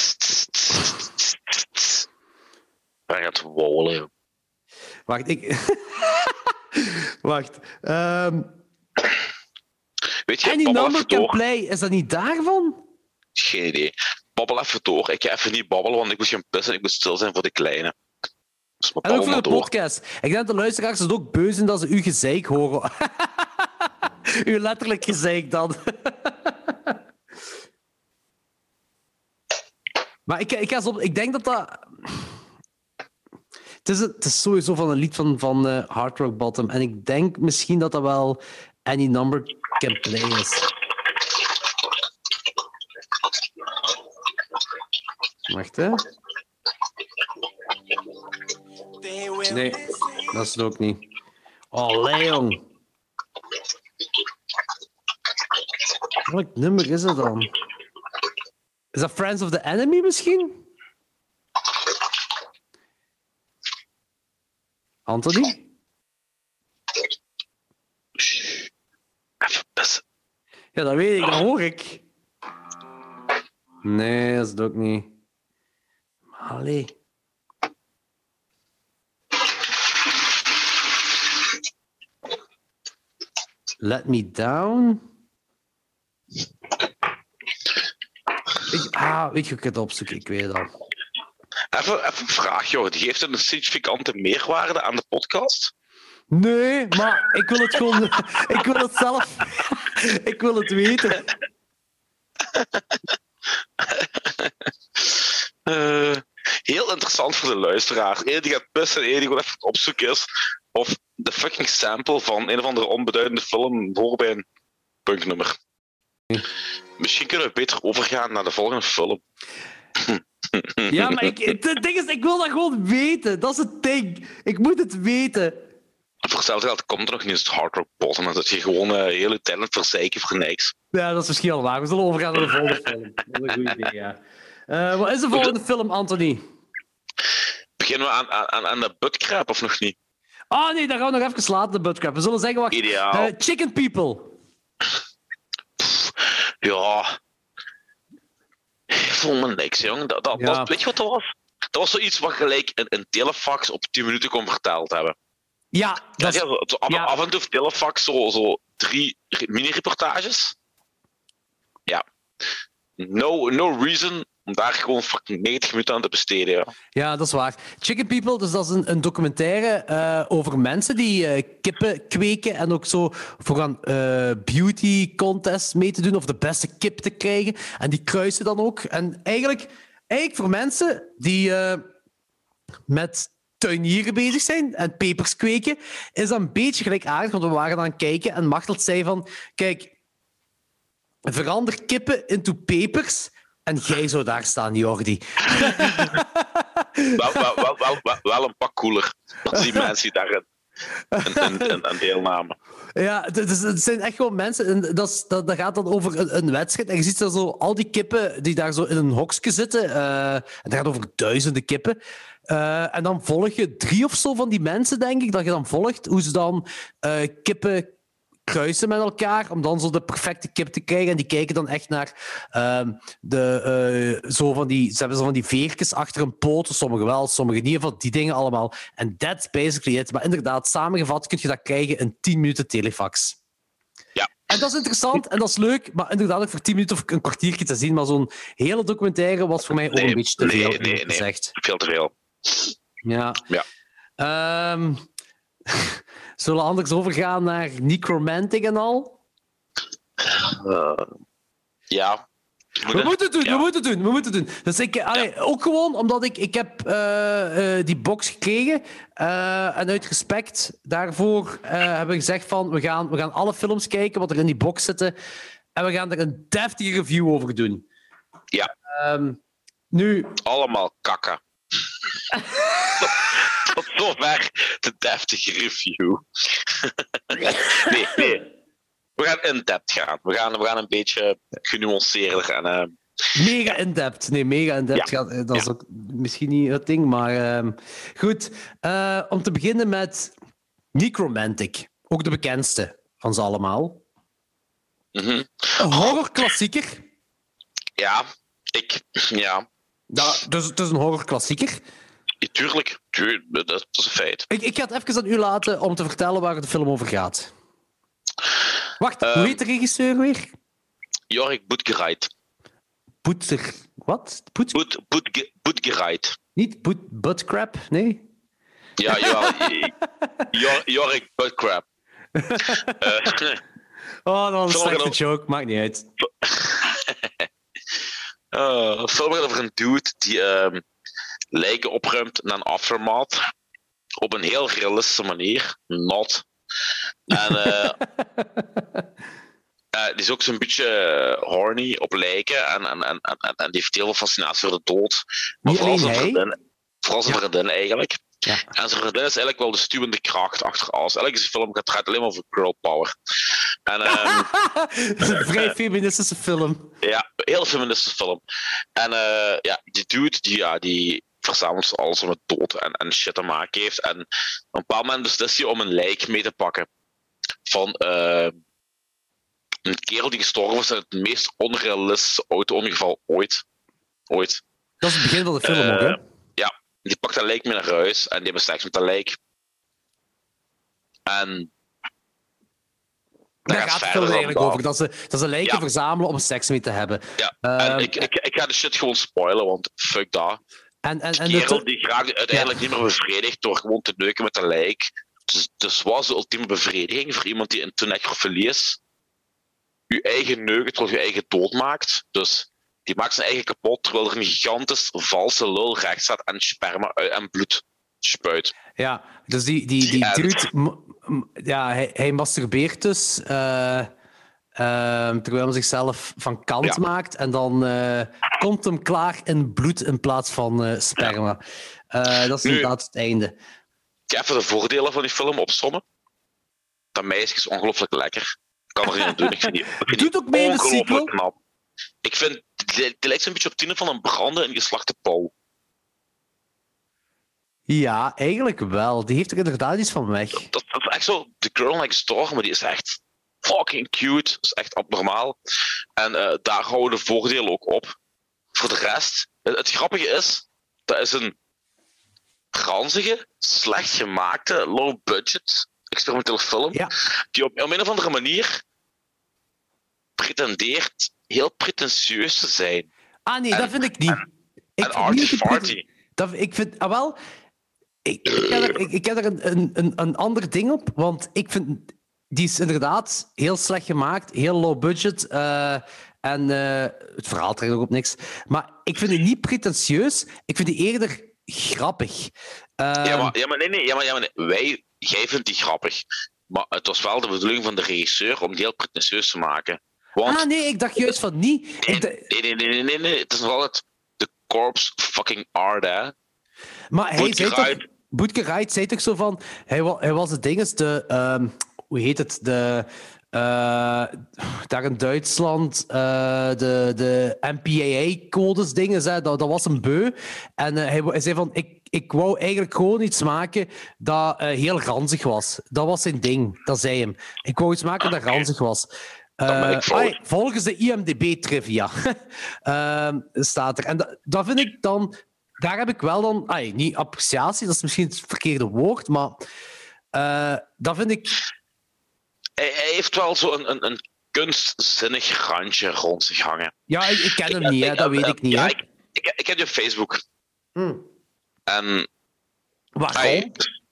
Hij gaat wollen, joh. Wacht, ik... Wacht. Um... Weet je, Any babbel Number even Can door. Play, is dat niet daarvan? Geen idee. Babbel even door. Ik ga even niet babbelen, want ik moet gaan pissen en ik moet stil zijn voor de kleine. Dus maar En ook babbel voor maar de door. podcast. Ik denk dat de luisteraars het ook beu zijn dat ze uw gezeik horen. Uw letterlijk gezeik dan. Maar ik, ik, ga zo, ik denk dat dat... Het is, het is sowieso van een lied van, van uh, Hard Rock Bottom. En ik denk misschien dat dat wel Any Number Can Play is. Wacht, hè. Nee, dat is het ook niet. Oh, Leon. Welk nummer is dat dan? Is dat Friends of the Enemy misschien? Anthony? Even pissen. Ja, dat weet ik, dat hoor ik. Nee, dat is het ook niet. Maar allee. Let Me Down? Ik, ah, weet je hoe ik het opzoek? Ik weet het al. Even, even een vraag, joh. Geeft het een significante meerwaarde aan de podcast? Nee, maar ik wil het gewoon... ik wil het zelf... ik wil het weten. Uh, heel interessant voor de luisteraar. Eén die gaat pissen en één die gewoon even op zoek is of de fucking sample van een of andere onbeduidende film hoort bij een punknummer. Hm. Misschien kunnen we beter overgaan naar de volgende film. Ja, maar ik, het ding is, ik wil dat gewoon weten. Dat is het ding. Ik moet het weten. Voor hetzelfde geld komt er nog niet eens het Hard Rock Bottom. Dan zit je gewoon uh, hele talent verzeiken voor niks. Ja, dat is misschien al waar. We zullen overgaan naar de volgende film. Dat is een goed idee, ja. Uh, wat is de volgende film, Anthony? Beginnen we aan, aan, aan de buttcrap of nog niet? Oh nee, daar gaan we nog even laten, de buttcrap. We zullen zeggen, wacht. Ideaal. Uh, Chicken People. Pff, ja... Ik voel me niks, jong. Dat, dat, Ja. dat, weet je wat dat was? Dat was zoiets wat gelijk een, een telefax op tien minuten kon verteld hebben. Ja, Ja, dat is... ja, zo, zo af, ja. af en toe telefax zo, zo drie re- mini-reportages. Ja. No, no reason om daar gewoon fucking negentig minuten aan te besteden. Ja. Ja, dat is waar. Chicken People, dus dat is een, een documentaire uh, over mensen die uh, kippen kweken en ook zo voor een uh, beauty contest mee te doen of de beste kip te krijgen. En die kruisen dan ook. En eigenlijk, eigenlijk voor mensen die uh, met tuinieren bezig zijn en pepers kweken, is dat een beetje gelijkaardig, want we waren aan het kijken en Machteld zei van, kijk, verander kippen into pepers en jij zou daar staan, Jordi. wel, wel, wel, wel, wel, wel een pak cooler dan die mensen die daar aan deelnamen. Ja, het, het zijn echt gewoon mensen. En dat, is, dat, dat gaat dan over een, een wedstrijd. En je ziet daar zo al die kippen die daar zo in een hokje zitten. Uh, en dat gaat over duizenden kippen. Uh, en dan volg je drie of zo van die mensen, denk ik, dat je dan volgt hoe ze dan uh, kippen kruisen met elkaar om dan zo de perfecte kip te krijgen. En die kijken dan echt naar uh, de, uh, zo van die... Ze hebben zo van die veertjes achter een poot. Sommigen wel, sommigen niet. Van die dingen allemaal. En that's basically it. Maar inderdaad, samengevat kun je dat krijgen in tien minuten telefax. Ja. En dat is interessant en dat is leuk, maar inderdaad ook voor tien minuten of een kwartiertje te zien. Maar zo'n hele documentaire was voor mij ook nee, een beetje te veel. Nee, nee, nee. Gezegd. Veel te veel. Ja. Ja. Um, zullen we anders overgaan naar Necromantic en al? Uh, ja. We, we moeten het doen, ja. we moeten het doen, we moeten het doen. Dus ik, allee, ja. Ook gewoon omdat ik, ik heb uh, uh, die box gekregen uh, en uit respect daarvoor uh, hebben we gezegd van we gaan, we gaan alle films kijken wat er in die box zitten en we gaan er een deftige review over doen. Ja. Um, nu... Allemaal kakken. Tot zover de deftige review. nee, nee. We gaan in-depth gaan. We gaan, we gaan een beetje genuanceerder en... Uh... Mega in-depth. Nee, mega in-depth. Ja. Gaat, dat is ja. ook misschien niet het ding, maar... Uh, goed. Uh, om te beginnen met Necromantic. Ook de bekendste van ze allemaal. Mm-hmm. Een horrorklassieker. Ja, ik... Ja. Ja, dus het is een horrorklassieker. Ja, tuurlijk. Tuurlijk. Dat is een feit. Ik, ik ga het even aan u laten om te vertellen waar de film over gaat. Wacht, Um, hoe heet de regisseur weer? Jorik Boetgereit. Poetser... Wat? Poet... Boet, Boet, Boetgereit. Niet Poet... Buttcrap? Nee? Ja, jawel. Jor, Jorik Buttcrap. uh, Oh, dat was een Sommige slechte dan- joke. Maakt niet uit. uh, een film gaat over een dude die um, lijken opruimt naar een aftermath. Op een heel realistische manier. Not. En uh, uh, die is ook zo'n beetje horny op lijken. En, en, en, en, en die heeft heel veel fascinatie voor de dood. Maar Niet vooral alleen zijn hij. vriendin, vooral zijn Ja. vriendin eigenlijk. Ja. En zijn vriendin is eigenlijk wel de stuwende kracht achter alles. Elke film gaat, gaat alleen maar over girl power. En, um, Dat is een vrij feministische film. ja, heel feministische film. En uh, ja, die dude die, ja, die verzamelt alles om met dood en, en shit te maken heeft. En op een bepaald moment beslist hij om een lijk mee te pakken van uh, een kerel die gestorven is in het meest onrealistische auto-ongeval ooit. Ooit. Dat is het begin van de film Uh, ook, hè? Ja, die pakt dat lijk mee naar huis en die hebben seks met dat lijk. En Daar gaat gaat de verder film dan eigenlijk dat. over. Dat ze, dat ze lijken Ja. verzamelen om seks mee te hebben. Ja, Ehm, en ik, ik, ik ga de shit gewoon spoilen, want fuck dat. En, en, en Die de kerel to- die graag uiteindelijk niet meer bevredigt door gewoon te neuken met een lijk. Dus, dus wat is de ultieme bevrediging voor iemand die into necrofilie is? Je eigen neuken terwijl je eigen dood maakt. Dus die maakt zijn eigen kapot terwijl er een gigantisch valse lul recht staat en sperma uit- en bloed spuit. Ja, dus die, die, Die die end. dude... m- m- Ja, hij, hij masturbeert dus... eh, ehm, terwijl hij zichzelf van kant Ja. maakt. En dan eh, komt hem klaar in bloed in plaats van eh, sperma. Eh, dat is Nu- inderdaad het einde. Ik ga even de voordelen van die film opsommen. Dat meisje is ongelooflijk lekker. Ik kan er niet aan doen. Ik vind die, ik vind Doet die ook mee in de ongelooflijk sequel? knap. Ik vind, die, die lijkt zo'n beetje op Tine van een branden en geslachte pauw. Ja, eigenlijk wel. Die heeft er inderdaad iets van weg. Dat, dat is echt zo, The Girl Next Door, maar die is echt fucking cute. Dat is echt abnormaal. En uh, daar houden de voordelen ook op. Voor de rest, het, het grappige is, dat is een ranzige, slecht gemaakte, low-budget experimentele film, Ja. die op, op een of andere manier pretendeert heel pretentieus te zijn. Ah nee, En- dat vind ik niet. Ik En vind niet dat die- arty-farty. Dat, ik vind... Ah, wel... Ik, ik heb er, ik, ik heb er een, een, een, een ander ding op, want ik vind... Die is inderdaad heel slecht gemaakt, heel low budget. eh, en eh, het verhaal trekt ook op niks. Maar ik vind die niet pretentieus. Ik vind die eerder grappig. Ja, Ehm, maar, ja, maar nee, nee, ja, maar, ja, maar nee. Wij, jij vindt die grappig. Maar het was wel de bedoeling van de regisseur om die heel pretentieus te maken. Want Ah nee, ik dacht juist van niet. Ik dacht- nee, nee, nee, nee, nee, nee. Het is nog altijd de corpse fucking art, hè. maar hij zei toch... Boetgereit. Boetgereit zei toch zo van... Hij, wa- hij was het ding, is de... ehm, hoe heet het? De... eh, daar in Duitsland, eh, de, de M P A A-codes dingen, dat, dat was een beu. En eh, hij, hij zei van, ik, ik wou eigenlijk gewoon iets maken dat eh, heel ranzig was. Dat was zijn ding, dat zei hem. Ik wou iets maken dat ranzig was. ben ik Eh, fout. ai, volgens de I M D B-trivia ehm, staat er. En dat, dat vind ik dan... Daar heb ik wel dan... Ai, niet appreciatie, dat is misschien het verkeerde woord, maar... eh, dat vind ik... Hij, hij heeft wel zo een, een, een kunstzinnig randje rond zich hangen. Ja, ik, ik ken hem Ik- niet, ik- hè, dat eh, weet ik niet. Ja, hè. ik, ik, ik heb je op Facebook. Hmm. En Waarom? ai,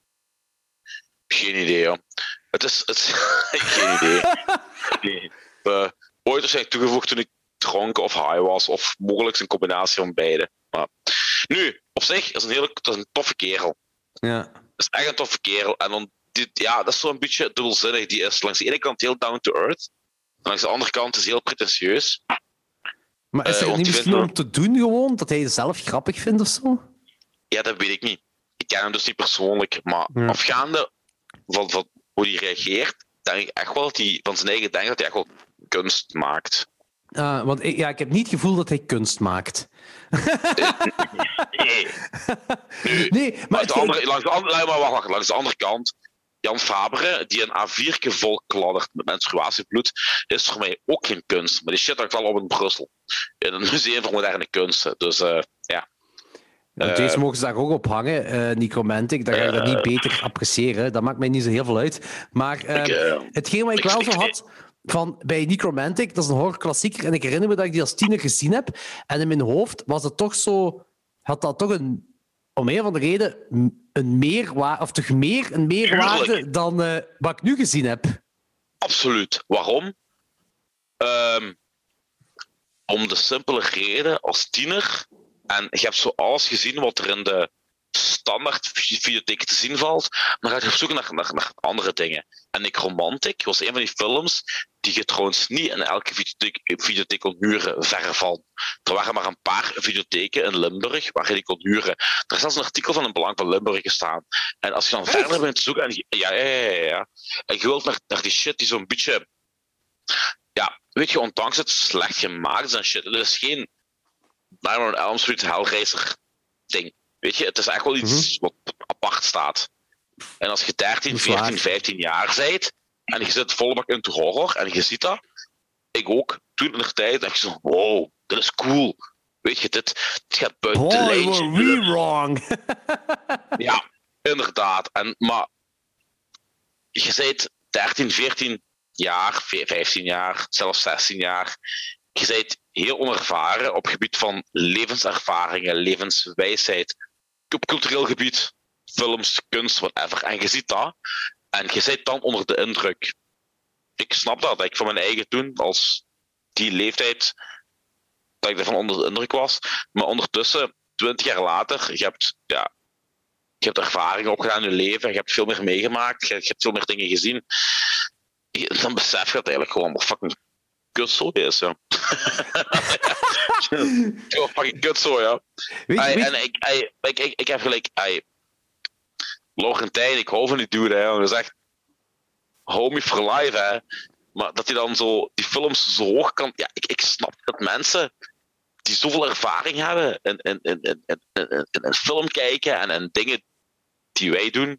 geen idee, joh. Het is... Het is geen idee. Nee. Uh, ooit was hij toegevoegd toen ik dronken of high was, of mogelijk een combinatie van beide. Maar nu, op zich is een hele dat is een toffe kerel. Ja. Dat is echt een toffe kerel. En dan, dit, ja, dat is zo'n beetje dubbelzinnig. Die is langs de ene kant heel down to earth, en langs de andere kant is heel pretentieus. Maar is Eh, er want niet die misschien vindt om te doen gewoon? Dat hij het zelf grappig vindt of zo? Ja, dat weet ik niet. Ik ken hem dus niet persoonlijk, maar Ja. afgaande van, van hoe hij reageert, denk ik echt wel dat hij van zijn eigen denkt dat hij echt wel kunst maakt. Uh, want ik, ja, ik heb niet het gevoel dat hij kunst maakt. Nee. Nee, maar Maar het, de andere, langs, de andere, maar wacht, wacht, langs de andere kant, Jan Fabere, die een A vier vol kladdert met menstruatiebloed, is voor mij ook geen kunst. Maar die shit hangt wel op in Brussel. In een museum voor moderne kunsten. Dus uh, ja. uh, deze mogen ze daar ook op hangen, uh, Necromantic. Dan ga ik dat niet beter appreciëren. Dat maakt mij niet zo heel veel uit. Maar uh, Ik, uh, hetgeen wat ik, ik- wel ik- zo had... van, bij Necromantic, dat is een horrorklassieker, en ik herinner me dat ik die als tiener gezien heb, en in mijn hoofd was het toch zo... Had dat toch een... Om een of andere reden een meerwaarde... Of toch meer een meerwaarde Tuurlijk. dan uh, wat ik nu gezien heb. Absoluut. Waarom? Um, om de simpele reden, als tiener, en je hebt zo alles gezien wat er in de standaard videotheek te zien valt, dan ga je op zoek naar, naar, naar andere dingen. En Necromantic was een van die films die je trouwens niet in elke videotheek, videotheek kon huren, verre van. Er waren maar een paar videotheken in Limburg waar je die kon huren. Er is zelfs een artikel van een Belang van Limburg gestaan. En als je dan verder bent te zoeken, en je, ja, ja, ja, ja, en je wilt naar, naar die shit die zo'n beetje... Ja, weet je, ondanks het slecht gemaakt is en shit, het is geen Nightmare on Elm Street Hellraiser ding. Weet je, het is echt wel iets mm-hmm. wat apart staat. En als je dertien, veertien, vijftien jaar bent en je zit volle bak in de horror en je ziet dat, ik ook, toen in de tijd dacht je zo, wow, dit is cool. Weet je, dit, dit gaat buiten de lijntje. Boy, were we wrong. Ja, inderdaad. En, maar je bent dertien, veertien jaar, vijftien jaar, zelfs zestien jaar. Je bent heel onervaren op het gebied van levenservaringen, levenswijsheid, op cultureel gebied, films, kunst, whatever. En je ziet dat, en je bent dan onder de indruk. Ik snap dat, dat ik van mijn eigen toen, als die leeftijd, dat ik ervan onder de indruk was. Maar ondertussen, twintig jaar later, je hebt, ja, je hebt ervaring opgedaan in je leven, je hebt veel meer meegemaakt, je, je hebt veel meer dingen gezien. Dan besef je dat eigenlijk gewoon wat fucking kutzooi is, ja. Gewoon fucking kutzooi, ja. Weet, I, weet... En ik, I, ik, ik, ik heb gelijk... I, Laurentijn, ik hou van die dude, hè. Dat is echt... Homie for life, hè. Maar dat hij dan zo... Die films zo hoog kan... Ja, ik, ik snap dat mensen die zoveel ervaring hebben in, in, in, in, in, in, in film kijken en in dingen die wij doen,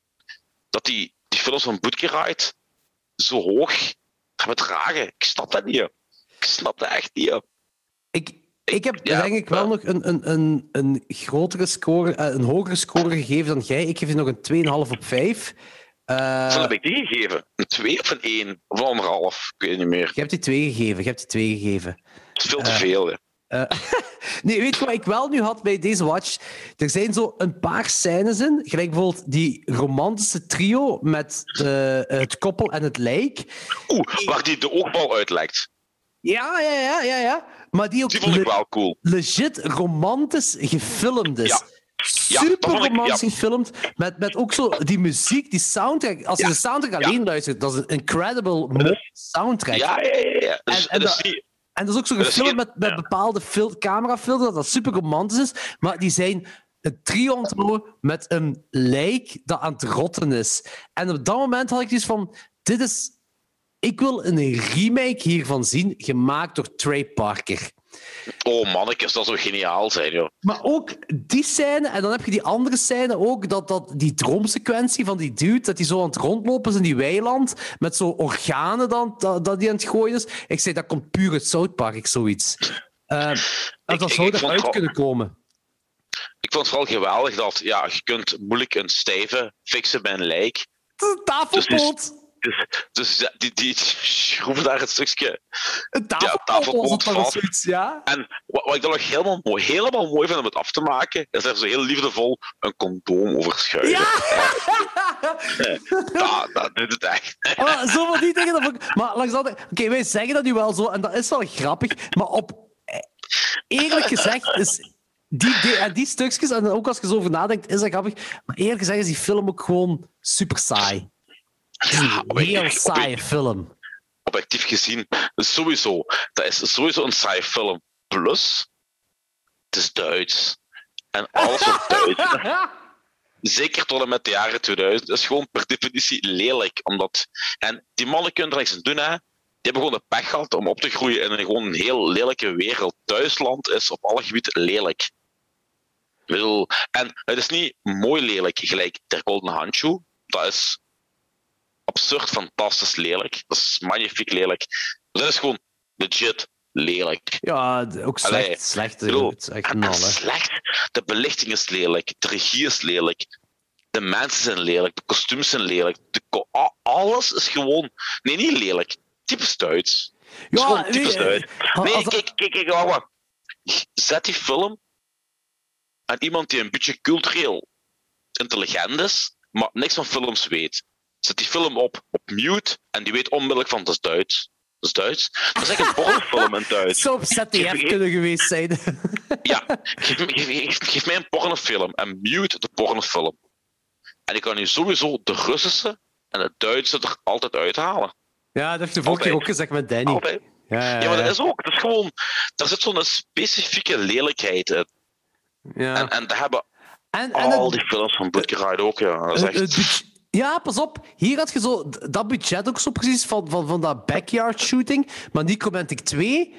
dat die, die films van Boetkerite zo hoog gaan dragen. Ik snap dat niet. Ik snap dat echt niet. Ik, ik heb ja, denk ik wel uh, nog een, een, een, een grotere score, uh, een hogere score gegeven dan jij. Ik geef je nog een twee komma vijf op vijf. Uh, Wat heb ik die gegeven? Een twee of een één? Of een anderhalf? Ik weet niet meer. Je hebt die twee gegeven. Je hebt die twee gegeven. Dat is veel te uh, veel, hè. Uh, nee, weet je wat ik wel nu had bij deze watch? Er zijn zo een paar scènes in, gelijk bijvoorbeeld die romantische trio met uh, het koppel en het lijk. Oeh, waar die de oogbal uitlekt. Ja, ja, ja, ja, ja. Maar die ook die vond ik wel cool. Legit romantisch gefilmd is. Ja. Super ja, romantisch ik, ja. gefilmd. Met, met ook zo die muziek, die soundtrack. Als je ja. de soundtrack alleen ja. luistert, dat is een incredible mooie soundtrack. Ja, ja, ja. ja. Dus, en, en dus dat, die... En dat is ook zo gefilmd met, met ja. bepaalde fil- camerafilters, dat dat super romantisch is. Maar die zijn een trio aan het bouwen met een lijk dat aan het rotten is. En op dat moment had ik dus van... Dit is... Ik wil een remake hiervan zien, gemaakt door Trey Parker. Oh mannetjes, dat zou geniaal zijn, joh. Maar ook die scène, en dan heb je die andere scène ook, dat, dat die droomsequentie van die dude, dat hij zo aan het rondlopen is in die weiland, met zo organen dan, dat, dat die aan het gooien is. Ik zei, dat komt puur uit South Park, zoiets. Uh, ik, dat zou eruit vooral, kunnen komen. Ik vond het vooral geweldig dat, ja, je kunt moeilijk een stijve fixen bij een lijk. Het is een tafelpoot! Dus, Dus, dus die, die schroeven daar het stukje... Een tafelpoot ja, was zoiets, ja. En wat, wat ik dan nog helemaal mooi, helemaal mooi vind om het af te maken, is er zo heel liefdevol een condoom over schuiven. Ja! dat, dat doet het echt. Maar, zo van die dingen... Dat ik, maar langs Oké, okay, wij zeggen dat nu wel zo, en dat is wel grappig, maar op... Eerlijk gezegd is... Die, die, en die stukjes, en ook als je zo over nadenkt, is dat grappig. Maar eerlijk gezegd is die film ook gewoon super saai. Het is een ja, heel saaie film. Objectief gezien, sowieso. Dat is sowieso een saaie film. Plus, het is Duits. En alles wat Duits is, zeker tot en met de jaren tweeduizend, is gewoon per definitie lelijk. Omdat, en die mannen kunnen er niks aan doen, hè. Die hebben gewoon de pech gehad om op te groeien in een, gewoon een heel lelijke wereld. Duitsland is op alle gebieden lelijk. Ik bedoel, en het is niet mooi lelijk, gelijk Der Golden Handschuh. Dat is absurd fantastisch lelijk. Dat is magnifiek lelijk. Dat is gewoon legit lelijk. Ja, ook slecht. Allee, slecht, bedoel, het is echt en, en slecht. De belichting is lelijk. De regie is lelijk. De mensen zijn lelijk. De kostuums zijn lelijk. De ko- alles is gewoon... Nee, niet lelijk. typisch Duits. Ja, Het is gewoon typisch nee, Duits. Nee, als- kijk, kijk, kijk, wacht, wacht. Zet die film aan iemand die een beetje cultureel intelligent is, maar niks van films weet. Zet die film op, op mute, en die weet onmiddellijk van, dat is Duits. Dat is Duits. Dat is echt een pornofilm in Duits. zou op Z D F kunnen geweest zijn. Ja, geef, me- geef, geef, geef mij een pornofilm en mute de pornofilm. En ik kan nu sowieso de Russische en de Duitse er altijd uithalen. Ja, dat heb je de vorige keer ook gezegd met Danny. Altijd. Ja, ja, Ja, maar ja. dat is ook. Dat is gewoon, daar zit zo'n specifieke lelijkheid in. Ja. En, en dat hebben En, en al het- die films van Budgeride ook, ja. Dat is het- het echt... budget- ja, pas op. Hier had je zo d- dat budget ook zo precies van, van, van dat backyard shooting. Maar Necromantic twee...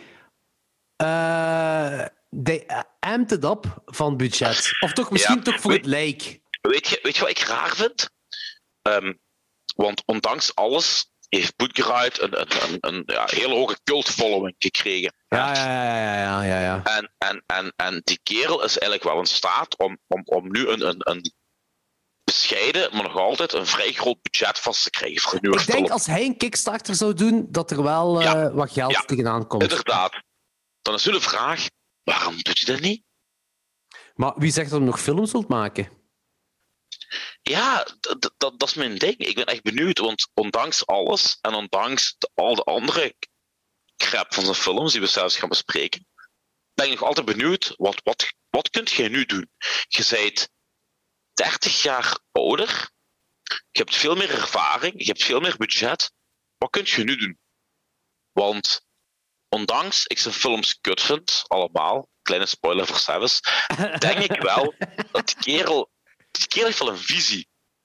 eh they amped it up van budget. Of toch misschien Ja, toch voor weet- het lijk. Weet je, weet je wat ik raar vind? Ehm, want ondanks alles heeft Budgeride een, een, een, een ja, hele hoge cult-following gekregen. Ja, ja, ja, ja, ja, ja. En, en, en, en die kerel is eigenlijk wel in staat om, om, om nu een, een, een bescheiden, maar nog altijd een vrij groot budget vast te krijgen voor een nieuwe Ik denk film. als hij een Kickstarter zou doen, dat er wel eh, Ja. wat geld Ja. tegenaan komt. Inderdaad. Dan is nu de vraag, waarom doet hij dat niet? Maar wie zegt dat hij nog films wilt maken? Ja, d- d- dat, dat is mijn ding. Ik ben echt benieuwd, want ondanks alles en ondanks de, al de andere crap van zijn films die we zelfs gaan bespreken, ben ik nog altijd benieuwd, wat, wat, wat kunt jij nu doen? Je bent dertig jaar ouder, je hebt veel meer ervaring, je hebt veel meer budget. Wat kun je nu doen? Want ondanks ik zijn films kut vind, allemaal, kleine spoiler voor Savas, denk ik wel dat die kerel, die kerel heeft wel een visie.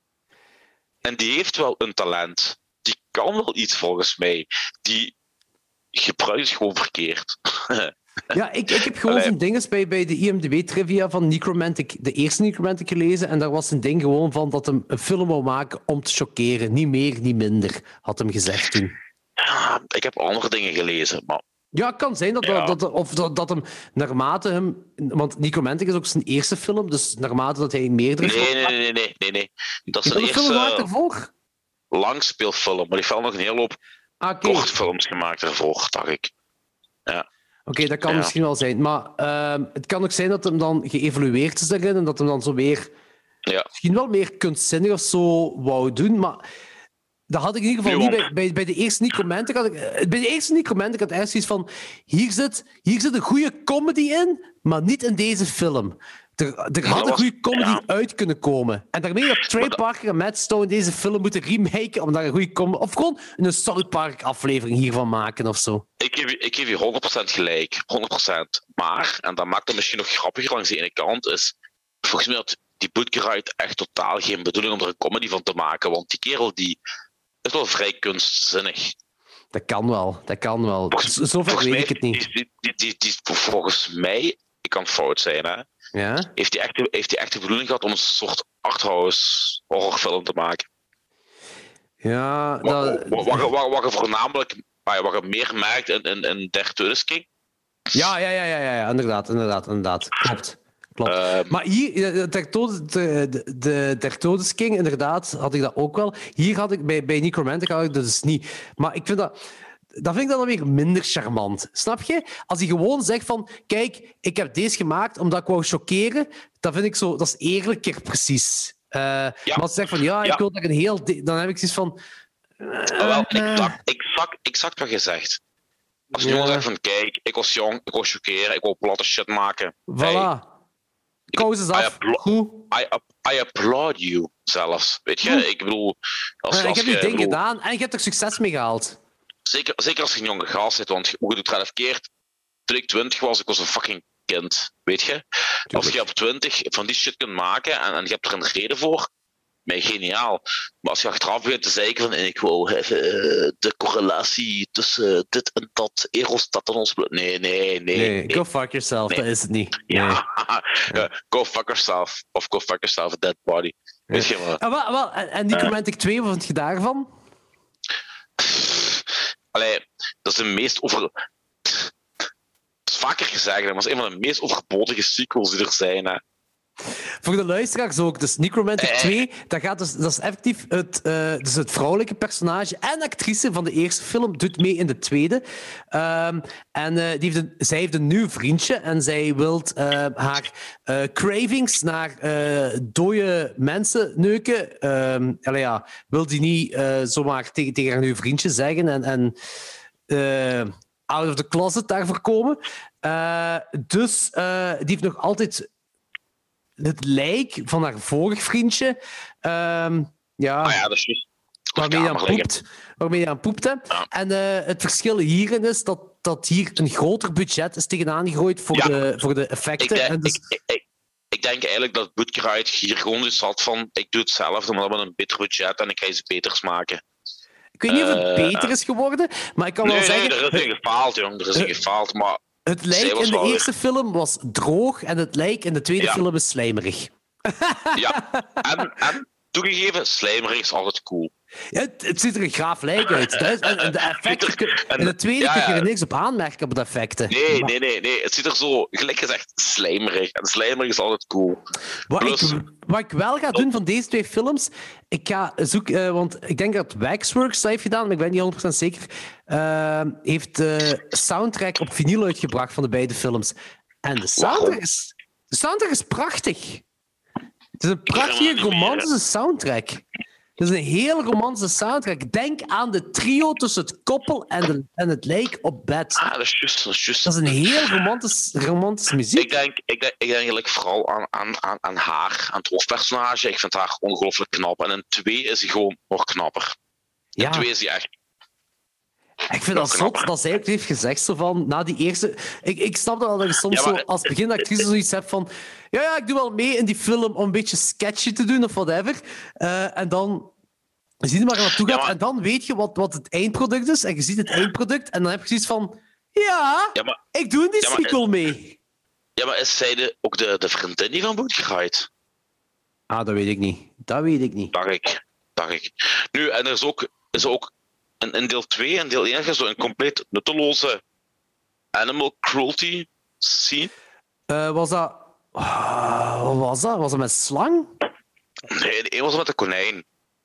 En die heeft wel een talent. Die kan wel iets volgens mij. Die gebruikt het gewoon verkeerd. Ja, ik, ik heb gewoon Allee. zo'n ding eens bij, bij de I M D B-trivia van Necromantic, de eerste Necromantic gelezen. En daar was een ding gewoon van dat hij een film wou maken om te chockeren. Niet meer, niet minder, had hem gezegd toen. Ja, ik heb andere dingen gelezen, maar Ja, het kan zijn dat, Ja. dat, dat, of dat, dat hem naarmate hem... Want Necromantic is ook zijn eerste film, dus naarmate dat hij meerdere nee, films nee, maakt... nee, nee, nee, nee. Dat is Heeft een hij een film gemaakt eerste ervoor? langspeelfilm, maar die heeft wel nog een hele hoop Ah, oké. kortfilms gemaakt ervoor, dacht ik. Oké, dat kan Ja. misschien wel zijn. Maar ehm, het kan ook zijn dat hem dan geëvolueerd is daarin en dat hem dan zo weer... Ja. Misschien wel meer kunstzinnig of zo wou doen, maar... Dat had ik in ieder geval Nu niet ook. bij, bij, bij de eerste Necromantic. Had ik, eh, bij de eerste Necromantic had ik echt zoiets van... Hier zit, hier zit een goede comedy in, maar niet in deze film. Er, er had een was- goede comedy ja. uit kunnen komen. En daarmee dat Trey Maar dat- Parker en Matt Stone deze film moeten remaken om daar een goede comedy... Of gewoon een South Park aflevering hiervan maken of zo. Ik geef, je- ik geef je honderd procent gelijk. honderd procent. Maar, en dat maakt het misschien nog grappiger langs de ene kant, is... Volgens mij had die Budgeride echt totaal geen bedoeling om er een comedy van te maken. Want die kerel die is wel vrij kunstzinnig. Dat kan wel, dat kan wel. Volgens- Z- Zover volgens weet mij, ik het niet. Die, die, die, die, die- volgens mij, ik kan fout zijn, hè, Ja? heeft hij echt, de- heeft hij echt de bedoeling gehad om een soort arthouse horrorfilm te maken. Ja, Wat, dat... wat, wat, wat, wat je voornamelijk ah ja, wat je meer merkt in, in, in Der Todesking. Ja, ja, ja, ja, ja, ja, inderdaad, inderdaad, inderdaad. Klopt. Klopt. Ehm, Maar hier, de, de, Tode- de, de, de Der Todesking, inderdaad, had ik dat ook wel. Hier had ik, bij, bij Necromantic had ik dat dus niet. Maar ik vind dat... Dat vind ik dan weer minder charmant. Snap je? Als hij gewoon zegt van... Kijk, ik heb deze gemaakt omdat ik wou chockeren. Dan vind ik zo... Dat is eerlijker, precies. Eh, Maar als hij zegt van... Ja, ik Ja. wil dat ik een heel... di- Dan heb ik zoiets van... Ah, wel, eh, exact, exact, exact wat je zegt. Als een Ja. jongen zegt van, kijk, ik was jong, ik wou chockeren, ik wou platte shit maken. Voilà. Hey, Kouzes I af. applaud- Goed. I, ap- I applaud you, zelfs. Weet je, Goed. ik bedoel... Als, Ja, ik als heb je- je ding bedoel, gedaan en je hebt er succes mee gehaald. Zeker, zeker als je een jonge gast zit, want hoe je het gaat verkeerd. Toen ik twintig was, ik was een fucking kind, weet je. Als je op twintig van die shit kunt maken en, en je hebt er een reden voor, mij geniaal. Maar als je achteraf begint te zeiken van ik wou even eh, de correlatie tussen dit en dat, Eros-dat en ons... bloed. Nee, nee, nee. Nee, nee. go fuck yourself, Nee. dat is het niet. Ja, ja, go fuck yourself. Of go fuck yourself, a dead body. Weet je maar. En, wel, wel, en, en Necromantic twee, wat vind je daarvan? Allee, dat is de meest over... Het is vaker gezegd, hè, maar het is een van de meest overbodige sequels die er zijn. Hè. Voor de luisteraars ook. Dus Necromantic twee, dat, gaat dus, dat is effectief het, uh, dus het vrouwelijke personage en actrice van de eerste film, doet mee in de tweede. Um, en uh, die heeft een, zij heeft een nieuw vriendje en zij wil uh, haar uh, cravings naar uh, dode mensen neuken. Um, allee, ja, wil die niet uh, zomaar tegen, tegen haar nieuw vriendje zeggen en... en uh, out of the closet daarvoor komen. Uh, dus uh, die heeft nog altijd het lijk van haar vorig vriendje. Um, ja, ah ja, dat is juist. Waarmee je aan poept. Waarmee je aan poepte. Ja. En uh, het verschil hierin is dat, dat hier een groter budget is tegenaan gegooid voor, ja. de, voor de effecten. Ik denk, en dus... ik, ik, ik, ik denk eigenlijk dat Bootcry hier gewoon dus had van ik doe hetzelfde, maar met een beter budget en ik ga iets beters maken. Ik weet niet of het uh, beter is geworden, maar ik kan nee, wel zeggen... Nee, er is niet gefaald, jong. Er is niet gefaald, maar... Het lijk in de eerste weer... film was droog en het lijk in de tweede ja. film is slijmerig. Ja, en, en toegegeven, slijmerig is altijd cool. Ja, het, het ziet er een graaf lijk uit. En, en de effecten, en, in de tweede ja, ja. kun je er niks op aanmerken op de effecten. Nee, maar... nee, nee, nee. Het ziet er zo, gelijk gezegd, slijmerig. En slijmerig is altijd cool. Wat, Plus... ik, wat ik wel ga doen van deze twee films, ik ga zoeken, uh, want ik denk dat Waxworks dat heeft gedaan, maar ik ben niet honderd procent zeker, uh, heeft de soundtrack op vinyl uitgebracht van de beide films. En de soundtrack is, de soundtrack is prachtig. Het is een prachtige, romantische soundtrack. Het is een heel romantische soundtrack. Denk aan de trio tussen het koppel en, de, en het lijk op bed. Ah, dat is juist. Dat is, dat is een heel romantisch, romantische muziek. Ik denk, ik denk, ik denk eigenlijk vooral aan, aan, aan, aan haar, aan het hoofdpersonage. Ik vind haar ongelooflijk knap. En in twee is hij gewoon nog knapper. In ja. twee is hij echt... Ik vind dat zot dat zij ook heeft gezegd, zo van, na die eerste... Ik, ik snap dat wel dat je soms ja, maar... zo als beginactrice zoiets hebt van... Ja, ja, ik doe wel mee in die film om een beetje sketchy te doen of whatever. Uh, en dan zie je maar waar naartoe gaat. Ja, maar... En dan weet je wat, wat het eindproduct is. En je ziet het eindproduct. En dan heb je zoiets van... Ja, ja maar... ik doe in die ja, sequel maar... mee. Ja, maar is zij de, ook de, de vriendin die van Bootcry? Ah, dat weet ik niet. Dat weet ik niet. Dacht ik. Dacht ik. Nu, en er is ook... Is ook in, in deel twee en deel één zo een compleet nutteloze animal cruelty scene. Uh, was dat... Uh, wat was dat? Was dat met slang? Nee, de een was met de konijn.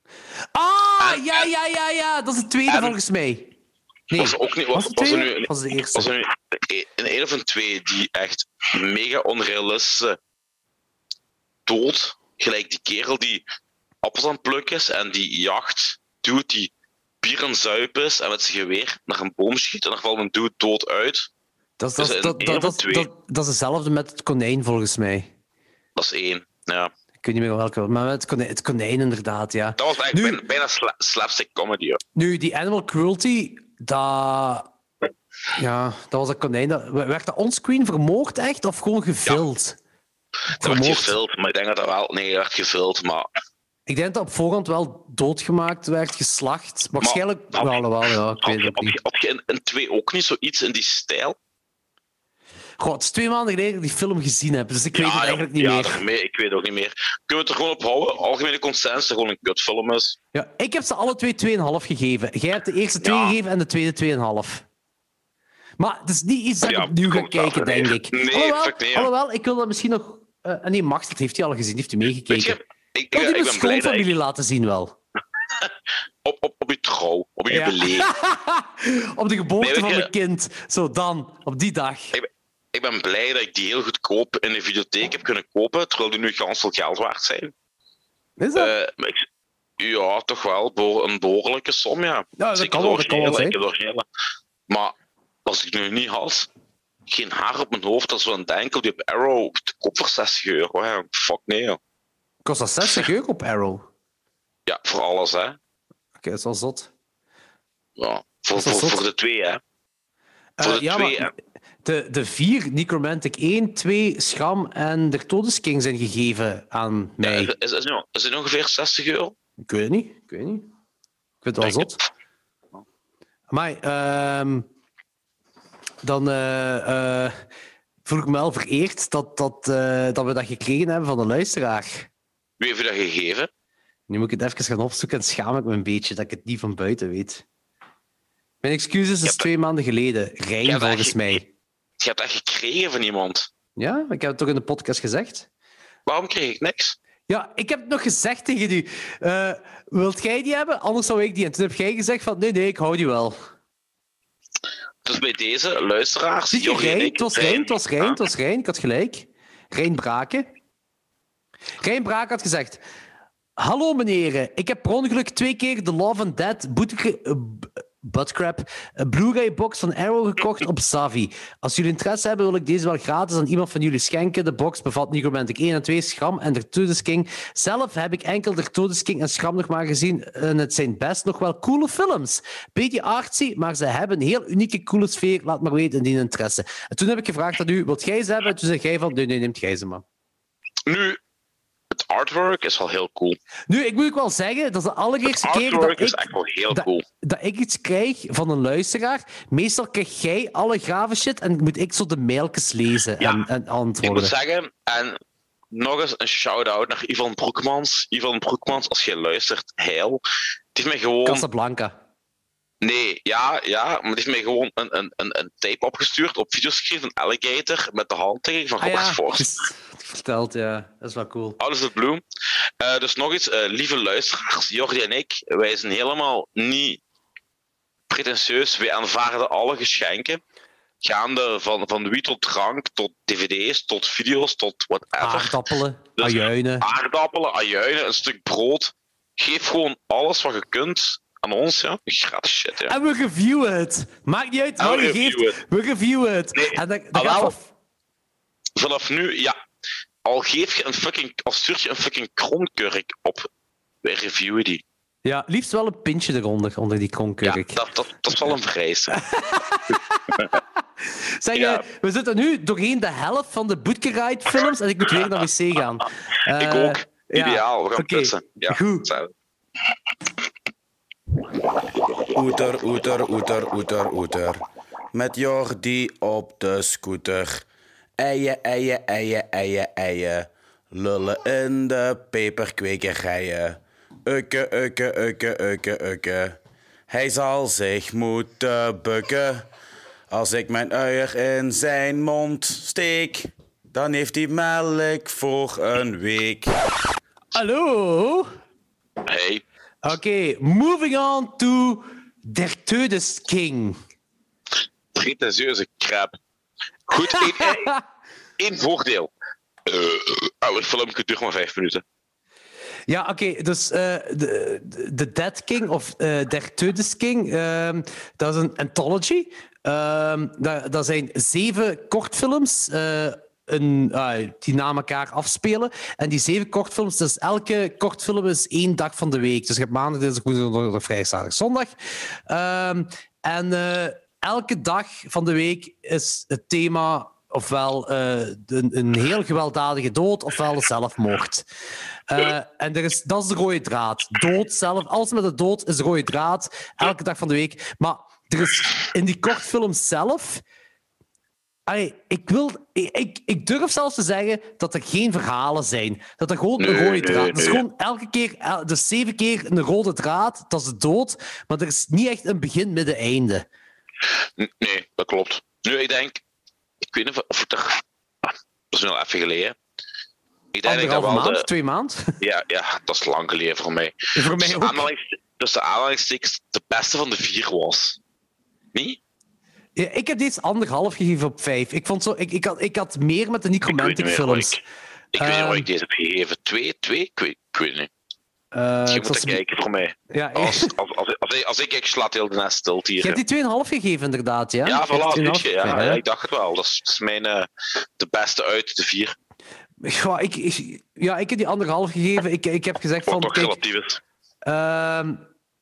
Ah, en, ja, ja, ja, ja. Dat is de tweede en, volgens mij. Nee. Was er ook niet... Was, was, het was er nu... nu... Was de eerste? Was er nu een, een of een twee die echt mega onrealistische dood, gelijk die kerel die appels aan het plukken is en die jacht doet die bier en zuip is en met zijn geweer naar een boom schiet en dan valt een dude dood uit. Dat is, dat, dus dat, dat, dat, dat, dat is hetzelfde met het konijn, volgens mij. Dat is één, ja. Ik weet niet meer welke, maar met het konijn, het konijn inderdaad, ja. Dat was eigenlijk nu, bijna, bijna sla, slapstick comedy. Ja. Nu, die animal cruelty, dat... Ja, dat was een konijn. Dat, werd dat onscreen vermoord, echt? Of gewoon gevild? Ja. Dat werd gevild, maar ik denk dat dat wel... Nee, dat werd gevild, maar... Ik denk dat op voorhand wel doodgemaakt werd, geslacht. Waarschijnlijk wel, wel, ja. Ik weet het niet. Heb je in, in twee ook niet zoiets in die stijl? Goh, het is twee maanden geleden dat ik die film gezien heb, dus ik weet ja, het eigenlijk niet ja, meer. Ja, ik weet het ook niet meer. Kunnen we het er gewoon op houden? Algemene consensus dat het gewoon een kutfilm is. Ja, ik heb ze alle twee twee komma vijf gegeven. Jij hebt de eerste twee ja. gegeven en de tweede twee komma vijf. Maar het is niet iets dat ja, ik opnieuw ga kijken, denk ik. Nee, alhoewel, nee, ja. alhoewel, ik wil dat misschien nog... Uh, nee, Max, dat heeft hij al gezien, heeft hij meegekeken. Ik, ik wil die ik mijn schoonfamilie ik... laten zien wel. op, op, op je trouw, op je ja. jubileum. Op de geboorte nee, van mijn kind. Zo dan, op die dag. Ik ben, ik ben blij dat ik die heel goedkoop in de videotheek heb kunnen kopen, terwijl die nu gans veel geld waard zijn. Is dat? Uh, ik, ja, toch wel. Een behoorlijke som, ja. Ja, dat kan wel, dat kan wel zijn. Maar als ik nu niet had, geen haar op mijn hoofd, dat is zo'n denkel die op Arrow op de kop voor zestig euro. Hè. Fuck nee, joh. Kost dat zestig euro op Arrow? Ja, voor alles, hè. Oké, okay, dat is wel zot. Ja, voor, voor, voor de twee, hè. Voor uh, de ja, twee, hè. De, de vier, Necromantic één, twee, Schram en de Todesking zijn gegeven aan mij. Ja, is, is, is, is het ongeveer zestig euro? Ik weet het niet. Ik weet het niet. Ik vind het wel zot. Het. Maar, um, dan uh, uh, voel ik me wel vereerd dat, dat, uh, dat we dat gekregen hebben van de luisteraar. Wie heeft u dat gegeven? Nu moet ik het even gaan opzoeken en schaam ik me een beetje dat ik het niet van buiten weet. Mijn excuses is twee maanden geleden. Rijn, volgens mij. Je hebt dat gekregen van iemand. Ja, ik heb het toch in de podcast gezegd. Waarom kreeg ik niks? Ja, ik heb het nog gezegd tegen u. Uh, wilt jij die hebben? Anders zou ik die. En toen heb jij gezegd van, nee, nee, ik hou die wel. Dus bij deze luisteraars... Zie je, Rijn, het was Rijn, het was Rijn, het was Rijn. Ik had gelijk. Rijn Braken. Rijn Braken had gezegd... Hallo meneer, ik heb per ongeluk twee keer de Love and Dead boot- uh, Buttcrap Blu-ray box van Arrow gekocht op Savvy. Als jullie interesse hebben, wil ik deze wel gratis aan iemand van jullie schenken. De box bevat Necromantic één en twee, Schram en Der Todesking. Zelf heb ik enkel Der Todesking en Schram nog maar gezien en het zijn best nog wel coole films. Beetje artsy, maar ze hebben een heel unieke, coole sfeer. Laat maar weten indien interesse. En toen heb ik gevraagd aan u, wilt jij ze hebben? Toen zei jij van, nee, nee, neemt jij ze maar. Nu... Het artwork is wel heel cool. Nu, ik moet ook wel zeggen, dat is de allereerste keer dat ik, is echt wel heel dat, cool. dat ik iets krijg van een luisteraar. Meestal krijg jij alle grave shit en moet ik zo de mailtjes lezen ja, en, en antwoorden. Ik moet zeggen, en nog eens een shout-out naar Ivan Broekmans. Ivan Broekmans, als je luistert, heil. Die heeft mij gewoon... Casablanca. Nee, ja, ja, maar die heeft mij gewoon een, een, een, een tape opgestuurd op videoscreen van Alligator met de handtekening van Robert ah, ja. Forst. Verteld, ja. Dat is wel cool. Alles het bloem. Uh, dus nog iets, uh, lieve luisteraars, Jordi en ik, wij zijn helemaal niet pretentieus. Wij aanvaarden alle geschenken. Gaande van, van wie tot drank, tot dvd's, tot video's, tot whatever. Aardappelen, dus ajuinen. Aardappelen, ajuinen, een stuk brood. Geef gewoon alles wat je kunt aan ons, ja. Gratis shit, ja. En we reviewen het. Maakt niet uit wat je geeft. We reviewen het. Nee, en dan, dan gaat af... Vanaf nu, ja. Al geef je een fucking, al stuurt je een fucking kronkurk op, wij reviewen die. Ja, liefst wel een pintje eronder, onder die kronkurk. Ja, dat, dat, dat is wel een vereis. Zeg, ja. We zitten nu doorheen de helft van de Boetkeride films en ik moet weer naar wc gaan. Uh, ik ook. Ideaal, we gaan okay. pissen. Ja, goed. Oeter, oeter, oeter, oeter, oeter. Met Jordi op de scooter. Eien, eien, eien, eien, eien. Lullen in de peperkwekerijen. Ukke, ukke, ukke, ukke, ukke. Hij zal zich moeten bukken. Als ik mijn uier in zijn mond steek, dan heeft hij melk voor een week. Hallo? Hey. Oké, okay, moving on to Der Todesking. Pretentieuze crap. Goed, één, één voordeel. Uh, elk filmpje duurt maar vijf minuten. Ja, oké, okay, dus uh, de, de Dead King of uh, Der Todesking, uh, dat is een anthology. Uh, dat, dat zijn zeven kortfilms uh, een, uh, die na elkaar afspelen. En die zeven kortfilms, dus elke kortfilm is één dag van de week. Dus je hebt maandag, dinsdag, woensdag, donderdag, vrijdag, zaterdag, zondag. Uh, en uh, elke dag van de week is het thema ofwel uh, een, een heel gewelddadige dood, ofwel zelfmoord. Uh, en er is, dat is de rode draad. Dood, zelf, alles met de dood is de rode draad. Elke dag van de week. Maar er is in die kortfilm zelf... Allee, ik, wil, ik, ik durf zelfs te zeggen dat er geen verhalen zijn. Dat er gewoon een rode draad is. Het is gewoon elke keer, dus zeven keer een rode draad. Dat is de dood. Maar er is niet echt een begin, midden, einde. Nee, dat klopt. Nu, ik denk... Ik weet niet of het er... Ah, dat is nu al even geleden. Ik denk Anderhalve dat wel maand? de... Twee maanden? Ja, ja, dat is lang geleden voor mij. Voor mij ook. Dus, dus de aanhalingstekens de beste van de vier was. Niet? Ja, ik heb deze anderhalf gegeven op vijf. Ik, vond zo, ik, ik, had, ik had meer met de Necromantic films. Ik, ik um, weet niet wat ik deze heb gegeven. Twee? Twee? Ik weet, ik weet niet. Uh, je moet er kijken voor mij. Ja, als, als, als, als, ik, als ik, ik slaat heel de nest stil hier. Je hebt die twee komma vijf gegeven, inderdaad. Ja, ja voilà, dit je, ja, ja, ja, ik dacht het wel. Dat is, dat is mijn, uh, de beste uit de vier. Ja, ik, ik, ja, ik heb die anderhalf gegeven. Ik, ik heb gezegd wat van... toch relatief is. Uh,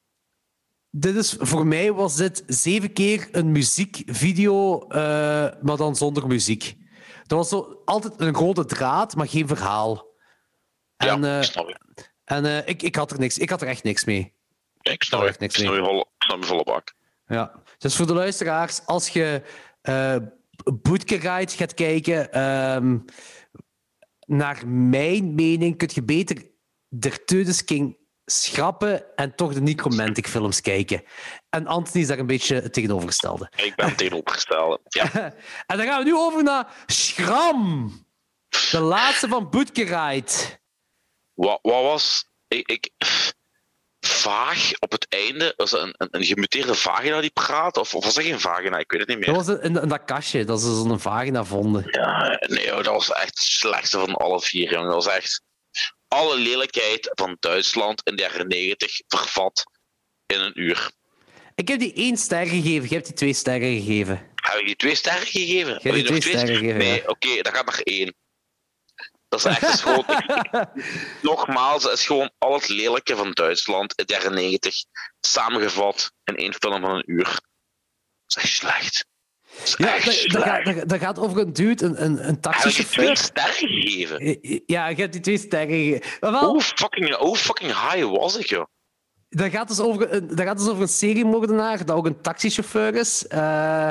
dit is, voor mij was dit zeven keer een muziekvideo, uh, maar dan zonder muziek. Dat was zo altijd een rode draad, maar geen verhaal. En, ja, uh, snap ik. En uh, ik, ik, had er niks, ik had er echt niks mee. Ja, ik snap, echt niks ik snap mee. Je volle, ik snap je volle bak. Ja. Dus voor de luisteraars, als je uh, Boetkeride gaat kijken, um, naar mijn mening kun je beter Der Todesking schrappen en toch de Necromantic films kijken. En Anthony is daar een beetje het tegenovergestelde. Ik ben het tegenovergestelde, ja. En dan gaan we nu over naar Schram. De laatste van Boetkerite. Wat, wat was... Ik, ik, vaag op het einde? Was het een, een, een gemuteerde vagina die praat? Of, of was dat geen vagina? Ik weet het niet meer. Dat was in, in dat kastje, dat ze zo'n vagina vonden. Ja, nee, joh, dat was echt het slechtste van alle vier, jongen. Dat was echt alle lelijkheid van Duitsland in de jaren negentig vervat in een uur. Ik heb die één ster gegeven, je hebt die twee sterren gegeven. Heb ik die twee sterren gegeven? Je hebt die twee sterren gegeven, Nee, ja. oké, okay, dat gaat naar één. Dat is echt dat is gewoon... Nogmaals, het is gewoon al het lelijke van Duitsland in de jaren negentig samengevat in één film van een uur. Dat is echt slecht. Dat is Ja, echt dat, slecht. dat, gaat, dat, dat gaat over een dude, een, een, een Heb ik die twee taxichauffeur. sterren gegeven? Ja, je hebt die twee sterren gegeven. Maar wel, Hoe fucking, hoe fucking high was ik, joh? dat gaat, dus over, een- dat gaat dus over een seriemoordenaar dat ook een taxichauffeur is. Eh,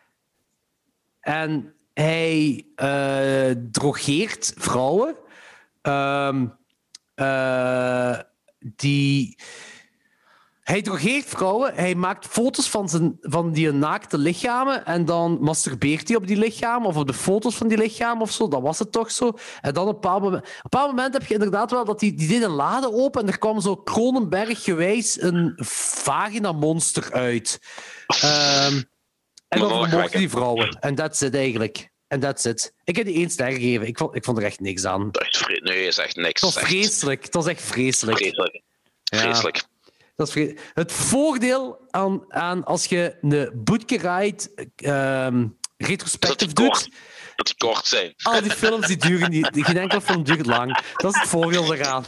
en hij eh, drogeert vrouwen. Ehm, eh, die... Hij drogeert vrouwen, hij maakt foto's van, zijn, van die naakte lichamen en dan masturbeert hij op die lichamen of op de foto's van die lichamen of zo. Dat was het toch zo. En dan op een bepaald moment, op een bepaald moment heb je inderdaad wel dat die, die deed een lade open en er kwam zo Kronenberg-gewijs een vagina-monster uit. Um, en dan vermoordde die vrouwen. En that's it eigenlijk. En that's it. Ik heb die één ster gegeven. Ik vond, ik vond er echt niks aan. Dat is echt vre- nee, is echt niks. Het was Het is echt vreselijk. Het was echt vreselijk. Vreselijk. Ja. Vreselijk. Dat is vre- Het voordeel aan, aan als je een Boetkerite ehm retrospective Dat die kort, doet, dat die kort zijn. al die films die duren niet. Die- Geen enkele film duurt lang. Dat is het voordeel eraan.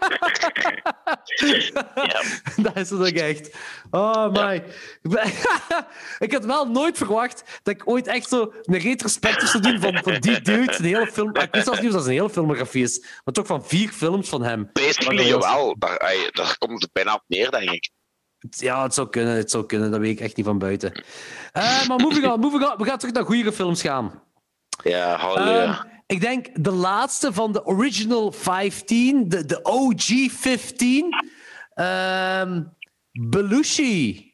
Ja. Dat is het ook echt. Oh my. Ik ben- Ik had wel nooit verwacht dat ik ooit echt zo een retrospective zou doen van, van die dude. Een hele film. Ik wist zelfs niet of dat een hele filmografie is. Maar toch van vier films van hem. Basically, jawel. Daar, ey, daar komt het bijna op neer, denk ik. Ja, het zou kunnen, het zou kunnen. Dat weet ik echt niet van buiten. Uh, maar moving on, moving on. We gaan terug naar goede films gaan. Ja, halleluja. Um, ik denk de laatste van de original vijftien, de, de O G vijftien. Um, Belushi.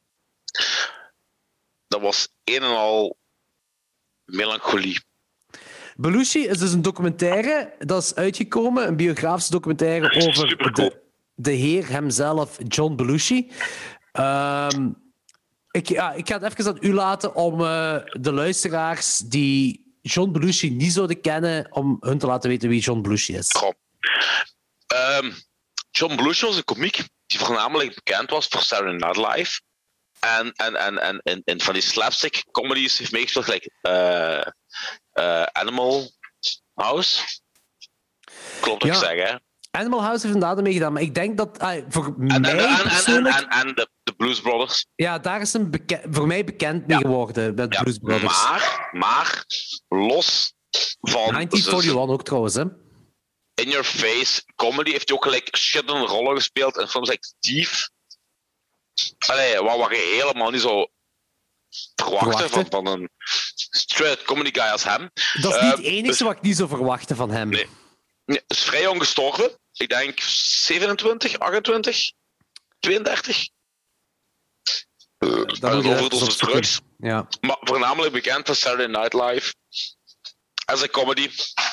Dat was een en al melancholie. Belushi is dus een documentaire, dat is uitgekomen, een biografische documentaire over Supercool. de, de heer hemzelf, John Belushi. Um, ik, ja, ik ga het even aan u laten om uh, de luisteraars die John Belushi niet zouden kennen, om hun te laten weten wie John Belushi is. Goh. Um, John Belushi was een komiek die voornamelijk bekend was voor Saturday Night Live. En, en, en, en, en, en van die slapstick comedies heeft meegespeeld, gelijk uh, uh, Animal House. Klopt wat Ja. ik zeg, hè? Animal House heeft inderdaad mee gedaan, maar ik denk dat uh, voor En, en, mij en, en, en, persoonlijk... en, en de, de Blues Brothers. Ja, daar is hem beke- voor mij bekend mee Ja. geworden, met Ja, Blues Brothers. maar, maar, los van... negentien eenenveertig ook trouwens, hè. in-your-face comedy heeft hij ook gelijk schitterende rollen gespeeld in films like Thief. Allee, wat, wat je helemaal niet zo verwachten van, Verwachten. van een straight comedy guy als hem. Dat is niet Uh, het enige dus- wat ik niet zou verwachten van hem. Nee. Nee, is vrij jong gestorven. Ik denk zevenentwintig, achtentwintig, tweeëndertig. Uh, Dan moet je over even onze opzoeken. drugs. Ja. Maar voornamelijk bekend van Saturday Night Live. Als een comedy.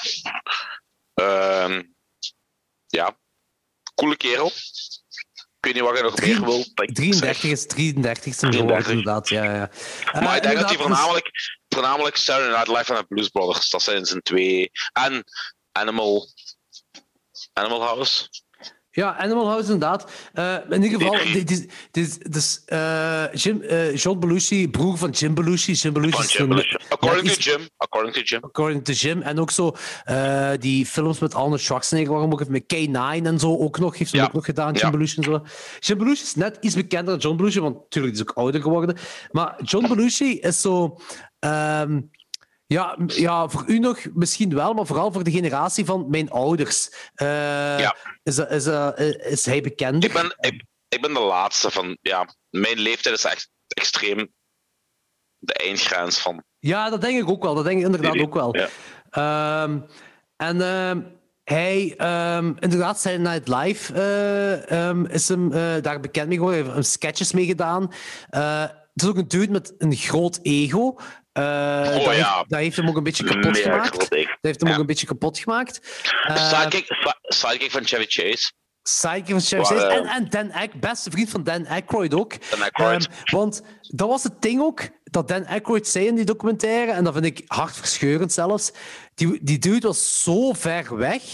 Ehm ja. Coole kerel. Ik weet niet wat je nog Drie- meer wil. dat ik drieëndertig zeg. is drieëndertig geworden, drieëndertig. inderdaad. Ja, ja. Maar Eh, ik denk dat hij inderdaad, dus- voornamelijk, voornamelijk Saturday Night Live en de Blues Brothers. Dat zijn zijn twee. En Animal, Animal House. Ja, Animal House inderdaad. Uh, in ieder geval, Die- dit is, dit is, dus, uh, Jim, uh, John Belushi, broer van Jim Belushi. Jim Belushi Van is Jim een- Belushi. According ja, to is- Jim. According to Jim. According to Jim. En ook zo uh, die films met Arnold Schwarzenegger, waarom ook even met K nine en zo ook nog, heeft hij Ja. ook nog gedaan, Jim Ja. Belushi en zo. Jim Belushi is net iets bekender dan John Belushi, want natuurlijk die is ook ouder geworden. Maar John Belushi is zo... Um, ja, m- ja, voor u nog misschien wel, maar vooral voor de generatie van mijn ouders. Uh, Ja. is, is, uh, is hij bekender? Ik ben, ik, ik ben de laatste van. Ja, mijn leeftijd is echt extreem de eindgrens van. Ja, dat denk ik ook wel. Dat denk ik inderdaad ook wel. Ja. Ehm, en ehm, hij, ehm, inderdaad, Saturday Night Live eh, ehm, is hem eh, daar bekend mee geworden. Hij heeft hem sketches mee gedaan. Eh, het is ook een dude met een groot ego. Uh, oh, dat, ja. heeft, dat heeft hem ook een beetje kapot Mega gemaakt. groot ego. Dat heeft hem Ja. ook een beetje kapot gemaakt. Uh, Sidekick, sidekick van Chevy Chase. Sidekick van Chevy Chase. En, en Dan Aykroyd, beste vriend van Dan Aykroyd ook. Dan Aykroyd. Um, want dat was het ding ook, dat Dan Aykroyd zei in die documentaire, en dat vind ik hartverscheurend zelfs. Die, die dude was zo ver weg.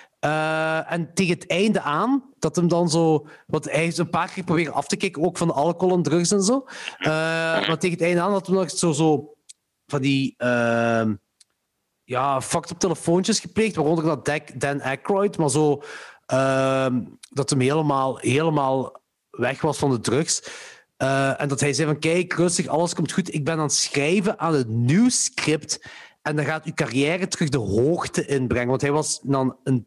Uh, en tegen het einde aan, dat hem dan zo... Want hij heeft een paar keer proberen af te kicken, ook van de alcohol en drugs en zo. Uh, maar tegen het einde aan had hij nog zo, zo van die... Uh, ja, fucked up telefoontjes gepleegd, waaronder dat Dan Aykroyd, maar zo... Uh, dat hem helemaal, helemaal weg was van de drugs. Uh, en dat hij zei van, kijk, rustig, alles komt goed. Ik ben aan het schrijven aan het nieuw script en dan gaat uw carrière terug de hoogte inbrengen. Want hij was dan een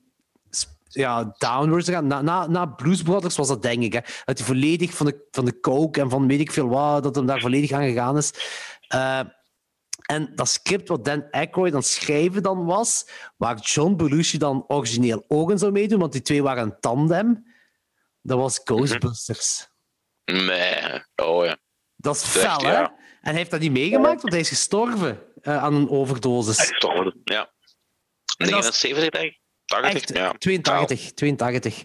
ja, downwards gegaan. Na, na, na Blues Brothers was dat, denk ik. Hè, dat hij volledig van de, van de coke en van weet ik veel wat, dat hem daar volledig aan gegaan is. Uh, En dat script wat Dan Aykroyd aan het schrijven dan was, waar John Belushi dan origineel ook in zou meedoen, want die twee waren een tandem, dat was Ghostbusters. Nee, oh ja. Dat is Echt, fel, hè? ja. En hij heeft dat niet meegemaakt, want hij is gestorven uh, aan een overdosis. Echt toch, ja. negenenzeventig, denk ik. tachtig, Echt, ja. tweeëntachtig. tweeëntachtig.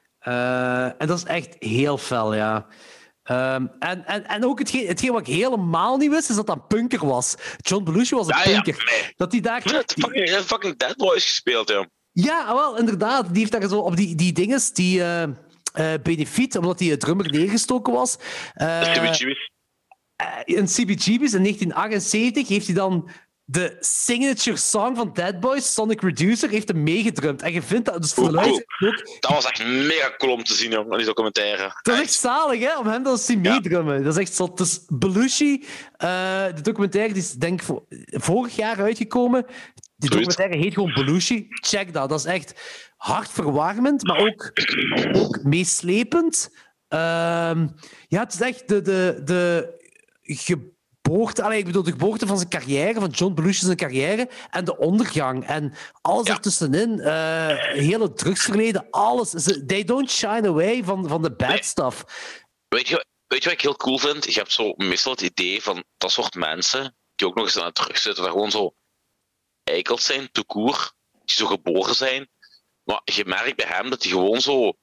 Uh, en dat is echt heel fel, ja. Um, en, en, en ook hetgeen, hetgeen wat ik helemaal niet wist, is dat dat punker was. John Belushi was een Ja, ja, punker. nee. Dat hij daar... Hij heeft fucking, hij heeft fucking Dead Boys gespeeld, ja. Ja, wel, inderdaad. Die heeft daar zo op die, die dinges, die uh, uh, benefiet, omdat die drummer neergestoken was. Uh, De C B G's. Uh, in C B G's in negentien achtenzeventig heeft hij dan de signature song van Dead Boys, Sonic Reducer, heeft hem meegedrumd. En je vindt dat, dus voor de luisteraars ook... Dat was echt mega cool om te zien, joh, aan die documentaire. Dat is echt zalig, hè, om hem dan te zien meedrummen. Dat is echt zot. Dus Belushi, uh, de documentaire, die is denk ik vorig jaar uitgekomen. Die documentaire heet gewoon Belushi. Check dat. Dat is echt hartverwarmend, maar ook, ook meeslepend. Uh, ja, het is echt de... de, de geboorte, allee, ik bedoel de geboorte van zijn carrière, van John Belushi zijn carrière, en de ondergang. En alles ja. ertussenin, uh, hele drugsverleden, alles. They don't shine away van, van de bad nee. stuff. Weet je, weet je wat ik heel cool vind? Je hebt zo meestal het idee van dat soort mensen, die ook nog eens aan het drugs zitten, dat gewoon zo eikels zijn, tout court, die zo geboren zijn. Maar je merkt bij hem dat hij gewoon zo...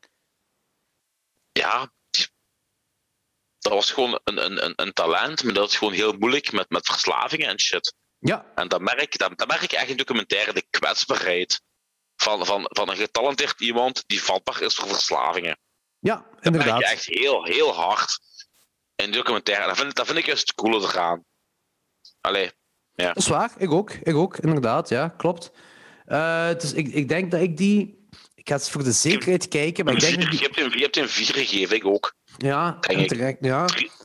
Ja... Dat was gewoon een, een, een talent, maar dat is gewoon heel moeilijk met, met verslavingen en shit. Ja. En dat merk, dat, dat merk ik echt in documentaire, de kwetsbaarheid van, van, van een getalenteerd iemand die vatbaar is voor verslavingen. Ja, dat inderdaad. merk je echt heel, heel hard in de documentaire. Dat vind, dat vind ik juist het coole eraan. Allee, ja. Dat is waar, ik ook, ik ook, inderdaad, ja, klopt. Uh, dus ik, ik denk dat ik die... Ik ga eens voor de zekerheid kijken, maar ik denk vier, dat die... je, hebt een, je hebt een vier gegeven, ik ook. Ja, terecht, ja.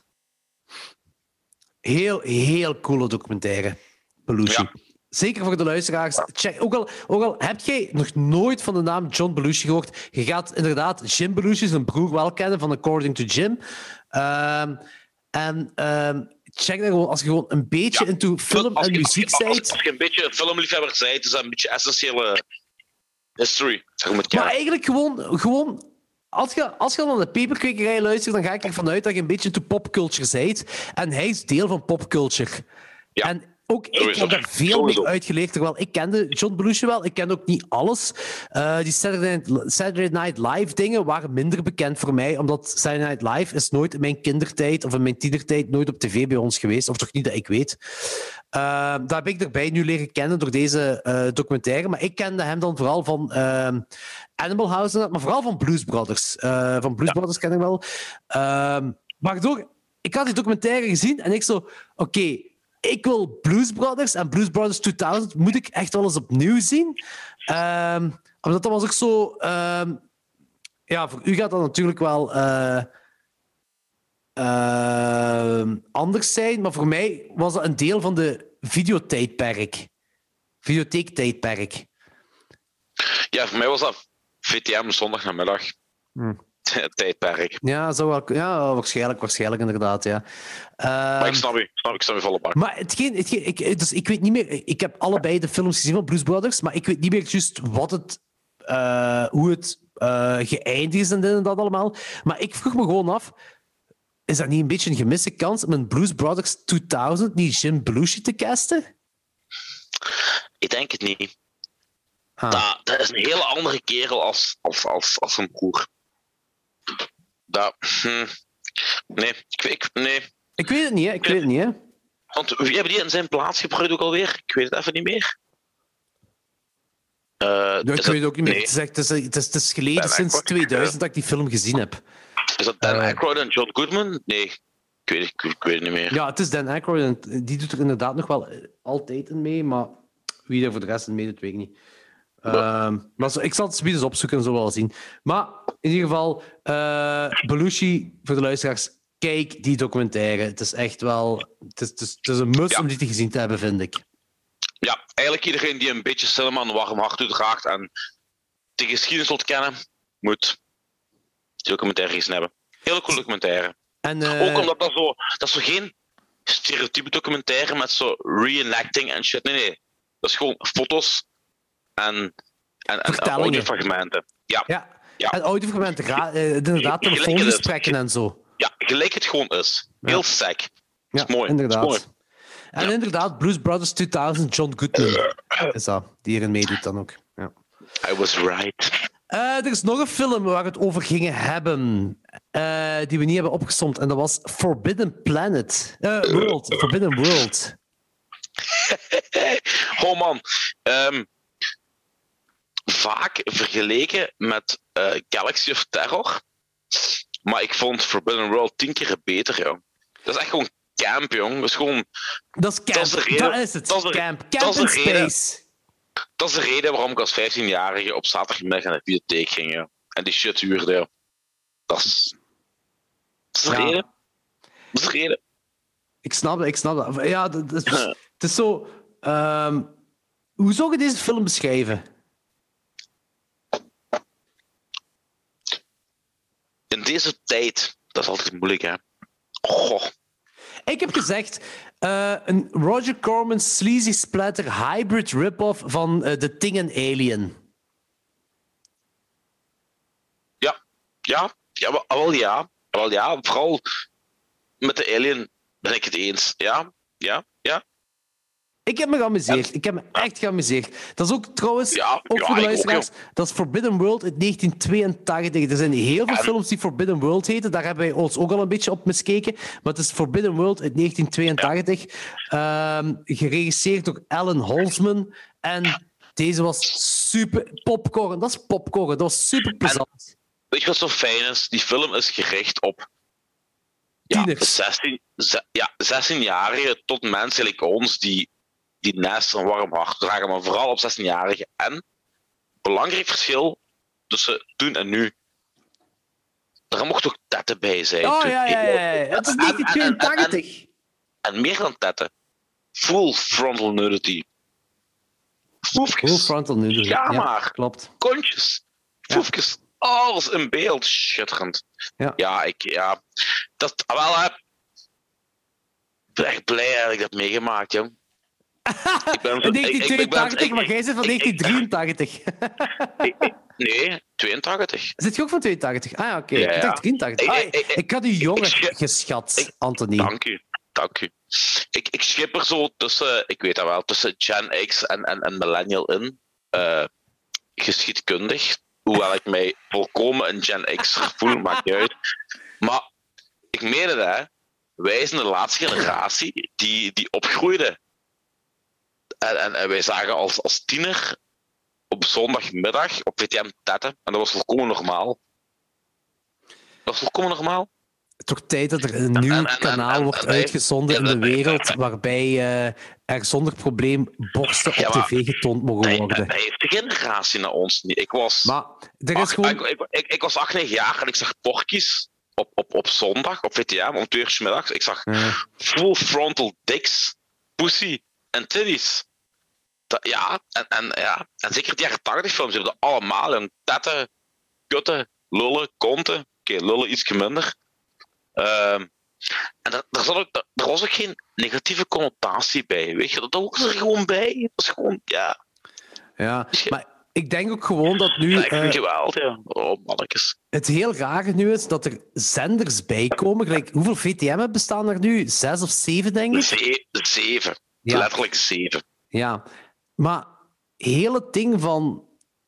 Heel, heel coole documentaire, Belushi. Ja. Zeker voor de luisteraars. Check. Ook, al, ook al heb jij nog nooit van de naam John Belushi gehoord, je gaat inderdaad Jim Belushi, zijn broer, wel kennen van According to Jim. Um, en um, check dat gewoon, als je gewoon een beetje ja. into film als en je, muziek als, als, bent. als je een beetje een filmliefhebber bent, is dat een beetje essentiële history. Zeg maar, maar eigenlijk gewoon... gewoon Als je, als je naar de Peperkwekerij luistert, dan ga ik ervan uit dat je een beetje into popculture bent. En hij is deel van popculture. Ja. En ook ik Sowieso. heb daar veel Sowieso. meer uitgeleerd. Terwijl ik kende John Belushi wel. Ik kende ook niet alles. Uh, die Saturday Night, Saturday Night Live dingen waren minder bekend voor mij. Omdat Saturday Night Live is nooit in mijn kindertijd of in mijn tienertijd nooit op tv bij ons geweest. Of toch niet dat ik weet. Uh, dat heb ik erbij nu leren kennen door deze uh, documentaire. Maar ik kende hem dan vooral van uh, Animal House, maar vooral van Blues Brothers. Uh, van Blues ja. Brothers ken ik wel. Uh, waardoor, ik had die documentaire gezien en ik zo... Oké, okay, ik wil Blues Brothers en Blues Brothers tweeduizend moet ik echt wel eens opnieuw zien. Uh, omdat dat was ook zo... Uh, ja, voor u gaat dat natuurlijk wel... Uh, Uh, anders zijn, maar voor mij was dat een deel van de videotijdperk. Videotheektijdperk. Ja, voor mij was dat V T M zondagnamiddag. Hm. Tijdperk. Ja, zo wel, ja, waarschijnlijk, waarschijnlijk inderdaad, ja. Uh, maar ik snap je, ik snap, ik snap je volle bak. Maar hetgeen, hetgeen, ik, dus ik weet niet meer... Ik heb allebei de films gezien van Blues Brothers, maar ik weet niet meer juist wat het... Uh, hoe het uh, geëindigd is en dit en dat allemaal. Maar ik vroeg me gewoon af... is dat niet een beetje een gemiste kans om in Blues Brothers tweeduizend niet Jim Belushi te casten? Ik denk het niet. Ah. Dat, dat is een hele andere kerel als, als, als, als zijn broer. Dat, hm, nee, ik, ik, nee. Ik weet het niet, hè. Ik weet het niet, hè. Want wie hebben die in zijn plaats gebruikt ook alweer? Ik weet het even niet meer. Uh, Ja, ik weet het ook niet meer. Nee. Het, is echt, het, is, het, is, het is geleden Ben sinds Aykroyd. tweeduizend dat ik die film gezien heb. Is dat Dan Uh, Aykroyd en John Goodman? Nee, ik weet, ik, ik weet het niet meer. Ja, het is Dan Aykroyd en die doet er inderdaad nog wel altijd in mee, maar wie er voor de rest in meedoet, weet ik niet. Ehm, maar zo, ik zal het eens opzoeken en zo wel zien. Maar in ieder geval, uh, Belushi, voor de luisteraars, kijk die documentaire. Het is echt wel... Het is, het is, het is een must Ja. om die te gezien te hebben, vind ik. Ja, eigenlijk iedereen die een beetje cinema een warm hart toedraagt en de geschiedenis wilt kennen, moet die documentaire gezien hebben. Hele cool documentaire. En, uh, Ook omdat dat zo... Dat is zo geen stereotype documentaire met zo reenacting en shit. Nee, nee. Dat is gewoon foto's en, en, en Vertellingen. audiofragmenten. Ja. Ja, Ja. en audiofragmenten, ra- uh, inderdaad, Gelijk telefoongesprekken het. en zo. ja, gelijk het gewoon is. Heel Ja. sec. Ja, Dat is mooi. inderdaad. Dat is mooi. En inderdaad, Blues Brothers tweeduizend, John Goodman is dat, die erin meedoet dan ook. Ja. I was right. Uh, er is nog een film waar we het over gingen hebben, uh, die we niet hebben opgesomd, en dat was Forbidden Planet. Uh, World, Forbidden World. Oh man. Um, vaak vergeleken met uh, Galaxy of Terror. Maar ik vond Forbidden World tien keer beter, joh. Dat is echt gewoon camp, jong. Dat is gewoon... Dat is camp. Dat is de reden- Dat is het. dat is de- camp. dat Camp is in de reden- space. Dat is de reden waarom ik als vijftienjarige op zaterdagmiddag naar de bibliotheek ging, joh. En die shit huurde, joh. Dat is... Dat is de Ja. reden. Dat is de reden. Ik snap dat, ik snap dat. Ja, dat, dat is, het is zo... Um, hoe zou je deze film beschrijven? In deze tijd, dat is altijd moeilijk, hè. Goh. Ik heb gezegd, uh, een Roger Corman sleazy splatter hybrid rip-off van uh, The Thing en Alien. Ja, ja, ja, wel, wel ja. Wel ja, vooral met de Alien ben ik het eens. Ja, ja, ja. Ik heb me geamuseerd. Ik heb me echt geamuseerd. Dat is ook trouwens, Ja, ook ja, voor de ik ook, luisteraars, dat is Forbidden World uit negentien tweeëntachtig. Er zijn heel veel Ja. films die Forbidden World heten. Daar hebben wij ons ook al een beetje op miskeken. Maar het is Forbidden World uit negentien tweeëntachtig. Ehm, geregisseerd door Alan Holzman. En deze was super... Popcorn. Dat is popcorn. Dat was super plezant. Weet je wat zo fijn is? Die film is gericht op ja, Tieners. zestien, ze- ja, zestienjarigen tot mensen like ons die, die nest een warm hart dragen, maar vooral op zestienjarigen. En belangrijk verschil tussen toen en nu. Er mocht ook tetten bij zijn. Oh toen. ja, ja, ja. ja. Het is En- en- negentien tweeëntachtig. En meer dan tetten. Full frontal nudity. Full Foefjes, frontal nudity. Ja, maar. Klopt. kontjes, foefjes, alles in beeld. Schitterend. Ja. Ja, ik, ja. Dat, wel, hè. Ik ben echt blij dat ik dat meegemaakt, jong. Ik ben, In ik- ik- negentien ik ben- tweeëntachtig, ik- maar jij zit van ik- ik- negentien drieëntachtig. ik- ik- Nee, tweeëntachtig. Zit je ook van tweeëntachtig? Ah ja, oké. Ja, Ik ja. dacht drieëntachtig. Ik- Ah, ik- ik- ik had u jonger ik- ik- geschat, ik- Anthony. Dank u, dank u. Ik, ik schip er zo tussen, ik weet dat wel, tussen Gen X en, en, en Millennial in. Eh, geschiedkundig. Hoewel ik mij volkomen een Gen X voel, maakt niet uit. Maar ik meen het, hè. Wij zijn de laatste generatie die, die opgroeide. En, en, en wij zagen als, als tiener op zondagmiddag op V T M tetten. En dat was volkomen normaal. Dat was volkomen normaal. Toch tijd dat er een nieuw en- en- kanaal en- wordt en- uitgezonden in de en- wereld waarbij eh, er zonder probleem borsten Ja, op maar- tv getoond mogen Hij, worden. hij heeft de generatie naar ons niet. Ik was, Maar er is ach- gewoon... ik, ik, ik, ik was acht, negen jaar en ik zag porkies op, op, op zondag op V T M om twee uur 's middags. Ik zag Ja. full frontal dicks, pussy en titties. Dat, ja, en, en, ja, en zeker die jaren tachtig films hebben dat allemaal. Jong. Tetten, kutten, lullen, konten. Oké, lullen iets minder. Ehm, en daar, daar, zat ook, daar, daar was ook geen negatieve connotatie bij. Weet je, dat hoort er gewoon bij. Dat is gewoon, ja. Ja, maar ik denk ook gewoon dat nu... Ja, ik vind eh, geweld, ja. Oh, mannetjes. het heel rare nu is dat er zenders bij komen. Gelijk, hoeveel V T M'en bestaan er nu? Zes of zeven, denk ik? Ze- zeven. Ja. Letterlijk zeven. Ja. Maar heel het ding van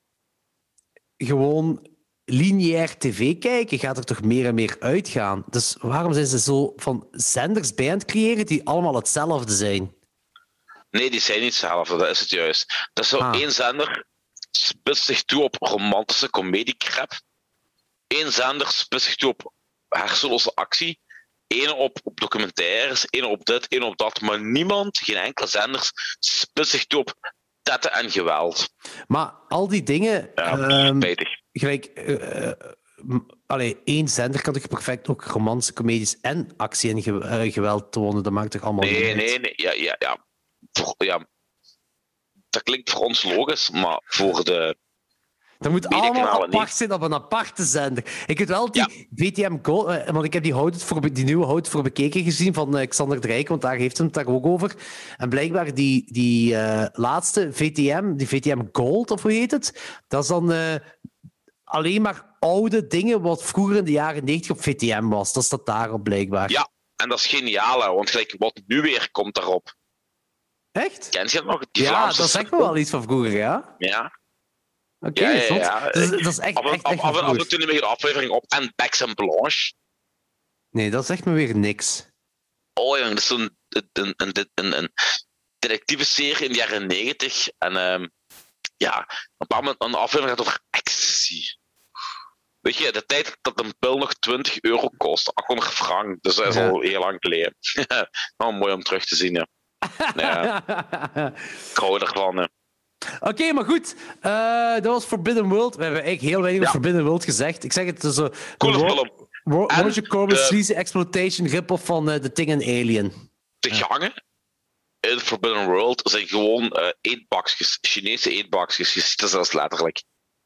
gewoon lineair tv kijken gaat er toch meer en meer uitgaan. Dus waarom zijn ze zo van zenders bij aan het creëren die allemaal hetzelfde zijn? Nee, die zijn niet hetzelfde, dat is het juist. Dat is zo Ah. één zender spitst zich toe op romantische comediecrap. Eén zender spitst zich toe op hersenloze actie. Eén op, op documentaires, één op dit, één op dat. Maar niemand, geen enkele zender, spitst zich toe op tetten en geweld. Maar al die dingen... Ja, ehm, spijtig. gelijk... eh, eh, m- allee, één zender kan toch perfect ook romantische comedies en actie en ge- eh, geweld tonen? Dat maakt toch allemaal niet Nee, uit? nee, nee. Ja, ja, ja. Voor, ja. Dat klinkt voor ons logisch, maar voor de... Dat moet Mediekanalen allemaal apart niet. zijn op een aparte zender. Ik weet wel die V T M Gold, eh, want ik heb die, Houd het voor, Be- die nieuwe Houd het voor bekeken gezien van eh, Xander de Rijk, want daar heeft hij het daar ook over. En blijkbaar die, die eh, laatste V T M, die V T M Gold, of hoe heet het? Dat is dan eh, alleen maar oude dingen wat vroeger in de jaren negentig op V T M was. Dat staat daarop blijkbaar. Ja, en dat is geniaal, hè, want gelijk wat nu weer komt daarop. Echt? Kent je dat nog? Die Ja, Vlaamse dat zegt me wel iets van vroeger, ja. Ja. Oké, Ja, ja, zot. ja. Dat, is, dat is echt, Af en, echt, af, echt af, en- af en vroeger. toe neem ik een aflevering op en Bex en Blanche. Nee, dat zegt me weer niks. Oh jong, dat is zo'n een, een, een, een, een detectieve serie in de jaren negentig. En ehm, ja, op een bepaald moment een aflevering gaat over ecstasy. Weet je, de tijd dat een pil nog twintig euro kost, achthonderd frank. Dus dat is Ja. al heel lang geleden. Nou, mooi om terug te zien, ja. Ja, ik hou ervan. Hè. Oké, maar goed. Eh, dat was Forbidden World. We hebben eigenlijk heel weinig Ja. over Forbidden World gezegd. Ik zeg het, het is een Coole Ro- film. Ro- En Roger Corman de- sleazy exploitation rip-off van eh, The Thing and Alien. De gangen in Forbidden World zijn gewoon eh eetbakjes, Chinese eetbakjes. Je ziet dat zelfs letterlijk.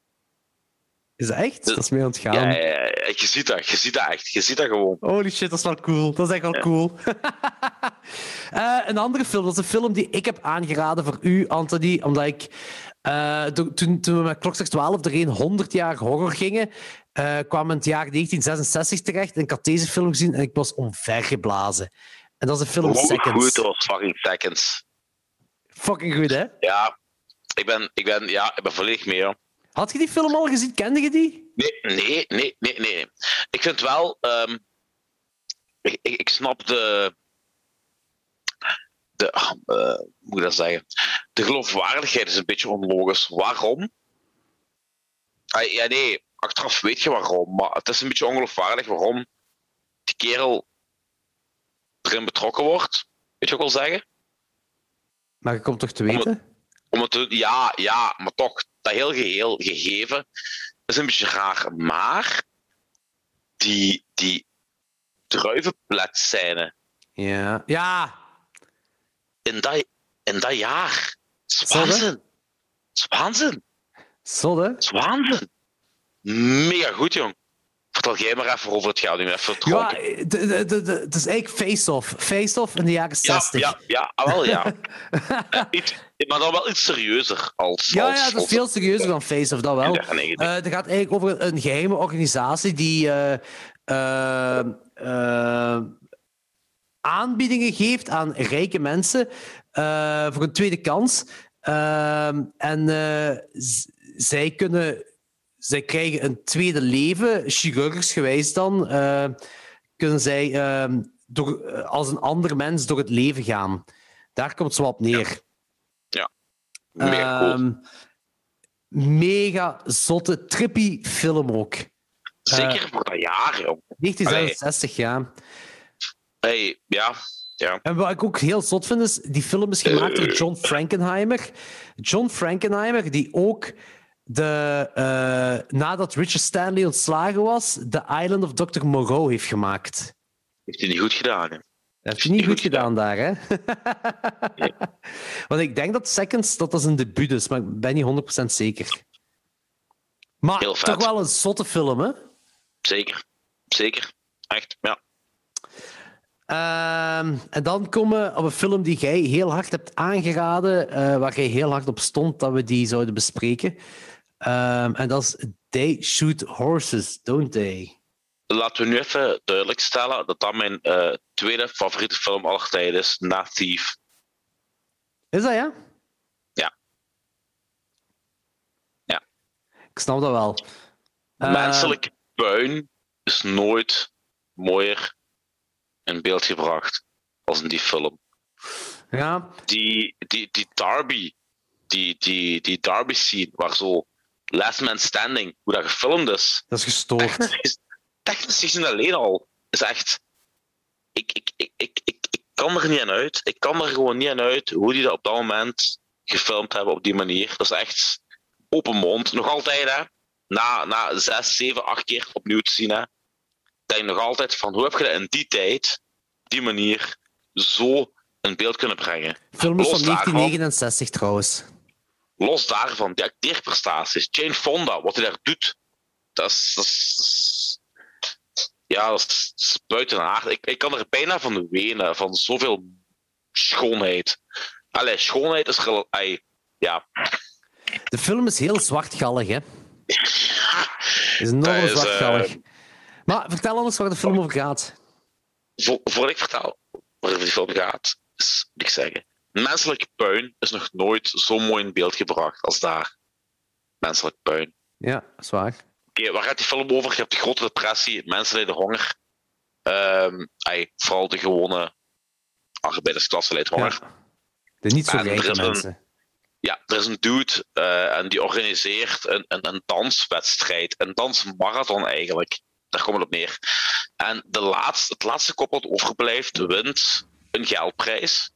Is dat echt? Dat is mee ontgaan. Ja, ja, ja, ja, je ziet dat, je ziet dat echt. Je ziet dat gewoon. Holy shit, dat is wel cool. Dat is echt wel cool. Eh, een andere film, dat is een film die ik heb aangeraden voor u, Anthony, omdat ik eh, to- toen, toen we met Klokslag twaalf er honderd jaar horror gingen, eh kwam in het jaar negentien zesenzestig terecht en ik had deze film gezien en ik was omvergeblazen. En dat is een film Wow, Seconds. goed, dat was fucking Seconds. Fucking goed, hè? Ja, ik ben, ik ben, ja, ik ben volledig mee. Hoor. Had je die film al gezien? Kende je die? Nee, nee, nee, nee, nee. Ik vind wel, ehm, ik, ik, ik snap de, de ah, eh, hoe moet ik dat zeggen? De geloofwaardigheid is een beetje onlogisch. Waarom? Ah, ja, nee, achteraf weet je waarom, maar het is een beetje ongeloofwaardig waarom die kerel erin betrokken wordt. Weet je wat ik wil zeggen? Maar je komt toch te weten? Om het te, ja, ja, maar toch, dat heel geheel gegeven is een beetje raar. Maar die, die druivenpletscène Ja. Ja. in dat, in dat jaar, het is Zo, hè? waanzin. Het is waanzin. Zo, hè? Het is waanzin. Mega goed, jong. Vertel jij maar even over het geld. Ik ben even Ja, dronken. de- de- de- de- het is eigenlijk Face-Off. Face-Off in de jaren Ja, zestig. ja, ja, ah, wel ja. Eh, iets, maar dan wel iets serieuzer als. Ja, als, ja, dat is als- veel serieuzer dan Face-Off, dat wel. in de jaren negentig. Eh, het gaat eigenlijk over een geheime organisatie die eh, eh, eh, aanbiedingen geeft aan rijke mensen eh, voor een tweede kans. Ehm, en eh, z- zij kunnen... Zij krijgen een tweede leven, chirurgsgewijs dan, eh, kunnen zij ehm, door, eh, als een ander mens door het leven gaan. Daar komt het zo op neer. Mega cool. Ehm, mega zotte, trippy film ook. Zeker voor dat jaar, jong. negentien zesenzestig, ja. Hey, ja, ja. En wat ik ook heel zot vind, is die film is gemaakt door John Frankenheimer. John Frankenheimer, die ook de, eh, nadat Richard Stanley ontslagen was, The Island of dokter Moreau heeft gemaakt. Heeft hij niet goed gedaan, hè? Dat heb je niet goed gedaan daar, hè? Want ik denk dat Seconds dat dat zijn debuut is, maar ik ben niet honderd procent zeker. Maar Heel vet. toch wel een zotte film, hè? Zeker. Zeker. Echt, ja. Ehm, en dan komen we op een film die jij heel hard hebt aangeraden, uh, waar jij heel hard op stond dat we die zouden bespreken. Um, en dat is They Shoot Horses, Don't They? Laten we nu even duidelijk stellen dat dat mijn uh, tweede favoriete film aller tijden is, na Thief. Is dat, ja? Ja. Ja. Ik snap dat wel. Menselijk uh, puin is nooit mooier in beeld gebracht als in die film. Ja. Die, die, die Darby, die, die, die Darby scene, waar zo Last Man Standing, hoe dat gefilmd is. Dat is gestoord. Technisch gezien alleen al is echt. Ik, ik, ik, ik, ik, ik kan er niet aan uit. Ik kan er gewoon niet aan uit hoe die dat op dat moment gefilmd hebben op die manier. Dat is echt open mond. Nog altijd, hè. Na, na zes, zeven, acht keer opnieuw te zien, hè. Denk nog altijd van hoe heb je dat in die tijd, die manier, zo in beeld kunnen brengen. Film is van negentien negenenzestig trouwens. Los daarvan, die acteerprestaties. Jane Fonda, wat hij daar doet, dat is, dat is ja, dat is, dat is buiten haar. Ik, ik kan er bijna van wenen, van zoveel schoonheid. Allee, schoonheid is... Allee, ja. De film is heel zwartgallig, hè? is enorm is, zwartgallig. Uh, maar vertel anders waar de film over gaat. Voor, voordat ik vertel waarover die film gaat, is, moet ik zeggen, menselijk puin is nog nooit zo mooi in beeld gebracht als daar. Menselijk puin. Ja, dat is waar. Oké, okay, waar gaat die film over? Je hebt de grote depressie, mensen lijden honger. Um, ay, vooral de gewone arbeidersklasse lijdt honger. Ja. De niet zo rijke mensen. Een, ja, er is een dude uh, en die organiseert een, een, een danswedstrijd. Een dansmarathon eigenlijk. Daar komt het op neer. En de laatste, het laatste koppel dat overblijft, wint een geldprijs.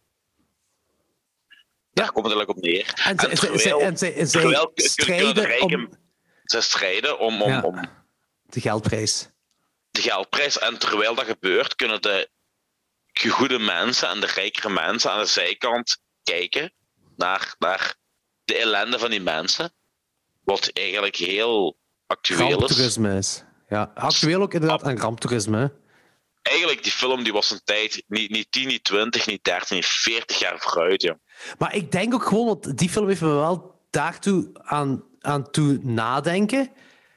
Daar ja. komt het eigenlijk op neer. En, en terwijl, en zij, en zij terwijl strijden de rijken, om... Zij strijden om, om, ja. om... De geldprijs. De geldprijs. En terwijl dat gebeurt, kunnen de goede mensen en de rijkere mensen aan de zijkant kijken naar, naar de ellende van die mensen. Wat eigenlijk heel actueel is. Ramptoerisme is. Ja, actueel ook inderdaad aan ramptoerisme. Eigenlijk, die film die was een tijd niet, niet tien, niet twintig, niet dertig, niet veertig jaar vooruit. Ja. Maar ik denk ook gewoon, dat die film heeft me wel daartoe aan, aan toe nadenken.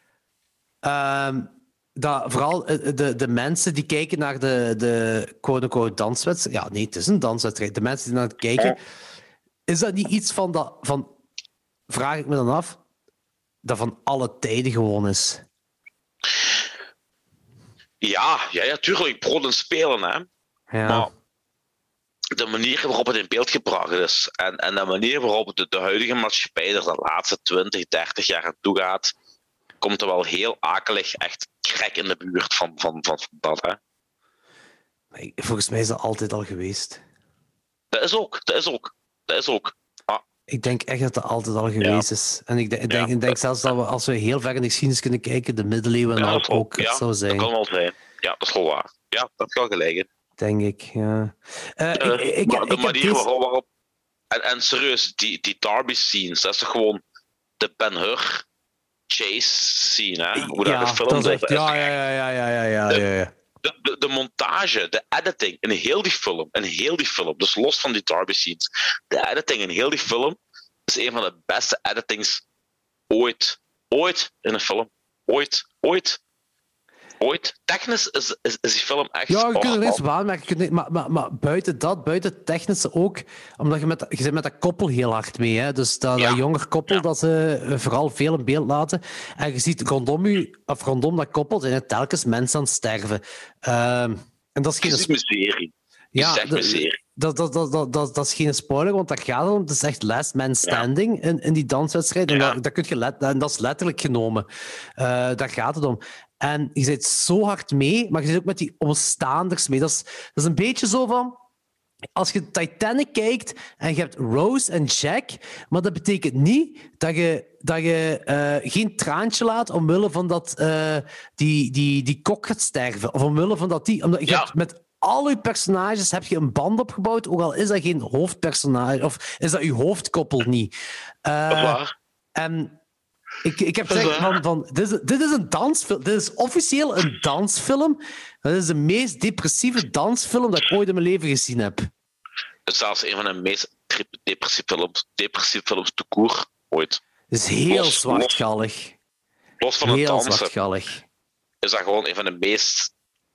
Um, dat vooral de, de mensen die kijken naar de, de quote-unquote danswedstrijd. Ja, nee, het is een danswedstrijd. De mensen die naar het kijken. Is dat niet iets van dat, van, vraag ik me dan af, dat van alle tijden gewoon is? Ja, ja, ja, tuurlijk. Brood en spelen, hè. Ja. Maar de manier waarop het in beeld gebracht is en, en de manier waarop de, de huidige maatschappij er de laatste twintig, dertig jaar aan toe gaat, komt er wel heel akelig, echt krek in de buurt van, van, van, van dat, hè. Volgens mij is dat altijd al geweest. Dat is ook, dat is ook, dat is ook. Ah. Ik denk echt dat dat altijd al geweest ja. is. En ik denk, ja, ik denk dat, zelfs dat we, als we heel ver in de geschiedenis kunnen kijken, de middeleeuwen ja, ook, ook ja, zou zijn. Dat kan wel zijn. Ja, dat is wel waar. Ja, dat kan gelijk. Denk ik, ja. Uh, uh, ik, ik, maar ik, de ik manier deze... waarop... waarop en, en serieus, die, die Darby scenes, dat is toch gewoon de Ben-Hur chase scene, hè? Hoe ja, dat gefilmd is. Ja, ja, ja, ja, ja, ja, ja, de, ja, ja. De, de, de montage, de editing in heel die film, in heel die film, dus los van die Darby scenes, de editing in heel die film is een van de beste editings ooit. Ooit in een film. Ooit. Ooit. Ooit. Technisch is, is, is die film echt... Ja, je oh, kunt er eens waarmerken, maar, maar, maar buiten dat, buiten het technische ook, omdat je met, je zit met dat koppel heel hard mee, hè? Dus dat, ja. dat jonger koppel, ja. dat ze vooral veel in beeld laten. En je ziet rondom, u, of rondom dat koppel zijn er telkens mensen aan het sterven. Um, en dat is geen... Het is miserie. Ja, is echt miserie. Dat, dat, dat, dat, dat, dat is geen spoiler, want dat gaat om. Het is echt last man standing ja. in, in die danswedstrijd. En, ja. dat, dat, kun je let, en dat is letterlijk genomen. Uh, daar gaat het om. En je zit zo hard mee, maar je zit ook met die omstaanders mee. Dat is, dat is een beetje zo van... Als je Titanic kijkt en je hebt Rose en Jack, maar dat betekent niet dat je, dat je uh, geen traantje laat omwille van dat uh, die, die, die kok gaat sterven. Of omwille van dat die... Omdat je ja. hebt met al je personages heb je een band opgebouwd, ook al is dat geen hoofdpersonage, of is dat je hoofdkoppel niet. Uh, dat is waar. En Ik, ik heb Dat is gezegd waar. van, van dit, is, dit is een dansfilm. Dit is officieel een dansfilm. Dat is de meest depressieve dansfilm dat ik ooit in mijn leven gezien heb. Het is zelfs een van de meest depressieve films, depressieve films te koer ooit. Het is heel Los- zwartgallig. Los van het Heel dansen zwartgallig. is dat gewoon een van de meest...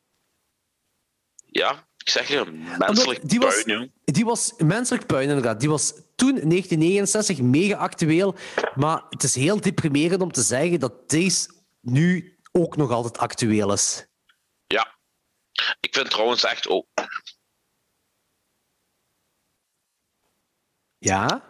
Ja, ik zeg je, menselijk die was- puin, jong. Die was menselijk puin, inderdaad. Die was toen, in negentien negenenzestig, mega actueel. Maar het is heel deprimerend om te zeggen dat deze nu ook nog altijd actueel is. Ja. Ik vind trouwens echt ook... Ja?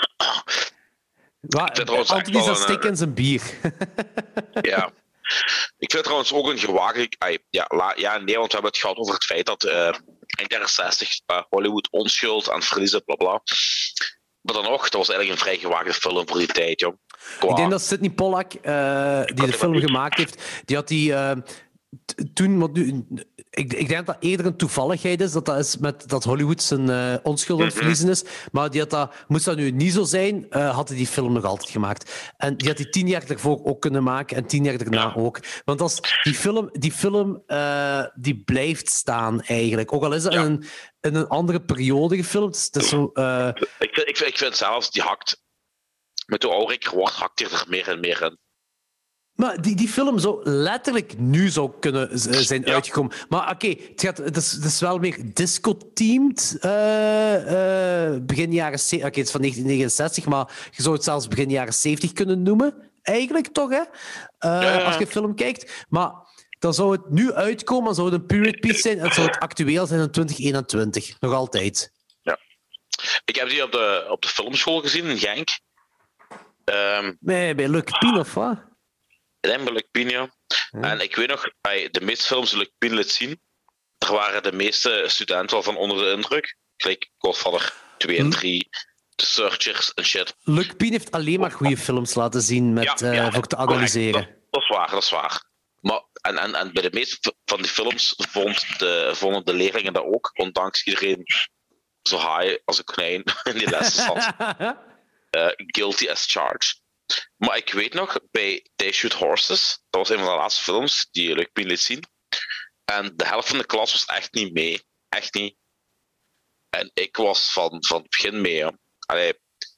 Wa- vind trouwens echt Anthony wel zet een, stik in zijn bier. Ja. Ik vind trouwens ook een gewaagde... ai, Ja, la- ja, nee, want we hebben het gehad over het feit dat eh in de jaren zestig uh, Hollywood onschuld aan het verliezen, bla bla. Maar dan nog, dat was eigenlijk een vrij gewaagde film voor die tijd, joh. Qua- Ik denk dat Sidney Pollack, eh, die de dat film niet. gemaakt heeft, die had die eh, t- toen... Want nu, ik, ik denk dat dat eerder een toevalligheid is, dat dat is met dat Hollywood zijn eh, onschuld aan het verliezen is. Maar die had dat, moest dat nu niet zo zijn, eh, had hij die film nog altijd gemaakt. En die had hij tien jaar daarvoor ook kunnen maken en tien jaar daarna Ja. ook. Want als die film, die, film eh, die blijft staan eigenlijk. Ook al is dat Ja. in, een, in een andere periode gefilmd. Het is zo... eh, Ik vind, ik, vind, ik vind zelfs, die hakt... Met hoe ouder ik word, hakt hij er meer en meer in. Maar die, die film zou letterlijk nu zou kunnen z- zijn Ja. uitgekomen. Maar oké, het, gaat- het, is, het is wel meer disco-themed. eh, eh, begin jaren zeventig. Oké, het is van negentien negenenzestig, maar je zou het zelfs begin jaren zeventig kunnen noemen. Eigenlijk toch, hè? Eh, ja. Als je de film kijkt. Maar dan zou het nu uitkomen, dan zou het een period piece zijn. En het zou het actueel zijn in twintig eenentwintig. Nog altijd. Ik heb die op de, op de filmschool gezien in Genk. Ehm Bij, bij Luc Pien, of wat? in Luc Pien, ja. En ik weet nog, bij de meeste films die Luc Pien liet zien, er waren de meeste studenten wel van onder de indruk. Gelijk Godfather twee en drie, The Searchers en shit. Luc Pien heeft alleen maar goede films laten zien met, Ja, eh, ja, voor te correct. analyseren. Dat, dat is waar, dat is waar. Maar, en, en, en bij de meeste van die films vond de, vonden de leerlingen dat ook, ondanks iedereen zo high als een konijn in die lessen zat. Uh, guilty as charged. Maar ik weet nog, bij They Shoot Horses, dat was een van de laatste films die Luc Pien liet zien. En de helft van de klas was echt niet mee. Echt niet. En ik was van, van het begin mee. Hè. Allee,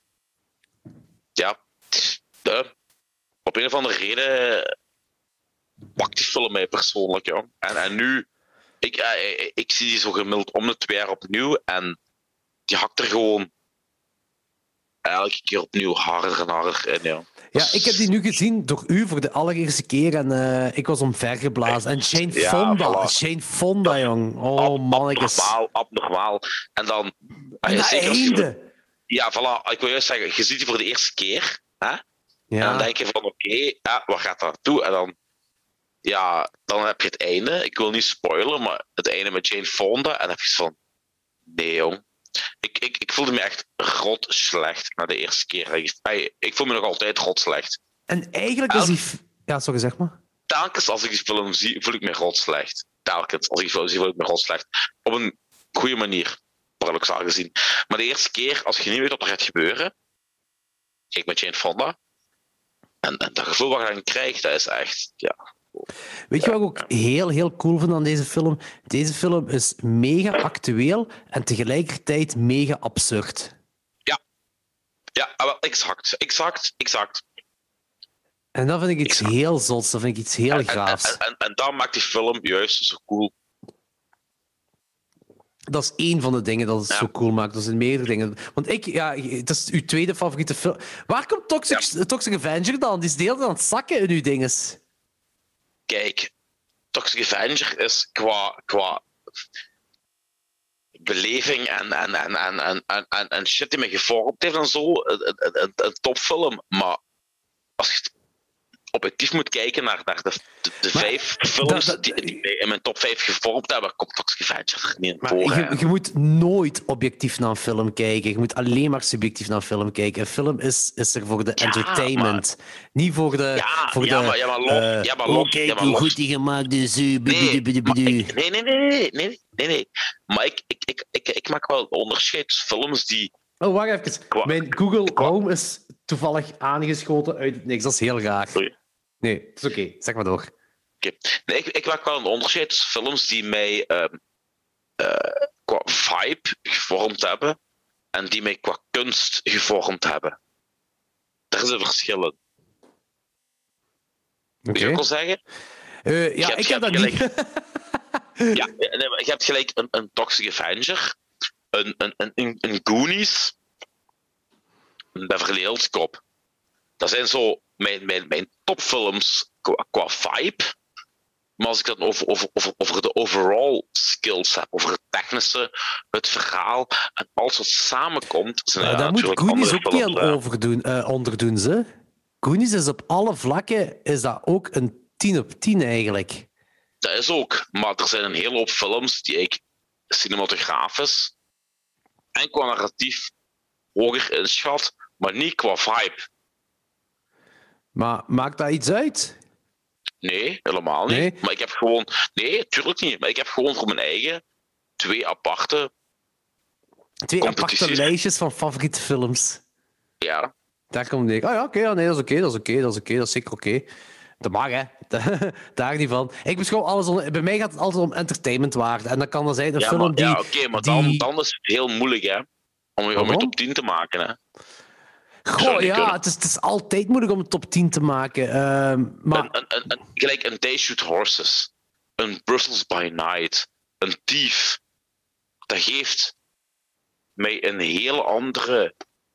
ja, de, op een of andere reden pakt die film mij persoonlijk. Ja. En, en nu, ik, eh, ik, ik zie die zo gemiddeld om de twee jaar opnieuw en die hakt er gewoon elke keer opnieuw harder en harder in. Ja, Ja, ik heb die nu gezien door u voor de allereerste keer en eh, ik was omvergeblazen. En Jane Ja, Fonda, voilà. Jane Fonda, jong. Oh, Ab- mannetjes. abnormaal, abnormaal. En dan... En ja, dat zeker als je- einde. Ja, voilà. Ik wil juist zeggen, je ziet die voor de eerste keer. Hè? En dan Ja. denk je van, oké, ja, waar gaat dat naartoe? En dan... Ja, dan heb je het einde. Ik wil niet spoilen, maar het einde met Jane Fonda. En dan heb je zo van... Nee, jong. Ik, ik, ik voelde me echt rot slecht na de eerste keer. Ik, ey, ik voel me nog altijd rot slecht. En eigenlijk is die... f- Ja, sorry, zeg maar. Telkens als ik die film zie, voel ik me rot slecht. Telkens als ik die film zie, voel ik me rot slecht. Op een goede manier, paradoxaal gezien. Maar de eerste keer, als je niet weet wat er gaat gebeuren, kijk met Jane Fonda, en, en dat gevoel wat je dan krijgt, dat is echt, ja. Weet je wat ik ook heel, heel cool vind aan deze film? Deze film is mega actueel en tegelijkertijd mega absurd. Ja, ah, wel, exact, exact, exact. En dat vind ik iets heel zots, dat vind ik iets heel En, en, gaafs. en, en, en dat maakt die film juist zo cool. Dat is één van de dingen dat het Ja. zo cool maakt. Dat zijn meerdere dingen. Want ik, ja, het is uw tweede favoriete film. Waar komt Toxic, Toxic Avenger dan? Die is de hele tijd aan het zakken in uw dinges. Kijk, Toxic Avenger is qua, qua beleving en, en, en, en, en, en, en, en shit die me gevormd heeft en zo, een, een, een, een topfilm. Maar als je objectief moet kijken naar, naar de, de, de Maar vijf films dat- dat- die, die mij in mijn top vijf gevormd hebben, komt Toxic Avenger er niet in Maar voor. hè. je, je moet nooit objectief naar een film kijken. Je moet alleen maar subjectief naar een film kijken. Een film is, is er voor de Ja, entertainment. Niet voor de... Ja, voor ja, de maar- ja, maar los- eh, ja, maar oh, los- kijk ja, maar hoe los. goed die gemaakt is. eh, bu- bu- Nee, bu- bu- maar bu- ik- nee, nee, nee, nee, nee, nee, nee, nee. Maar ik, ik, ik, ik, ik maak wel een onderscheid tussen films die... Oh, wacht even. Qua- Mijn Google qua- Home is toevallig aangeschoten uit het niks. Dat is heel raar. Oei. Nee, het is oké. Okay. Zeg maar door. Okay. Nee, ik, ik maak wel een onderscheid tussen films die mij uh, uh, qua vibe gevormd hebben en die mij qua kunst gevormd hebben. Daar is een verschil in. Moet Okay. je ook al zeggen? Uh, ja, hebt, ik heb dat gelijk, niet. ja, nee, maar je hebt gelijk een, een Toxic Avenger, een, een, een, een Goonies, een Beverly Hills Cop. Dat zijn zo mijn, mijn, mijn topfilms qua, qua vibe. Maar als ik het over, over, over, over de overall skills heb, over het technische, het verhaal en alles wat samenkomt, zijn Uh, er daar moet natuurlijk Goonies andere ook niet films, aan hè. overdoen, uh, onderdoen. Ze. Goonies is op alle vlakken is dat ook een tien op tien eigenlijk. Dat is ook, maar er zijn een hele hoop films die ik cinematografisch en qua narratief hoger inschat, maar niet qua vibe. Maar maakt dat iets uit? Nee, helemaal niet. Nee? Maar ik heb gewoon... Nee, tuurlijk niet. Maar ik heb gewoon voor mijn eigen twee aparte... Twee aparte competities. lijstjes van favoriete films. Ja, Daar komt neer. Oh ja, oké, ja, nee, dat is oké, dat is oké, dat is oké, dat is zeker oké. Dat mag, hè. Daar niet van. Ik beschouw alles om... Bij mij gaat het altijd om entertainmentwaarde. En dan kan er zijn een ja, film maar, die... ja oké, maar die... dan, dan is het heel moeilijk, hè. Om, om je Waarom? top tien te maken, hè. Goh, Zou niet ja, kunnen. het is, het is altijd moeilijk om een top tien te maken. Ehm, maar... Een, een, een, een- gelijk een They Shoot Horses. Een Brussels by Night. Een Thief. Dat geeft mij een heel andere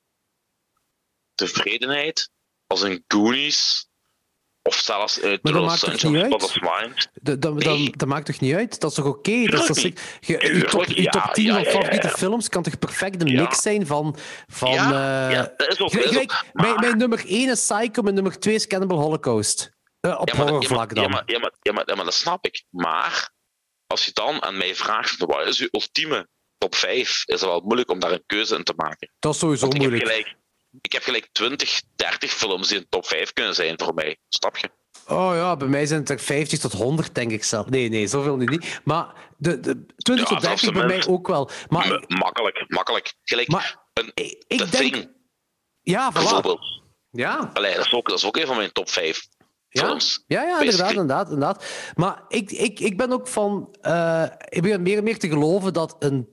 tevredenheid als een Goonies. Of zelfs uh, dat The maakt toch Sunshine niet of uit? Spotless Mind. Dat, dat, Nee. dat, dat maakt toch niet uit? Dat is toch oké? Okay? Dat is toch Tuurlijk zeker- je- Je Tuurlijk, top, je ja, top tien ja, van ja, ja, favoriete ja. films kan toch perfect een Ja. mix zijn van... van Ja, eh, ja, dat is ook- gelijk- dat is ook- gelijk, mijn, maar- mijn nummer één is Psycho, mijn nummer twee is Cannibal Holocaust. Uh, op Ja, maar, horrorvlak ja, dan. maar, ja, maar, ja, maar, ja, maar, ja, maar dat snap ik. Maar als je dan aan mij vraagt, wat is je ultieme top vijf, is het wel moeilijk om daar een keuze in te maken. Dat is sowieso Want ik heb, moeilijk. gelijk, ik heb gelijk twintig, dertig films die in top vijf kunnen zijn voor mij. Snap je? Oh ja, bij mij zijn het er vijftig tot honderd, denk ik zelf. Nee, nee, zoveel nu niet. Maar de, de twintig Ja, tot dertig zelfs bij mij de ook wel. Maar, M- makkelijk, makkelijk. Gelijk maar een ik, ik The denk... Thing, Ja, voilà. bijvoorbeeld. Ja. Allee, dat, is ook, dat is ook een van mijn top vijf Ja, films. ja, ja inderdaad, Basically. inderdaad, inderdaad. Maar ik, ik, ik ben ook van... eh, ik begin meer en meer te geloven dat een,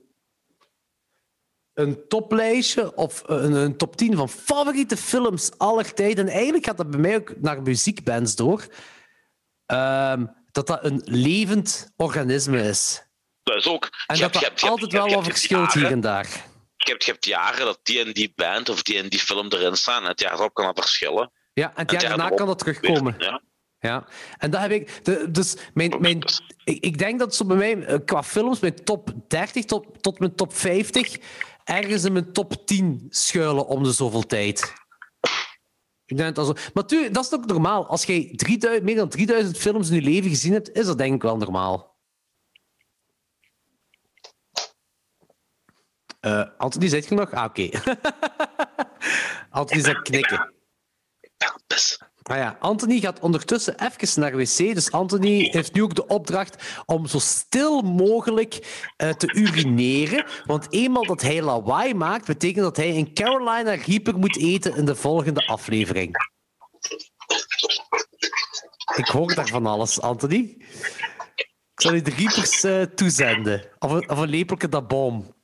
een toplijstje of een, een top tien van favoriete films aller tijden, en eigenlijk gaat dat bij mij ook naar muziekbands door, ehm, dat dat een levend organisme is. Dat is ook. En je dat hebt- je dat hebt- je hebt- altijd je wel hebt- wat je hebt verschilt hier jaren- en daar. Je hebt, je hebt jaren dat die en die band of die en die film erin staan. En het jaar erop kan dat verschillen. Ja, en het jaar daarna erop kan dat terugkomen. weer, ja. Ja, en dat heb ik. De, dus mijn, mijn, ik, ik denk dat zo bij mij eh, qua films mijn top dertig tot, tot mijn top vijftig ergens in mijn top tien schuilen om de zoveel tijd. Ik denk dat, dat, zo, maar tu, dat is ook normaal. Als jij drieduizend, meer dan drieduizend films in je leven gezien hebt, is dat denk ik wel normaal. Uh, Anthony, zit je nog? Ah, oké. Okay. Anthony is aan het knikken. Ja, best. Ah ja, Anthony gaat ondertussen even naar wc. Dus Anthony heeft nu ook de opdracht om zo stil mogelijk uh, te urineren. Want eenmaal dat hij lawaai maakt, betekent dat hij een Carolina Reaper moet eten in de volgende aflevering. Ik hoor daar van alles, Anthony. Ik zal je de Reapers uh, toezenden. Of een, of een lepeltje dat boom.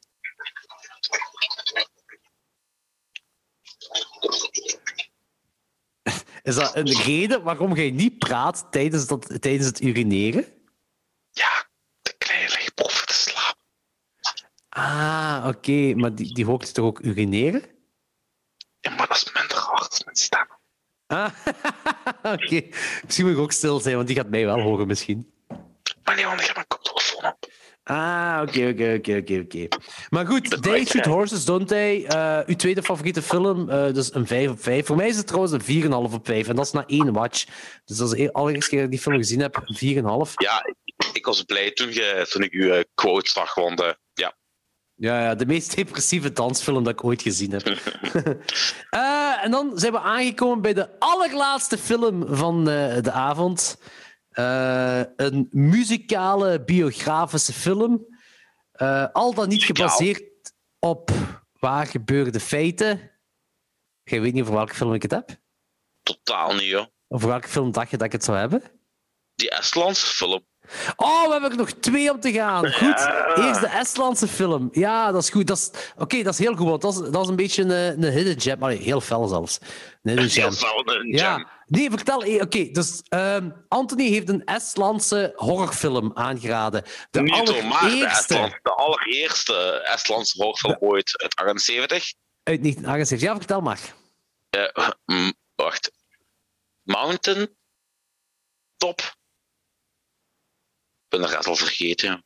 Is dat een reden waarom jij niet praat tijdens, dat, tijdens het urineren? Ja, de kleine ligt boven te slapen. Ah, oké. Okay. Maar die, die hoort toch ook urineren? Ja, maar dat is minder hard met stem. Ah, oké. Okay. Misschien moet ik ook stil zijn, want die gaat mij wel horen misschien. Maar nee, want ik heb mijn koptelefoon op. Ah, oké, oké, oké, oké, oké. Maar goed, They Shoot Horses, Don't They? Uh, uw tweede favoriete film, uh, dus een vijf op vijf. Voor mij is het trouwens een vier komma vijf op vijf. En dat is na één watch. Dus dat is de allereerste keer dat ik die film gezien heb, een vier komma vijf. Ja, ik, ik was blij toen, ge, toen ik uw uh, quote zag, want uh, ja. Ja, ja, de meest depressieve dansfilm dat ik ooit gezien heb. uh, en dan zijn we aangekomen bij de allerlaatste film van uh, de avond. Uh, een muzikale, biografische film. Uh, al dan niet gebaseerd op waar gebeurde feiten. Jij weet niet over welke film ik het heb? Totaal niet, joh. Over welke film dacht je dat ik het zou hebben? Die Estlandse film. Oh, we hebben er nog twee om te gaan. Goed. Ja. Eerst de Estlandse film. Ja, dat is goed. Dat is... Oké, okay, dat is heel goed, want dat is, dat is een beetje een, een hidden gem. Maar heel fel zelfs. Een hidden gem. Heel fel, een Ja. gem. Nee, vertel. Oké, okay, dus um, Anthony heeft een Estlandse horrorfilm aangeraden. De Niet door maar de, allereerste. Estland, de allereerste Estlandse horrorfilm Ja. ooit uit achtenzeventig. Uit negentien achtenzeventig. Ja, vertel maar. Uh, m- wacht. Mountain Top. Ik ben de rest al vergeten.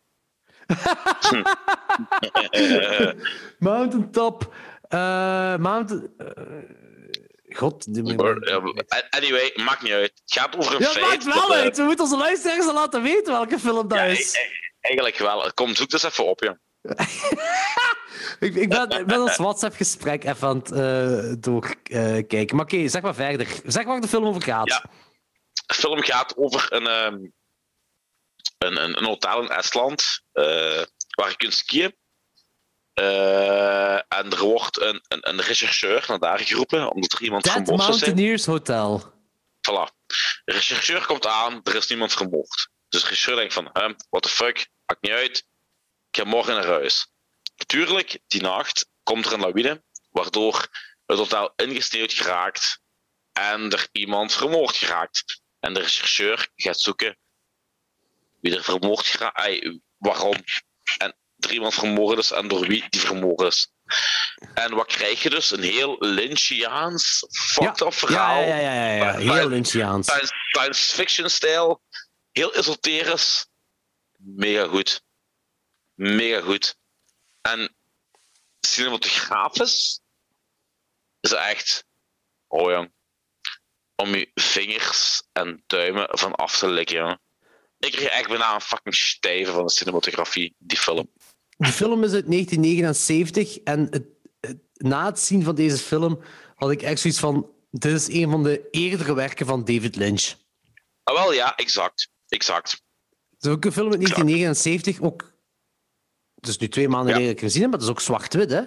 Mountaintop. Uh, mountain... Uh, God. Die Anyway, maakt niet uit. Het gaat over een ja, feit. maakt wel dat, uh, uit. We moeten onze luisteraars al laten weten welke film dat ja, is. e- eigenlijk wel. Kom, zoek dus even op, ja. ik, ik, ben, ik ben ons WhatsApp-gesprek even aan het uh, doorkijken. Uh, maar oké, okay, zeg maar verder. Zeg waar de film over gaat. Ja. De film gaat over een, um, een, een, een hotel in Estland uh, waar je kunt skiën. Uh, en er wordt een, een, een rechercheur naar daar geroepen, omdat er iemand Dead vermoord zou zijn. Mountaineers Hotel. Voilà. De rechercheur komt aan, er is niemand vermoord. Dus de rechercheur denkt van, huh, what the fuck, maakt niet uit. Ik ga morgen naar huis. Natuurlijk, die nacht komt er een lawine, waardoor het hotel ingesneeuwd geraakt en er iemand vermoord geraakt. En de rechercheur gaat zoeken wie er vermoord geraakt, ay, waarom. En er iemand vermoord is en door wie die vermoord is. En wat krijg je dus? Een heel Lynchiaans, fucked ja. up verhaal. Ja, ja, ja, ja, ja. heel Lynchiaans. Science, science fiction stijl, heel esoterisch. Mega goed. Mega goed. En cinematografisch is het echt, oh jong, om je vingers en duimen van af te likken, jongen. Ik kreeg echt bijna een fucking stijve van de cinematografie, die film. Die film is uit negentien negenenzeventig en het, het, na het zien van deze film had ik echt zoiets van, dit is een van de eerdere werken van David Lynch. Ah, wel, ja, exact. Exact. Het is ook een film uit negentien negenenzeventig, ook... Het is nu twee maanden Ja. geleden dat ik gezien heb, maar het is ook zwart-wit, hè?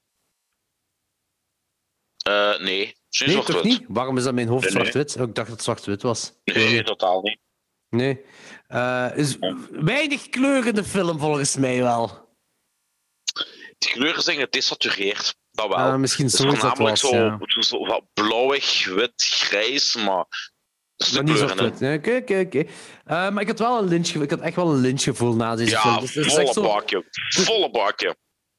Uh, nee, het is niet Nee, toch zwart-wit. niet? Waarom is dat mijn hoofd Nee, nee. zwart-wit? Oh, ik dacht dat het zwart-wit was. Nee, totaal niet. Nee. Uh, is weinig kleur in de film, volgens mij wel. Die kleuren zijn gedesatureerd, dat wel. Uh, misschien Het is zo is dat voornamelijk was, zo, ja. zo, zo wat blauwig, wit, grijs, maar... Dat is de Maar niet kleuren, hè. zwart-wit. Oké, oké, oké. Maar ik had wel een lynch, ik had echt wel een lynchgevoel na deze Ja, film. Dus het is volle echt zo- bakje. Volle bakje.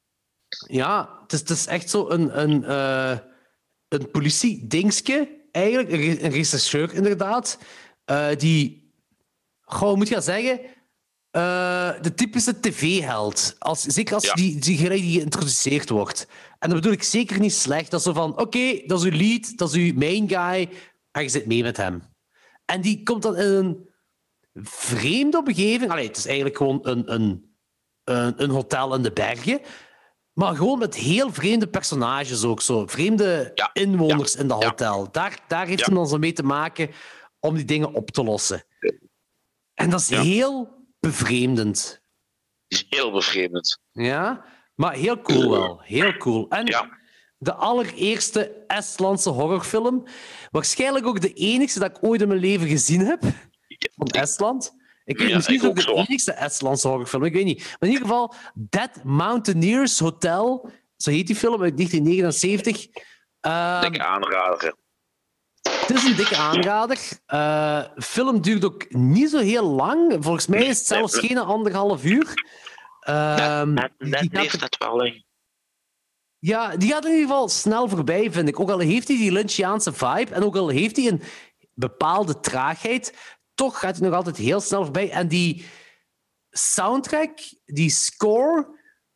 Ja, het is, het is echt zo een, een, uh, een politiedingske, eigenlijk. Een, re- een rechercheur, inderdaad. Uh, die, goh, moet je gaan zeggen, uh, de typische tv-held. Als, zeker als Ja. die, die, gelijk die geïntroduceerd wordt. En dat bedoel ik zeker niet slecht. Dat is zo van, oké, okay, dat is uw lead, dat is uw main guy, en je zit mee met hem. En die komt dan in een vreemde omgeving. Allee, het is eigenlijk gewoon een, een, een, een hotel in de bergen. Maar gewoon met heel vreemde personages ook zo. Vreemde Ja. inwoners Ja. in dat Ja. hotel. Daar, daar heeft Ja. hij dan zo mee te maken om die dingen op te lossen. En dat is Ja. heel bevreemdend. Heel bevreemdend. Ja? Maar heel cool wel. Heel cool. En Ja. de allereerste Estlandse horrorfilm. Waarschijnlijk ook de enigste dat ik ooit in mijn leven gezien heb. Van Estland. Ik weet Ja, misschien ik is het ook ook de zo. enigste Estlandse horrorfilm. Ik weet niet. Maar in ieder geval, Dead Mountaineers Hotel. Zo heet die film uit negentien negenenzeventig. Uh, Dikke aanrader. het is een dikke aanrader. Uh, de film duurt ook niet zo heel lang. Volgens mij is het zelfs geen anderhalf uur. Uh, Net, die net gaat leeft er- dat wel, hè. Ja, die gaat in ieder geval snel voorbij, vind ik. Ook al heeft hij die Lynchiaanse vibe en ook al heeft hij een bepaalde traagheid, toch gaat hij nog altijd heel snel voorbij. En die soundtrack, die score,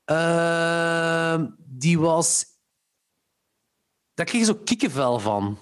uh, die was... Daar kreeg je zo kikkenvel van,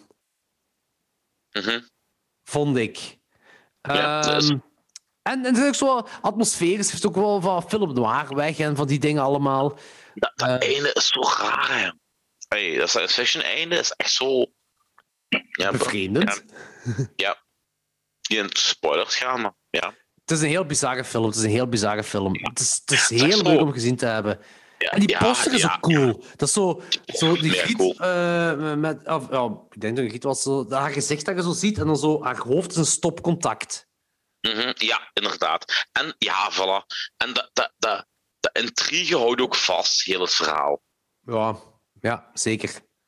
Mhm. vond ik. Ja, dat is- Ehm, en, en het is ook zo atmosferisch. Het heeft ook wel van film noir weg en van die dingen allemaal. Dat, dat Eh. einde is zo raar, hè. Hey, dat science fiction einde is echt zo... Ja, Bevreemdend. Ja, ja. Niet in spoilers gaan, maar ja. Het is een heel bizarre film. Het is een heel bizarre film. Het is, het is is heel echt leuk zo. om gezien te hebben. Ja, En die Ja, poster is ja. ook cool. Dat is zo, zo die Meer griet cool. eh, met... Of, ja, ik denk dat een griet was zo... Dat haar gezicht dat je zo ziet en dan zo haar hoofd is een stopcontact. Mhm, ja, inderdaad. En ja, voilà. En de, de, de, de intrigue houdt ook vast, heel het verhaal. Ja, ja, zeker.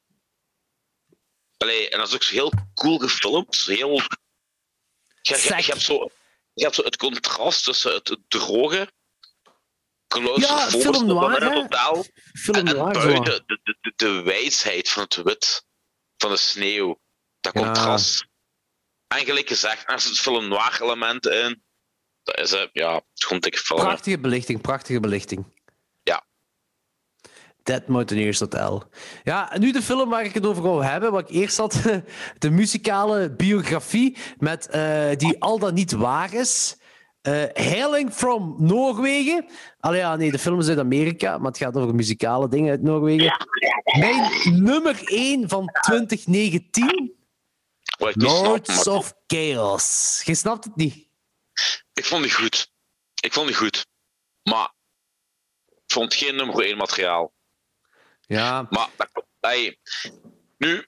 Allee, en dat is ook zo heel cool gefilmd. Heel... Je, je, Sec. je, hebt zo, je hebt zo het contrast tussen het, het droge, Ja, claustrophobisch film noir, van het hè? hotel Film en, en noir, zo. buiten de, de, de, de wijsheid van het wit, van de sneeuw. Dat Ja. contrast. En gelijk gezegd, er zit film noir elementen in. Dat is eh, ja, het is gewoon dikke film. hè. Prachtige belichting, prachtige belichting. Ja. Dead Mountaineers Hotel. Ja, en nu de film waar ik het over wou hebben, wat ik eerst had, de muzikale biografie met eh, die al dan niet waar is. Eh Hailing from Noorwegen. Allee, ja, nee, de film is uit Amerika, maar het gaat over muzikale dingen uit Noorwegen. Mijn nummer één van twintig negentien, Wat ik niet snap, Lords maar of Chaos. Je snapt het niet. ik vond die goed. Ik vond die goed. Maar ik vond geen nummer één materiaal. Ja, Maar hey, nu,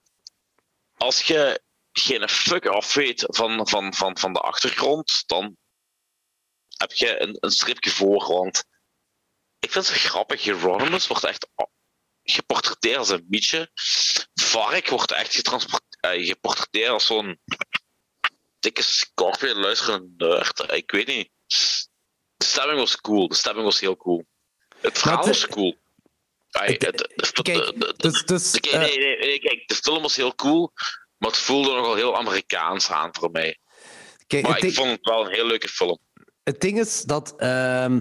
als je geen fuck af weet van, van, van, van de achtergrond, dan heb je een, een stripje voor. Want ik vind het grappig. Hieronymus wordt echt geportretteerd als een mietje. Vark wordt echt getransport- eh, geportretteerd als zo'n dikke scorpion, luisterende nerd. Ik weet niet. De stemming was cool. De stemming was heel cool. Het verhaal het- was cool. Ay, het- het- de- de- Kijk, de- de- dus... dus de- eh, nee, nee, nee, kijk, de film was heel cool, maar het voelde nogal heel Amerikaans aan voor mij. kijk, Maar het ik ding- vond het wel een heel leuke film. Het ding is dat. ehm,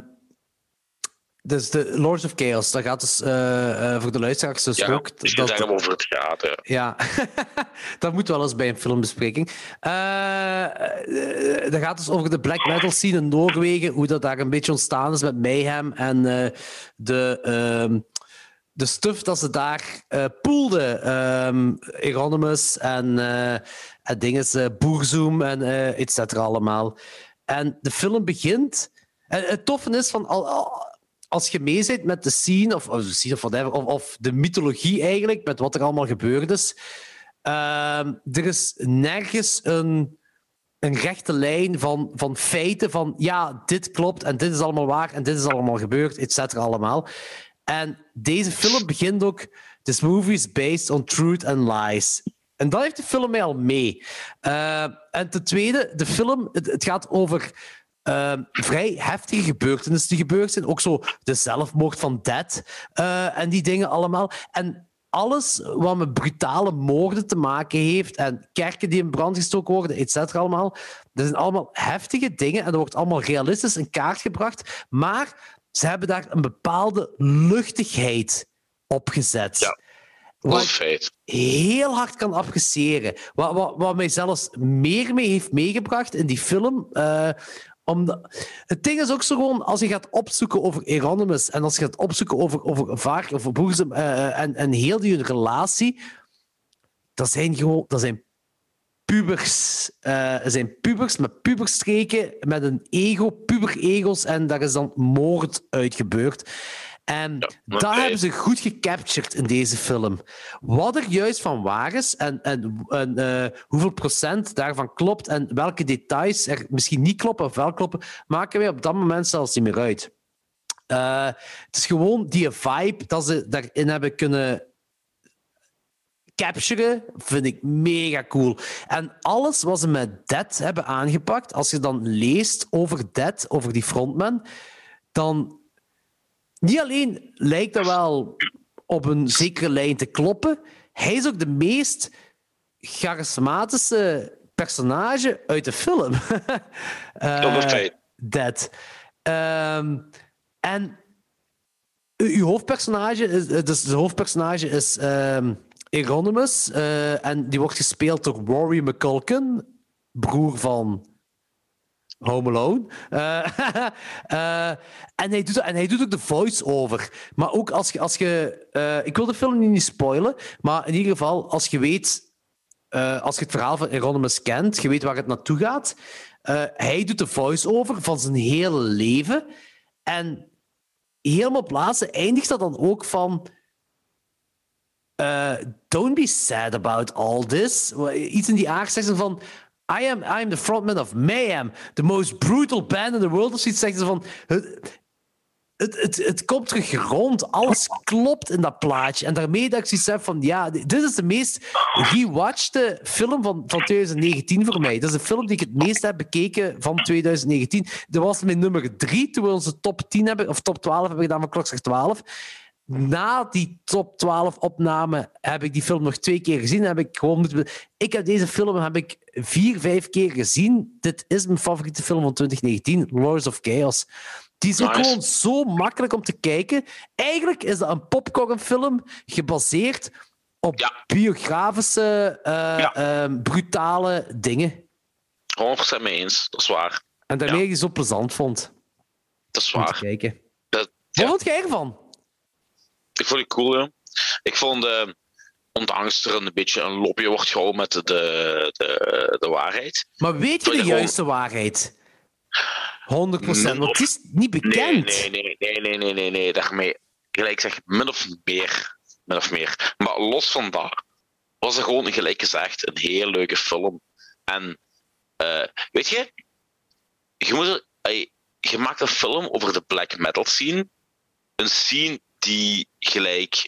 dus de Lords of Chaos, dat gaat dus eh, eh, voor de luisteraars dus Ja, ook. dus je dat, zeggen waarover het gaat. Ja. ja, dat moet wel eens bij een filmbespreking. Eh, eh, dat gaat dus over de black metal scene in Noorwegen, hoe dat daar een beetje ontstaan is met Mayhem en eh, de. ehm, de stuff dat ze daar eh poelden. Um, Euronymous en, eh en dingen, uh, Boerzoom en uh, et cetera allemaal. En de film begint... En het toffe is, van al, al, als je mee zit met de scene, of, of, scene of, whatever, of, of de mythologie eigenlijk, met wat er allemaal gebeurd is, uh, er is nergens een, een rechte lijn van, van feiten van ja, dit klopt en dit is allemaal waar en dit is allemaal gebeurd, et cetera allemaal. En deze film begint ook... This movie is based on truth and lies. En dat heeft de film mij al mee. Uh, en ten tweede, de film... Het, het gaat over uh, vrij heftige gebeurtenissen die gebeurd zijn. Ook zo de zelfmoord van Dead. Uh, en die dingen allemaal. En alles wat met brutale moorden te maken heeft en kerken die in brand gestoken worden, et cetera allemaal. Dat zijn allemaal heftige dingen en dat wordt allemaal realistisch in kaart gebracht. Maar... Ze hebben daar een bepaalde luchtigheid op gezet. Ja, dat is een feit. Heel hard kan appreciëren. Wat, wat, wat mij zelfs meer mee heeft meegebracht in die film. Uh, omdat... Het ding is ook zo gewoon, als je gaat opzoeken over Euronymous en als je gaat opzoeken over, over Vark, over Boerzoom uh, en, en heel die relatie, dat zijn gewoon... Dat zijn pubers. Uh, zijn pubers met puberstreken, met een ego, puber-egos, en daar is dan moord uit gebeurd. En Ja, dat okay. hebben ze goed gecaptured in deze film. Wat er juist van waar is en, en, en uh, hoeveel procent daarvan klopt en welke details er misschien niet kloppen of wel kloppen, maken wij op dat moment zelfs niet meer uit. Uh, het is gewoon die vibe dat ze daarin hebben kunnen capturen, vind ik mega cool. En alles wat ze met Dead hebben aangepakt, als je dan leest over Dead, over die frontman, dan niet alleen lijkt dat wel op een zekere lijn te kloppen, hij is ook de meest charismatische personage uit de film. uh, Dat is feit. Dead. Um, en uw hoofdpersonage is, dus de hoofdpersonage is um, Euronymous, uh, en die wordt gespeeld door Rory McCulkin, broer van Home Alone. Uh, uh, en, hij doet, en hij doet ook de voice-over. Maar ook als je... Als je uh, ik wil de film niet spoilen, maar in ieder geval, als je weet... Uh, als je het verhaal van Euronymous kent, je weet waar het naartoe gaat. Uh, hij doet de voice-over van zijn hele leven. En helemaal plaatsen, eindigt dat dan ook van... Uh, don't be sad about all this. Iets in die aard zegt ze van... I am, I am the frontman of Mayhem, the most brutal band in the world. Of zoiets zeggen ze van... Het, het, het, het komt terug rond. Alles klopt in dat plaatje. En daarmee dat ik zoiets heb van... Ja, dit is de meest rewatchte film van, van twintig negentien voor mij. Dat is de film die ik het meest heb bekeken van twintig negentien. Dat was mijn nummer drie, toen we onze top tien hebben... Of top twaalf hebben gedaan van Klokslag twaalf. Na die top twaalf opname heb ik die film nog twee keer gezien. Heb ik, gewoon moeten... ik heb deze film heb ik vier, vijf keer gezien. Dit is mijn favoriete film van twintig negentien, Lords of Chaos. Die is ook Nice. gewoon zo makkelijk om te kijken. Eigenlijk is dat een popcornfilm gebaseerd op Ja. biografische, uh, Ja. uh, brutale dingen. honderd procent mee eens, dat is waar. En daarmee Ja. ik die zo plezant vond Dat is om te waar. kijken. Dat, Wat ja, vond jij ervan? ik vond het cool, ja. Ik vond, uh, ondanks er een beetje een lobby wordt gehouden met de, de, de waarheid. Maar weet je Vond de je gewoon- juiste waarheid? honderd procent, Min want of- het is niet bekend. Nee, nee, nee, nee, nee, nee, nee. Daarmee, gelijk zeg, min of meer. Min of meer. Maar los van dat, was het gewoon, gelijk gezegd, een heel leuke film. En, uh, weet je, je, moet, er- ey, je maakt een film over de black metal scene. Een scene die gelijk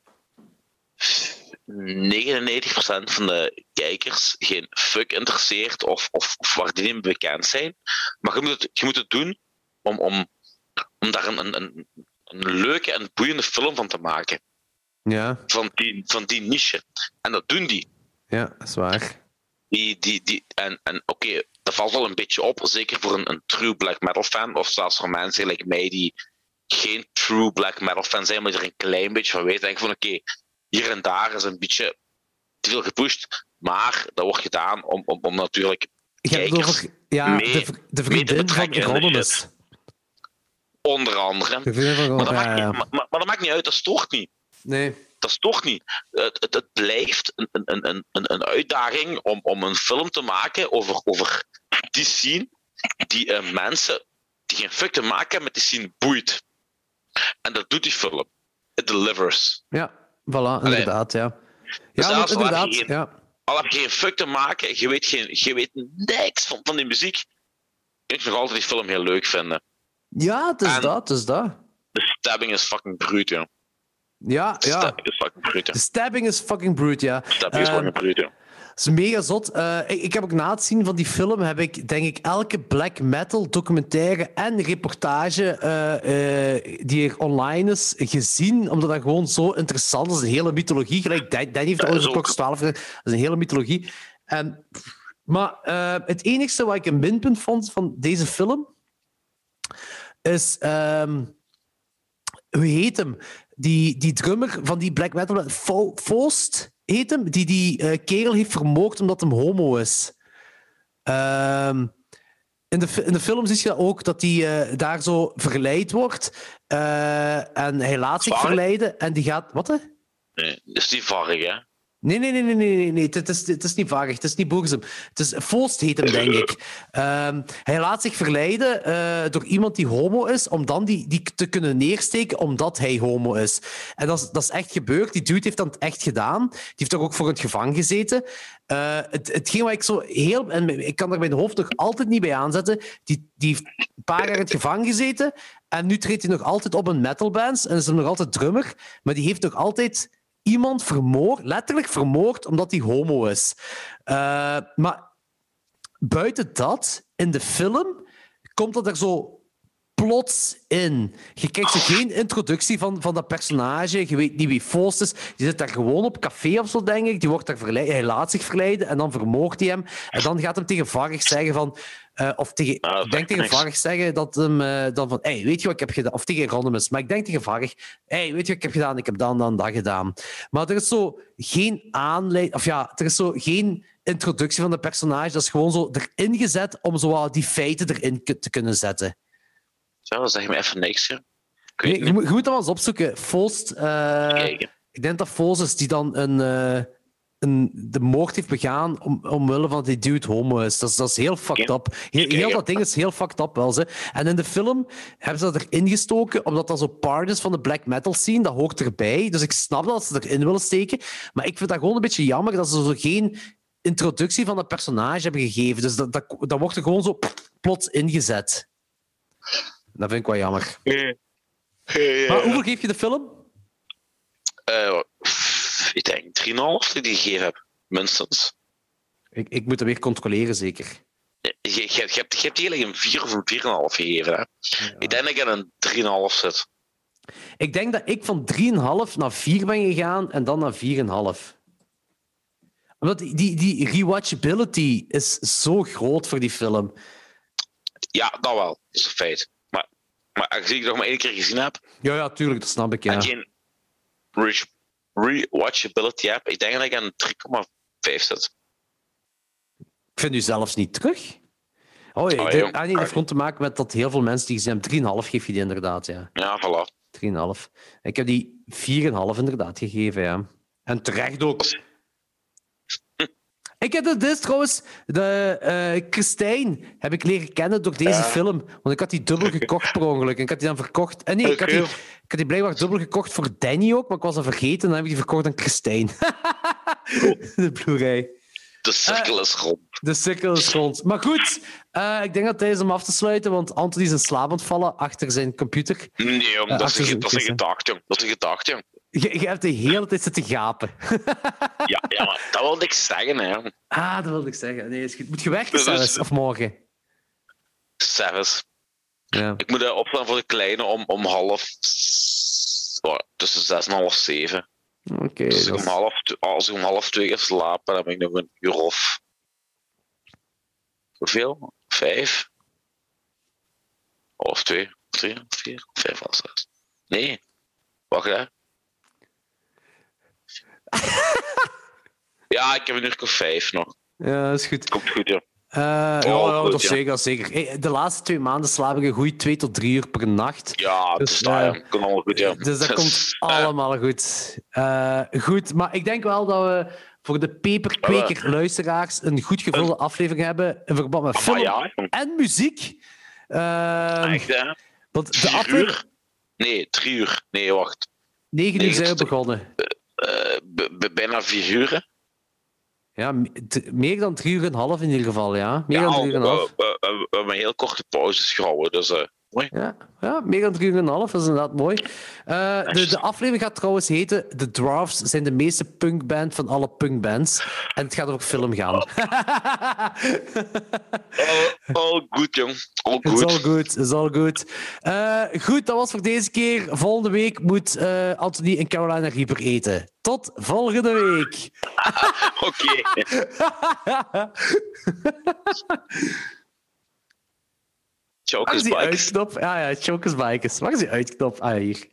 negenennegentig procent van de kijkers geen fuck interesseert of, of, of waar die niet bekend zijn. Maar je moet het, je moet het doen om, om, om daar een, een, een, een leuke en boeiende film van te maken. Ja, Van die, van die niche. En dat doen die. ja, dat is waar. die, die, die en en oké, dat valt wel een beetje op. Zeker voor een, een true black metal fan. Of zelfs voor mensen like mij die geen true black metal fan zijn, maar er een klein beetje van weten. Denk van oké, hier en daar is een beetje te veel gepusht. Maar dat wordt gedaan om, om, om natuurlijk Ik heb het kijkers over ja, mee- de, v- de mee te vriendin van betrekken in de Rodimus. shit. onder andere. De vriendin van Maar dat, Rodimus, maakt ja, niet, ja. maar, maar, maar dat maakt niet uit, dat stoort niet. Nee. Dat is toch niet. Het, het, het blijft een, een, een, een, een uitdaging om, om een film te maken over, over die scene die uh, mensen die geen fuck te maken hebben met die scene boeit. En dat doet die film. It delivers. Ja, voilà, inderdaad, ja. Ja, zelfs want al heb je inderdaad, geen- ja. Al heb je geen fuck te maken, je weet, geen, je weet niks van, van die muziek, kun je nog altijd die film heel leuk vinden. Ja, het is En- dat, het is dat. De stabbing is fucking bruut, ja. Ja, De ja. stabbing is fucking bruut, ja. De stabbing is fucking brute, ja. De stabbing is Ehm, fucking bruut, ja. Het is mega zot. Eh, ik, ik heb ook na het zien van die film, heb ik denk ik elke black metal documentaire en reportage eh, eh, die er online is gezien, omdat dat gewoon zo interessant is. Dat is een hele mythologie. Gelijk Dan- Danny heeft Ja, er is onze ook- klok twaalf. Dat is een hele mythologie. En, maar eh, het enigste wat ik een minpunt vond van deze film is... ehm, hoe heet hem? Die, die drummer van die black metal... Fo- Faust heet hem? Die die eh, kerel heeft vermoord omdat hem homo is. Ehm, in, de, fi- in de film zie je ook dat hij eh, daar zo verleid wordt. eh, en hij laat zich Varg? verleiden. En die gaat... Wat, hè? Nee, dat is niet varrig, hè. Nee, nee, nee, nee, nee, nee, nee. Het, is, het is niet varig, het is niet boersem. Het is Faust heet hem, denk ik. Ehm, hij laat zich verleiden eh, door iemand die homo is, om dan die, die te kunnen neersteken omdat hij homo is. En dat is, dat is echt gebeurd. Die dude heeft dat echt gedaan. Die heeft toch ook voor het gevangen gezeten. Eh, het, hetgeen wat ik zo heel... En ik kan er mijn hoofd nog altijd niet bij aanzetten. Die, die heeft een paar jaar in het gevangen gezeten en nu treedt hij nog altijd op een metalband en is hij nog altijd drummer, maar die heeft nog altijd... iemand vermoord, letterlijk vermoord, omdat hij homo is. Uh, maar buiten dat, in de film, komt dat er zo plots in. Je krijgt zo geen introductie van, van dat personage. Je weet niet wie Faust is. Die zit daar gewoon op café of zo, denk ik. Die wordt daar verleid, hij laat zich verleiden en dan vermoordt hij hem. En dan gaat hem tegen Varg zeggen van... Uh, of tegen, Ah, ik denk tegen niks. Varg zeggen dat hem uh, dan van... Hey, weet je wat ik heb gedaan? Of tegen Rodimus. Maar ik denk tegen Varg... Hey, weet je wat ik heb gedaan? Ik heb dan dan dat gedaan. Maar er is zo geen aanleiding... Of ja, er is zo geen introductie van de personage. Dat is gewoon zo erin gezet om zo wat die feiten erin k- te kunnen zetten. Zo, dan zeg je me even niks, ja. Ik weet Nee, het je, niet. moet, je moet dat wel eens opzoeken. Faust... Uh, Kijken. ik denk dat Faust is die dan een, uh, een, de moord heeft begaan om, omwille van dat die dude homo is. Dat is, dat is heel fucked Ja. up. Heel, heel dat ding is heel fucked up wel. Ze. En in de film hebben ze dat erin gestoken, omdat dat zo part is van de black metal scene. Dat hoort erbij. Dus ik snap dat ze erin willen steken. Maar ik vind dat gewoon een beetje jammer dat ze zo geen introductie van dat personage hebben gegeven. Dus dat, dat, dat wordt er gewoon zo plots ingezet. Dat vind ik wel jammer. Ja. Ja. Maar hoeveel geef je de film? Uh, ik denk drie komma vijf die ik gegeven heb, minstens. Ik, ik moet hem weer controleren, zeker. Je, je, je, hebt, je hebt eigenlijk een vier of een vier komma vijf gegeven. Hè? Ja. Ik denk dat ik in een drie komma vijf zit. Ik denk dat ik van drie komma vijf naar vier ben gegaan en dan naar vier komma vijf. Omdat die, die, die rewatchability is zo groot voor die film. Ja, dat wel. Dat is een feit. Maar, maar als ik het nog maar één keer gezien heb... Ja, ja, tuurlijk, dat snap ik, ja. En geen rewatchability heb, ik denk dat ik aan drie komma vijf zit. Ik vind u zelfs niet terug. Oh, ja, oh, de, ja, ah, nee, dat heeft gewoon te maken met dat heel veel mensen die gezien hebben. drie komma vijf geef je die inderdaad, ja. Ja, voilà. drie komma vijf. Ik heb die vier komma vijf inderdaad gegeven, ja. En terecht ook. Ik heb dit trouwens, de uh, Christijn heb ik leren kennen door deze uh. film. Want ik had die dubbel gekocht per ongeluk. En ik had die dan verkocht. En nee, ik had die, ik had die blijkbaar dubbel gekocht voor Danny ook, maar ik was dat vergeten. En dan heb ik die verkocht aan Christijn. De Blu-ray. De cirkel is rond. Uh, de cirkel is rond. Maar goed, uh, ik denk dat het is om af te sluiten, want Anthony is in slaap aan het vallen achter zijn computer. Nee, jong, uh, dat, is een, dat is een gedachte, jong. Dat is een gedachte, jong. Je, je hebt de hele tijd zitten gapen. ja, ja, maar dat wilde ik zeggen, hè. Ah, dat wilde ik zeggen. Nee, is goed. Moet je werken zelfs, of morgen? Zelfs. Ja. Ik moet uh, opstaan voor de kleine om, om half... Oh, tussen zes en half zeven. Oké. Okay, dus is... half, als ik om half twee ga slapen, dan ben ik nog een uur of... Hoeveel? Vijf? Half twee? Drie? Vier? Vijf? Half zes? Nee. Wacht, hè. Ja, ik heb een uur of vijf nog. Ja, dat is goed. Komt goed, ja. Uh, ja, oh, ja, goed, dat is ja. zeker, dat is zeker. De laatste twee maanden slaap ik een goeie twee tot drie uur per nacht. Ja, dus, dat uh, ja. komt allemaal goed, ja. Dus dat komt allemaal goed. Uh, goed, maar ik denk wel dat we voor de peperkweker luisteraars een goed gevulde aflevering hebben in verband met film ja, en muziek. Uh, Echt, hè? Want de aflevering... uur? Nee, drie uur. Nee, wacht. Negen uur zijn we begonnen. Uh, b- b- bijna vier uur. Ja, me- meer dan drie uur en een half in ieder geval, ja. Meer ja, dan drie uur en een half. We, we, we, we hebben een heel korte pauzes gehouden, dus uh, mooi. Ja, ja, meer dan drie uur en een half, dat is inderdaad mooi. Uh, de, de aflevering gaat trouwens heten The Dwarfs zijn de meeste punkband van alle punkbands. En het gaat over film gaan. all, all good, jong. All good. It's all good, it's all good. Uh, goed, dat was voor deze keer. Volgende week moet uh, Anthony en Carolina Reaper eten. Tot volgende week. Oké. Waar is die uitknop? Ah ja, Chokers Bikers. Waar is die uitknop? Ah, hier.